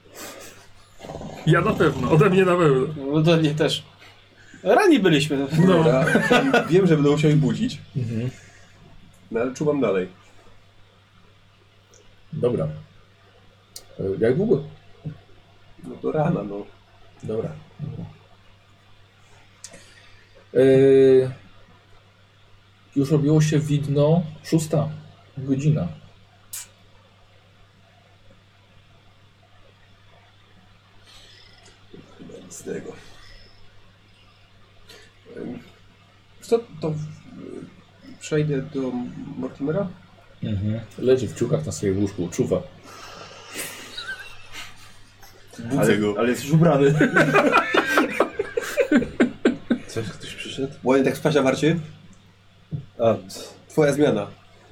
Ja na pewno, ode mnie na pewno. No to nie też. Rani byliśmy. No. Ja wiem, że będę musiał ich budzić, Mhm. no ale czuwam dalej. Dobra. Jak długo? No to rana, no. Dobra. Już robiło się widno 6 godzina. Z tego. Co to? Przejdę do Mortimera? Leży w ciuchach na swoim łóżku, czuwa. Budzę go. Ale jest już ubrany. Coś, ktoś przyszedł? Ładnie tak spać na warcie? Twoja zmiana.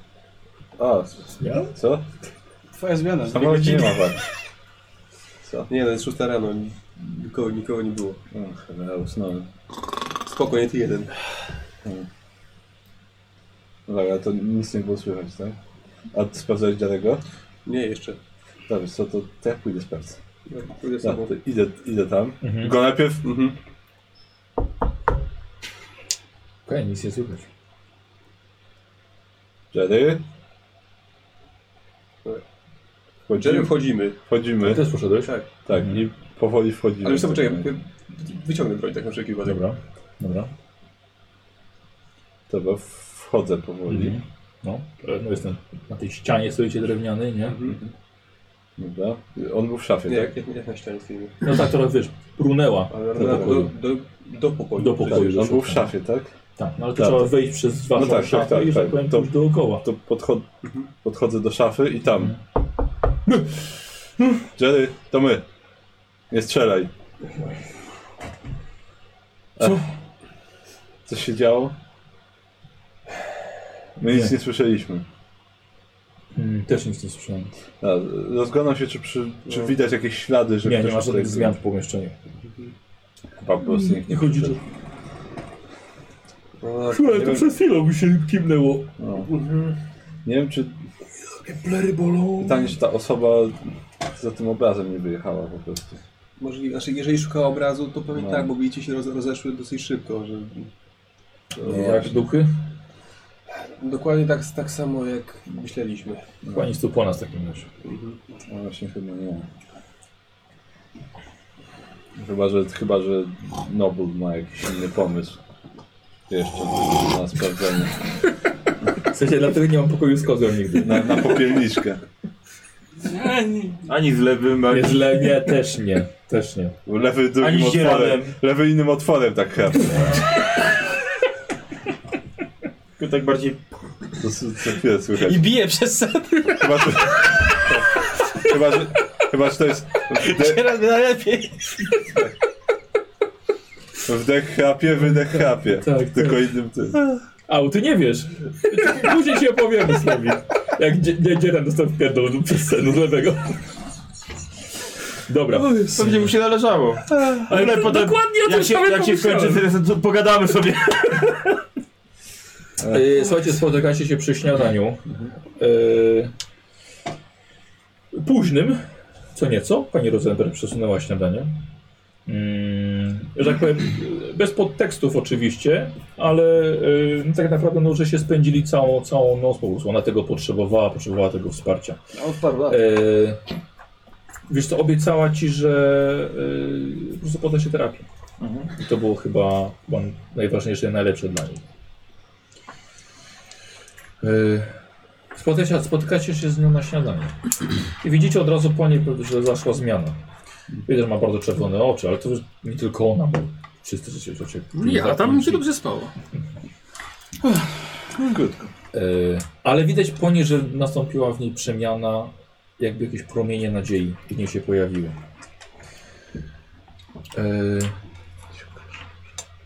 Co? Twoja zmiana. Samo nie ma wad. Co? Nie, no jest 6 rano, nikogo nie było. Chyba ja usnąłem. Spokojnie, ty jeden. No dobra, to nic nie było słychać, tak? A ty sprawdzałeś Jarego? Nie, jeszcze. Dobrze, co to ja pójdę sprawdzę. Ja pójdę z Tak, tobą. to idę tam. Mhm. Go najpierw. Okej, nic nie słychać. Jerry? Jerry, wchodzimy. Wchodzimy. Też poszedłeś? Tak. Tak, i powoli wchodzimy. Ale już sobie poczekaj, wyciągnę broń tak na wszelki wypadek. Dobra. Dobra, wchodzę powoli. No, jestem na tej ścianie, stoicie drewnianej, nie? Dobra. On był w szafie, Nie, tak? jak na ścianie stoimy. No tak, to wiesz, brunęła Ale do pokoju. do pokoju. Do pokoju. On był w szafie, tak? Tak, no ale to Tak, trzeba to- wejść przez waszą No tak, szafę tak, i, że tak. powiem, To- pójść dookoła. To podchodzę do szafy i tam. Jerry, to my. Nie strzelaj. Co? Coś się działo? My nic nie słyszeliśmy. Też nic nie słyszałem. Rozglądam się, czy widać jakieś ślady, że Nie, ktoś nie ma tutaj- żadnych zmian w pomieszczeniu. Chyba po prostu nikt Nie chodzi, że... No, Słuchaj, to przed chwilą mi się kimnęło. No. Nie wiem, czy... Plery bolą. Pytanie, czy ta osoba za tym obrazem nie wyjechała po prostu. możliwe. Znaczy, jeżeli szukała obrazu, to pewnie No. tak, bo bicie się rozeszły dosyć szybko, że... Jak duchy? Dokładnie tak samo jak myśleliśmy. Chyba nic tu po nas w takim razie. No właśnie chyba nie. Chyba, że Noble ma jakiś inny pomysł. Jeszcze na sprawdzenie. W sensie, dlatego nie mam pokoju z kozłem nigdy. Na popielniczkę. Ani z lewym, ani... Nie, źle, nie, też nie. Też nie. Lewy drugim Ani otworem. ścieranem. Lewy innym otworem tak chrapie. Tylko tak bardziej... To co chwilę słychać. I bije przez sen. Chyba, że to jest Teraz najlepiej. wdech chrapie, wydech chrapie. Tak, Tylko innym tym. A, ty nie wiesz. Później ci opowiemy z nami. Jak dzieran dostał w pierdol przez sen z lewego. Dobra. Pewnie mu się należało. Ale potem, dokładnie o tym jak się skończy, to pogadamy sobie. Słuchajcie, spotykacie się przy śniadaniu. Późnym, co nieco. Pani Rosenberg przesunęła śniadanie. Że tak powiem, bez podtekstów oczywiście, ale tak naprawdę no, że się spędzili całą noc po prostu. Ona tego potrzebowała tego wsparcia. Wiesz co, obiecała ci, że po prostu poda się terapię. I to było chyba najważniejsze i najlepsze dla niej. Spotykacie się z nią na śniadaniu. I widzicie od razu po niej, że zaszła zmiana. Widzę, że ma bardzo czerwone oczy, ale to już nie tylko ona, bo wszyscy się Nie, a tam mi się dobrze spało. Krótko. Ale widać po niej, że nastąpiła w niej przemiana, jakby jakieś promienie nadziei w niej się pojawiły.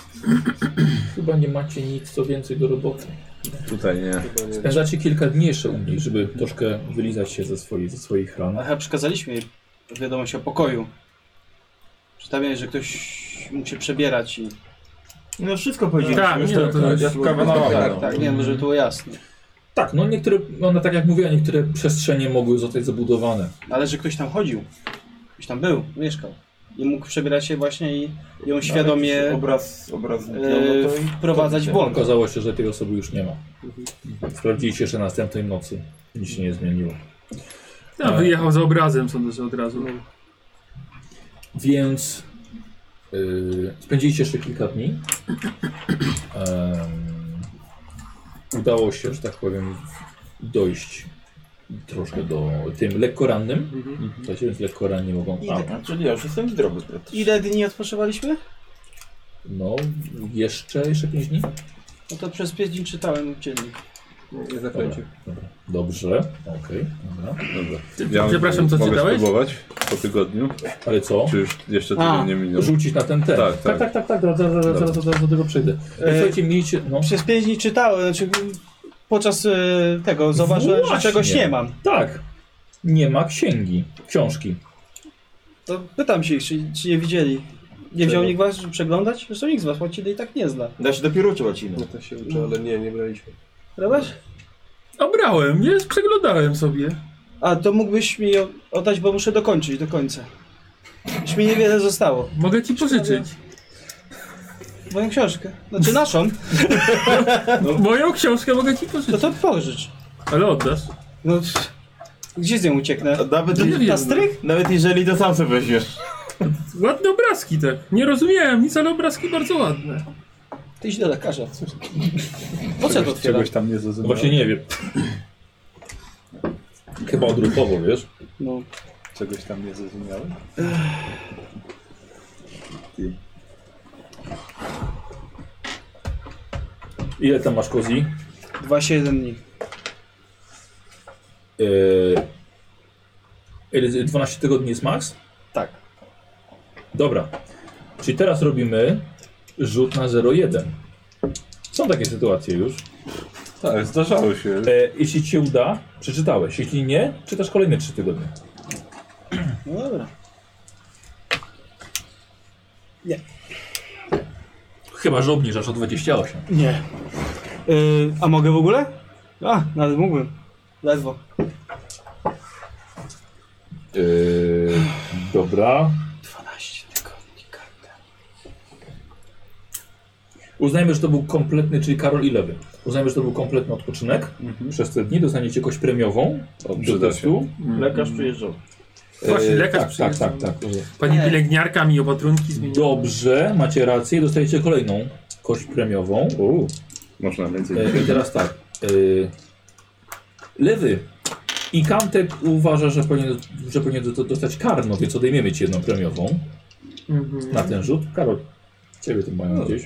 Chyba nie macie nic co więcej do roboty. Tutaj nie. Chyba nie. Spędzacie kilka dni jeszcze u mnie, żeby troszkę wylizać się ze swoich ran. A chyba przekazaliśmy jej wiadomość o pokoju. Przedstawiam, że ktoś mógł się przebierać i... No wszystko powiedzieliśmy. Tak, nie, no to jak kawa na ławę. Tak, nie, no, żeby to było jasne. Tak, no niektóre, one tak jak mówiłem, niektóre przestrzenie mogły zostać zabudowane. Ale że ktoś tam chodził. Ktoś tam był, mieszkał. I mógł przebierać się właśnie i ją świadomie Obraz no to i wprowadzać w błąd. Okazało się, że tej osoby już nie ma. Sprawdziliście jeszcze następnej nocy. Nic się nie zmieniło. Ja wyjechał za obrazem, sądzę, że od razu. Więc spędziliście jeszcze kilka dni. Udało się, że tak powiem, dojść troszkę do tym lekkorannym. Słuchajcie, więc lekkoranni mogą... Czyli ja już jestem zdrowy. Ile dni odpoczywaliśmy? No, jeszcze 5 dni? No to przez 5 dni czytałem dziennik. Nie zakręcił. Dobra. Dobrze, okej, dobra. Ja Przepraszam, co mogę czytałeś? spróbować po tygodniu? Ale co? Czy już jeszcze tydzień nie minął? Rzucić na ten test. Tak. Tak, zaraz do tego przejdę. Słuchajcie, miejcie... No. Przez 5 dni czytałem, znaczy podczas tego zauważyłem, że Właśnie. czegoś nie mam. Tak. Nie ma książki. To pytam się ich, czy nie widzieli. Nie wziął nikt was przeglądać? Zresztą nikt z was właściwie i tak nie zna. Da się dopiero uczyć No to się uczy, ale nie braliśmy. Prawda? Obrałem, nie? Przeglądałem sobie. A to mógłbyś mi ją oddać, bo muszę dokończyć do końca. Już mi niewiele zostało. Mogę ci pożyczyć. Moją książkę. Znaczy naszą. Moją książkę mogę ci No pożyczyć. to pożycz. Ale oddasz. No, gdzie z nią ucieknę? Nawet, No nie wiem. Na strych? nawet jeżeli to sam sobie weźmiesz. Ładne obrazki, tak. Nie rozumiałem nic, ale obrazki bardzo ładne. Ty idź do lekarza. Po co to otwiera? Czegoś tam nie No zrozumiałem. właśnie nie wiem. Chyba odruchowo, wiesz? No. Czegoś tam nie zrozumiałem? Ile tam masz kozji? 27 dni. 12 tygodni jest max? Tak. Dobra. Czyli teraz robimy rzut na 0,1. Są takie sytuacje już. Tak, zdarzało się. Jeśli ci się uda, przeczytałeś. Jeśli nie, czytasz kolejne 3 tygodnie. No dobra. Chyba, że obniżasz o 28. Nie. A mogę w ogóle? A, nawet mógłbym. Ledwo. Dobra. 12 tygodni, karta. Uznajmy, że to był kompletny, czyli Karol i Lewy. Uznajmy, że to był kompletny odpoczynek. Przez te dni dostaniecie kość premiową do Przyda się. testu. Lekarz przyjeżdżał. Właśnie, lekarz tak, przyjeżdżał. tak. Pani Nie. pielęgniarka mi opatrunki zmieniła. Dobrze, macie rację. Dostajecie kolejną kość premiową. Można więcej. I teraz tak. Lewy. I Kamtek uważa, że powinien dostać karno, więc odejmiemy ci jedną premiową na ten rzut. Karol, ciebie tu mają gdzieś.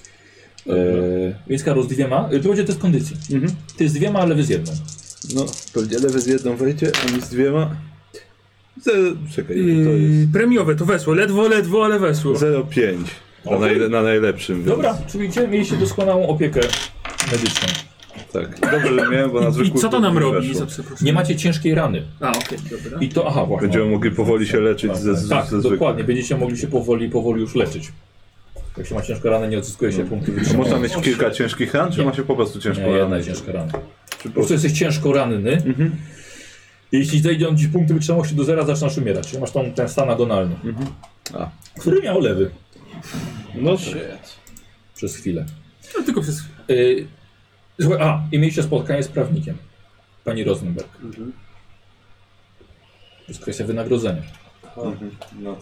Więc Karol z 2. To będzie test kondycji. Ty z 2, a Lewy z 1. No, pewnie lewy z jedną wejdzie, a mi z 2. Czekaj, to jest Premiowe to wesło, ledwo, ale wesło. 0,5 na najlepszym. Więc, Dobra, czyli mieliście doskonałą opiekę medyczną. tak, dobrze, że miałem, bo na I zwykłym co to nam robi? weszło. Za przepraszam. Nie macie ciężkiej rany. A, okej, dobra. I to, aha, właśnie. Będziemy mogli powoli się leczyć ze Tak, zwykłych. dokładnie. Będziecie mogli się powoli już leczyć. Jak się ma ciężką ranę, nie odzyskuje się punkty A można wytrzymałości. mieć kilka ciężkich ran, czy Nie. ma się po prostu ciężką Nie, jedna ranę? ciężka rana. Czy Po prostu jesteś ciężko ranny. Jeśli zejdą ci punkty wytrzymałości do 0, zaczynasz umierać. Czyli masz ten stan agonalny. Który miał Lewy No, przez chwilę. No tylko przez... Słuchaj, i mieliście spotkanie z prawnikiem. Pani Rosenberg. To jest kwestia wynagrodzenia. no.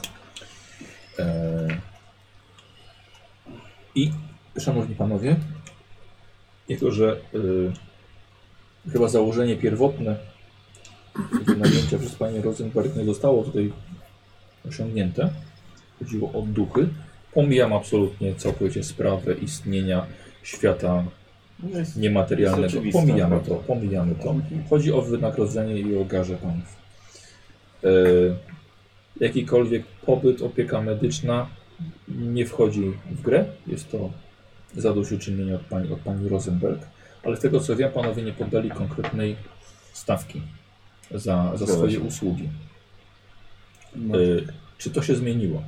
I szanowni panowie, jako że chyba założenie pierwotne wynajęcia przez panią Rosenberg nie zostało tutaj osiągnięte, chodziło o duchy, pomijam absolutnie całkowicie sprawę istnienia świata niematerialnego. Pomijamy to. Chodzi o wynagrodzenie i o garze panów. Jakikolwiek pobyt, opieka medyczna nie wchodzi w grę. Jest to zadośćuczynienie od pani Rosenberg, ale z tego co wiem, panowie nie poddali konkretnej stawki za swoje usługi. Czy to się zmieniło?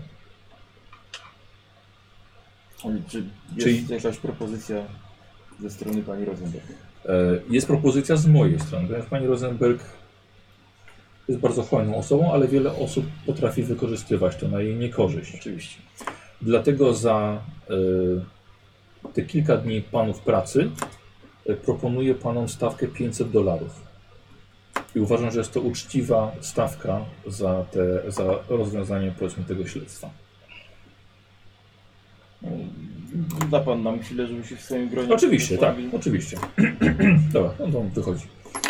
Czy jest jakaś propozycja ze strony pani Rosenberg? Jest propozycja z mojej strony, ponieważ pani Rosenberg jest bardzo hojną osobą, ale wiele osób potrafi wykorzystywać to na jej niekorzyść. Oczywiście. Dlatego za te kilka dni panów pracy proponuję panom stawkę $500. I uważam, że jest to uczciwa stawka za rozwiązanie, powiedzmy, tego śledztwa. Da pan nam chwilę, żeby się w swoim gronie... Oczywiście, tak, oczywiście. Dobra, no to wychodzi.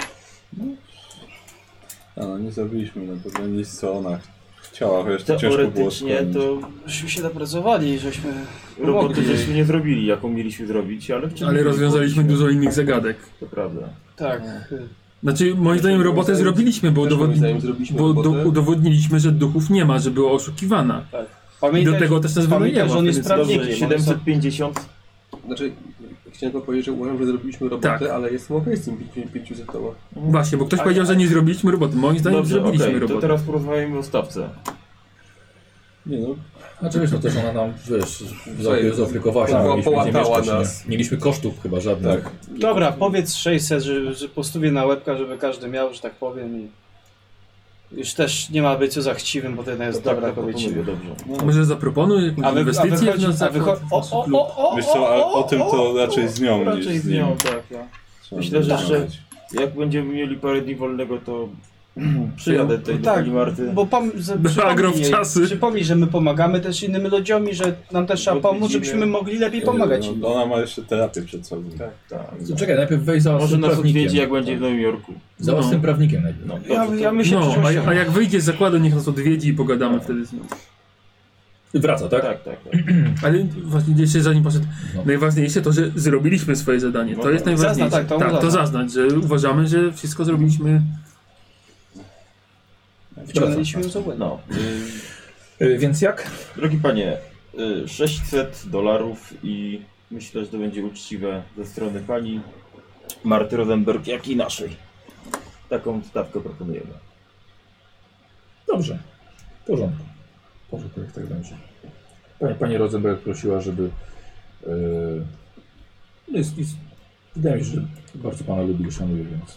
No, nie zrobiliśmy na pewno nic, co ona chciała, chociaż to ciężko było Teoretycznie spełnić. to Żeśmy się napracowali, żeśmy roboty mogli. żeśmy nie zrobili, jaką mieliśmy zrobić, ale wciąż Ale rozwiązaliśmy dużo innych zagadek. To prawda. Tak. Znaczy, moim zdaniem robotę zrobiliśmy, bo, Też moim zdaniem zrobiliśmy robotę. udowodniliśmy, że duchów nie ma, że była oszukiwana. Pamiętaj, Do tego też nas pamiętaj, wynajęła. że on jest Dobrze, prawnikiem. 750. Znaczy, chciałem tylko powiedzieć, że uważam, że zrobiliśmy robotę, Tak. ale jestem okej z tym 500 toła. Właśnie, bo ktoś powiedział, że nie zrobiliśmy roboty. Moim zdaniem Dobrze, zrobiliśmy okej, to robotę. teraz porozmawiajmy o stawce. Nie no, Znaczy wiesz, no też ona nam, wiesz, Słuchaj, zaopiekowała się, połatała mieszkać, nas. nie mieliśmy kosztów chyba żadnych. tak. Dobra, powiedz 600, że postuwię na łebka, żeby każdy miał, że tak powiem. I już też nie ma być co za chciwym, bo to jedna jest dobra kobiecina. Dobrze. Może zaproponuj jakąś inwestycję w nas Wiesz co, o tym to raczej z nią niż Raczej z nią, tak. Ja. Trzeba Myślę, że rozmawiać. Jak będziemy mieli parę dni wolnego, to przyjadę tutaj do Tak, pani Marty. bo Agro w czasy. przypomnij, że my pomagamy też innym ludziom i że nam też trzeba pomóc, Odwiedzimy. żebyśmy mogli lepiej pomagać im. No, ona ma jeszcze terapię przed sobą. Tak. Czekaj, najpierw wejdź za Może własnym nas prawnikiem. odwiedzi, jak będzie w Nowym Jorku. Za własnym prawnikiem najpierw. No, Ja dobrze, myślę, No, że a jak wyjdzie z zakładu, niech nas odwiedzi i pogadamy wtedy z nią. Wraca, tak? tak. Ale właśnie jeszcze zanim poszedł, No. najważniejsze to, że zrobiliśmy swoje zadanie. To jest najważniejsze. Zaznacz, tak, to zaznacz, że uważamy, że wszystko zrobiliśmy. Wciągnęliśmy ją za błęd. No. Więc jak? Drogi panie, $600 i myślę, że to będzie uczciwe ze strony pani Marty Rosenberg, jak i naszej. Taką stawkę proponujemy. Dobrze. W porządku. Jak tak będzie. Pani Rosenberg prosiła, żeby... wydaje mi się, że bardzo pana lubi i szanuje, więc...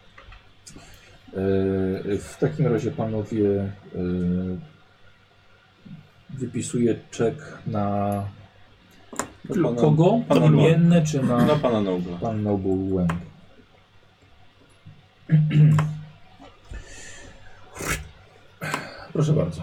w takim razie panowie wypisuje czek na kogo? pana Imienne czy na Na pana Nobla. pan Noble Wang? Proszę bardzo.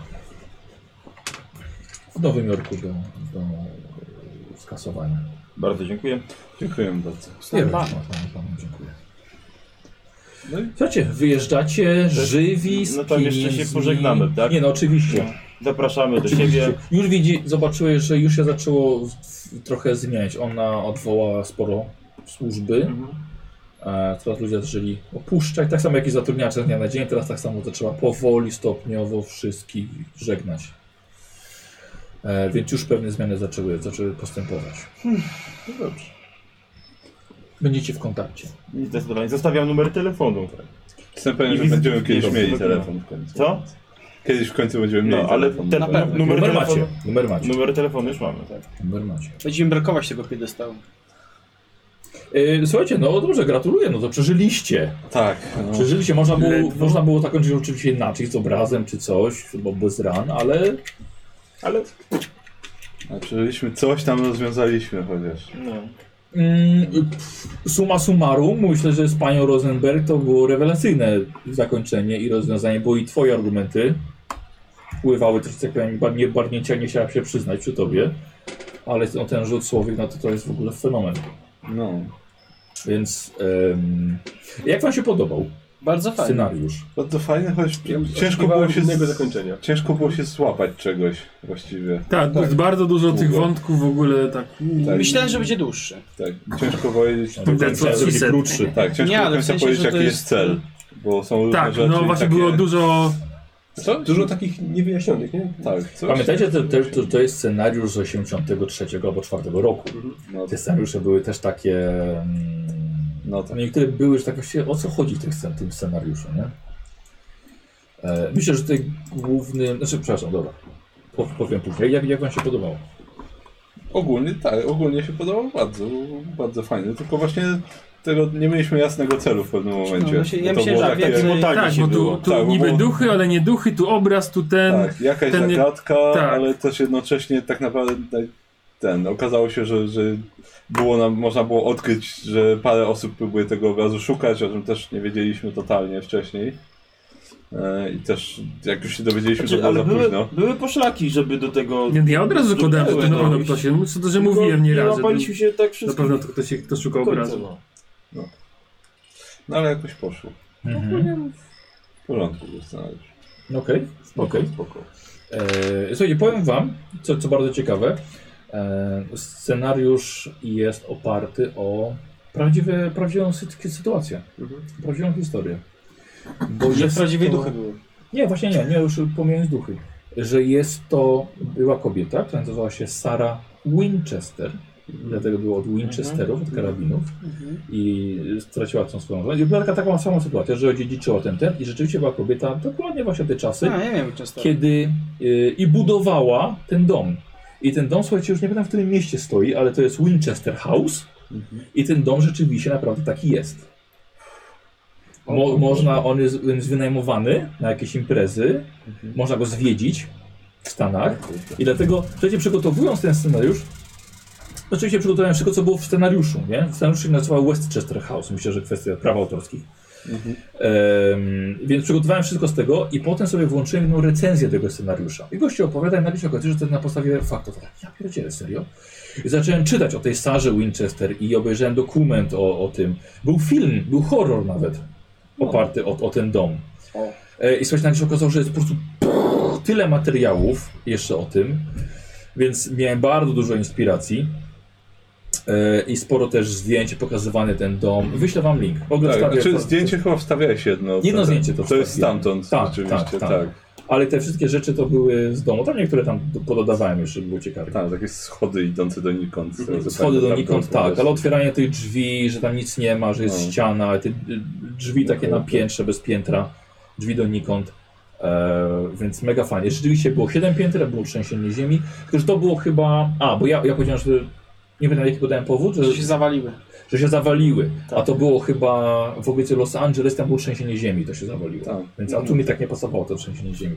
W Nowym Jorku do skasowania. Bardzo dziękuję. Dziękuję bardzo. Nie wiem, panu dziękuję. No i słuchajcie, wyjeżdżacie żywi z No tam jeszcze się pieniędzmi. pożegnamy, tak? Nie no, oczywiście. Zapraszamy do Oczywiście. siebie. Już zobaczyłeś, że już się zaczęło trochę zmieniać. Ona odwołała sporo służby. Teraz ludzie zaczęli opuszczać, tak samo jak i zatrudniacze z dnia na dzień. Teraz tak samo zaczęła powoli, stopniowo wszystkich żegnać. Więc już pewne zmiany zaczęły postępować. No dobrze. Będziecie w kontakcie. Zdecydowanie. Zostawiam numer telefonu. Jestem pewien, I że wizyty będziemy kiedyś w mieli biurze. telefon w końcu. Co? Kiedyś w końcu będziemy mieli No, ale telefon. ten Na pewno. numer Numer telefonu. macie. Numer macie. Numer telefonu już mamy, tak. Numer macie. Będziemy brakować tego piedestału. Słuchajcie, no dobrze, gratuluję, no to przeżyliście. Tak. No. Przeżyliście, można było zakończyć oczywiście inaczej, z obrazem czy coś, bo bez ran, ale A przeżyliśmy coś tam, rozwiązaliśmy chociaż. No. Summa summarum, myślę, że z panią Rosenberg to było rewelacyjne zakończenie i rozwiązanie, bo i twoje argumenty wpływały też, tak powiem, barnięcia nie chciałem się przyznać przy tobie, ale no, ten rzut słowik, no to jest w ogóle fenomen. No. Więc jak wam się podobał Bardzo fajnie. scenariusz? Bardzo fajne, choć zakończenia. ciężko było się złapać czegoś właściwie. Tak, jest bardzo dużo tych Długo. wątków w ogóle tak. Tak. Myślałem, że będzie dłuższy. Tak, ciężko powiedzieć. That's what she said. Krótszy. Tak, ciężko Nie, ale do w końca sensie, powiedzieć że to jaki jest- jest cel. Bo są różne Tak, rzeczy no i właśnie takie... było dużo Co? Dużo takich niewyjaśnionych, nie? Tak. Coś? Pamiętajcie, to jest scenariusz z 83 albo 4 roku. No, Te scenariusze były też takie... no tak. Niektóre były, że tak właściwie o co chodzi w tym scenariuszu, nie? Myślę, że tutaj głównym... Znaczy, przepraszam, dobra. Powiem później. Jak wam się podobało? Ogólnie tak, ogólnie się podobało bardzo, bardzo fajnie. Tylko właśnie tego nie mieliśmy jasnego celu w pewnym momencie. Ja Bo to myślę, było że takie- więcej- Tak, bo tu Tak, bo niby było- duchy, ale nie duchy, tu obraz, tu ten. Tak, jakaś ten- zagadka, tak. ale też jednocześnie tak naprawdę okazało się, że można było odkryć, że parę osób próbuje tego obrazu szukać, o czym też nie wiedzieliśmy totalnie wcześniej. I też jak już się dowiedzieliśmy, to było ale za późno. były poszlaki, żeby do tego... Ja od razu zakładałem, że to na pewno dojść. ktoś się. Co to, że Tylko mówiłem nie nieraz, łapaliśmy się tak na wszystko. pewno to ktoś szuka obrazu. No ale jakoś poszło. W porządku był scenariusz. Okej. Spoko. Słuchajcie, powiem wam, co bardzo ciekawe. Scenariusz jest oparty o prawdziwą sytuację. Prawdziwą historię. Bo Że jest prawdziwe to... duchy były. Nie, właśnie nie, już pomijając duchy. Że była kobieta, która nazywała się Sarah Winchester. Dlatego było od Winchesterów, od karabinów. I straciła tą swoją żonę. I była taką samą sytuację, że odziedziczyła ten i rzeczywiście była kobieta dokładnie właśnie te czasy, Nie wiem, często. kiedy i budowała ten dom. I ten dom, słuchajcie, już nie pamiętam w którym mieście stoi, ale to jest Winchester House. I ten dom rzeczywiście naprawdę taki jest. On jest wynajmowany na jakieś imprezy, można go zwiedzić w Stanach. I dlatego, słuchajcie, przygotowując ten scenariusz, oczywiście przygotowałem wszystko, co było w scenariuszu, nie? W scenariuszu się nazywał Westchester House, myślę, że kwestia praw autorskich. Więc przygotowałem wszystko z tego i potem sobie włączyłem jedną recenzję tego scenariusza. I gościu opowiada i nagle się okazuje, że to jest na podstawie faktów. Ja pierdzielę, serio? I zacząłem czytać o tej Sarze Winchester i obejrzałem dokument o tym. Był film, był horror nawet oparty o ten dom. I słuchajcie, nagle się okazało, że jest po prostu tyle materiałów jeszcze o tym, więc miałem bardzo dużo inspiracji. I sporo też zdjęć, pokazywany ten dom. Wyślę wam link. Zdjęcie chyba wstawiałeś jedno zdjęcie to jest wstawiłem. stamtąd, Tak, rzeczywiście, tak. tak. Ale te wszystkie rzeczy to były z domu. Tam niektóre tam pododawałem jeszcze, żeby było ciekawe. Tak, takie schody idące donikąd. Schody donikąd, tak, ale otwieranie tych drzwi, że tam nic nie ma, że jest ściana, te drzwi takie na piętrze, bez piętra, drzwi donikąd. Więc mega fajnie. Rzeczywiście było 7 pięter, było trzęsienie ziemi. Tylko, że to było chyba... bo ja powiedziałem, że... Nie wiem, jaki podałem powód, Że się zawaliły. Że się zawaliły. A to było chyba w okolicy Los Angeles, tam było trzęsienie ziemi, to się zawaliło. Tak. Więc, a tu mi tak nie pasowało to trzęsienie ziemi.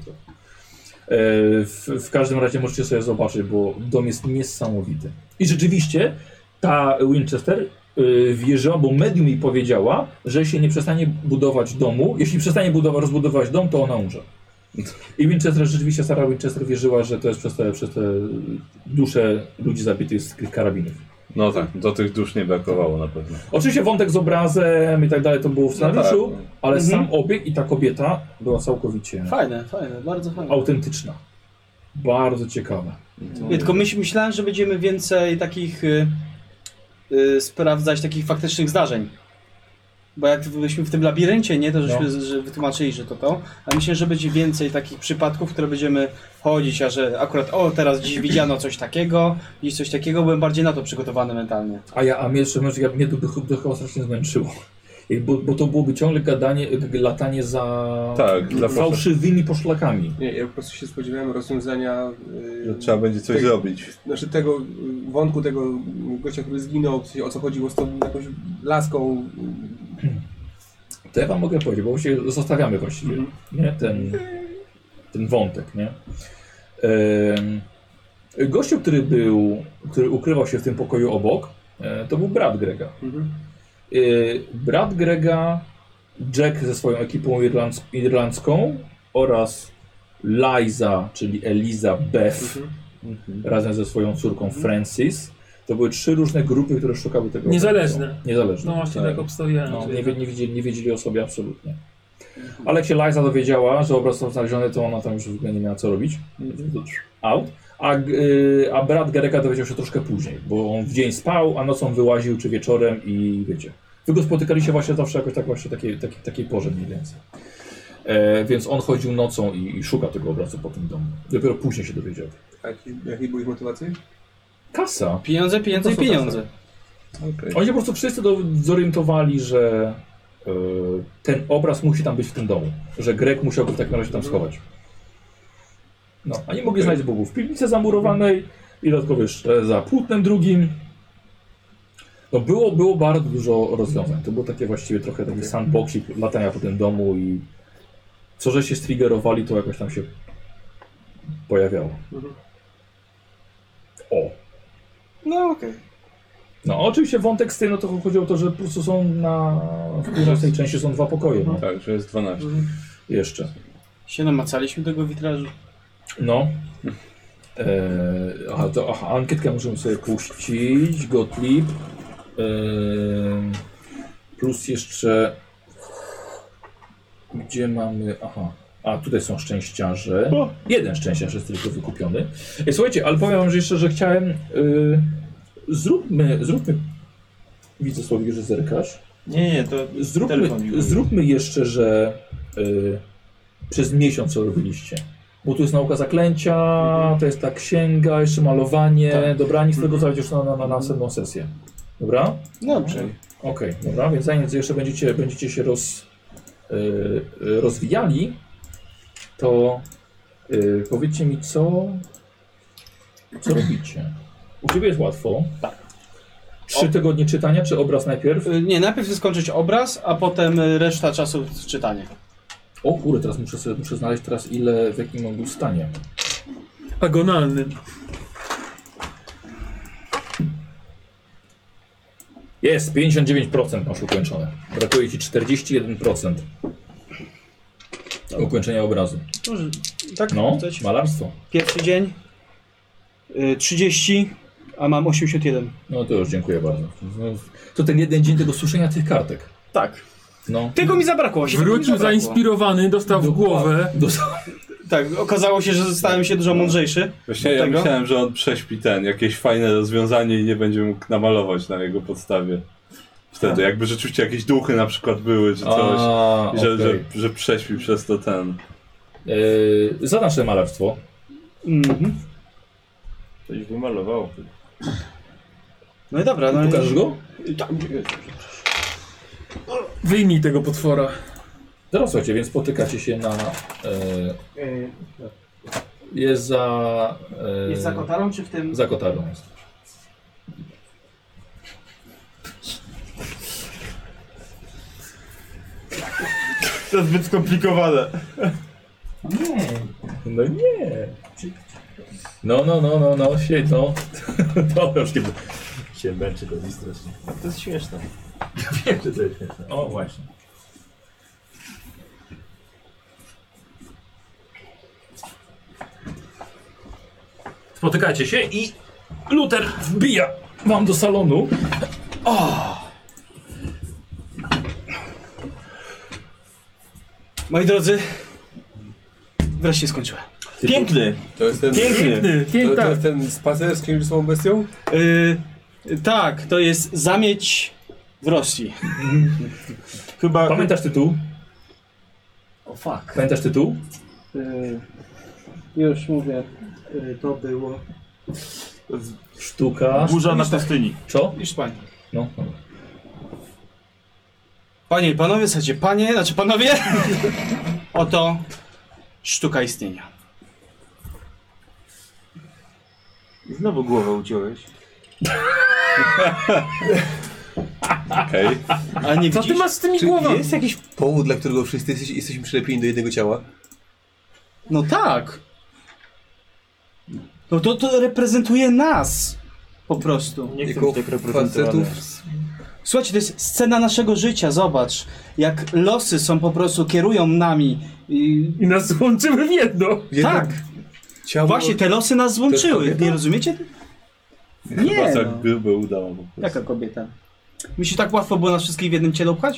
W każdym razie możecie sobie zobaczyć, bo dom jest niesamowity. I rzeczywiście ta Winchester wierzyła, bo medium jej powiedziała, że się nie przestanie budować domu. Jeśli przestanie rozbudować dom, to ona umrze. I Winchester, rzeczywiście Sarah Winchester wierzyła, że to jest przez te dusze ludzi zabitych z tych karabinów. No tak, do tych dusz nie brakowało na pewno. Oczywiście wątek z obrazem i tak dalej to było w scenariuszu, tak. ale sam obieg i ta kobieta była całkowicie Fajne, bardzo fajne. autentyczna. Bardzo ciekawe. Tylko myślałem, że będziemy więcej takich sprawdzać takich faktycznych zdarzeń. Bo jak byliśmy w tym labiryncie, nie, to żeśmy że wytłumaczyli, że to. A myślę, że będzie więcej takich przypadków, w które będziemy chodzić, a że akurat teraz dziś widziano coś takiego, dziś coś takiego, byłem bardziej na to przygotowany mentalnie. A mnie jeszcze mnie to chyba strasznie zmęczyło. Bo to byłoby ciągle latanie za fałszywymi poszlakami. Nie, ja po prostu się spodziewałem rozwiązania... Że trzeba będzie coś zrobić. Znaczy tego wątku, tego gościa, który zginął, o co chodziło z tą jakąś laską. To ja wam mogę powiedzieć, bo właściwie zostawiamy właściwie nie? Ten wątek, nie? Gościu, który ukrywał się w tym pokoju obok, to był brat Grega. Brat Grega, Jack ze swoją ekipą irlandzką oraz Liza, czyli Elizabeth, razem ze swoją córką Francis. To były 3 różne grupy, które szukały tego. Niezależne. Niezależne. No właśnie tak obstawiałem. No, nie wiedzieli o sobie absolutnie. Ale jak się Liza dowiedziała, że obraz został znaleziony, to ona tam już w ogóle nie miała co robić. Out. A brat Grega dowiedział się troszkę później, bo on w dzień spał, a nocą wyłaził, czy wieczorem i wiecie. Wy go spotykali się właśnie zawsze jakoś tak właśnie takiej porze mniej więcej. Więc on chodził nocą i szukał tego obrazu po tym domu. Dopiero później się dowiedział. A jakie były ich motywacje? Kasa. Pieniądze, pieniądze i To są pieniądze. Okej. Oni się po prostu wszyscy zorientowali, że ten obraz musi tam być w tym domu. Że Greg musiał go w takim razie tam schować. No, a nie mogli znaleźć bogów w piwnicy zamurowanej i dodatkowo jeszcze za płótnem drugim. No było bardzo dużo rozwiązań. To było takie właściwie trochę taki sandboxik latania po tym domu i co że się striggerowali, to jakoś tam się pojawiało. O! No okej. No oczywiście wątek z tym, no to chodziło o to, że po prostu są w tej części są 2 pokoje. No. Tak, że jest 12. Jeszcze. Się namacaliśmy tego witrażu. No. Ankietkę możemy sobie puścić. Gottlieb. Plus jeszcze... Gdzie mamy... Aha. A, tutaj są szczęściarze. Jeden szczęściarz jest tylko wykupiony. Słuchajcie, ale powiem wam że jeszcze, że chciałem... Zróbmy... Widzę Słowik, że zerkasz. Nie, to telefon mi mówi. Zróbmy jeszcze, że przez miesiąc co robiliście. Bo tu jest nauka zaklęcia, to jest ta księga, jeszcze malowanie. Tak. Dobra, nic z tego zrobić już na następną sesję. Dobra? Dobrze. Okej, dobra, więc zanim jeszcze będziecie się rozwijali, to powiedzcie mi, co robicie? U ciebie jest łatwo. Tak. 3 tygodnie czytania, czy obraz najpierw? Nie, najpierw chcę skończyć obraz, a potem reszta czasu czytanie. O kurde, teraz muszę znaleźć teraz w jakim on był stanie. Agonalnym. Jest, 59% masz ukończone. Brakuje ci 41% ukończenia obrazu. Może, tak? No, Chcecie? malarstwo. Pierwszy dzień 30, a mam 81. No to już dziękuję bardzo. No, to ten jeden dzień tego suszenia tych kartek. Tak. No. Tego mi zabrakło. Wrócił zainspirowany, dostał w głowę. Tak, okazało się, że stałem się dużo mądrzejszy. Właśnie ja tego? myślałem, że on prześpi jakieś fajne rozwiązanie i nie będzie mógł namalować na jego podstawie. Wtedy, jakby rzeczywiście jakieś duchy na przykład były, czy coś. Że prześpi przez to ten. Za nasze malarstwo. Mhm. Coś wymalował. No i dobra. No Pokażesz go? Tak. Wyjmij tego potwora. Teraz słuchajcie, więc spotykacie się na... jest za... Jest za kotarą, czy w tym? Za kotarą jest. To zbyt skomplikowane. Nie. No nie. No, siedź, no. Dobra, już kiedy się męczy go strasznie. To jest śmieszne. Wiem, że to jest śmieszne. O, właśnie. Spotykacie się i Luther wbija wam do salonu. Moi drodzy, wreszcie skończyłem. Piękny! To jest ten, Piękny! to jest ten spacer z księżycową bestią? Tak, to jest zamieć w Rosji. Chyba... Pamiętasz tytuł? O fuck. Pamiętasz tytuł? Już mówię, to było... Sztuka. Burza na pustyni. Co? Hiszpania. No. Panie i panowie, słuchajcie, panowie, oto sztuka istnienia. Znowu głowę uciąłeś. Okej. A nie Co ty widzisz? masz z tymi Czy głowami? jest jakiś powód, dla którego wszyscy jesteśmy przylepieni do jednego ciała? No tak. No to reprezentuje nas. Po prostu. Nie chcę Jako być tak reprezentowany. facetów? Słuchajcie, to jest scena naszego życia, zobacz. Jak losy są po prostu, kierują nami. I nas łączyły w jedno. Tak. Ciało... Właśnie te losy nas złączyły. kobieta? Nie rozumiecie? Chyba Nie za no. grube udało po prostu. Jaka kobieta? Myślisz, tak łatwo było nas wszystkich w jednym ciele upchać?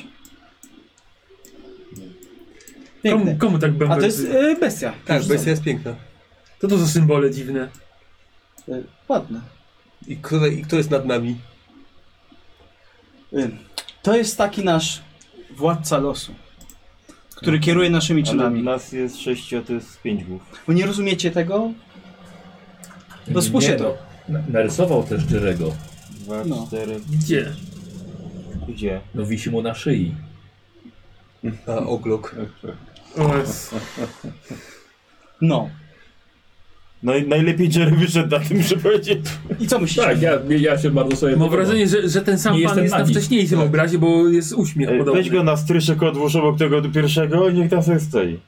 Piękne. Komu tak A bęben? to jest bestia. Tak, bestia jest piękna. Co to za symbole dziwne? Ładne. I kto jest nad nami? To jest taki nasz władca losu. który kieruje naszymi Ale czynami. nas jest 6, a to jest 5 głów. Wy nie rozumiecie tego? To spójrzcie Nie, to. Narysował też Jerego. 2, No. 4... Gdzie? Gdzie? No wisi mu na szyi. A oglok. O jest. No. No i najlepiej Jerry wyszedł na tym, żeby powiedzieć. I co myślicie? Tak, ja się bardzo sobie Mam podobam. wrażenie, że ten sam Nie pan jestem jest na nagi. wcześniejszym obrazie, bo jest uśmiech podobny. Weź go na stryszek, odłóż obok tego do pierwszego i niech tam sobie stoi.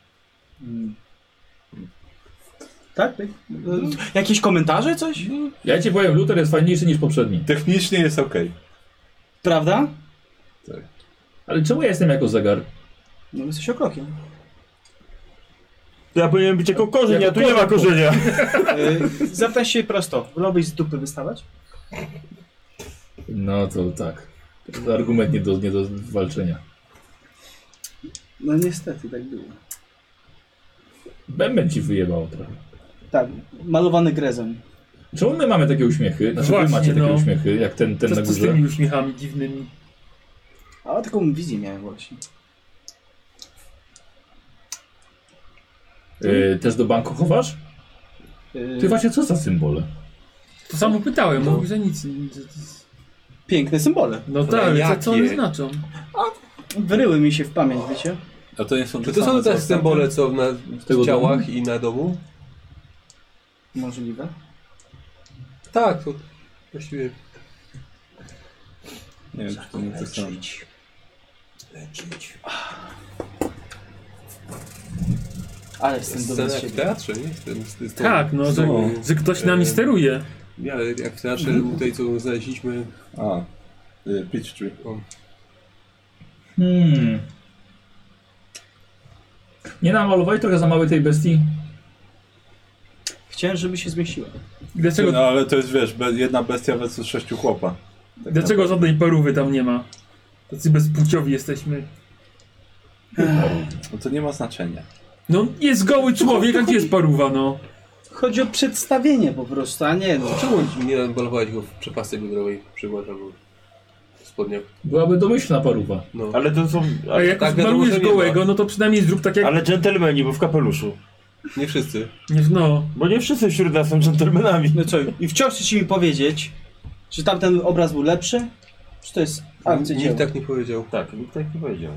Tak? Jakieś komentarze, coś? Ja ci powiem, Luther jest fajniejszy niż poprzedni. Technicznie jest okej. Prawda? Ale czemu ja jestem jako zegar? No jesteś okrokiem. Ja powinienem być jako korzeń, Jako a tu nie ma korzeń. korzenia. Zapytaj się prosto. Wolałbyś z dupy wystawać? No to tak. To argument nie do walczenia. No niestety, tak było. Bęben ci wyjebał trochę. Tak, malowany grezem. Czemu my mamy takie uśmiechy? Znaczy Właśnie, wy macie takie no. uśmiechy, jak ten Co na z górze? tymi uśmiechami dziwnymi? Ale taką wizję miałem właśnie. Też do banku chowasz? Ty właśnie co za symbole? To samo pytałem, No. mówi, że nic. Piękne symbole. No Ale tak, ale co one jakie? znaczą? Wyryły mi się w pamięć, wiecie? A to nie są Czy to są te symbole, co tego w ciałach i na domu? Możliwe. Tak, to właściwie... Nie wiem, czy to nie te same. Ale jestem Scena dumny z jak w siebie. teatrze, nie? Tak, no, że ktoś nami steruje. Nie, ale jak w teatrze tutaj, co znaleźliśmy... A, Peachtree. Nie namalowałeś trochę za małej tej bestii? Chciałem, żeby się zmieściła. Dlaczego, No ale to jest, wiesz, jedna bestia versus 6 chłopa. Tak dlaczego żadnej parówy tam nie ma? Tacy bezpłciowi jesteśmy. No to nie ma znaczenia. No jest goły człowiek, a gdzie jest parówa, no? Chodzi o przedstawienie po prostu, a nie no. Czemu nie namalowałeś go w przepasce biodrowej przykład albo w spodniach? Byłaby domyślna parówa. No. Ale to są... A jak tak już wiadomo, malujesz że nie gołego, no to przynajmniej zrób tak jak... Ale dżentelmeni, bo w kapeluszu. Nie wszyscy. No, Bo nie wszyscy wśród nas są dżentelmenami. No co, i wciąż chcecie mi powiedzieć, czy tamten obraz był lepszy? Czy to jest arcydzieło? Nikt tak nie powiedział. Tak, nikt tak nie powiedział.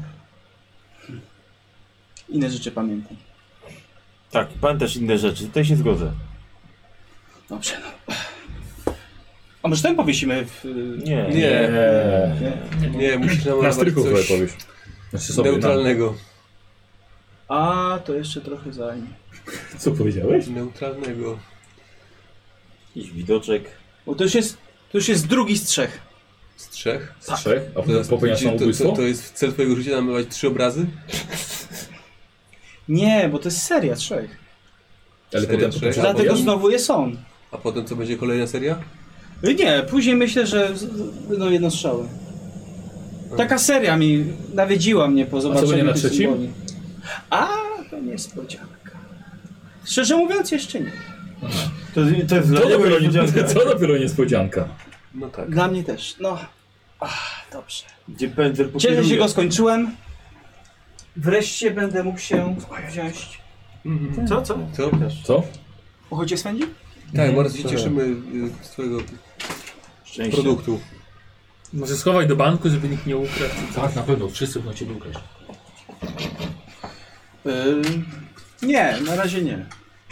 Inne rzeczy pamiętam. Tak, pamiętasz inne rzeczy, tutaj się zgodzę. Dobrze, no. A może ten powiesimy w... Nie. Nie. Nie. Nie, musisz Na namalować strychu sobie coś powiesz. Znaczy sobie neutralnego. A, to jeszcze trochę zajmie. Co powiedziałeś? Neutralnego. Jakiś widoczek. Bo to już jest drugi z trzech. Z trzech? Z trzech? A To, popełniasz samobójstwo? to jest cel twojego życia namalować 3 obrazy? Nie, bo to jest seria trzech. Ale Seria potem trzech? potem Dlatego potem- znowu jest on. A potem co będzie kolejna seria? Nie, później myślę, że będą jednostrzały. Taka seria mi nawiedziła mnie po zobaczeniu będzie na tych trzecim? symboli. A, to niespodzianka. Szczerze mówiąc, jeszcze nie. To jest To dla niego dopiero, niespodzianka. co dopiero niespodzianka. No tak. Dla mnie też. No. Dobrze. Gdzie pędzel Cieszę się, że pokieruje. go skończyłem. Wreszcie będę mógł się wziąć. Co? Co? Co? Uchodzie swędzi? Tak, bardzo się cieszymy z twojego Szczęście. produktu. może schowaj do banku, żeby nikt nie ukradł. Tak, na pewno. Wszyscy będą cię ukraść. Nie, na razie nie.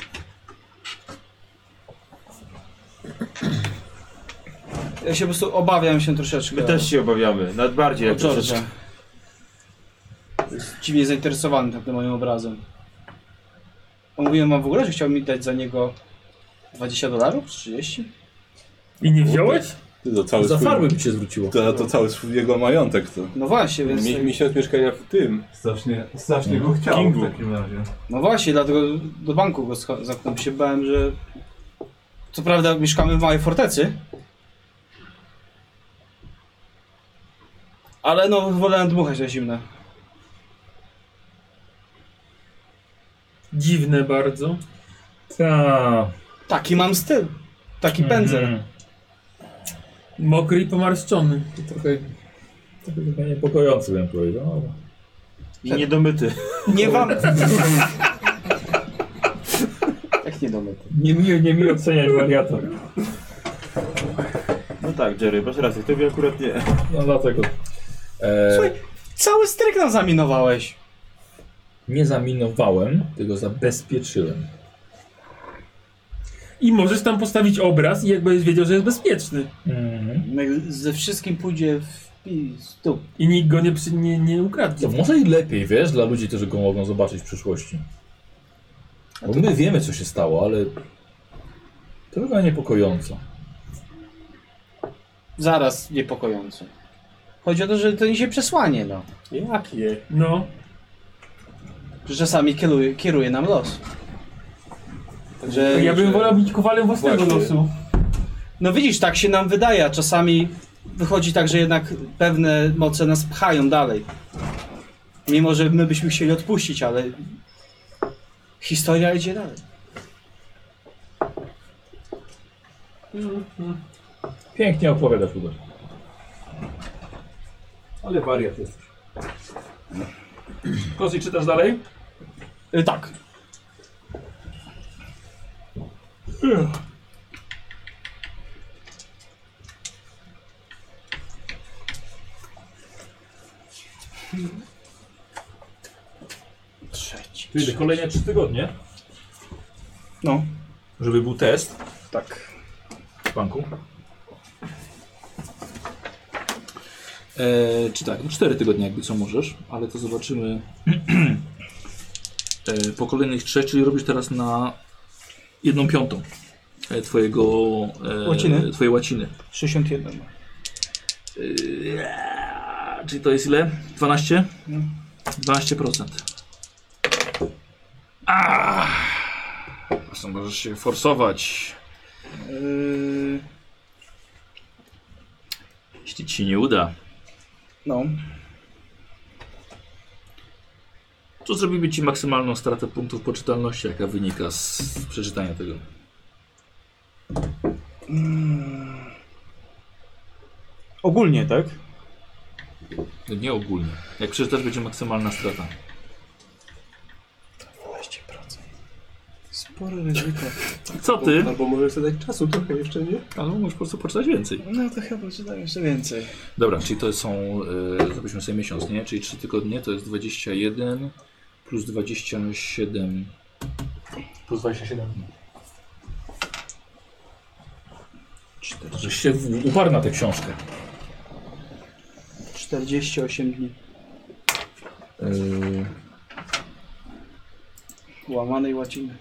Ja się po prostu obawiam się troszeczkę. My też się obawiamy, nawet bardziej o jak troszeczkę. George'a. Jest dziwnie zainteresowany tym moim obrazem. A mówiłem wam w ogóle, że chciał mi dać za niego $20? 30? I nie wziąłeś? Ty to cały Za swój, farby by cię zwróciło. to cały swój jego majątek to. No właśnie, więc... Miesiąc mieszkania w tym. Strasznie go chciał Kingu. w takim razie. No właśnie, dlatego do banku go zamknąłem. Się bałem, że... Co prawda mieszkamy w małej fortecy. Ale no, wolałem dmuchać na zimne. Dziwne bardzo. Ta. Taki mam styl. Taki pędzel. Mokry i pomarszczony. To trochę niepokojący bym powiedział. Ale... I niedomyty. Nie wam... Jak niedomyty? Nie mi oceniać wariata. No tak, Jerry, masz rację, tobie akurat nie. No dlatego. Słuchaj, cały stryk nam zaminowałeś. Nie zaminowałem, tylko zabezpieczyłem. I możesz tam postawić obraz i jak będziesz wiedział, że jest bezpieczny. Ze wszystkim pójdzie w pistu. I nikt go nie ukradnie. To może i lepiej, wiesz, dla ludzi, którzy go mogą zobaczyć w przyszłości. Bo my wiemy, co się stało, ale to chyba niepokojąco. Zaraz niepokojąco. Chodzi o to, że to niesie przesłanie, no. Jakie? No. Że czasami kieruje nam los. Także... Ja bym wolał być kowalem własnego Właśnie. losu. No widzisz, tak się nam wydaje, a czasami wychodzi tak, że jednak pewne moce nas pchają dalej. Mimo, że my byśmy chcieli odpuścić, ale historia idzie dalej. Pięknie opowiadasz, Hubert. Ale wariat jesteś. Kozi, czytasz dalej? Tak. Trzeci. Czyli kolejne 3 tygodnie, No, żeby był test tak. w banku. Czy tak, 4 tygodnie jakby co możesz, ale to zobaczymy po kolejnych 3, czyli robisz teraz na 1/5 twojego Łaciny? twojej łaciny. 61. Czyli to jest ile? 12? 12%. Co możesz się forsować. Jeśli ci nie uda, No. to zrobimy ci maksymalną stratę punktów poczytalności, jaka wynika z przeczytania tego. Ogólnie, tak? Nie ogólnie. Jak przeczytasz, będzie maksymalna strata. 12%. Spore ryzyko. Co ty? Albo możesz sobie dać czasu trochę jeszcze, nie? Ale możesz po prostu poczytać więcej. No to chyba przeczytam jeszcze więcej. Dobra, czyli to są, zrobiliśmy sobie miesiąc, nie? Czyli 3 tygodnie to jest 21 plus 27 plus 27 dni. Żeś się uparł na tę książkę. 48 dni. Łamanej łaciny.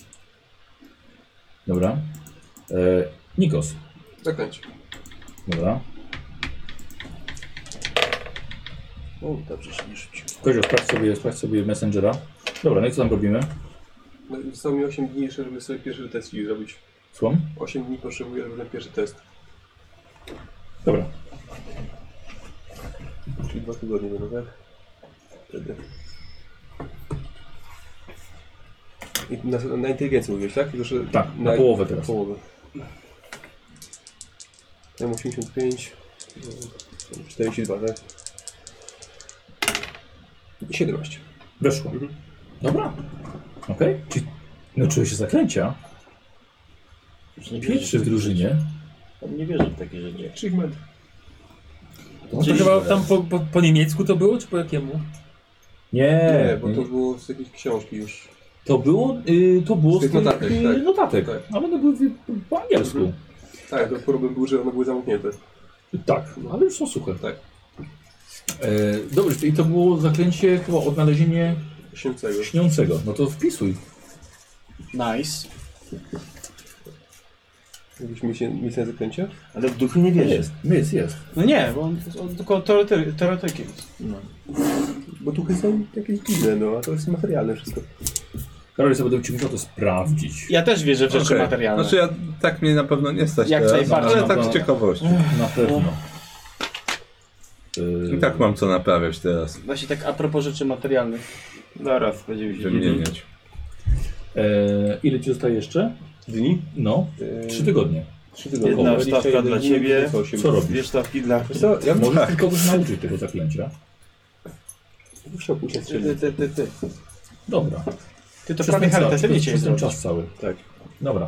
Dobra. Nikos. Zakręć. Dobra. O, dobrze się nie rzucił. Kozio, sprawdź sobie Messengera. Dobra, no i co tam robimy? No, zostało mi 8 dni jeszcze, żeby sobie pierwszy test ci zrobić. Słucham? 8 dni potrzebuję, żeby ten pierwszy test. Dobra. Czyli 2 tygodnie będą, tak? Wtedy. I na inteligencję mówiłeś, tak? Tylko, że Tak, na połowę teraz. Połowę. Ja mam 85, 42, tak? I 17. Weszło. Dobra. Okej. Czyli nauczyłeś się zaklęcia. Pierwszy w drużynie. On nie wierzy w takie rzeczy. Achievement. To chyba tam po niemiecku to było, czy po jakiemu? Nie, bo to było z jakiejś książki już. To było Z tych notatek, tak. notatek. Tak. Ale one były po angielsku. Tak, to problem był, że one były zamknięte. Tak, ale już są suche. Tak. Dobrze, i to było zaklęcie chyba odnalezienie Śniącego. śniącego. No to wpisuj. Nice. Jakbyś mieć na zakręcie? Ale w duchy nie wierzy. Jest. No nie, bo on tylko teoretykiem jest. No. Bo duchy są jakieś dziwne, no, a to jest materialne wszystko. Karol, sobie będę musiał to sprawdzić. Ja też wierzę w rzeczy Okej. materialne. Znaczy tak mnie na pewno nie stać Jak teraz, najbardziej. ale tak No. z ciekawości. Na pewno. I tak mam co naprawiać teraz, Właśnie tak a propos rzeczy materialnych. Zaraz będziemy się wymieniać. Ile ci zostaje jeszcze? Dni? No, 3 tygodnie. 3 tygodnie. Jedna wstawka dla ciebie. Co robisz? Dwie stawki dla... Co? Ja bym Możesz kogoś nauczyć tego zaklęcia. Musiał pójść na strzelnicę. Ty. Dobra. Ty to Przez prawie ten czas- charytatywnie cię przez ten zrobić. czas cały. Tak. Dobra.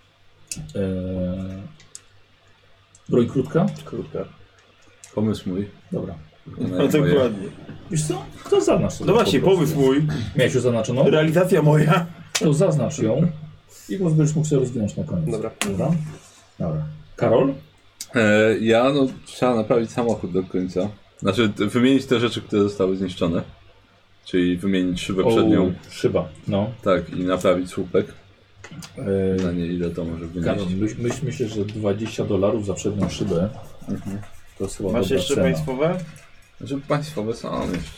Broń krótka? Krótka. Pomysł mój. Dobra. No dokładnie. Wiesz co? To zaznacz sobie. No właśnie, po prostu. pomysł mój, Miałeś już zaznaczoną? realizacja moja. To zaznacz ją i będziesz mógł sobie rozwinąć na koniec. Dobra. Dobra. Karol? Trzeba naprawić samochód do końca. Znaczy, wymienić te rzeczy, które zostały zniszczone. Czyli wymienić szybę przednią. Szyba. No. Tak, i naprawić słupek. E, Na nie ile to może Karol, wynieść. myślę, że $20 za przednią szybę to jest chyba Masz dobra jeszcze cena. państwowe? Znaczy państwowe są jeszcze.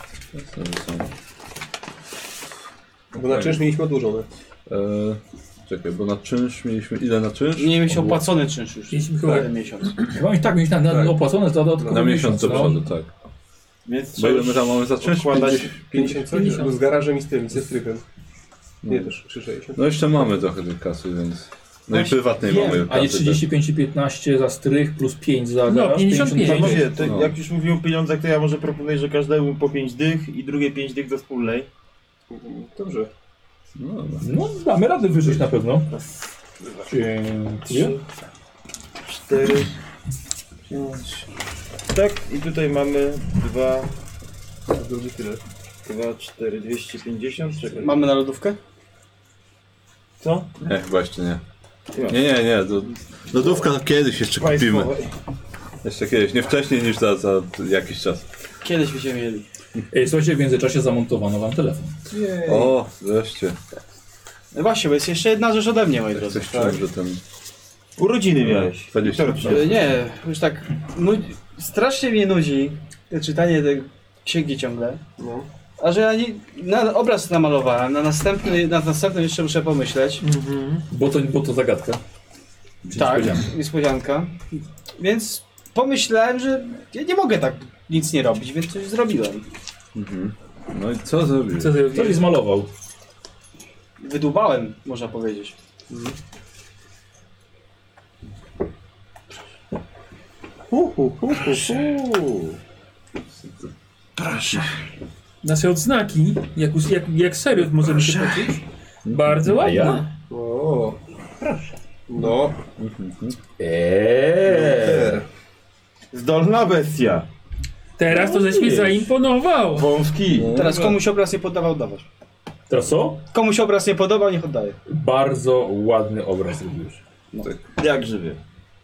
Bo na czynsz mieliśmy odłożone. Czekaj, bo na czynsz mieliśmy... Ile na czynsz? Nie mieliśmy opłacony czynsz już. Mieliśmy chyba- Jeden miesiąc. Chyba tak, mieć na opłacone za dodatkowo Na miesiąc do no. przodu, tak. Więc Bo ile my tam mamy za czynsz? odkładać 50 coś? 50. Bo z garażem i z tym, ze strychem. Nie też, 360. No jeszcze mamy trochę tej kasy, więc... No i Właśnie prywatnej wiem. mamy A nie kasy 35 i 15 za strych plus 5 za No, garaż? 55. Panowie, to No. jak już mówimy o pieniądzach, to ja może proponuję, że każdemu po 5 dych i drugie 5 dych do wspólnej. Dobrze. No dobra. No damy radę wyżyć na pewno. Dziękuję. 4, 5. Tak, i tutaj mamy 2, Drugi tyle. 4, 250. Czekaj. Mamy na lodówkę? Co? Nie, chyba jeszcze nie. Nie. Nie. Lodówka kiedyś jeszcze kupimy. Państwowe. Jeszcze kiedyś, nie wcześniej niż za jakiś czas. Kiedyś byśmy mieli. Słuchajcie, w międzyczasie zamontowano wam telefon. O, wreszcie. No właśnie, bo jest jeszcze jedna rzecz ode mnie, moi drodzy. Coś czułem, że ten... Urodziny miałeś. 20. Nie, już tak strasznie mnie nudzi to czytanie tej księgi ciągle. No. A że ja nie, na obraz namalowałem, na następny jeszcze muszę pomyśleć. Bo to zagadka. Czyli Tak, niespodzianka. niespodzianka. Więc pomyślałem, że ja nie mogę tak nic nie robić, więc coś zrobiłem. Mhm. No i co zrobił? Co ty Ktoś zmalował. Wydłubałem, można powiedzieć. Nasze odznaki, jak szeryf możemy się poczuć. Bardzo Maja? ładne. O. No. Zdolna bestia. Teraz to żeś mi zaimponował. Wąski. Teraz komuś obraz nie podobał, dawać. Teraz co? Komuś obraz nie podobał, niech oddaje. Bardzo ładny obraz zrobiłeś. Jak żywie.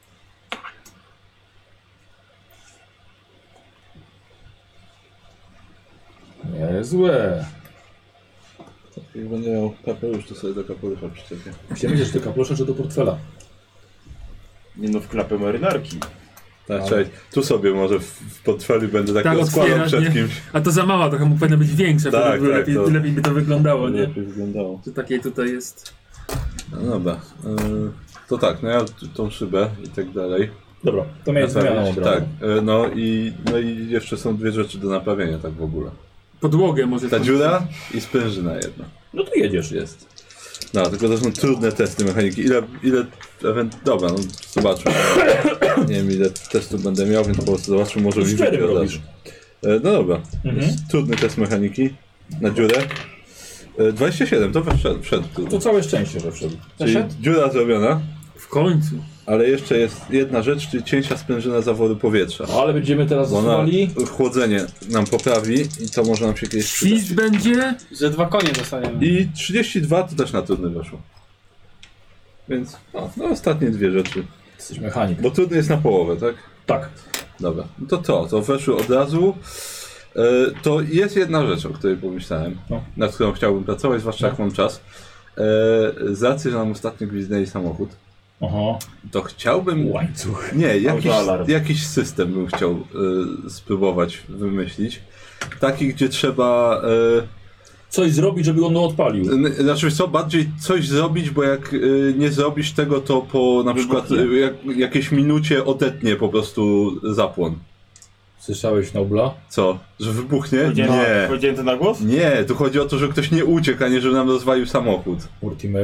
Niezłe. Jak będę miał kapelusz, to sobie do kapelusza przyczepię. Myślałem, że tylko proszę, że do portfela. Nie no, w klapę marynarki. Tak, cześć. Tu sobie może w portfelu będę tak Tak, rozkładał otwierać, przed nie? kimś. A to za mała, trochę powinna być większa, Tak, wtedy tak, lepiej, to- lepiej by to wyglądało, nie? Lepiej wyglądało. Że takie tutaj jest. No dobra. To tak, no ja tą szybę i tak dalej. Dobra, to miałeś zmianę od razu. Tak, no i jeszcze są dwie rzeczy do naprawienia tak w ogóle. Podłogę może. Ta dziura i sprężyna jedna. No to jedziesz, jest. No, tylko to są trudne testy mechaniki. Dobra, no zobaczmy. Nie wiem ile testów będę miał, więc po prostu zobaczmy, może Z mi czterech wyjdzie od robisz. razu. No dobra, Mhm. jest trudny test mechaniki na dziurę. 27, to wszedł. To całe szczęście, że wszedł. Czyli dziura zrobiona, W końcu. ale jeszcze jest jedna rzecz, czyli cięcia sprężyna zawodu powietrza. Ale będziemy teraz Bo ona zwali. chłodzenie nam poprawi i to może nam się kiedyś przydać. Świst będzie. Że 2 konie dostaniemy. I 32 to też na trudny weszło. Więc no ostatnie dwie rzeczy. Jesteś mechanik. Bo trudny jest na połowę, tak? Tak. Dobra, no to weszły od razu. To jest jedna rzecz, o której pomyślałem, No. nad którą chciałbym pracować, zwłaszcza jak mam czas. Z racji, że nam ostatnio gwizdnęli samochód, Aha. to chciałbym... Łańcuch. Nie, Autoalarm. jakiś system bym chciał spróbować wymyślić. Taki, gdzie trzeba... Coś zrobić, żeby on odpalił. Znaczy wiesz co, bardziej coś zrobić, bo jak nie zrobisz tego, to po na przykład jakieś minucie odetnie po prostu zapłon. Słyszałeś Nobla? Co? Że wybuchnie? Nie. Powiedziałem to na głos? Nie, tu chodzi o to, że ktoś nie uciekł, a nie że nam rozwalił samochód. Mortimer?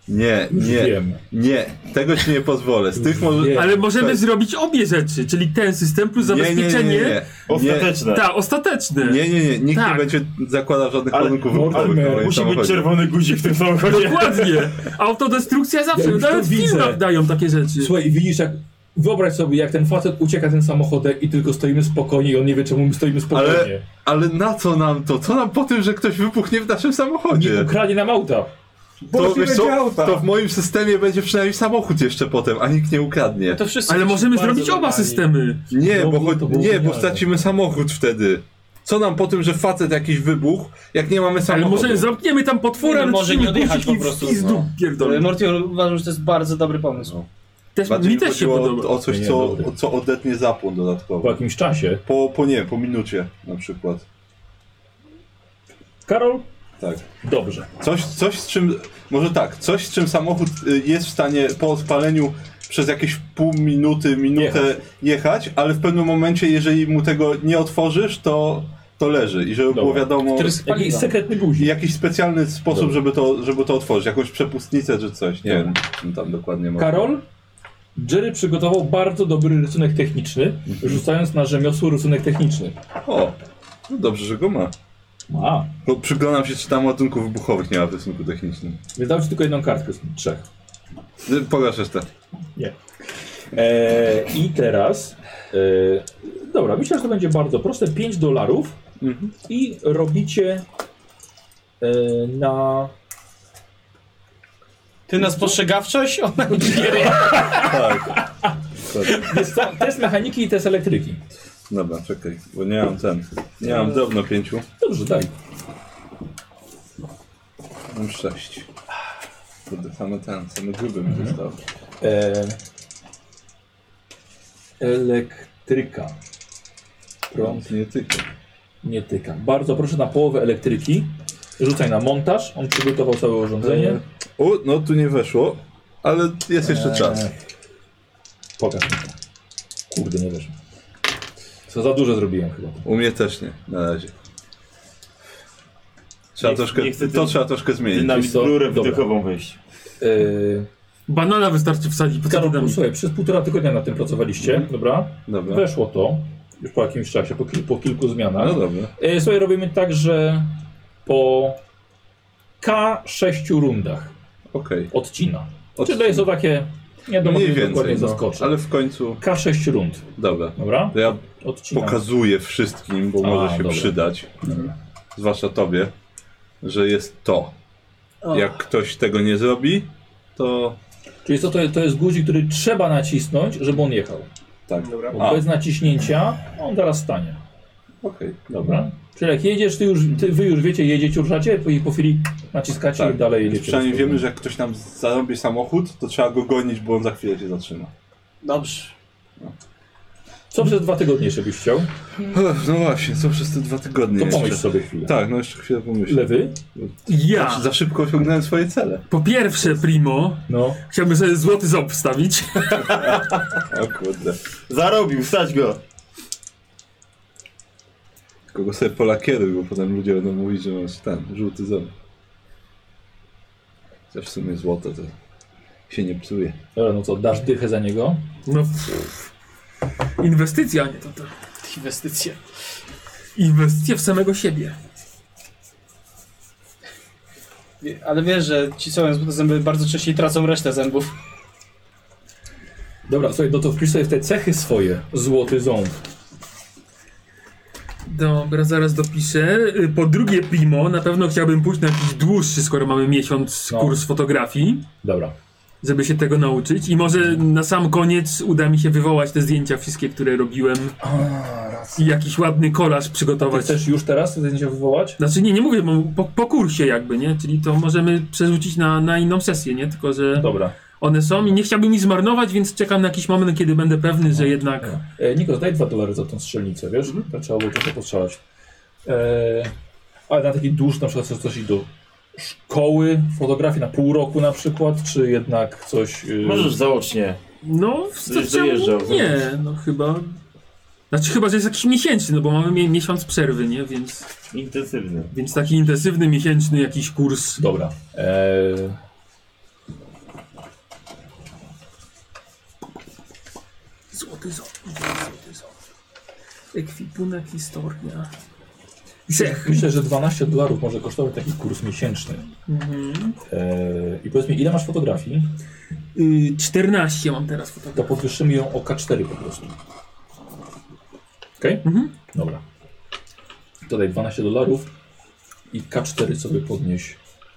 Nie, Już nie, wiem. nie, tego ci nie pozwolę. Z tych może... wiem. Ale możemy zrobić obie rzeczy, czyli ten system plus zabezpieczenie. Ostateczne. Tak, ostateczne. Nie, nikt Tak. nie będzie zakładał żadnych Ale ładunków Mortimer, wybuchowych na moim Musi być samochodzie. czerwony guzik w tym samochodzie. Dokładnie. Autodestrukcja zawsze. Ja już Nawet to w widzę. filmach dają takie rzeczy. Słuchaj, widzisz jak... Wyobraź sobie, jak ten facet ucieka tym samochodem i tylko stoimy spokojnie i on nie wie, czemu my stoimy spokojnie. Ale na co nam to? Co nam po tym, że ktoś wybuchnie w naszym Nie samochodzie? ukradnie nam auta. To, wiesz co, to w moim systemie będzie przynajmniej samochód jeszcze potem, a nikt nie ukradnie. To wszyscy Ale możemy bardzo zrobić oba normalni. systemy. Nie, No, bo, to było nie, bo genialne. stracimy samochód wtedy. Co nam po tym, że facet jakiś wybuch, jak nie mamy Ale samochodu? może zamkniemy tam potwora, Nie, może nie odjechać po prostu, no. Pierdolę. Mortimer, uważam, że to jest bardzo dobry pomysł. Też, Bardziej mi mi też się chodziło podoba. o coś, Nie, co, dobry. co odetnie zapłon Po dodatkowo. jakimś czasie. Po minucie na przykład. Karol? Tak. Dobrze. Coś z czym, może tak, coś z czym samochód jest w stanie po odpaleniu przez jakieś pół minuty, minutę jechać, ale w pewnym momencie, jeżeli mu tego nie otworzysz, to leży i żeby było Dobra. wiadomo Jakiś sekretny guzik. jakiś specjalny sposób, Dobra. żeby to otworzyć, jakąś przepustnicę czy coś, nie wiem, czym tam dokładnie może. Karol? Jerry przygotował bardzo dobry rysunek techniczny, rzucając na rzemiosło rysunek techniczny. O, no dobrze, że go ma. A, Bo przyglądam się, czy tam ładunków wybuchowych nie ma w rysunku technicznym. więc dał ci tylko jedną kartkę z 3. Pokaż jeszcze. Nie. I teraz... dobra, myślę, że to będzie bardzo proste. $5 i robicie na... Ty na spostrzegawczość? Ona Tak. Jest test mechaniki i test elektryki. Dobra, czekaj, bo nie mam nie mam drobno 5, Dobrze, daj. mam 6. Kurde, same gruby mi zostały. Elektryka. Prąd Nie tylko. nie tyka. Bardzo proszę na połowę elektryki. Rzucaj na montaż. On przygotował całe urządzenie. O, no tu nie weszło, ale jest jeszcze czas. Pokaż mi to. Kurde, nie weszło. Co za dużo zrobiłem chyba. U mnie też nie, na razie. Trzeba Nie- troszkę, nie chcę to tym- trzeba troszkę zmienić. Dynamit co? rurę Dobra. wydechową wejść. Banana wystarczy wsadzić pod Karol, dynamit. słuchaj, przez 1,5 tygodnia nad tym pracowaliście, dobra? Dobra. Weszło to. Już po jakimś czasie, po kilku zmianach. No dobra. Słuchaj, robimy tak, że po K6 rundach Okej. odcina. Czyli to jest to takie, nie do Mniej dokładnie więcej, no, zaskoczę. ale w końcu, K6 rund, dobra. dobra? To ja Odcinam. pokazuję wszystkim, bo A, może się dobra. przydać, zwłaszcza tobie, że jest to. Jak ktoś tego nie zrobi, to Czyli to jest guzik, który trzeba nacisnąć, żeby on jechał. tak. Dobra. Bo bez naciśnięcia on zaraz stanie. Okej, Dobra? Czyli jak jedziesz, wy już wiecie, jedziecie, ruszacie i po chwili naciskacie Tak. i dalej Więc jedziecie. przynajmniej wiemy, że jak ktoś nam zarobi samochód, to trzeba go gonić, bo on za chwilę się zatrzyma. Dobrze. Co przez 2 tygodnie jeszcze byś chciał? No właśnie, co przez te 2 tygodnie To jeszcze? pomyśl sobie chwilę. Tak, no jeszcze chwilę pomyślę. Lewy? Ja, Za szybko osiągnąłem swoje cele. po pierwsze, Primo, No. chciałbym sobie złoty ząb wstawić. O kurde. Zarobił, wstać go! Kogo sobie polakieruj, bo potem ludzie będą mówić, że masz ten, żółty ząb. Chociaż w sumie złoto to się nie psuje. Dobra, no co, dasz dychę za niego? No, inwestycja, nie to. Inwestycje. Inwestycja w samego siebie. Ale wiesz, że ci co mają złote zęby bardzo częściej tracą resztę zębów. Dobra, słuchaj, no to wpisz sobie w te cechy swoje. Złoty ząb. Dobra, zaraz dopiszę. Po drugie, Primo, na pewno chciałbym pójść na jakiś dłuższy, skoro mamy miesiąc, No. kurs fotografii, Dobra. żeby się tego nauczyć. I może na sam koniec uda mi się wywołać te zdjęcia wszystkie, które robiłem. I jakiś ładny kolaż Ty przygotować. chcesz już teraz te zdjęcia wywołać? Znaczy nie mówię, bo po kursie jakby, nie? Czyli to możemy przerzucić na inną sesję, nie? Tylko, że Dobra. one są i nie chciałbym ich zmarnować, więc czekam na jakiś moment, kiedy będę pewny, że jednak... Nikos, daj $2 za tą strzelnicę, wiesz? To trzeba było trochę postrzelać. Ale na taki dłuższy, na przykład chcesz coś iść do szkoły, fotografii na pół roku na przykład, czy jednak coś... Możesz zaocznie. No, Będziesz dojeżdżał, nie, no chyba... Znaczy chyba, że jest jakiś miesięczny, no bo mamy miesiąc przerwy, nie? Intensywny. Więc taki intensywny, miesięczny jakiś kurs. Dobra. Ekwipunek, historia. Myślę, że $12 może kosztować taki kurs miesięczny. I powiedz mi, ile masz fotografii? 14 mam teraz To fotografii. podwyższymy ją o K4 po prostu. Okej? Dobra. Dodaj $12 i K4 sobie podnieś.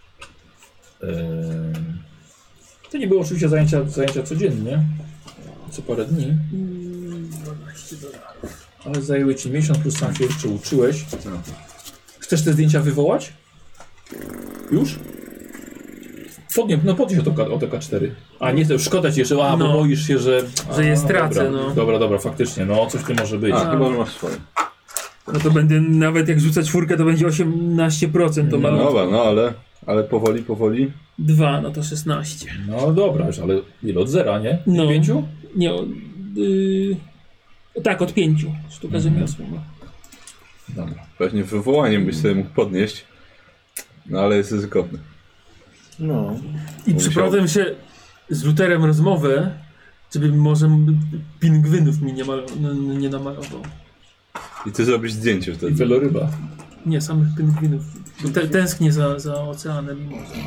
To nie było oczywiście zajęcia codziennie, co parę dni, $12. ale zajęły ci miesiąc, plus sam się jeszcze uczyłeś. Chcesz te zdjęcia wywołać? Już? Podnieś o to K4. A nie, to już szkoda ci jeszcze, bo No. boisz się, że... Że je stracę, dobra, dobra, faktycznie, no coś tu może być. Chyba, że masz swoje. No to będę, nawet jak rzucać 4, to będzie 18%, to No mam dobra, no ale powoli. 2, no to 16. No dobra, już, ale ile od 0, nie? No. 5? Nie, tak, od 5 sztuka rzemiosła. No. Dobra. Pewnie wywołaniem byś sobie mógł podnieść, no ale jest ryzykowny. No. I przeprowadzę się z Luterem rozmowę, żeby może pingwinów mi nie namalował. I ty zrobisz zdjęcie I wtedy. wieloryba. Nie, samych pingwinów. Bo tęsknię za oceanem i morzem.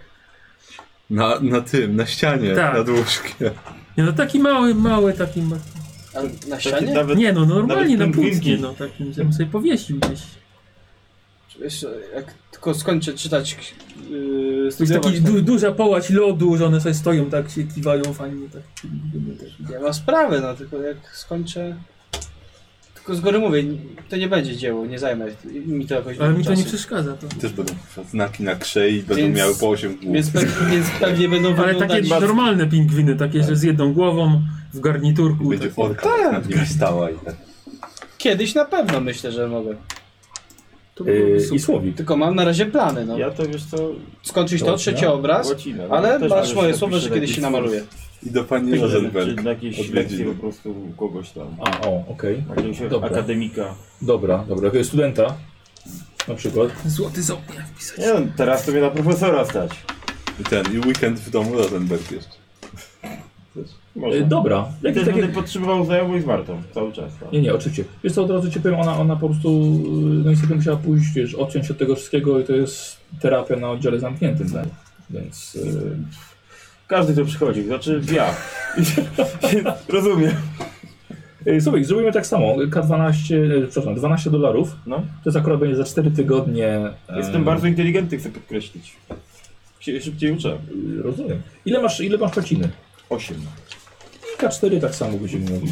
Na ścianie, Tak. nad łóżkiem. Nie, no taki mały, taki... A na ścianie? Nawet, Nie no, normalnie na nawet płótnie, pingwinki. no takim, żebym sobie powiesił gdzieś. Wiesz, jak tylko skończę czytać, To jest studiować, taki duża połać lodu, że one sobie stoją, tak się kiwają fajnie. Tak. nie ma sprawy, no tylko jak skończę... Tylko z góry mówię, to nie będzie dzieło, nie zajmę mi to jakoś Ale mi to czasu. nie przeszkadza. To. Też będą znaki na krzei i będą Więc- miały po 8 głów. Więc pewnie będą Ale takie wyglądać... normalne pingwiny, takie, że z jedną głową, w garniturku. Będzie takie. orka nad nimi stała i tak. Kiedyś na pewno myślę, że mogę. To byłoby I super. Słowik. Tylko mam na razie plany, no. Ja to wiesz co, Skończyć to, Dobra. trzeci obraz, łacinę. ale Też masz możesz moje napisać słowo, że kiedyś jakiś się namaluję. I do pani Czy Rosenberg na jakiejś lekcji odwiedziny. po prostu u kogoś tam. Okej. Jakiegoś Dobra. akademika. Dobra, jakiegoś studenta na przykład. Złoty z ognia wpisać. Nie no, teraz sobie na profesora stać. I weekend w domu Rosenberg jeszcze. Można. Dobra. Ja Jakieś też takie... będę potrzebował znajomość z Martą cały czas. Tak? Nie, oczywiście. Wiesz co, od razu ci powiem, ona po prostu no niestety musiała pójść, wiesz, odciąć się od tego wszystkiego i to jest terapia na oddziale zamkniętym dla niej. Więc... Każdy tu przychodzi, znaczy ja. Rozumiem. Słuchaj, zrobimy tak samo. K12, przepraszam, $12. No. To jest akurat będzie za 4 tygodnie. Jestem bardzo inteligentny, chcę podkreślić. Się szybciej uczę. Rozumiem. Ile masz płaciny? 8. I K4 tak samo będziemy mogli.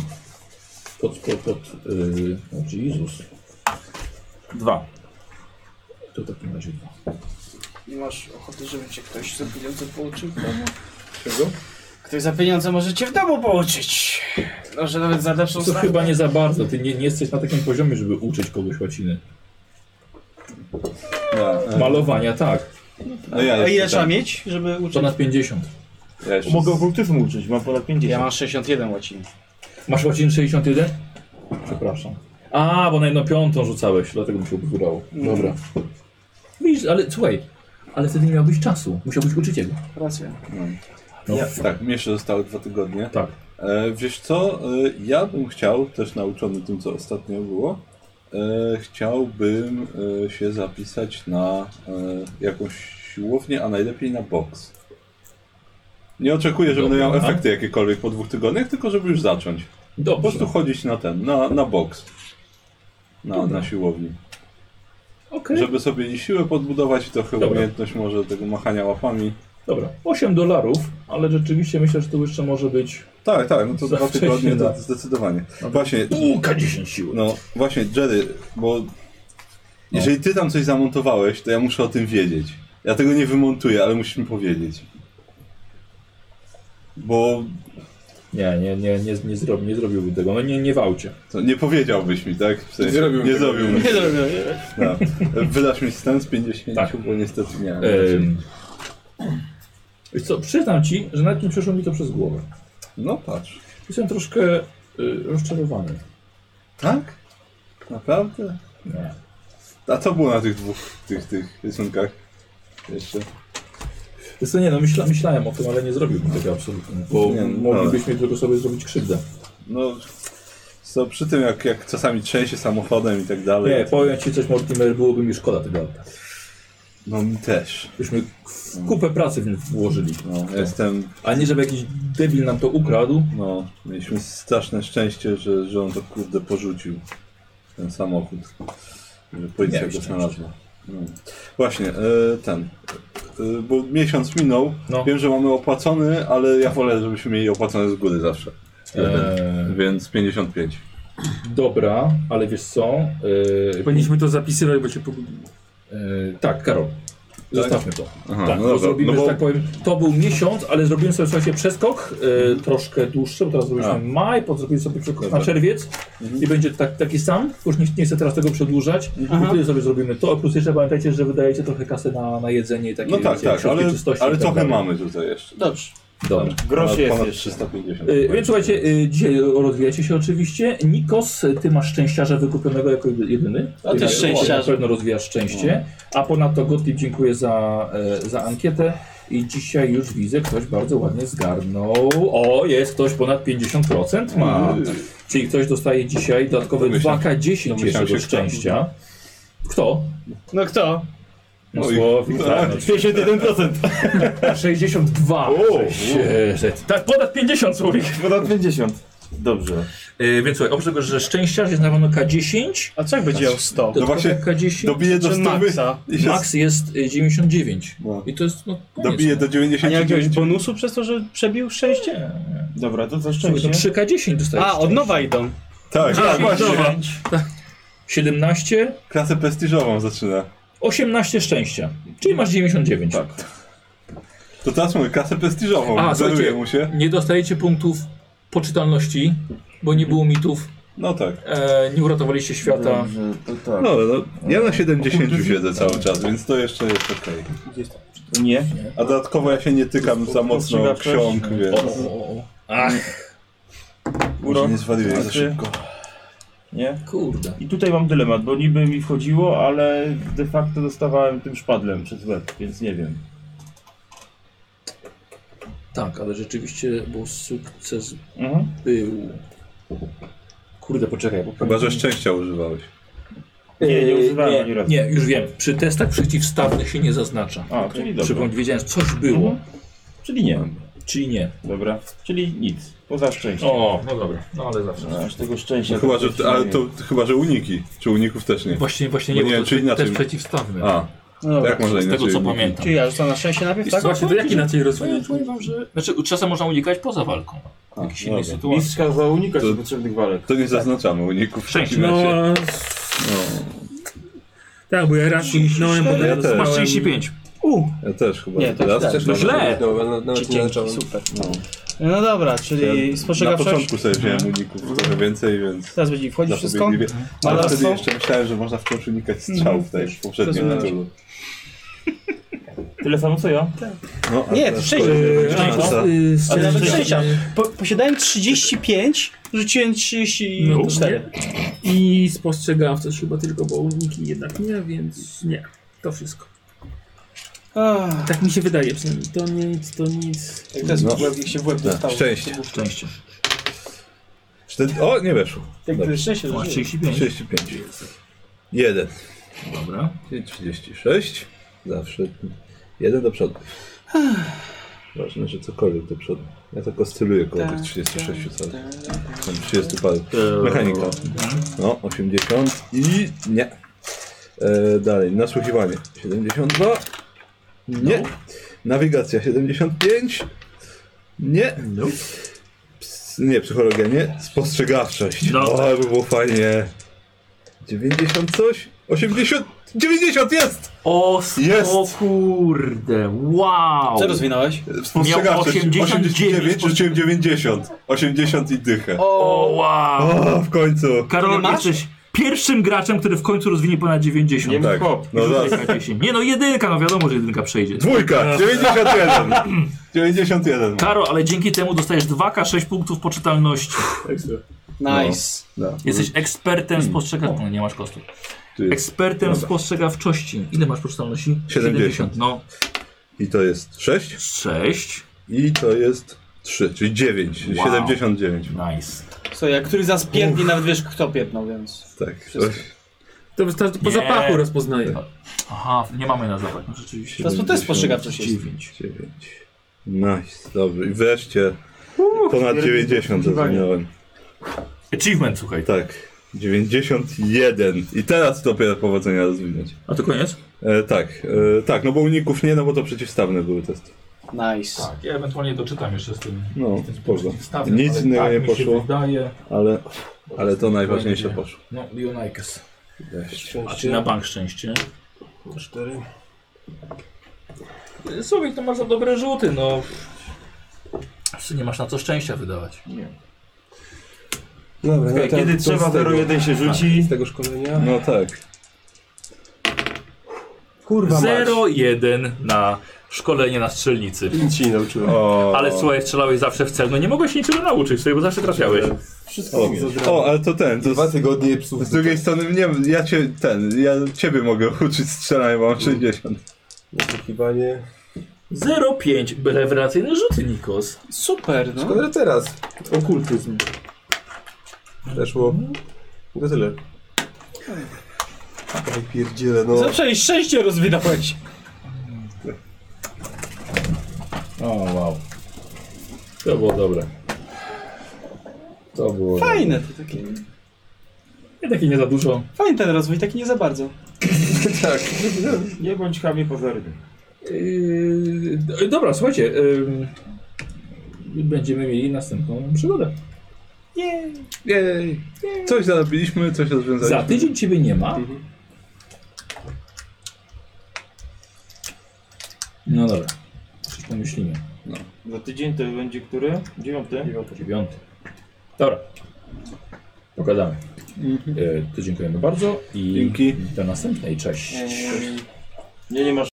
O Jezus. 2. To w takim razie 2. Nie masz ochoty, żeby cię ktoś za pieniądze pouczył w domu? Czego? Ktoś za pieniądze może cię w domu pouczyć. Może nawet za lepszą To stawkę. chyba nie za bardzo. Ty nie jesteś na takim poziomie, żeby uczyć kogoś łaciny. Malowania tak. No A ile jeszcze trzeba tam. mieć, żeby uczyć? Ponad 50. Ja jeszcze Mogę okultyzmu uczyć, mam ponad 50. Ja mam 61 łacin. Masz łaciny 61? Przepraszam. A, bo na 1/5 rzucałeś, dlatego mi się obzurało. Dobra. Widzisz, ale słuchaj, ale wtedy nie miałbyś czasu. Musiałbyś uczyć jego. Racja. No. Tak, mi jeszcze zostały 2 tygodnie. Tak. Wiesz co, ja bym chciał, też nauczony tym co ostatnio było, chciałbym się zapisać na jakąś siłownię, a najlepiej na boks. Nie oczekuję, że będę miał Dobra. efekty jakiekolwiek po 2 tygodniach, tylko żeby już zacząć. Po Dobrze. prostu chodzić na na boks. Na siłowni. Okej. Żeby sobie i siłę podbudować i trochę Dobra. umiejętność może tego machania łapami. Dobra. $8, ale rzeczywiście myślę, że to jeszcze może być... Tak, no to Za 2 tygodnie wcześnie, to tak. zdecydowanie. Właśnie, K10 siły. no właśnie Jerry, bo jeżeli ty tam coś zamontowałeś, to ja muszę o tym wiedzieć. Ja tego nie wymontuję, ale musisz mi powiedzieć. Bo Nie zrobiłbym tego. No nie w aucie. to nie powiedziałbyś mi, tak? W sensie, Nie zrobiłbym nie tego. zrobiłbym. Nie dobra, No. Wydasz mi stan z 50, Tak. bo niestety nie mam. Wiesz co, przyznam ci, że nawet nie przeszło mi to przez głowę. No patrz. Jestem troszkę rozczarowany. Tak? Naprawdę? Nie. A co było na tych dwóch tych rysunkach? Jeszcze. Wiesz co, nie, no myślałem o tym, ale nie zrobiłbym tego absolutnie. Bo Nie, no. moglibyśmy tylko sobie zrobić krzywdę. No, Co, przy tym jak czasami trzęsie samochodem i tak dalej. Nie, powiem ci coś, Mortimer, byłoby mi szkoda tego auta. No mi też. Byśmy kupę pracy w nim włożyli. No, jestem... A nie, żeby jakiś debil nam to ukradł. No, mieliśmy straszne szczęście, że on to kurde porzucił. Ten samochód. Że policja Miałeś go szczęście. znalazła. No. Właśnie, bo miesiąc minął. No. Wiem, że mamy opłacony, ale ja wolę, żebyśmy mieli opłacone z góry zawsze. Więc 55. Dobra, ale wiesz co? Powinniśmy to zapisywać, bo się pogubimy. Tak, Karol. Zostawmy to. Aha, Tak, no bo dobra, zrobimy, no bo- że tak powiem, to był miesiąc, ale zrobiłem sobie, słuchajcie, przeskok troszkę dłuższy, bo teraz zrobiliśmy maj, potem zrobiliśmy sobie przeskok Dobra. na czerwiec i będzie taki sam, już nie chcę teraz tego przedłużać. I wtedy sobie zrobimy to, plus jeszcze pamiętajcie, że wydajecie trochę kasy na jedzenie i takie No tak, wiecie, tak, środki ale czystości i trochę tak dalej. mamy tutaj jeszcze. Dobrze. Dobra. Grosz jest Ponad jeszcze. 350. Więc słuchajcie, dzisiaj rozwijacie się oczywiście. Nikos, ty masz szczęściarza wykupionego jako jedyny. A ty Na szczęściarz. pewno rozwijasz szczęście. A ponadto Gottlieb, dziękuję za ankietę. I dzisiaj już widzę, ktoś bardzo ładnie zgarnął. O, jest ktoś ponad 50% ma. Czyli ktoś dostaje dzisiaj dodatkowe Domyślam- 2K10 jeszcze domyślam się, do kto. szczęścia. Kto? No kto? No Oj. Słowik, tak, no, 51%. 62. Tak, ponad 50 Słowik. Ponad 50. Dobrze. Więc słuchaj, oprócz tego, że szczęściarz jest na pewno K10. A co jak będzie miał 100? No właśnie, K10. dobiję do Czy 100 maksa? i się Max jest 99. No. I to jest no koniec, dobiję do A nie jakiegoś 99. bonusu przez to, że przebił szczęście? Nie. Dobra, to co Słuchaj, szczęście? to 3K10 dostajesz. A, od nowa idą. Tak, tak, właśnie. 17, Klasę prestiżową zaczyna. 18 szczęścia. Czyli masz 99. Tak. To teraz mamy kasę prestiżową. A, Daruję słuchajcie, mu się. nie dostajecie punktów poczytalności, bo nie było mitów. No tak. Nie uratowaliście świata. Dobrze, to tak. No, ja na 70 siedzę cały czas, więc to jeszcze jest okej. Nie. A dodatkowo ja się nie tykam za mocno ksiąg, więc Ach, może nie zwariuję za Ty? szybko. Nie. kurde. I tutaj mam dylemat, bo niby mi wchodziło, ale de facto dostawałem tym szpadlem przez łeb, więc nie wiem. Tak, ale rzeczywiście, bo sukces Mhm. był. Kurde, poczekaj. Bo Chyba, że szczęścia używałeś. Nie używałem ani razu. Nie, już wiem. Przy testach przeciwstawnych się nie zaznacza. A, czyli dobra. Przypomnę, wiedziałem, że coś było, Mhm. Czyli nie. czyli nie. Dobra. Czyli nic. Poza szczęściem. O, no dobra. No ale zawsze. No, aż tego szczęścia. No chyba, to że, ale to chyba, że uniki. Czy uników też nie? Właśnie Bo nie, nie bo wiem, to czy jest inaczej. test przeciwstawny. A, No dobra. jak można Z inaczej? tego co uniki? pamiętam. Czyli ja rzucam na szczęście najpierw, tak? Właśnie, to jak inaczej rozwijać? Znaczy, czasem można unikać poza walką. W jakiejś innej dobra. sytuacji. Mistrz kazał unikać To- niepotrzebnych walek. To nie zaznaczamy uników. w Szczęście. takim No, razie. No, tak, bo ja raz uniknąłem, bo Ja też. Masz 35. ja też chyba. Nie, to raz. źle. To źle. No, nawet nie Dzięki, zacząłem. super. No. No dobra, czyli Na spostrzegawczość. początku sobie wziąłem uników trochę więcej, więc Teraz będzie wchodzić wszystko. zapobiegliwie. Ale Malarstwo? wtedy jeszcze myślałem, że można wciąż unikać strzałów tutaj w poprzednim Rozumiem. tytulu. Tyle samo co ja. No, a Nie, teraz to szczęście. kolejny- No. to- Ale nawet szczęście. szczęścia. Posiadałem 35, rzuciłem 34. I spostrzegawczość chyba tylko, bo uniki jednak nie, więc nie. To wszystko. Ach, Tak mi się wydaje przynajmniej. To nic. jak to jest No. w łeb, jak się w łeb Tak, dostało. szczęście. Szczęście. O, nie weszło. Jak to jest szczęście, Masz że 35. 35. 1. Dobra. 36. Zawsze 1 do przodu. Ważne, że cokolwiek do przodu. Ja tak oscyluję koło tych 36 cały. Tam 30 parę. Mechanika. No, 80 i nie. Dalej, nasłuchiwanie. 72. Nie. Nawigacja 75. Nie. Nie, psychologia nie. Spostrzegawczość. No. O, by było fajnie. 90 coś? 80? 90 jest! Jest! O kurde, wow! Co rozwinąłeś? Spostrzegawczość. 89, rzuciłem 90. 80 i dychę. O wow! O, w końcu. Karol, Ile masz? jesteś pierwszym graczem, który w końcu rozwinie ponad 90. Nie Tak. mów hop. No Rzucaj zaraz. K10. Nie no, jedynka, no wiadomo, że jedynka przejdzie. Dwójka. 91. 91. Karol, ale dzięki temu dostajesz 2K6 punktów poczytalności. Nice. No. Jesteś ekspertem spostrzegawczości. No, nie masz kostu. Tu jest. Ekspertem Dobra. spostrzegawczości. Ile masz poczytalności? 70. No, I to jest 6. 6. I to jest 3, czyli 9. Wow. 79. Nice. Słuchaj, jak któryś z nas pierdni, nawet wiesz kto pierdnął, więc... Tak. To wystarczy po Nie. zapachu rozpoznaję. Aha, nie mamy na zapach, no rzeczywiście. To też spostrzegawczość jest. 9. 9. Nice, dobrze. I wreszcie ponad 90 zrozumiałem. Achievement, słuchaj. Tak. 91. I teraz dopiero powodzenia rozwinąć. A to koniec? Tak, no bo uników nie, no bo to przeciwstawne były testy. Nice. Tak, ja ewentualnie doczytam jeszcze z tym. No, spoko. Stawem, Nic ale innego tak nie mi się poszło, wydaje. ale to najważniejsze poszło. No, Leonikes. A czy Szczęście. na bank szczęście? 4. Słowik, to masz za dobre rzuty, no. Jeszcze nie masz na co szczęścia wydawać. Dobra, Okej, kiedy trzeba, 0,1 się rzuci. Z tego szkolenia. No tak. Kurwa mać. 0-1 na szkolenie na strzelnicy. Nic się nie nauczyłem. Ale słuchaj, strzelałeś zawsze w cel. No nie mogłeś się niczego nauczyć sobie, bo zawsze trafiałeś. Wszystko umiesz. Ale to ten, to 2 tygodnie psów. z drugiej strony nie, ja ciebie mogę uczyć strzelania, bo mam 60. Nasłuchiwanie. 0,5 rewelacyjne rzuty, Nikos. Super, no. Szkoda, że teraz. Okultyzm. Weszło. To tyle. Oj, pierdziele, no. Zawsze szczęście rozwydałeś. O, wow. To było dobre. To było Fajne to takie. Nie takie nie za dużo. Fajny ten rozwój, taki nie za bardzo. Tak. Nie bądź chamie pozorny. Dobra, słuchajcie. Będziemy mieli następną przygodę. Jej. Coś zarobiliśmy, coś rozwiązaliśmy. Za tydzień ciebie nie ma. No dobra. Coś pomyślimy. Za tydzień to będzie który? 9? 9. Dobra. Pogadamy. To dziękujemy bardzo i Dzięki. do następnej. Cześć. Nie masz